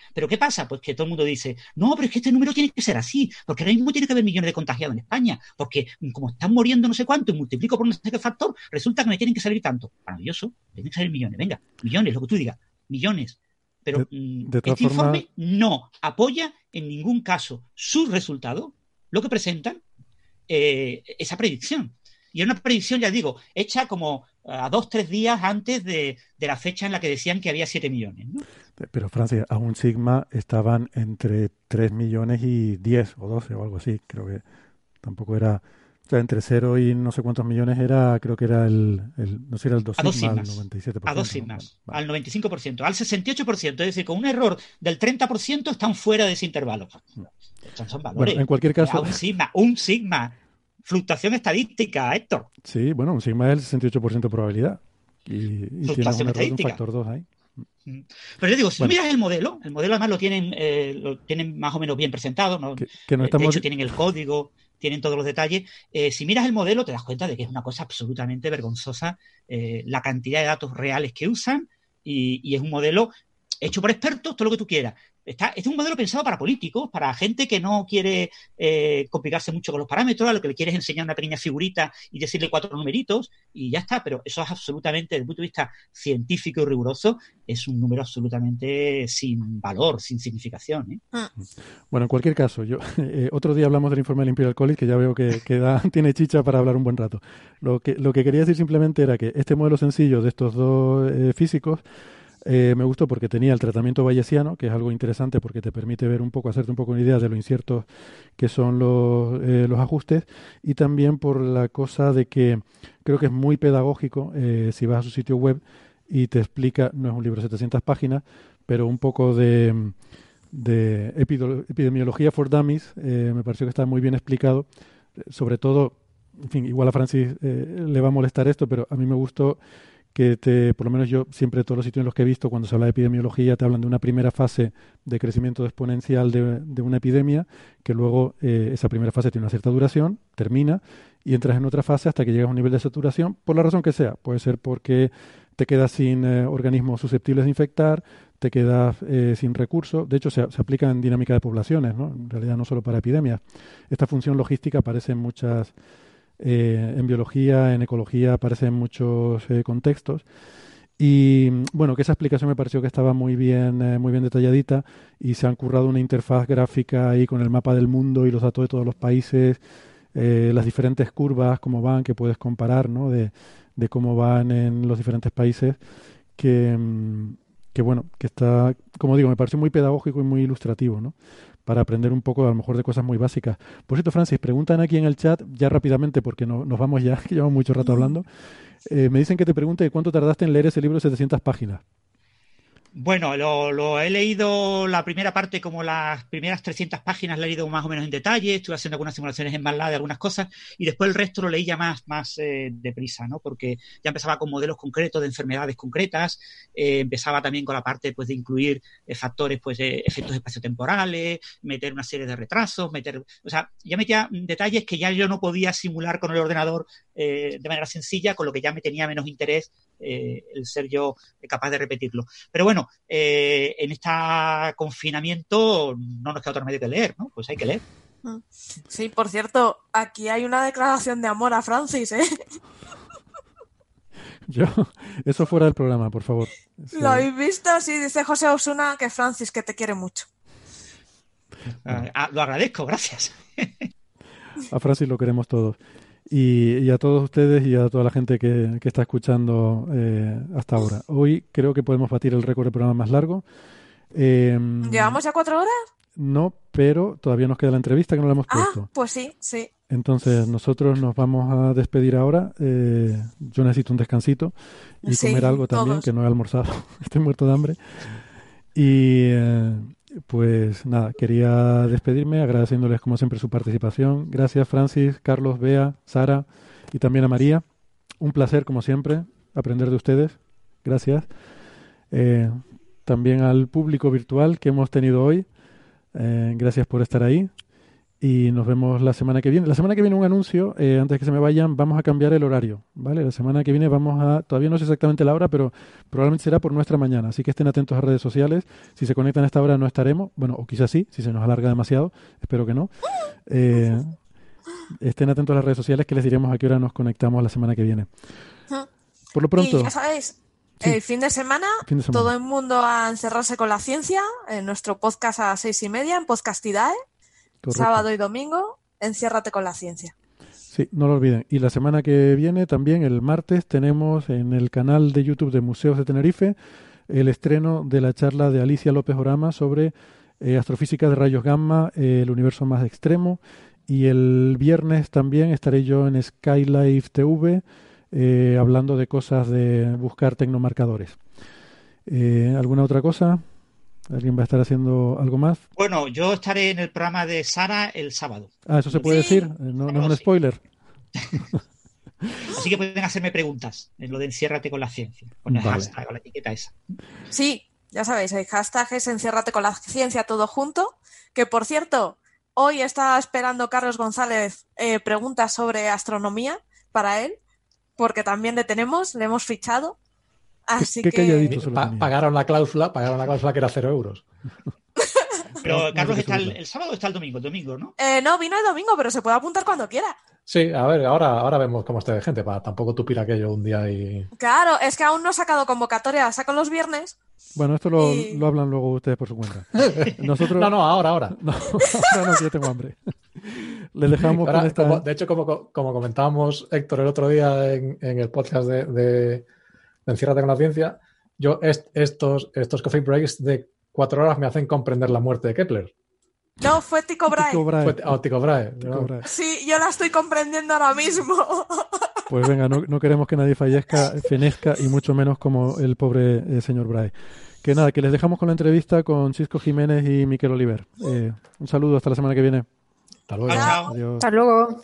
Pero ¿qué pasa? Pues que todo el mundo dice, no, pero es que este número tiene que ser así, porque ahora mismo tiene que haber millones de contagiados en España, porque como están muriendo no sé cuánto y multiplico por no sé qué factor, resulta que me tienen que salir tanto. Maravilloso, tienen que salir millones, venga, millones, lo que tú digas, millones. Pero este informe no apoya en ningún caso sus resultados, lo que presentan, esa predicción. Y es una predicción, ya digo, hecha como a 2-3 días antes de la fecha en la que decían que había 7 millones, ¿no? Pero Francia, a un sigma estaban entre 3 millones y 10 o 12 o algo así. Creo que tampoco era... O sea, entre 0 y no sé cuántos millones era, creo que era no sé, era el 2 sigma, al 97%. A 2 sigmas, al 95%, al 68%. Es decir, con un error del 30% están fuera de ese intervalo. Son valores. Bueno, en cualquier caso... Un sigma. Fluctuación estadística, Héctor. Sí, bueno, un sigma es el 68% de probabilidad. Y tienes un error de un factor 2 ahí. Pero yo digo, si tú miras el modelo además lo tienen más o menos bien presentado, ¿no? Que no estamos... De hecho, tienen el código, tienen todos los detalles. Si miras el modelo, te das cuenta de que es una cosa absolutamente vergonzosa la cantidad de datos reales que usan y es un modelo hecho por expertos, todo lo que tú quieras. Es un modelo pensado para políticos, para gente que no quiere complicarse mucho con los parámetros, a lo que le quieres enseñar una pequeña figurita y decirle 4 numeritos y ya está. Pero eso es absolutamente, desde el punto de vista científico y riguroso, es un número absolutamente sin valor, sin significación, ¿eh? Bueno, en cualquier caso, otro día hablamos del informe del Imperial College, que ya veo que tiene chicha para hablar un buen rato. Lo que quería decir simplemente era que este modelo sencillo de estos dos físicos me gustó porque tenía el tratamiento bayesiano, que es algo interesante porque te permite ver un poco, hacerte un poco una idea de lo inciertos que son los ajustes, y también por la cosa de que creo que es muy pedagógico si vas a su sitio web y te explica, no es un libro de 700 páginas, pero un poco de epidemiología for dummies, me pareció que está muy bien explicado, sobre todo, en fin, igual a Francis le va a molestar esto, pero a mí me gustó que por lo menos yo siempre, todos los sitios en los que he visto, cuando se habla de epidemiología, te hablan de una primera fase de crecimiento exponencial de una epidemia, que luego esa primera fase tiene una cierta duración, termina, y entras en otra fase hasta que llegas a un nivel de saturación, por la razón que sea. Puede ser porque te quedas sin organismos susceptibles de infectar, te quedas sin recursos. De hecho, se aplica en dinámica de poblaciones, ¿no? En realidad no solo para epidemias. Esta función logística aparece en muchas... en biología, en ecología, aparece en muchos contextos. Y bueno, que esa explicación me pareció que estaba muy bien detalladita, y se han currado una interfaz gráfica ahí con el mapa del mundo y los datos de todos los países, las diferentes curvas, cómo van, que puedes comparar, ¿no? De cómo van en los diferentes países, que bueno, que está, como digo, me pareció muy pedagógico y muy ilustrativo, ¿no? Para aprender un poco a lo mejor de cosas muy básicas. Por cierto, Francis, preguntan aquí en el chat, ya rápidamente, porque nos vamos ya, que llevamos mucho rato hablando, me dicen que te pregunte cuánto tardaste en leer ese libro de 700 páginas. Bueno, lo he leído la primera parte, como las primeras 300 páginas, la he leído más o menos en detalle, estuve haciendo algunas simulaciones en MATLAB de algunas cosas, y después el resto lo leí ya más deprisa, ¿no? Porque ya empezaba con modelos concretos de enfermedades concretas, empezaba también con la parte, pues, de incluir factores, pues, de efectos espaciotemporales, meter una serie de retrasos, o sea, ya metía detalles que ya yo no podía simular con el ordenador de manera sencilla, con lo que ya me tenía menos interés el ser yo capaz de repetirlo. Pero bueno, en este confinamiento no nos queda otro medio que leer, ¿no? Pues hay que leer. Sí, por cierto, aquí hay una declaración de amor a Francis, ¿eh? Eso fuera del programa, por favor. Sí. ¿Lo habéis visto? Sí, dice José Osuna que Francis, que te quiere mucho. Lo agradezco, gracias. A Francis lo queremos todos. Y a todos ustedes y a toda la gente que está escuchando hasta ahora. Hoy creo que podemos batir el récord de programa más largo. ¿Llevamos ya 4 horas? No, pero todavía nos queda la entrevista que no la hemos puesto. Ah, pues sí. Entonces nosotros nos vamos a despedir ahora. Yo necesito un descansito y comer algo también, todos. Que no he almorzado. Estoy muerto de hambre. Y... pues nada, quería despedirme agradeciéndoles como siempre su participación. Gracias Francis, Carlos, Bea, Sara y también a María. Un placer como siempre aprender de ustedes. Gracias. También al público virtual que hemos tenido hoy. Gracias por estar ahí. y nos vemos la semana que viene. La semana que viene un anuncio, antes de que se me vayan, vamos a cambiar el horario, ¿vale? La semana que viene todavía no sé exactamente la hora, pero probablemente será por nuestra mañana, así que estén atentos a redes sociales. Si se conectan a esta hora no estaremos, bueno, o quizás sí, si se nos alarga demasiado, espero que no. Estén atentos a las redes sociales que les diremos a qué hora nos conectamos la semana que viene. Por lo pronto... Y ya sabéis, sí, el fin de semana, todo el mundo a encerrarse con la ciencia, en nuestro podcast a 6:30, en Podcastidae. Correcto. Sábado y domingo, enciérrate con la ciencia. Sí, no lo olviden. Y la semana que viene, también el martes, tenemos en el canal de YouTube de Museos de Tenerife el estreno de la charla de Alicia López Orama sobre astrofísica de rayos gamma, el universo más extremo. Y el viernes también estaré yo en Skylife TV hablando de cosas de buscar tecnomarcadores. ¿Alguna otra cosa? ¿Alguien va a estar haciendo algo más? Bueno, yo estaré en el programa de Sara el sábado. Ah, ¿eso se puede decir? No es un spoiler. Así que pueden hacerme preguntas en lo de enciérrate con la ciencia, con el hashtag, con la etiqueta esa. Sí, ya sabéis, el hashtag es enciérrate con la ciencia todo junto, que por cierto, hoy está esperando Carlos González preguntas sobre astronomía para él, porque también le hemos fichado. Así que pagaron la cláusula que era 0 euros. Pero Carlos está el sábado o está el domingo, ¿no? No, vino el domingo, pero se puede apuntar cuando quiera. Sí, a ver, ahora vemos cómo está de gente, para tampoco tupir aquello un día y... Claro, es que aún no he sacado convocatoria, saco los viernes. Bueno, esto lo hablan luego ustedes por su cuenta. Nosotros... No, ahora. No, ahora no, que yo tengo hambre. Les dejamos ahora, con esta... de hecho, como comentábamos, Héctor, el otro día en el podcast de Enciérrate con la ciencia, yo estos coffee breaks de 4 horas me hacen comprender la muerte de Kepler. No, fue Tycho Brahe. Tycho Brahe. Sí, yo la estoy comprendiendo ahora mismo. Pues venga, no queremos que nadie fenezca y mucho menos como el pobre señor Brahe. Que nada, que les dejamos con la entrevista con Chisco Jiménez y Miquel Oliver. Un saludo, hasta la semana que viene. Hasta luego. Chao. Adiós. Hasta luego.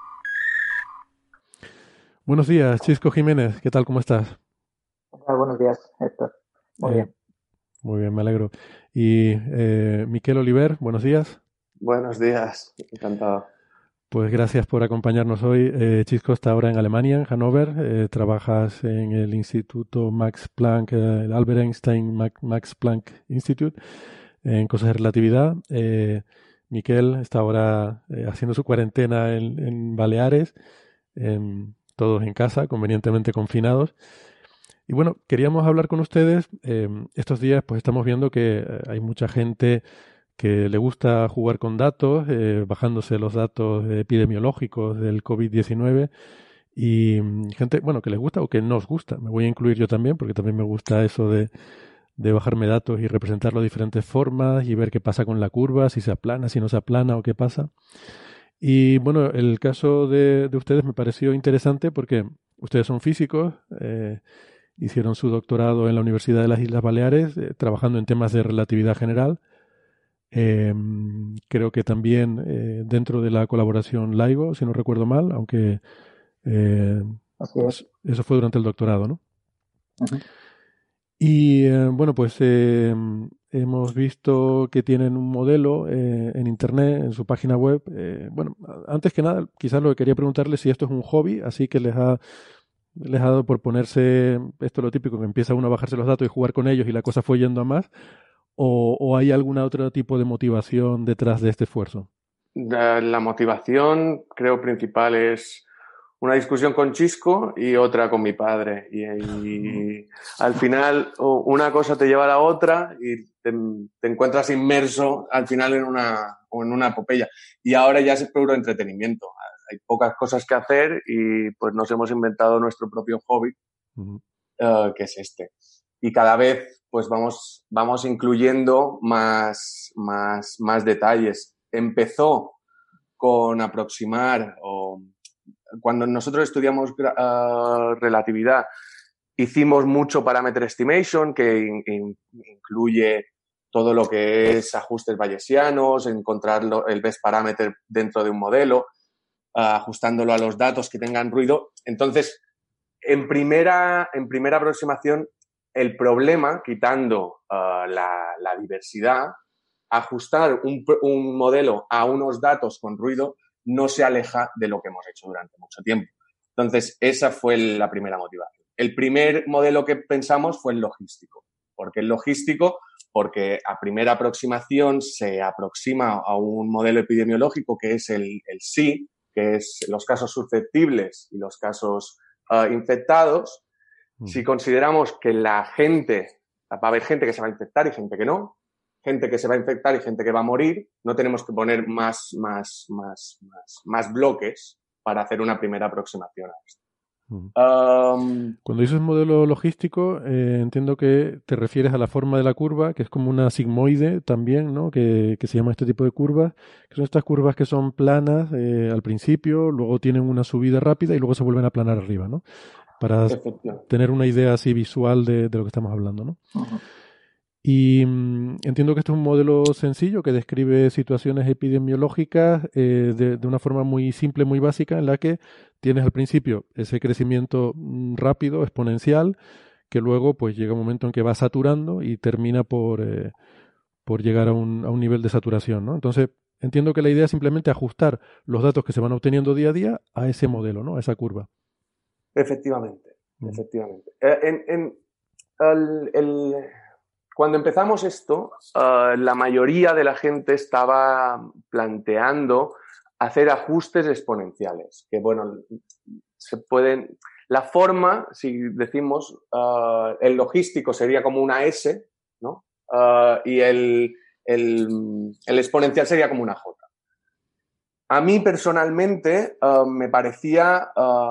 Buenos días, Chisco Jiménez. ¿Qué tal? ¿Cómo estás? Buenos días, Héctor. Muy bien. Muy bien, me alegro. Y Miquel Oliver, buenos días. Buenos días, encantado. Pues gracias por acompañarnos hoy. Chisco está ahora en Alemania, en Hannover. Trabajas en el Instituto Max Planck, el Albert Einstein Max Planck Institute, en cosas de relatividad. Miquel está ahora haciendo su cuarentena en Baleares, todos en casa, convenientemente confinados. Y bueno, queríamos hablar con ustedes. Estos días pues estamos viendo que hay mucha gente que le gusta jugar con datos, bajándose los datos epidemiológicos del COVID-19 y gente, bueno, que les gusta o que nos gusta. Me voy a incluir yo también porque también me gusta eso de bajarme datos y representarlo de diferentes formas y ver qué pasa con la curva, si se aplana, si no se aplana o qué pasa. Y bueno, el caso de ustedes me pareció interesante porque ustedes son físicos, hicieron su doctorado en la Universidad de las Islas Baleares, trabajando en temas de relatividad general. Creo que también dentro de la colaboración LIGO, si no recuerdo mal, aunque pues, eso fue durante el doctorado, ¿no? Uh-huh. Y bueno, pues hemos visto que tienen un modelo en Internet, en su página web. Bueno, antes que nada, quizás lo que quería preguntarles si esto es un hobby, así que les ha dado por ponerse, esto es lo típico, que empieza uno a bajarse los datos y jugar con ellos y la cosa fue yendo a más, o hay algún otro tipo de motivación detrás de este esfuerzo. La motivación, creo, principal es una discusión con Chisco y otra con mi padre. Y al final una cosa te lleva a la otra y te encuentras inmerso al final en una epopeya. Y ahora ya es puro entretenimiento. Hay pocas cosas que hacer y pues nos hemos inventado nuestro propio hobby, que es este. Y cada vez pues vamos incluyendo más detalles. Empezó con aproximar, cuando nosotros estudiamos relatividad, hicimos mucho parameter estimation, que incluye todo lo que es ajustes bayesianos, encontrar el best parameter dentro de un modelo, ajustándolo a los datos que tengan ruido. Entonces, en primera aproximación, el problema, quitando la diversidad, ajustar un modelo a unos datos con ruido no se aleja de lo que hemos hecho durante mucho tiempo. Entonces, esa fue la primera motivación. El primer modelo que pensamos fue el logístico. ¿Por qué el logístico? Porque a primera aproximación se aproxima a un modelo epidemiológico que es el SI, que es los casos susceptibles y los casos infectados. Si consideramos que va a haber gente que se va a infectar y gente que no, gente que se va a infectar y gente que va a morir, no tenemos que poner más bloques para hacer una primera aproximación a esto. Cuando dices modelo logístico, entiendo que te refieres a la forma de la curva, que es como una sigmoide también, ¿no? Que se llama este tipo de curvas, que son estas curvas que son planas al principio, luego tienen una subida rápida y luego se vuelven a aplanar arriba, ¿no? Para tener una idea así visual de lo que estamos hablando, ¿no? Uh-huh. Y entiendo que este es un modelo sencillo que describe situaciones epidemiológicas de una forma muy simple, muy básica, en la que tienes al principio ese crecimiento rápido, exponencial, que luego pues llega un momento en que va saturando y termina por llegar a un nivel de saturación, ¿no? Entonces, entiendo que la idea es simplemente ajustar los datos que se van obteniendo día a día a ese modelo, ¿no? A esa curva. Efectivamente, efectivamente. Cuando empezamos esto, la mayoría de la gente estaba planteando hacer ajustes exponenciales, que bueno, se pueden... La forma, si decimos, el logístico sería como una S, ¿no? Y el exponencial sería como una J. A mí personalmente me parecía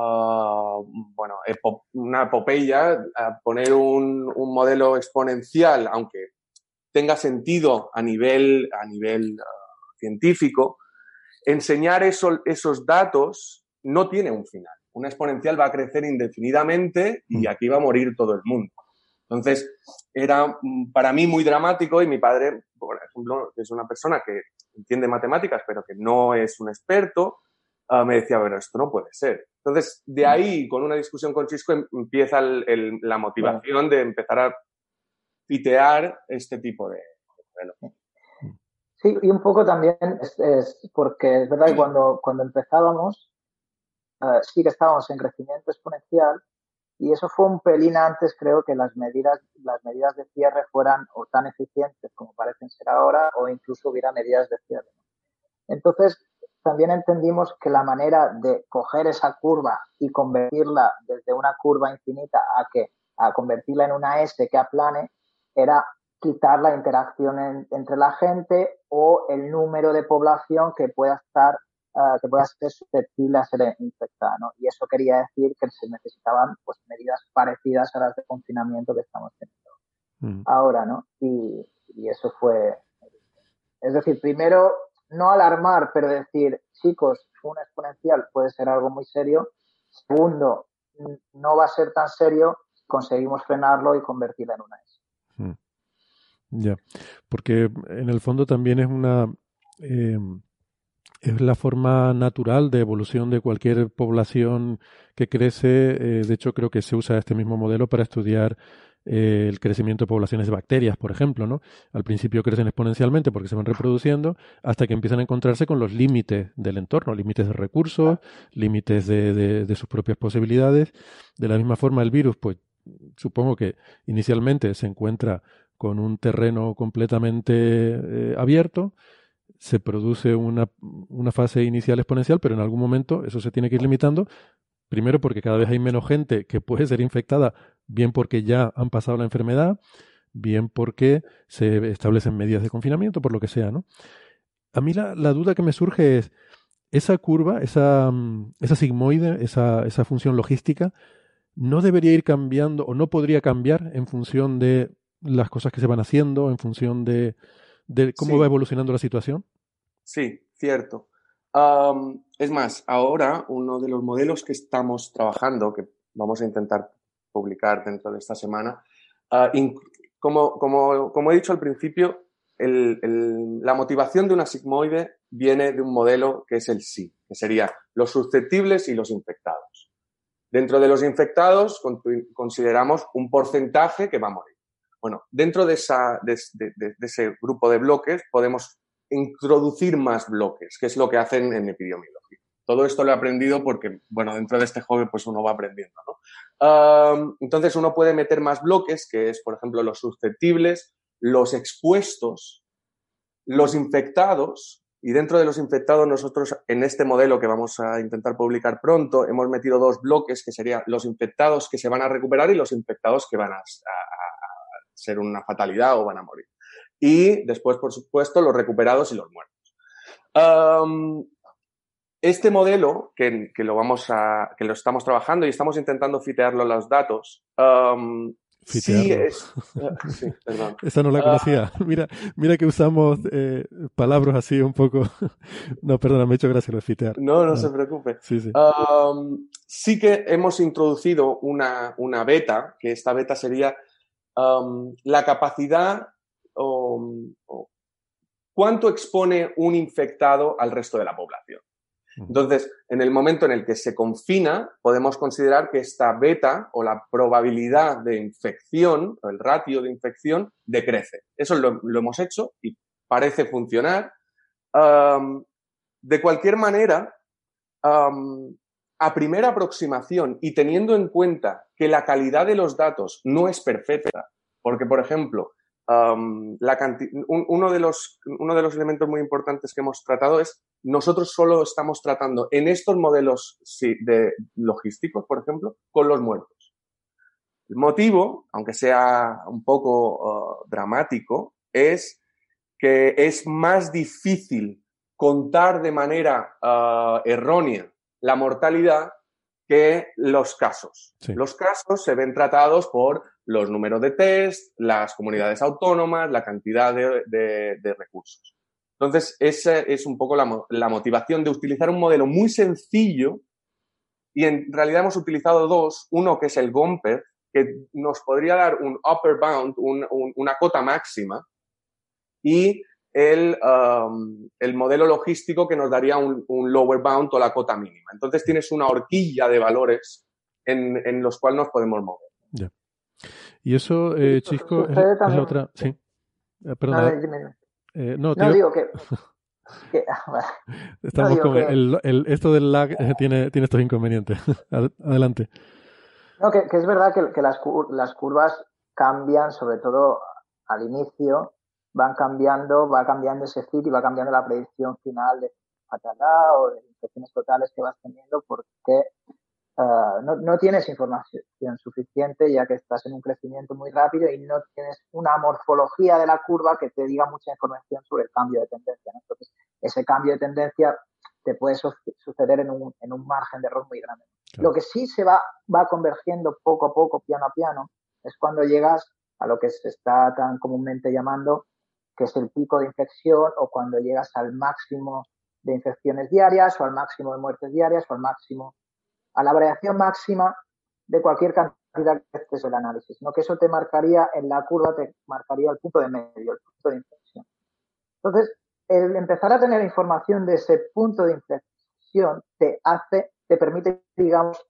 una epopeya poner un modelo exponencial, aunque tenga sentido a nivel científico. Enseñar esos datos no tiene un final. Una exponencial va a crecer indefinidamente y aquí va a morir todo el mundo. Entonces, era para mí muy dramático y mi padre, por ejemplo, que es una persona que entiende matemáticas pero que no es un experto, me decía, bueno, esto no puede ser. Entonces, de ahí, con una discusión con Chisco, empieza la motivación de empezar a pitear este tipo de modelo. Sí, y un poco también es porque es verdad que cuando empezábamos, sí que estábamos en crecimiento exponencial. Y eso fue un pelín antes, creo, que las medidas de cierre fueran o tan eficientes como parecen ser ahora, o incluso hubiera medidas de cierre. Entonces, también entendimos que la manera de coger esa curva y convertirla desde una curva infinita a convertirla en una S que aplane, era quitar la interacción entre la gente o el número de población que pueda ser susceptible a ser infectada, ¿no? Y eso quería decir que se necesitaban pues medidas parecidas a las de confinamiento que estamos teniendo ahora, ¿no? Y eso fue... Es decir, primero, no alarmar, pero decir, chicos, un exponencial puede ser algo muy serio. Segundo, no va a ser tan serio, conseguimos frenarlo y convertirlo en una S. Ya, porque en el fondo también es es la forma natural de evolución de cualquier población que crece. De hecho, creo que se usa este mismo modelo para estudiar el crecimiento de poblaciones de bacterias, por ejemplo, ¿no? Al principio crecen exponencialmente porque se van reproduciendo hasta que empiezan a encontrarse con los límites del entorno, límites de recursos, límites de sus propias posibilidades. De la misma forma, el virus, pues supongo que inicialmente se encuentra con un terreno completamente abierto, se produce una fase inicial exponencial, pero en algún momento eso se tiene que ir limitando, primero porque cada vez hay menos gente que puede ser infectada, bien porque ya han pasado la enfermedad, bien porque se establecen medidas de confinamiento, por lo que sea, ¿no? A mí la duda que me surge es, esa curva, esa sigmoide, esa función logística, ¿no debería ir cambiando o no podría cambiar en función de las cosas que se van haciendo, en función de cómo va evolucionando la situación? Sí, cierto. Es más, ahora uno de los modelos que estamos trabajando, que vamos a intentar publicar dentro de esta semana, como he dicho al principio, la motivación de una sigmoide viene de un modelo que es el SI, que sería los susceptibles y los infectados. Dentro de los infectados consideramos un porcentaje que va a morir. Bueno, dentro de ese grupo de bloques podemos introducir más bloques, que es lo que hacen en epidemiología. Todo esto lo he aprendido porque, bueno, dentro de este hobby pues uno va aprendiendo, ¿no? Entonces uno puede meter más bloques, que es, por ejemplo, los susceptibles, los expuestos, los infectados, y dentro de los infectados nosotros en este modelo que vamos a intentar publicar pronto hemos metido 2 bloques, que serían los infectados que se van a recuperar y los infectados que van a ser una fatalidad o van a morir. Y después, por supuesto, los recuperados y los muertos. Este modelo, que lo estamos trabajando y estamos intentando fitearlo en los datos, sí es... sí, perdón. Esa no la conocía. Mira que usamos palabras así un poco... No, perdona, me he hecho gracia lo de fitear. No se preocupe. Sí, sí. Sí que hemos introducido una beta, que esta beta sería la capacidad o cuánto expone un infectado al resto de la población. Entonces, en el momento en el que se confina, podemos considerar que esta beta o la probabilidad de infección, o el ratio de infección, decrece. Eso lo hemos hecho y parece funcionar. De cualquier manera, a primera aproximación y teniendo en cuenta que la calidad de los datos no es perfecta, porque, por ejemplo, uno de los elementos muy importantes que hemos tratado es nosotros solo estamos tratando en estos modelos de logísticos, por ejemplo, con los muertos. El motivo, aunque sea un poco dramático, es que es más difícil contar de manera errónea la mortalidad que los casos. Sí. Los casos se ven tratados por los números de test, las comunidades autónomas, la cantidad de recursos. Entonces, esa es un poco la motivación de utilizar un modelo muy sencillo y en realidad hemos utilizado 2. Uno que es el Gomper, que nos podría dar un upper bound, una cota máxima, y el modelo logístico que nos daría un lower bound o la cota mínima. Entonces tienes una horquilla de valores en los cuales nos podemos mover. Ya. Y eso, Chisco, es la otra... Sí. Perdona. No, digo que estamos con esto del lag tiene estos inconvenientes. Adelante. No, que es verdad que las curvas cambian, sobre todo al inicio, va cambiando ese fit y va cambiando la predicción final de fatalidad o de infecciones totales que vas teniendo porque no tienes información suficiente ya que estás en un crecimiento muy rápido y no tienes una morfología de la curva que te diga mucha información sobre el cambio de tendencia, ¿no? Entonces, ese cambio de tendencia te puede suceder en un margen de error muy grande. Claro. Lo que sí se va convergiendo poco a poco, piano a piano, es cuando llegas a lo que se está tan comúnmente llamando que es el pico de infección o cuando llegas al máximo de infecciones diarias o al máximo de muertes diarias o a la variación máxima de cualquier cantidad que estés en el análisis, ¿no? Que eso te marcaría en la curva, te marcaría el punto de medio, el punto de inflexión. Entonces, el empezar a tener información de ese punto de inflexión te permite, digamos,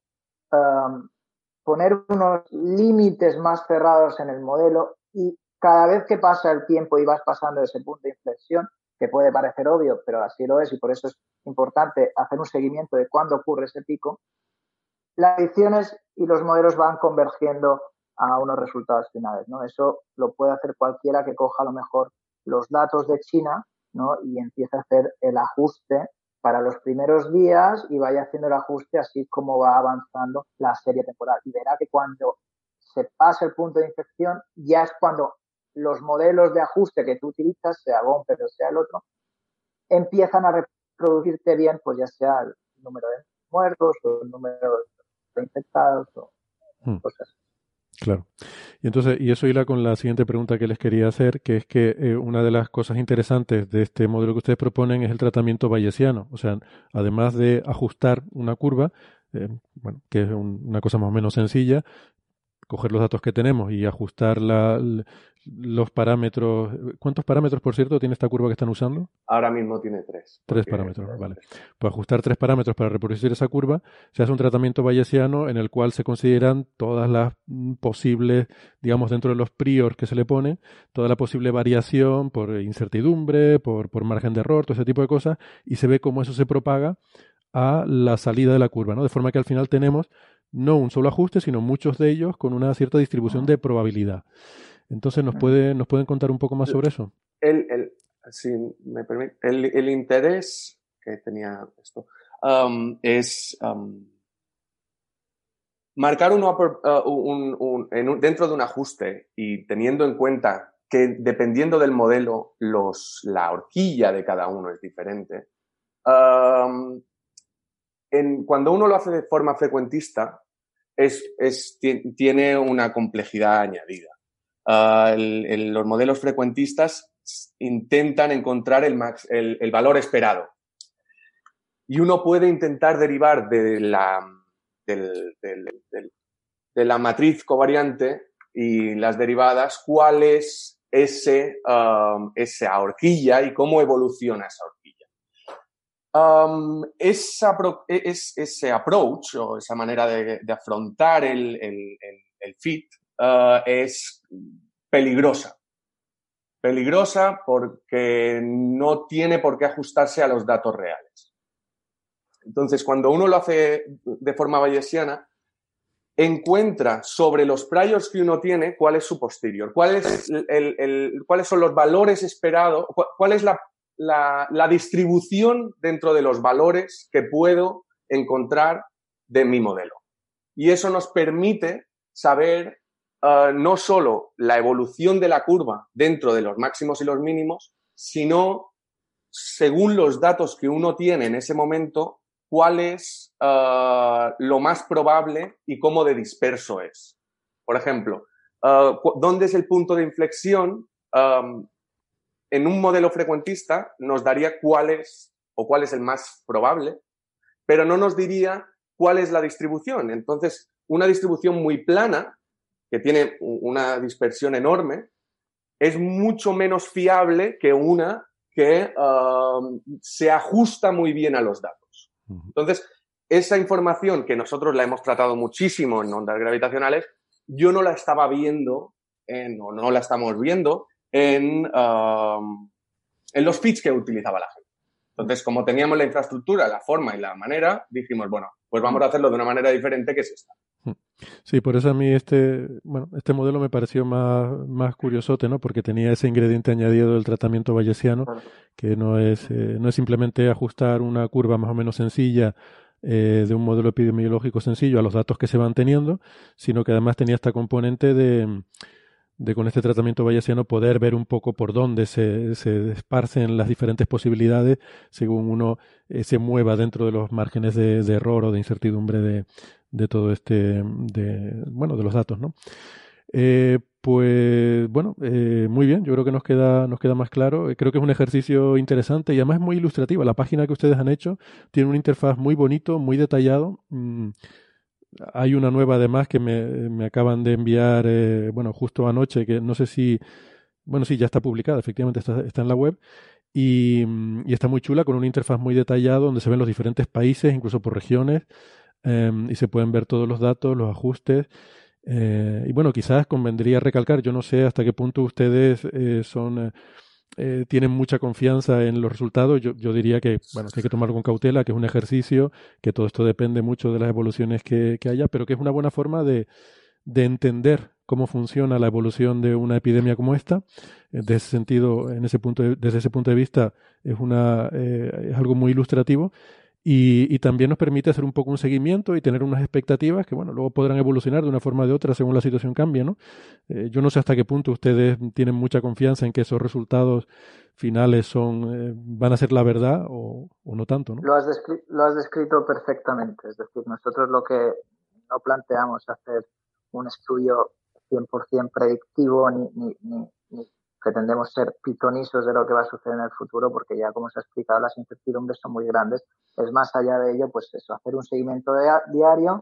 poner unos límites más cerrados en el modelo y cada vez que pasa el tiempo y vas pasando de ese punto de inflexión, que puede parecer obvio, pero así lo es y por eso es importante hacer un seguimiento de cuándo ocurre ese pico, las predicciones y los modelos van convergiendo a unos resultados finales, ¿no? Eso lo puede hacer cualquiera que coja a lo mejor los datos de China, ¿no? Y empiece a hacer el ajuste para los primeros días y vaya haciendo el ajuste así como va avanzando la serie temporal. Y verá que cuando se pasa el punto de infección ya es cuando los modelos de ajuste que tú utilizas, sea Gomper o sea el otro, empiezan a reproducirte bien, pues ya sea el número de muertos o el número de infectados o cosas. Claro. Y entonces, y eso hila con la siguiente pregunta que les quería hacer, que es que una de las cosas interesantes de este modelo que ustedes proponen es el tratamiento bayesiano. O sea, además de ajustar una curva, que es una cosa más o menos sencilla, coger los datos que tenemos y ajustar los parámetros. ¿Cuántos parámetros, por cierto, tiene esta curva que están usando? Ahora mismo tiene 3. 3 parámetros, vale. Pues ajustar 3 parámetros para reproducir esa curva, se hace un tratamiento bayesiano en el cual se consideran todas las posibles, digamos, dentro de los priors que se le pone, toda la posible variación por incertidumbre, por margen de error, todo ese tipo de cosas, y se ve cómo eso se propaga a la salida de la curva, ¿no? De forma que al final tenemos no un solo ajuste, sino muchos de ellos con una cierta distribución de probabilidad. Entonces, ¿nos pueden contar un poco más sobre eso? Si me permite, el interés que tenía esto es marcar dentro de un ajuste y teniendo en cuenta que dependiendo del modelo la horquilla de cada uno es diferente. Cuando uno lo hace de forma frecuentista, tiene una complejidad añadida. Los modelos frecuentistas intentan encontrar el valor esperado. Y uno puede intentar derivar de la matriz covariante y las derivadas cuál es esa horquilla y cómo evoluciona esa horquilla. Ese approach o esa manera de afrontar el fit es peligrosa. Peligrosa porque no tiene por qué ajustarse a los datos reales. Entonces, cuando uno lo hace de forma bayesiana, encuentra sobre los priors que uno tiene cuál es su posterior, cuáles son los valores esperados, cuál es la distribución dentro de los valores que puedo encontrar de mi modelo. Y eso nos permite saber no solo la evolución de la curva dentro de los máximos y los mínimos, sino, según los datos que uno tiene en ese momento, cuál es lo más probable y cómo de disperso es. Por ejemplo, ¿dónde es el punto de inflexión? En un modelo frecuentista nos daría cuál es el más probable, pero no nos diría cuál es la distribución. Entonces, una distribución muy plana, que tiene una dispersión enorme, es mucho menos fiable que una que se ajusta muy bien a los datos. Entonces, esa información que nosotros la hemos tratado muchísimo en ondas gravitacionales, yo no la estaba viendo, o no la estamos viendo en los feeds que utilizaba la gente. Entonces, como teníamos la infraestructura, la forma y la manera, dijimos, bueno, pues vamos a hacerlo de una manera diferente que es esta. Sí, por eso a mí este modelo me pareció más curiosote, ¿no? Porque tenía ese ingrediente añadido del tratamiento bayesiano, que no es simplemente ajustar una curva más o menos sencilla de un modelo epidemiológico sencillo a los datos que se van teniendo, sino que además tenía esta componente de con este tratamiento bayesiano poder ver un poco por dónde se esparcen las diferentes posibilidades según uno se mueva dentro de los márgenes de error o de incertidumbre de todo de los datos, ¿no? Muy bien, yo creo que nos queda más claro. Creo que es un ejercicio interesante y además es muy ilustrativo. La página que ustedes han hecho tiene una interfaz muy bonito, muy detallado. Hay una nueva además que me acaban de enviar, justo anoche, que no sé si, sí, ya está publicada, efectivamente está en la web, y está muy chula, con una interfaz muy detallada donde se ven los diferentes países, incluso por regiones, y se pueden ver todos los datos, los ajustes. Y bueno, quizás convendría recalcar, yo no sé hasta qué punto ustedes tienen mucha confianza en los resultados. Yo diría que hay que tomarlo con cautela, que es un ejercicio, que todo esto depende mucho de las evoluciones que haya, pero que es una buena forma de entender cómo funciona la evolución de una epidemia como esta. De ese sentido, desde ese punto de vista, es algo muy ilustrativo. Y también nos permite hacer un poco un seguimiento y tener unas expectativas que, luego podrán evolucionar de una forma o de otra según la situación cambie, ¿no? Yo no sé hasta qué punto ustedes tienen mucha confianza en que esos resultados finales van a ser la verdad o no tanto, ¿no? Lo has descrito perfectamente. Es decir, nosotros lo que no planteamos hacer un estudio 100% predictivo ni pretendemos ser pitonisos de lo que va a suceder en el futuro, porque ya, como se ha explicado, las incertidumbres son muy grandes. Es más allá de ello, pues eso, hacer un seguimiento diario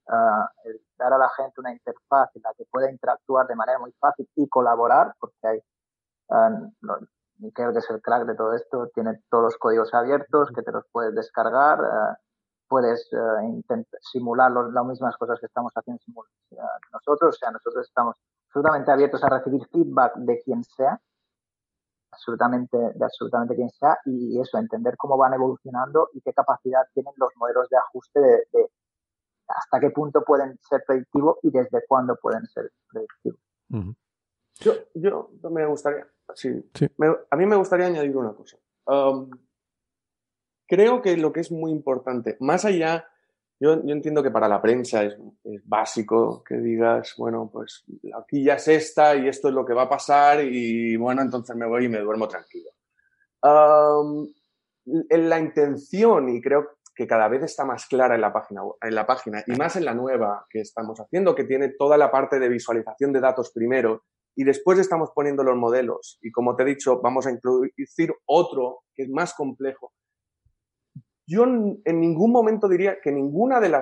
el dar a la gente una interfaz en la que pueda interactuar de manera muy fácil y colaborar, porque hay Miquel, que es el crack de todo esto, tiene todos los códigos abiertos que te los puedes descargar, puedes simular las mismas cosas que estamos haciendo nosotros. O sea, nosotros estamos absolutamente abiertos a recibir feedback de quien sea, absolutamente quien sea, y eso, entender cómo van evolucionando y qué capacidad tienen los modelos de ajuste de hasta qué punto pueden ser predictivos y desde cuándo pueden ser predictivos. Uh-huh. Yo me gustaría, a mí me gustaría añadir una cosa. Creo que lo que es muy importante, más allá, yo entiendo que para la prensa es básico que digas, bueno, pues la horquilla es esta y esto es lo que va a pasar y bueno, entonces me voy y me duermo tranquilo. La intención, y creo que cada vez está más clara en la página y más en la nueva que estamos haciendo, que tiene toda la parte de visualización de datos primero y después estamos poniendo los modelos y, como te he dicho, vamos a introducir otro que es más complejo. Yo en ningún momento diría que ninguno de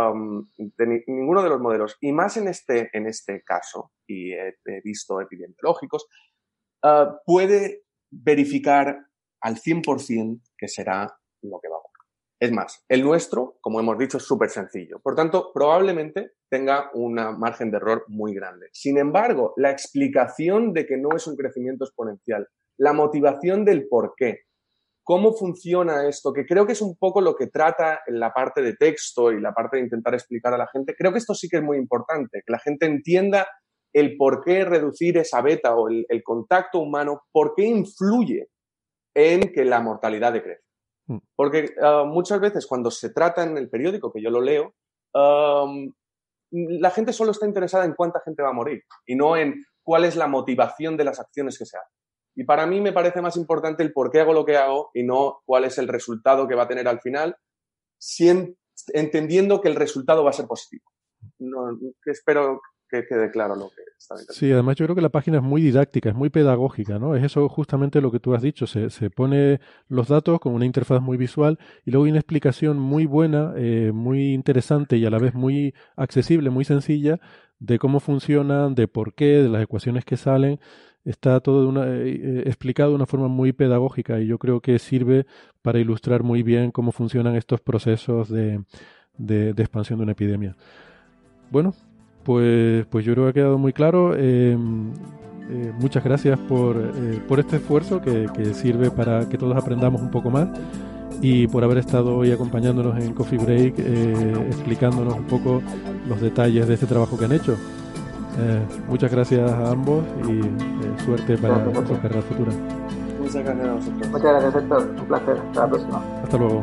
los modelos, y más en este caso, y he visto epidemiológicos, puede verificar al 100% que será lo que va a ocurrir. Es más, el nuestro, como hemos dicho, es súper sencillo. Por tanto, probablemente tenga un margen de error muy grande. Sin embargo, la explicación de que no es un crecimiento exponencial, la motivación del por qué, cómo funciona esto, que creo que es un poco lo que trata en la parte de texto y la parte de intentar explicar a la gente, creo que esto sí que es muy importante, que la gente entienda el por qué reducir esa beta o el contacto humano, por qué influye en que la mortalidad decrece. Porque muchas veces cuando se trata en el periódico, que yo lo leo, la gente solo está interesada en cuánta gente va a morir y no en cuál es la motivación de las acciones que se hacen. Y para mí me parece más importante el por qué hago lo que hago y no cuál es el resultado que va a tener al final, entendiendo que el resultado va a ser positivo. Espero que quede claro lo que está diciendo. Sí, además yo creo que la página es muy didáctica, es muy pedagógica, ¿no? Es eso justamente lo que tú has dicho, se pone los datos con una interfaz muy visual y luego hay una explicación muy buena, muy interesante y a la vez muy accesible, muy sencilla de cómo funcionan, de por qué, de las ecuaciones que salen. Está todo explicado de una forma muy pedagógica y yo creo que sirve para ilustrar muy bien cómo funcionan estos procesos de expansión de una epidemia. Bueno, pues yo creo que ha quedado muy claro. Muchas gracias por este esfuerzo que sirve para que todos aprendamos un poco más y por haber estado hoy acompañándonos en Coffee Break, explicándonos un poco los detalles de este trabajo que han hecho. Muchas gracias a ambos y suerte para su carrera futura. Muchas gracias a vosotros. Muchas gracias, Héctor. Un placer. Hasta la próxima. Hasta luego.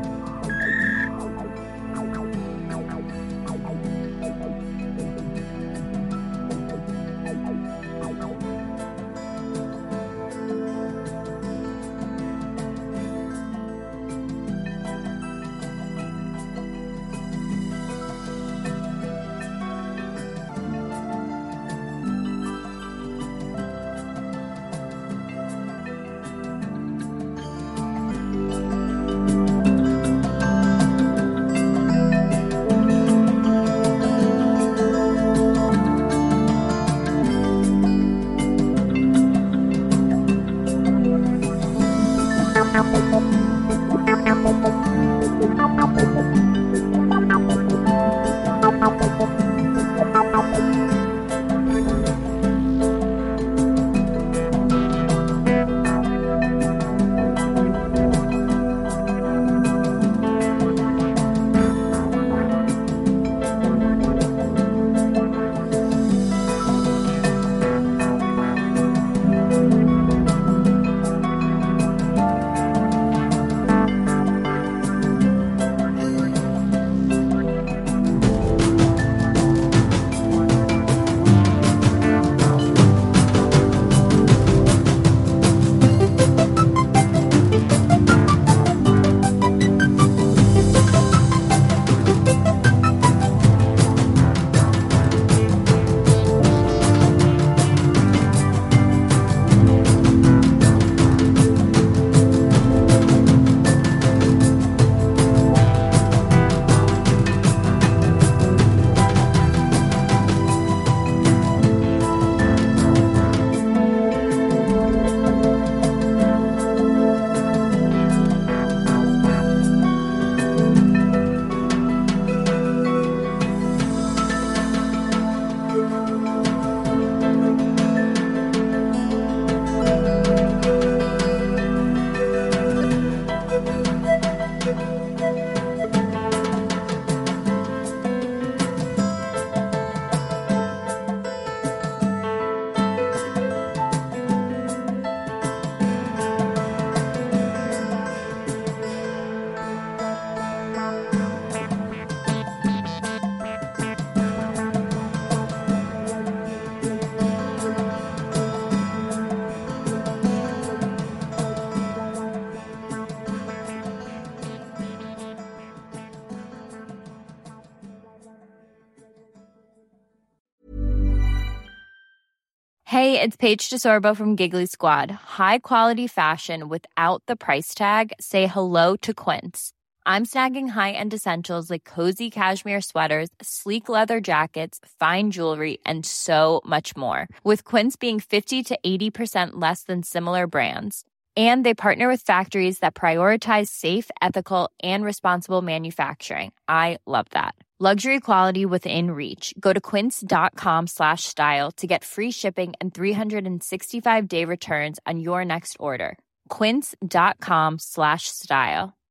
Hey, it's Paige DeSorbo from Giggly Squad. High quality fashion without the price tag. Say hello to Quince. I'm snagging high-end essentials like cozy cashmere sweaters, sleek leather jackets, fine jewelry, and so much more. With Quince being 50 to 80% less than similar brands. And they partner with factories that prioritize safe, ethical, and responsible manufacturing. I love that. Luxury quality within reach. Go to quince.com/style to get free shipping and 365-day returns on your next order. Quince.com/style.